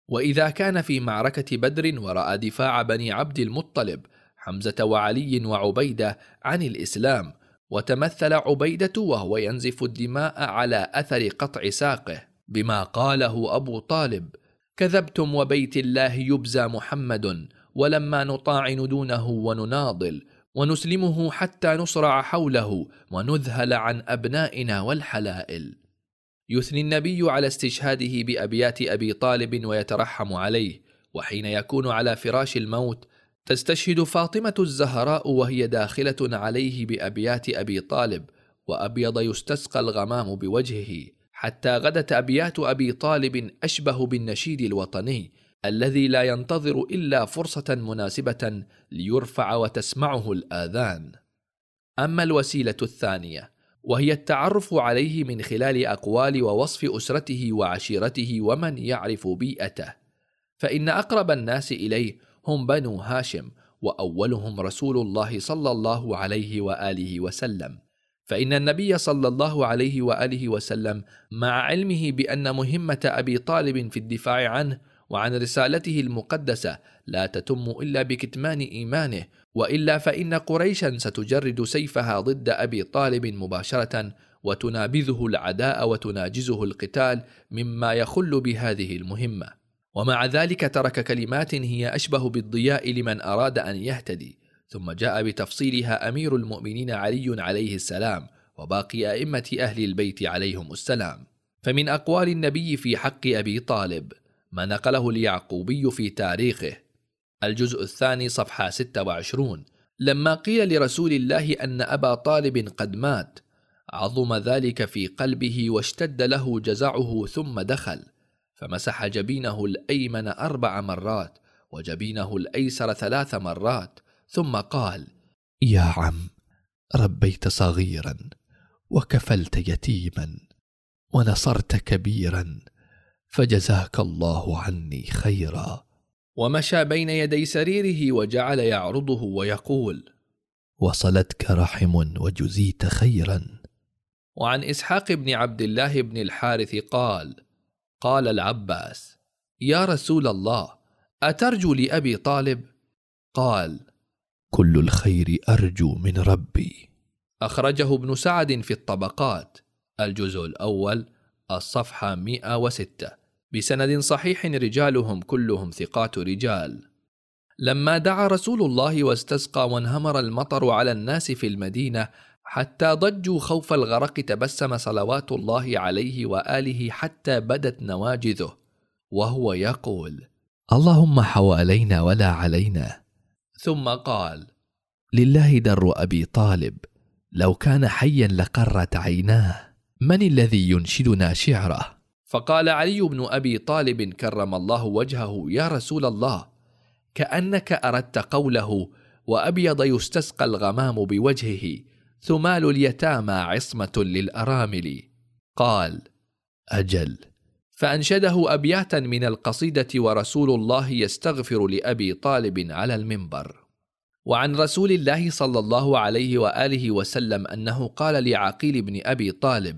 وإذا كان في معركة بدر ورأى دفاع بني عبد المطلب حمزة وعلي وعبيدة عن الإسلام، وتمثل عبيدة وهو ينزف الدماء على أثر قطع ساقه بما قاله أبو طالب: كذبتم وبيت الله يبزى محمد، ولما نطاعن دونه ونناضل ونسلمه حتى نصرع حوله ونذهل عن أبنائنا والحلائل. يثني النبي على استشهاده بأبيات أبي طالب ويترحم عليه، وحين يكون على فراش الموت تستشهد فاطمة الزهراء وهي داخلة عليه بأبيات أبي طالب: وأبيض يستسقى الغمام بوجهه، حتى غدت أبيات أبي طالب أشبه بالنشيد الوطني الذي لا ينتظر إلا فرصة مناسبة ليرفع وتسمعه الآذان. أما الوسيلة الثانية وهي التعرف عليه من خلال أقوال ووصف أسرته وعشيرته ومن يعرف بيئته، فإن أقرب الناس إليه هم بنو هاشم، وأولهم رسول الله صلى الله عليه وآله وسلم، فإن النبي صلى الله عليه وآله وسلم مع علمه بأن مهمة أبي طالب في الدفاع عنه وعن رسالته المقدسة لا تتم إلا بكتمان إيمانه، وإلا فإن قريشا ستجرد سيفها ضد أبي طالب مباشرة وتنابذه العداء وتناجزه القتال مما يخل بهذه المهمة. ومع ذلك ترك كلمات هي أشبه بالضياء لمن أراد أن يهتدي، ثم جاء بتفصيلها أمير المؤمنين علي عليه السلام وباقي أئمة أهل البيت عليهم السلام. فمن أقوال النبي في حق أبي طالب ما نقله اليعقوبي في تاريخه الجزء الثاني صفحة 26: لما قيل لرسول الله أن أبا طالب قد مات عظم ذلك في قلبه واشتد له جزعه، ثم دخل فمسح جبينه الأيمن 4 مرات وجبينه الأيسر 3 مرات، ثم قال: يا عم، ربيت صغيرا وكفلت يتيما ونصرت كبيرا، فجزاك الله عني خيرا. ومشى بين يدي سريره وجعل يعرضه ويقول: وصلتك رحم وجزيت خيرا. وعن إسحاق بن عبد الله بن الحارث قال: قال العباس: يا رسول الله، أترجو لأبي طالب؟ قال: كل الخير أرجو من ربي. أخرجه ابن سعد في الطبقات الجزء الأول الصفحة 106 بسند صحيح رجالهم كلهم ثقات رجال. لما دعا رسول الله واستسقى وانهمر المطر على الناس في المدينة حتى ضجوا خوف الغرق، تبسم صلوات الله عليه وآله حتى بدت نواجذه وهو يقول: اللهم حوالينا ولا علينا. ثم قال: لله در أبي طالب، لو كان حيا لقرت عيناه، من الذي ينشدنا شعره؟ فقال علي بن أبي طالب كرم الله وجهه: يا رسول الله، كأنك أردت قوله: وأبيض يستسقى الغمام بوجهه، ثمال اليتامى عصمة للأرامل. قال: أجل. فأنشده أبياتا من القصيدة ورسول الله يستغفر لأبي طالب على المنبر. وعن رسول الله صلى الله عليه وآله وسلم أنه قال لعقيل بن أبي طالب: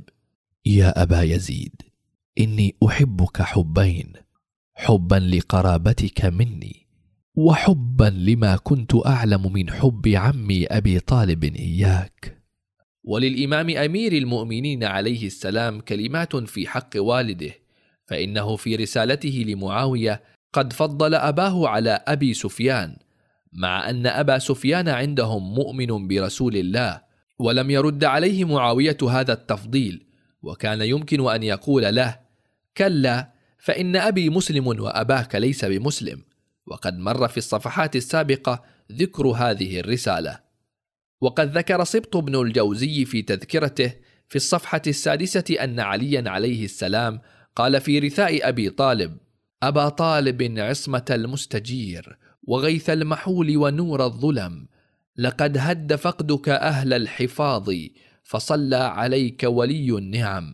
يا أبا يزيد، إني أحبك حبين، حبا لقرابتك مني، وحبا لما كنت أعلم من حب عمي أبي طالب إياك. وللإمام أمير المؤمنين عليه السلام كلمات في حق والده، فإنه في رسالته لمعاوية قد فضل أباه على أبي سفيان، مع أن أبا سفيان عندهم مؤمن برسول الله، ولم يرد عليه معاوية هذا التفضيل، وكان يمكن أن يقول له: كلا، فإن أبي مسلم وأباك ليس بمسلم. وقد مر في الصفحات السابقة ذكر هذه الرسالة. وقد ذكر سبط بن الجوزي في تذكرته في الصفحة 6 أن عليا عليه السلام قال في رثاء أبي طالب: أبا طالب عصمة المستجير وغيث المحول ونور الظلم، لقد هد فقدك أهل الحفاظ، فصلى عليك ولي النعم،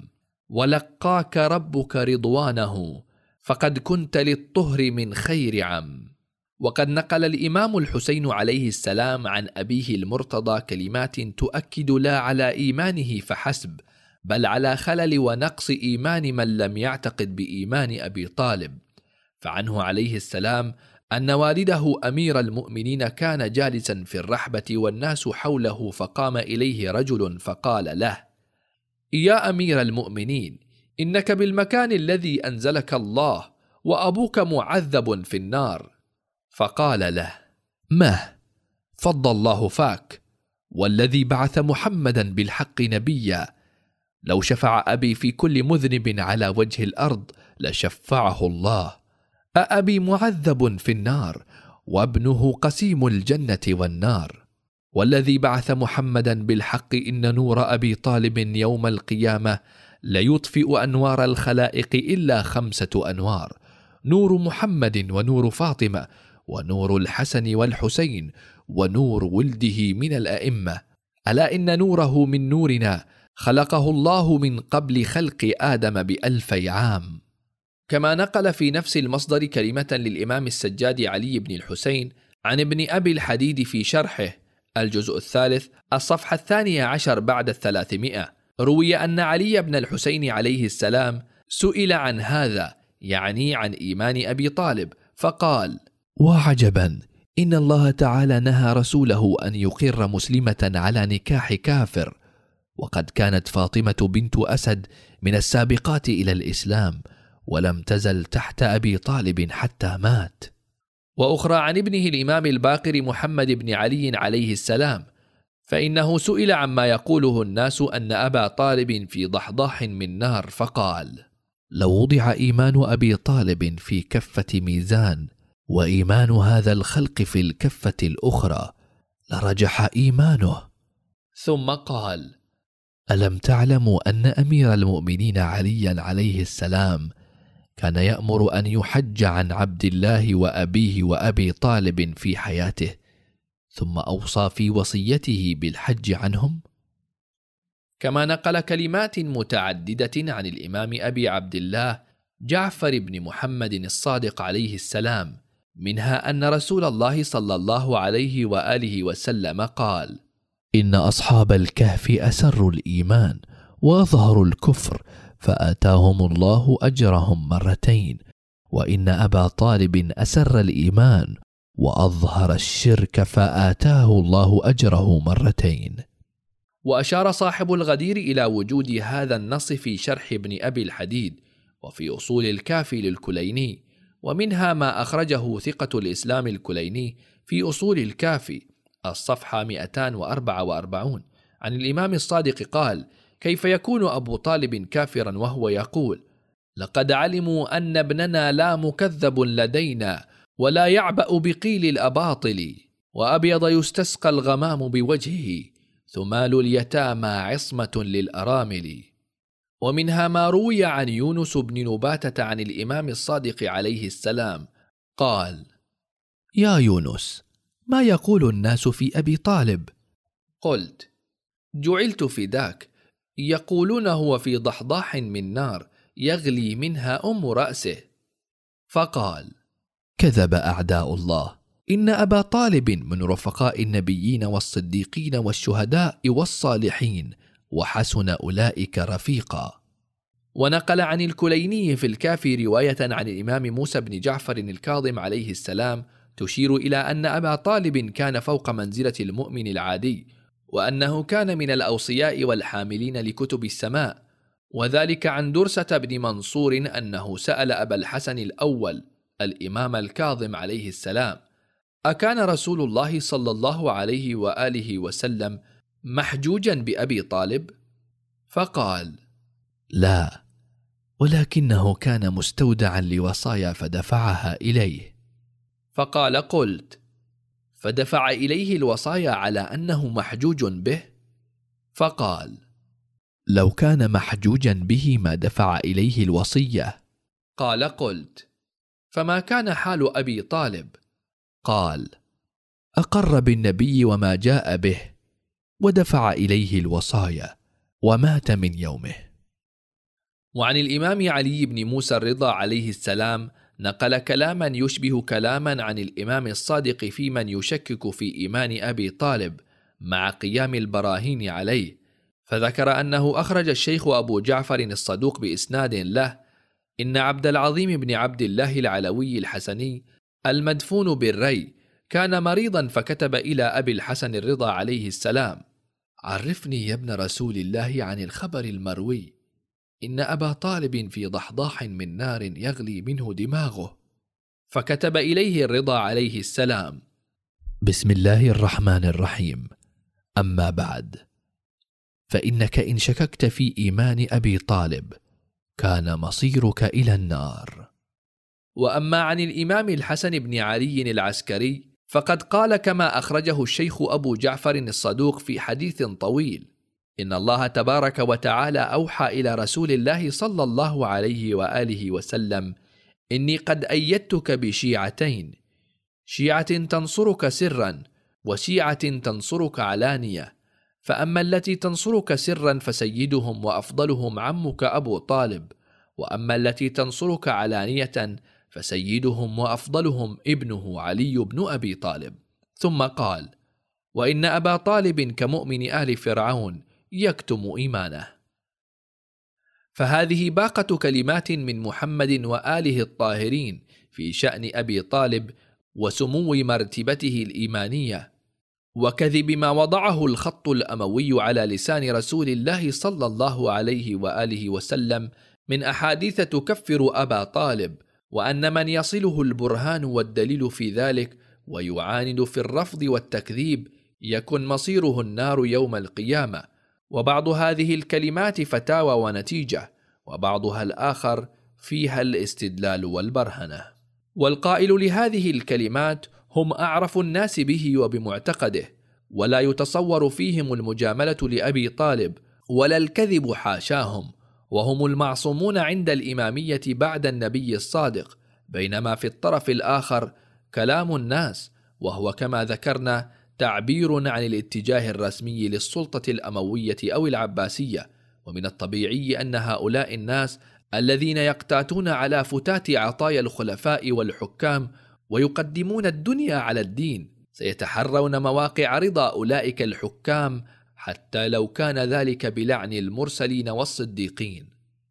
ولقاك ربك رضوانه، فقد كنت للطهر من خير عم. وقد نقل الإمام الحسين عليه السلام عن أبيه المرتضى كلمات تؤكد لا على إيمانه فحسب، بل على خلل ونقص إيمان من لم يعتقد بإيمان أبي طالب، فعنه عليه السلام أن والده أمير المؤمنين كان جالسا في الرحبة والناس حوله، فقام إليه رجل فقال له: يا أمير المؤمنين، إنك بالمكان الذي أنزلك الله، وأبوك معذب في النار. فقال له: مه، فض الله فاك، والذي بعث محمدا بالحق نبيا، لو شفع أبي في كل مذنب على وجه الأرض لشفعه الله. أأبي معذب في النار وابنه قسيم الجنة والنار، والذي بعث محمدا بالحق إن نور أبي طالب يوم القيامة ليطفئ أنوار الخلائق إلا 5 أنوار: نور محمد، ونور فاطمة، ونور الحسن والحسين، ونور ولده من الأئمة. ألا إن نوره من نورنا، خلقه الله من قبل خلق آدم ب2000 عام. كما نقل في نفس المصدر كلمة للإمام السجاد علي بن الحسين عن ابن أبي الحديد في شرحه الجزء 3 الصفحة 12 بعد 300، روي أن علي بن الحسين عليه السلام سئل عن هذا، يعني عن إيمان أبي طالب، فقال: وعجبا، إن الله تعالى نهى رسوله أن يقر مسلمة على نكاح كافر، وقد كانت فاطمة بنت أسد من السابقات إلى الإسلام، ولم تزل تحت أبي طالب حتى مات. وأخرى عن ابنه الإمام الباقر محمد بن علي عليه السلام، فإنه سئل عما يقوله الناس أن أبا طالب في ضحضاح من نار، فقال: لو وضع إيمان أبي طالب في كفة ميزان وإيمان هذا الخلق في الكفة الأخرى لرجح إيمانه. ثم قال: ألم تعلموا أن أمير المؤمنين عليا عليه السلام كان يأمر أن يحج عن عبد الله وأبيه وأبي طالب في حياته، ثم أوصى في وصيته بالحج عنهم؟ كما نقل كلمات متعددة عن الإمام أبي عبد الله جعفر بن محمد الصادق عليه السلام، منها أن رسول الله صلى الله عليه وآله وسلم قال: إن أصحاب الكهف أسروا الإيمان وأظهروا الكفر، فآتاهم الله أجرهم 2، وإن أبا طالب أسر الإيمان وأظهر الشرك، فآتاه الله أجره 2. وأشار صاحب الغدير إلى وجود هذا النص في شرح ابن أبي الحديد وفي أصول الكافي للكليني، ومنها ما أخرجه ثقة الإسلام الكليني في أصول الكافي الصفحة 244 عن الإمام الصادق قال: كيف يكون أبو طالب كافرا وهو يقول: لقد علموا أن ابننا لا مكذب لدينا ولا يعبأ بقيل الأباطل، وأبيض يستسقى الغمام بوجهه، ثمال اليتامى عصمة للأرامل. ومنها ما روي عن يونس بن نباتة عن الإمام الصادق عليه السلام قال: يا يونس، ما يقول الناس في أبي طالب؟ قلت: جعلت فداك، يقولون هو في ضحضاح من نار يغلي منها رأسه. فقال: كذب أعداء الله، إن أبا طالب من رفقاء النبيين والصديقين والشهداء والصالحين، وحسن أولئك رفيقا. ونقل عن الكليني في الكافي رواية عن الإمام موسى بن جعفر الكاظم عليه السلام تشير إلى أن أبا طالب كان فوق منزلة المؤمن العادي، وأنه كان من الأوصياء والحاملين لكتب السماء، وذلك عن درسة بن منصور أنه سأل أبا الحسن الأول الإمام الكاظم عليه السلام: أكان رسول الله صلى الله عليه وآله وسلم محجوجا بأبي طالب؟ فقال: لا، ولكنه كان مستودعا لوصايا فدفعها إليه. فقال: قلت: فدفع إليه الوصايا على أنه محجوج به؟ فقال: لو كان محجوجا به ما دفع إليه الوصية. قال: قلت: فما كان حال أبي طالب؟ قال: أقر بالنبي وما جاء به، ودفع إليه الوصايا، ومات من يومه. وعن الإمام علي بن موسى الرضا عليه السلام نقل كلاما يشبه كلاما عن الإمام الصادق في من يشكك في إيمان أبي طالب مع قيام البراهين عليه، فذكر أنه أخرج الشيخ أبو جعفر الصدوق بإسناد له إن عبد العظيم بن عبد الله العلوي الحسني المدفون بالري كان مريضا، فكتب إلى أبي الحسن الرضا عليه السلام: عرفني يا ابن رسول الله عن الخبر المروي، إن أبا طالب في ضحضاح من نار يغلي منه دماغه. فكتب إليه الرضا عليه السلام: بسم الله الرحمن الرحيم، أما بعد، فإنك إن شككت في إيمان أبي طالب كان مصيرك إلى النار. وأما عن الإمام الحسن بن علي العسكري فقد قال كما أخرجه الشيخ أبو جعفر الصدوق في حديث طويل: إن الله تبارك وتعالى أوحى إلى رسول الله صلى الله عليه وآله وسلم: إني قد أيدتك بشيعتين، شيعة تنصرك سرا وشيعة تنصرك علانية، فأما التي تنصرك سرا فسيدهم وأفضلهم عمك أبو طالب، وأما التي تنصرك علانية فسيدهم وأفضلهم ابنه علي بن أبي طالب. ثم قال: وإن أبا طالب كمؤمن آل فرعون يكتم إيمانه. فهذه باقة كلمات من محمد وآله الطاهرين في شأن أبي طالب وسمو مرتبته الإيمانية، وكذب ما وضعه الخط الأموي على لسان رسول الله صلى الله عليه وآله وسلم من أحاديث تكفر أبا طالب، وأن من يصله البرهان والدليل في ذلك ويعاند في الرفض والتكذيب يكن مصيره النار يوم القيامة. وبعض هذه الكلمات فتاوى ونتيجة، وبعضها الآخر فيها الاستدلال والبرهنة. والقائل لهذه الكلمات هم أعرف الناس به وبمعتقده، ولا يتصور فيهم المجاملة لأبي طالب ولا الكذب حاشاهم، وهم المعصومون عند الإمامية بعد النبي الصادق، بينما في الطرف الآخر كلام الناس، وهو كما ذكرنا تعبير عن الاتجاه الرسمي للسلطة الأموية أو العباسية. ومن الطبيعي أن هؤلاء الناس الذين يقتاتون على فتات عطايا الخلفاء والحكام ويقدمون الدنيا على الدين سيتحرون مواقع رضا أولئك الحكام، حتى لو كان ذلك بلعن المرسلين والصديقين.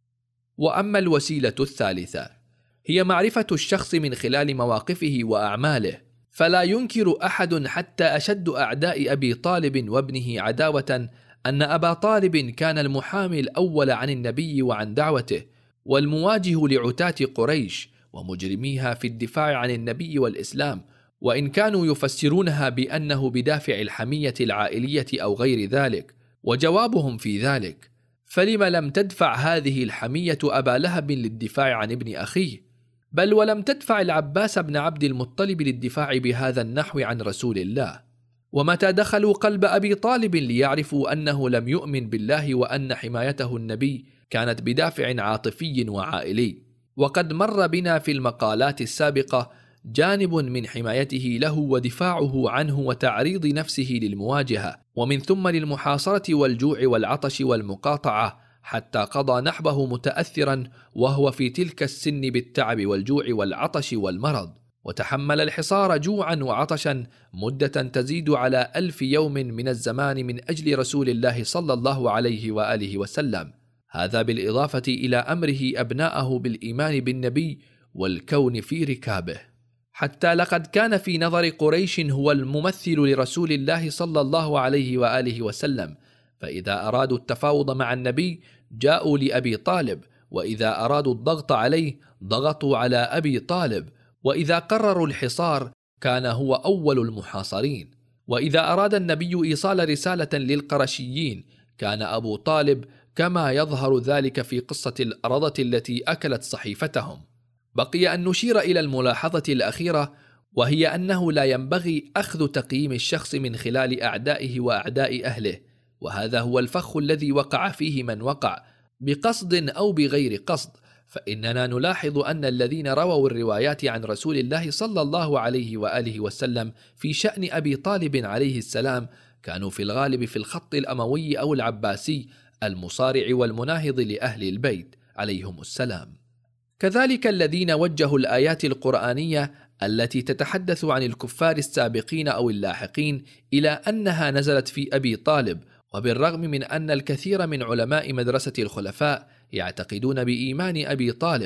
وأما الوسيلة الثالثة هي معرفة الشخص من خلال مواقفه وأعماله، فلا ينكر أحد حتى أشد أعداء أبي طالب وابنه عداوة أن أبا طالب كان المحامي الأول عن النبي وعن دعوته، والمواجه لعتاة قريش ومجرميها في الدفاع عن النبي والإسلام، وإن كانوا يفسرونها بأنه بدافع الحمية العائلية أو غير ذلك. وجوابهم في ذلك: فلم لم تدفع هذه الحمية أبا لهب للدفاع عن ابن أخيه، بل ولم تدفع العباس بن عبد المطلب للدفاع بهذا النحو عن رسول الله. ومتى دخلوا قلب أبي طالب ليعرفوا أنه لم يؤمن بالله وأن حمايته النبي كانت بدافع عاطفي وعائلي. وقد مر بنا في المقالات السابقة جانب من حمايته له ودفاعه عنه وتعريض نفسه للمواجهة، ومن ثم للمحاصرة والجوع والعطش والمقاطعة، حتى قضى نحبه متأثرا وهو في تلك السن بالتعب والجوع والعطش والمرض، وتحمل الحصار جوعا وعطشا مدة تزيد على 1000 يوم من الزمان من أجل رسول الله صلى الله عليه وآله وسلم. هذا بالإضافة إلى أمره أبناءه بالإيمان بالنبي والكون في ركابه، حتى لقد كان في نظر قريش هو الممثل لرسول الله صلى الله عليه وآله وسلم، فإذا أرادوا التفاوض مع النبي جاءوا لأبي طالب، وإذا أرادوا الضغط عليه ضغطوا على أبي طالب، وإذا قرروا الحصار كان هو أول المحاصرين، وإذا أراد النبي إيصال رسالة للقرشيين كان أبو طالب، كما يظهر ذلك في قصة الأرضة التي أكلت صحيفتهم. بقي أن نشير إلى الملاحظة الأخيرة، وهي أنه لا ينبغي أخذ تقييم الشخص من خلال أعدائه وأعداء أهله، وهذا هو الفخ الذي وقع فيه من وقع بقصد أو بغير قصد. فإننا نلاحظ أن الذين رووا الروايات عن رسول الله صلى الله عليه وآله وسلم في شأن أبي طالب عليه السلام كانوا في الغالب في الخط الأموي أو العباسي المصارع والمناهض لأهل البيت عليهم السلام. كذلك الذين وجهوا الآيات القرآنية التي تتحدث عن الكفار السابقين أو اللاحقين إلى أنها نزلت في أبي طالب، وبالرغم من أن الكثير من علماء مدرسة الخلفاء يعتقدون بإيمان أبي طالب،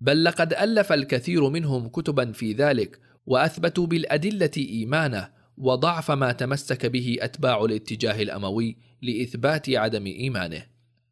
بل لقد ألف الكثير منهم كتبا في ذلك، وأثبتوا بالأدلة إيمانه وضعف ما تمسك به أتباع الاتجاه الأموي لإثبات عدم إيمانه.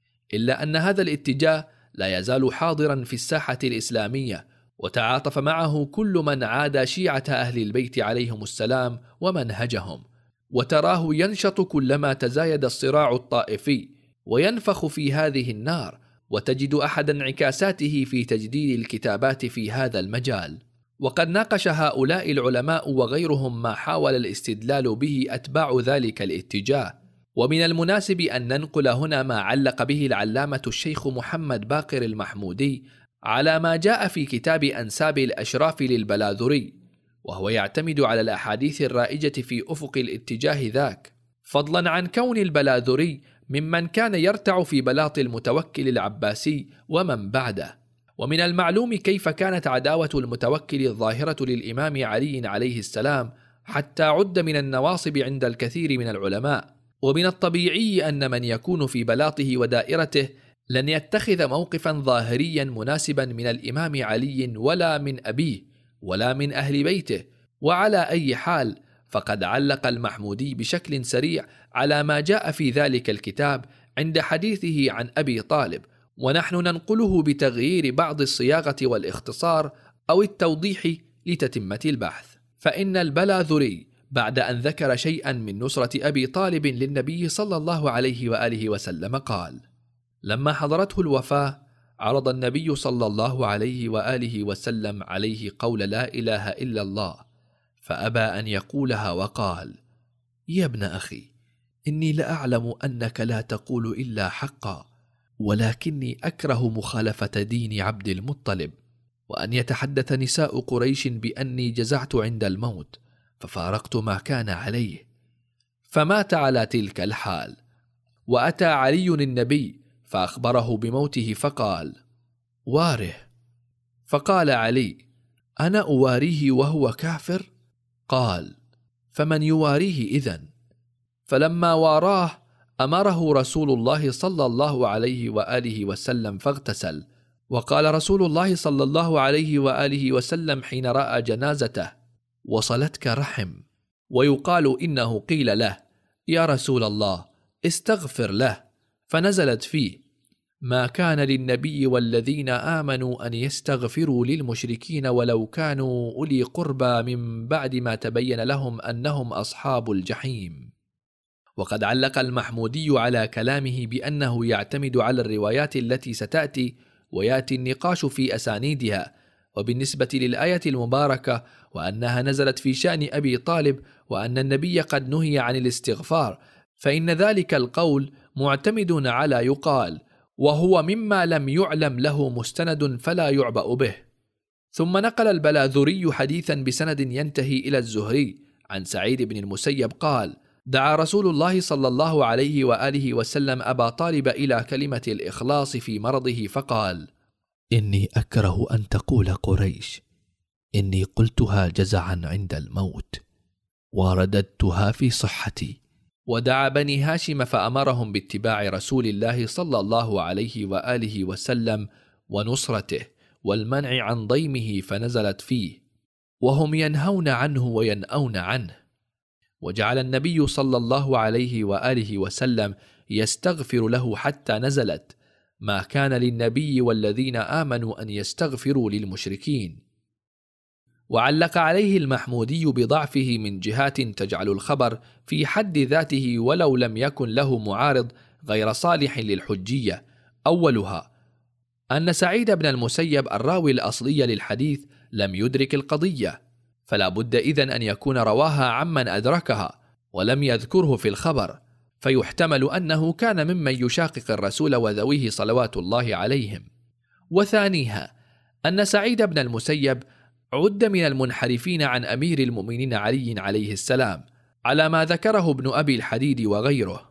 إلا أن هذا الاتجاه لا يزال حاضرا في الساحة الإسلامية، وتعاطف معه كل من عادى شيعة أهل البيت عليهم السلام ومنهجهم، وتراه ينشط كلما تزايد الصراع الطائفي وينفخ في هذه النار، وتجد أحد انعكاساته في تجديد الكتابات في هذا المجال. وقد ناقش هؤلاء العلماء وغيرهم ما حاول الاستدلال به أتباع ذلك الاتجاه. ومن المناسب أن ننقل هنا ما علق به العلامة الشيخ محمد باقر المحمودي على ما جاء في كتاب أنساب الأشراف للبلاذري، وهو يعتمد على الأحاديث الرائجة في أفق الاتجاه ذاك، فضلا عن كون البلاذري ممن كان يرتع في بلاط المتوكل العباسي ومن بعده. ومن المعلوم كيف كانت عداوة المتوكل الظاهرة للإمام علي عليه السلام، حتى عد من النواصب عند الكثير من العلماء. ومن الطبيعي أن من يكون في بلاطه ودائرته لن يتخذ موقفا ظاهريا مناسبا من الإمام علي ولا من أبيه ولا من أهل بيته. وعلى أي حال فقد علق المحمودي بشكل سريع على ما جاء في ذلك الكتاب عند حديثه عن أبي طالب، ونحن ننقله بتغيير بعض الصياغة والاختصار أو التوضيح لتتمة البحث. فإن البلاذري بعد أن ذكر شيئا من نصرة أبي طالب للنبي صلى الله عليه وآله وسلم قال: لما حضرته الوفاة عرض النبي صلى الله عليه وآله وسلم عليه قول لا إله إلا الله، فأبى أن يقولها وقال: يا ابن أخي، إني لأعلم أنك لا تقول إلا حقا، ولكني أكره مخالفة دين عبد المطلب، وأن يتحدث نساء قريش بأني جزعت عند الموت ففارقت ما كان عليه، فمات على تلك الحال. وأتى علي النبي فأخبره بموته فقال: واره. فقال علي: أنا أواريه وهو كافر؟ قال: فمن يواريه إذن؟ فلما واراه أمره رسول الله صلى الله عليه وآله وسلم فاغتسل. وقال رسول الله صلى الله عليه وآله وسلم حين رأى جنازته: وصلتك رحم. ويقال إنه قيل له: يا رسول الله استغفر له، فنزلت فيه: ما كان للنبي والذين آمنوا أن يستغفروا للمشركين ولو كانوا أولي قربى من بعد ما تبين لهم أنهم أصحاب الجحيم. وقد علق المحمودي على كلامه بأنه يعتمد على الروايات التي ستأتي ويأتي النقاش في أسانيدها. وبالنسبة للآية المباركة وأنها نزلت في شأن أبي طالب وأن النبي قد نهي عن الاستغفار، فإن ذلك القول معتمد على يقال، وهو مما لم يعلم له مستند فلا يعبأ به. ثم نقل البلاذري حديثا بسند ينتهي إلى الزهري عن سعيد بن المسيب قال: دعا رسول الله صلى الله عليه وآله وسلم أبا طالب إلى كلمة الإخلاص في مرضه فقال: إني أكره أن تقول قريش إني قلتها جزعا عند الموت، ورددتها في صحتي. ودعا بني هاشم فأمرهم باتباع رسول الله صلى الله عليه وآله وسلم ونصرته والمنع عن ضيمه، فنزلت فيه: وهم ينهون عنه وينأون عنه. وجعل النبي صلى الله عليه وآله وسلم يستغفر له حتى نزلت: ما كان للنبي والذين آمنوا أن يستغفروا للمشركين. وعلق عليه المحمودي بضعفه من جهات تجعل الخبر في حد ذاته ولو لم يكن له معارض غير صالح للحجية. أولها أن سعيد بن المسيب الراوي الأصلي للحديث لم يدرك القضية، فلا بد إذن أن يكون رواها عمن أدركها ولم يذكره في الخبر، فيحتمل أنه كان ممن يشاقق الرسول وذويه صلوات الله عليهم. وثانيها أن سعيد بن المسيب عد من المنحرفين عن أمير المؤمنين علي عليه السلام على ما ذكره ابن أبي الحديد وغيره.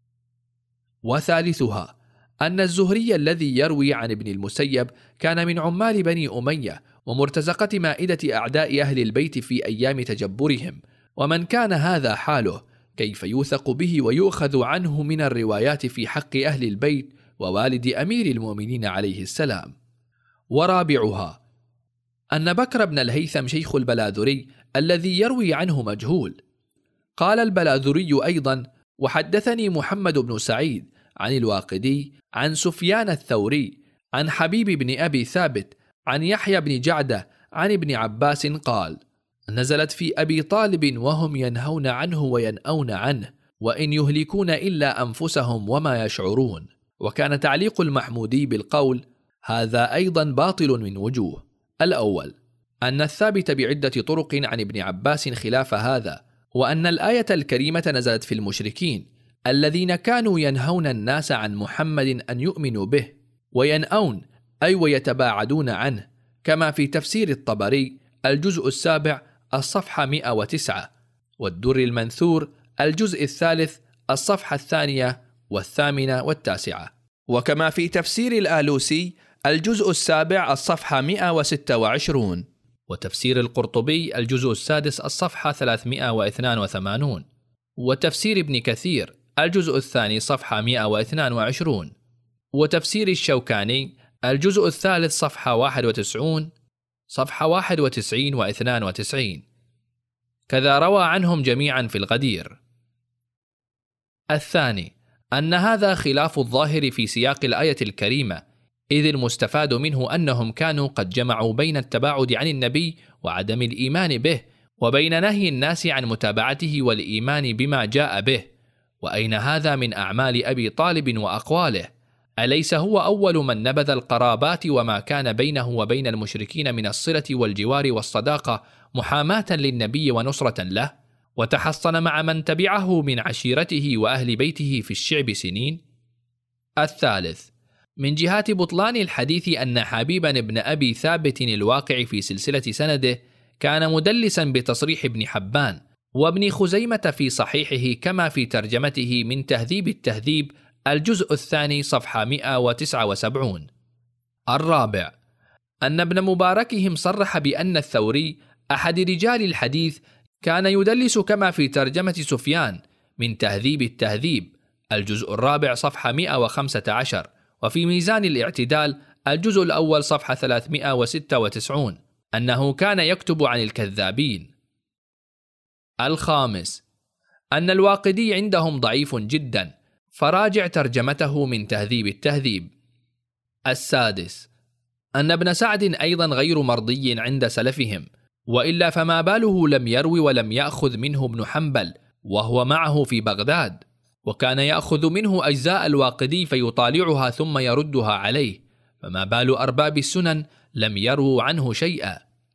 وثالثها أن الزهري الذي يروي عن ابن المسيب كان من عمال بني أمية ومرتزقة مائدة أعداء أهل البيت في أيام تجبرهم، ومن كان هذا حاله كيف يوثق به ويؤخذ عنه من الروايات في حق أهل البيت ووالد أمير المؤمنين عليه السلام. ورابعها أن بكر بن الهيثم شيخ البلاذري الذي يروي عنه مجهول. قال البلاذري أيضا: وحدثني محمد بن سعيد عن الواقدي عن سفيان الثوري عن حبيب بن أبي ثابت عن يحيى بن جعدة عن ابن عباس قال: نزلت في أبي طالب وهم ينهون عنه وينأون عنه وإن يهلكون إلا أنفسهم وما يشعرون. وكان تعليق المحمودي بالقول هذا أيضا باطل من وجوه: الأول أن الثابت بعدة طرق عن ابن عباس خلاف هذا، وأن الآية الكريمة نزلت في المشركين الذين كانوا ينهون الناس عن محمد أن يؤمنوا به، وينأون أي ويتباعدون عنه، كما في تفسير الطبري الجزء 7 الصفحة 109، والدر المنثور الجزء 3 الصفحة 2 و8 و9، وكما في تفسير الآلوسي الجزء 7 الصفحة 126، وتفسير القرطبي الجزء 6 الصفحة 382، وتفسير ابن كثير الجزء 2 صفحة 122، وتفسير الشوكاني الجزء 3 صفحة 91 صفحة 91 و92. كذا روى عنهم جميعا في الغدير. الثاني أن هذا خلاف الظاهر في سياق الآية الكريمة، إذ المستفاد منه أنهم كانوا قد جمعوا بين التباعد عن النبي وعدم الإيمان به، وبين نهي الناس عن متابعته والإيمان بما جاء به. وأين هذا من أعمال أبي طالب وأقواله؟ أليس هو أول من نبذ القرابات وما كان بينه وبين المشركين من الصلة والجوار والصداقة محاماة للنبي ونصرة له، وتحصن مع من تبعه من عشيرته وأهل بيته في الشعب سنين؟ الثالث من جهات بطلان الحديث أن حبيبا بن أبي ثابت الواقع في سلسلة سنده كان مدلسا بتصريح ابن حبان وابن خزيمة في صحيحه، كما في ترجمته من تهذيب التهذيب الجزء 2 صفحة 179. الرابع أن ابن مباركهم صرح بأن الثوري أحد رجال الحديث كان يدلس، كما في ترجمة سفيان من تهذيب التهذيب الجزء 4 صفحة 115، وفي ميزان الاعتدال الجزء الأول صفحة 396 أنه كان يكتب عن الكذابين. الخامس أن الواقدي عندهم ضعيف جدا، فراجع ترجمته من تهذيب التهذيب. السادس أن ابن سعد أيضا غير مرضي عند سلفهم، وإلا فما باله لم يروي ولم يأخذ منه ابن حنبل وهو معه في بغداد، وكان يأخذ منه أجزاء الواقدي فيطالعها ثم يردها عليه، فما بال أرباب السنن لم يروا عنه شيئا.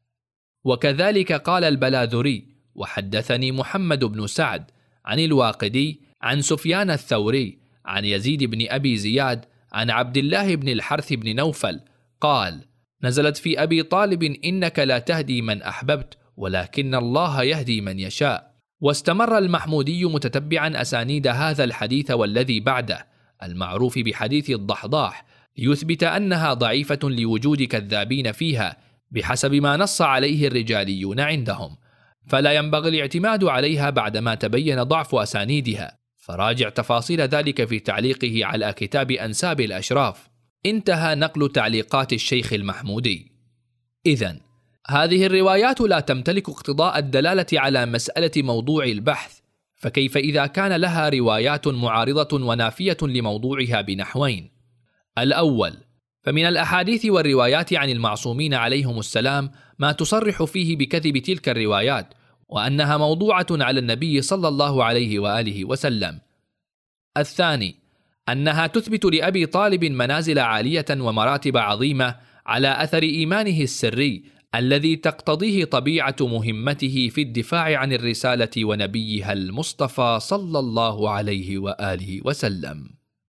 وكذلك قال البلاذري: وحدثني محمد بن سعد عن الواقدي عن سفيان الثوري عن يزيد بن أبي زياد عن عبد الله بن الحرث بن نوفل قال: نزلت في أبي طالب إنك لا تهدي من أحببت ولكن الله يهدي من يشاء. واستمر المحمودي متتبعا أسانيد هذا الحديث والذي بعده المعروف بحديث الضحضاح ليثبت أنها ضعيفة لوجود كذابين فيها بحسب ما نص عليه الرجاليون عندهم، فلا ينبغي الاعتماد عليها بعدما تبين ضعف أسانيدها، فراجع تفاصيل ذلك في تعليقه على كتاب أنساب الأشراف. انتهى نقل تعليقات الشيخ المحمودي. إذن هذه الروايات لا تمتلك اقتضاء الدلالة على مسألة موضوع البحث، فكيف إذا كان لها روايات معارضة ونافية لموضوعها بنحوين؟ الأول، فمن الأحاديث والروايات عن المعصومين عليهم السلام ما تصرح فيه بكذب تلك الروايات وأنها موضوعة على النبي صلى الله عليه وآله وسلم. الثاني، أنها تثبت لأبي طالب منازل عالية ومراتب عظيمة على أثر إيمانه السري الذي تقتضيه طبيعة مهمته في الدفاع عن الرسالة ونبيها المصطفى صلى الله عليه وآله وسلم.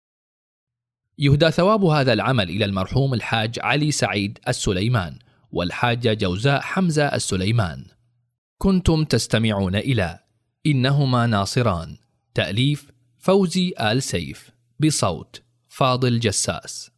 يهدى ثواب هذا العمل إلى المرحوم الحاج علي سعيد السليمان والحاجة جوزاء حمزة السليمان. كنتم تستمعون إلى إنهما ناصران، تأليف فوزي آل سيف، بصوت فاضل جساس.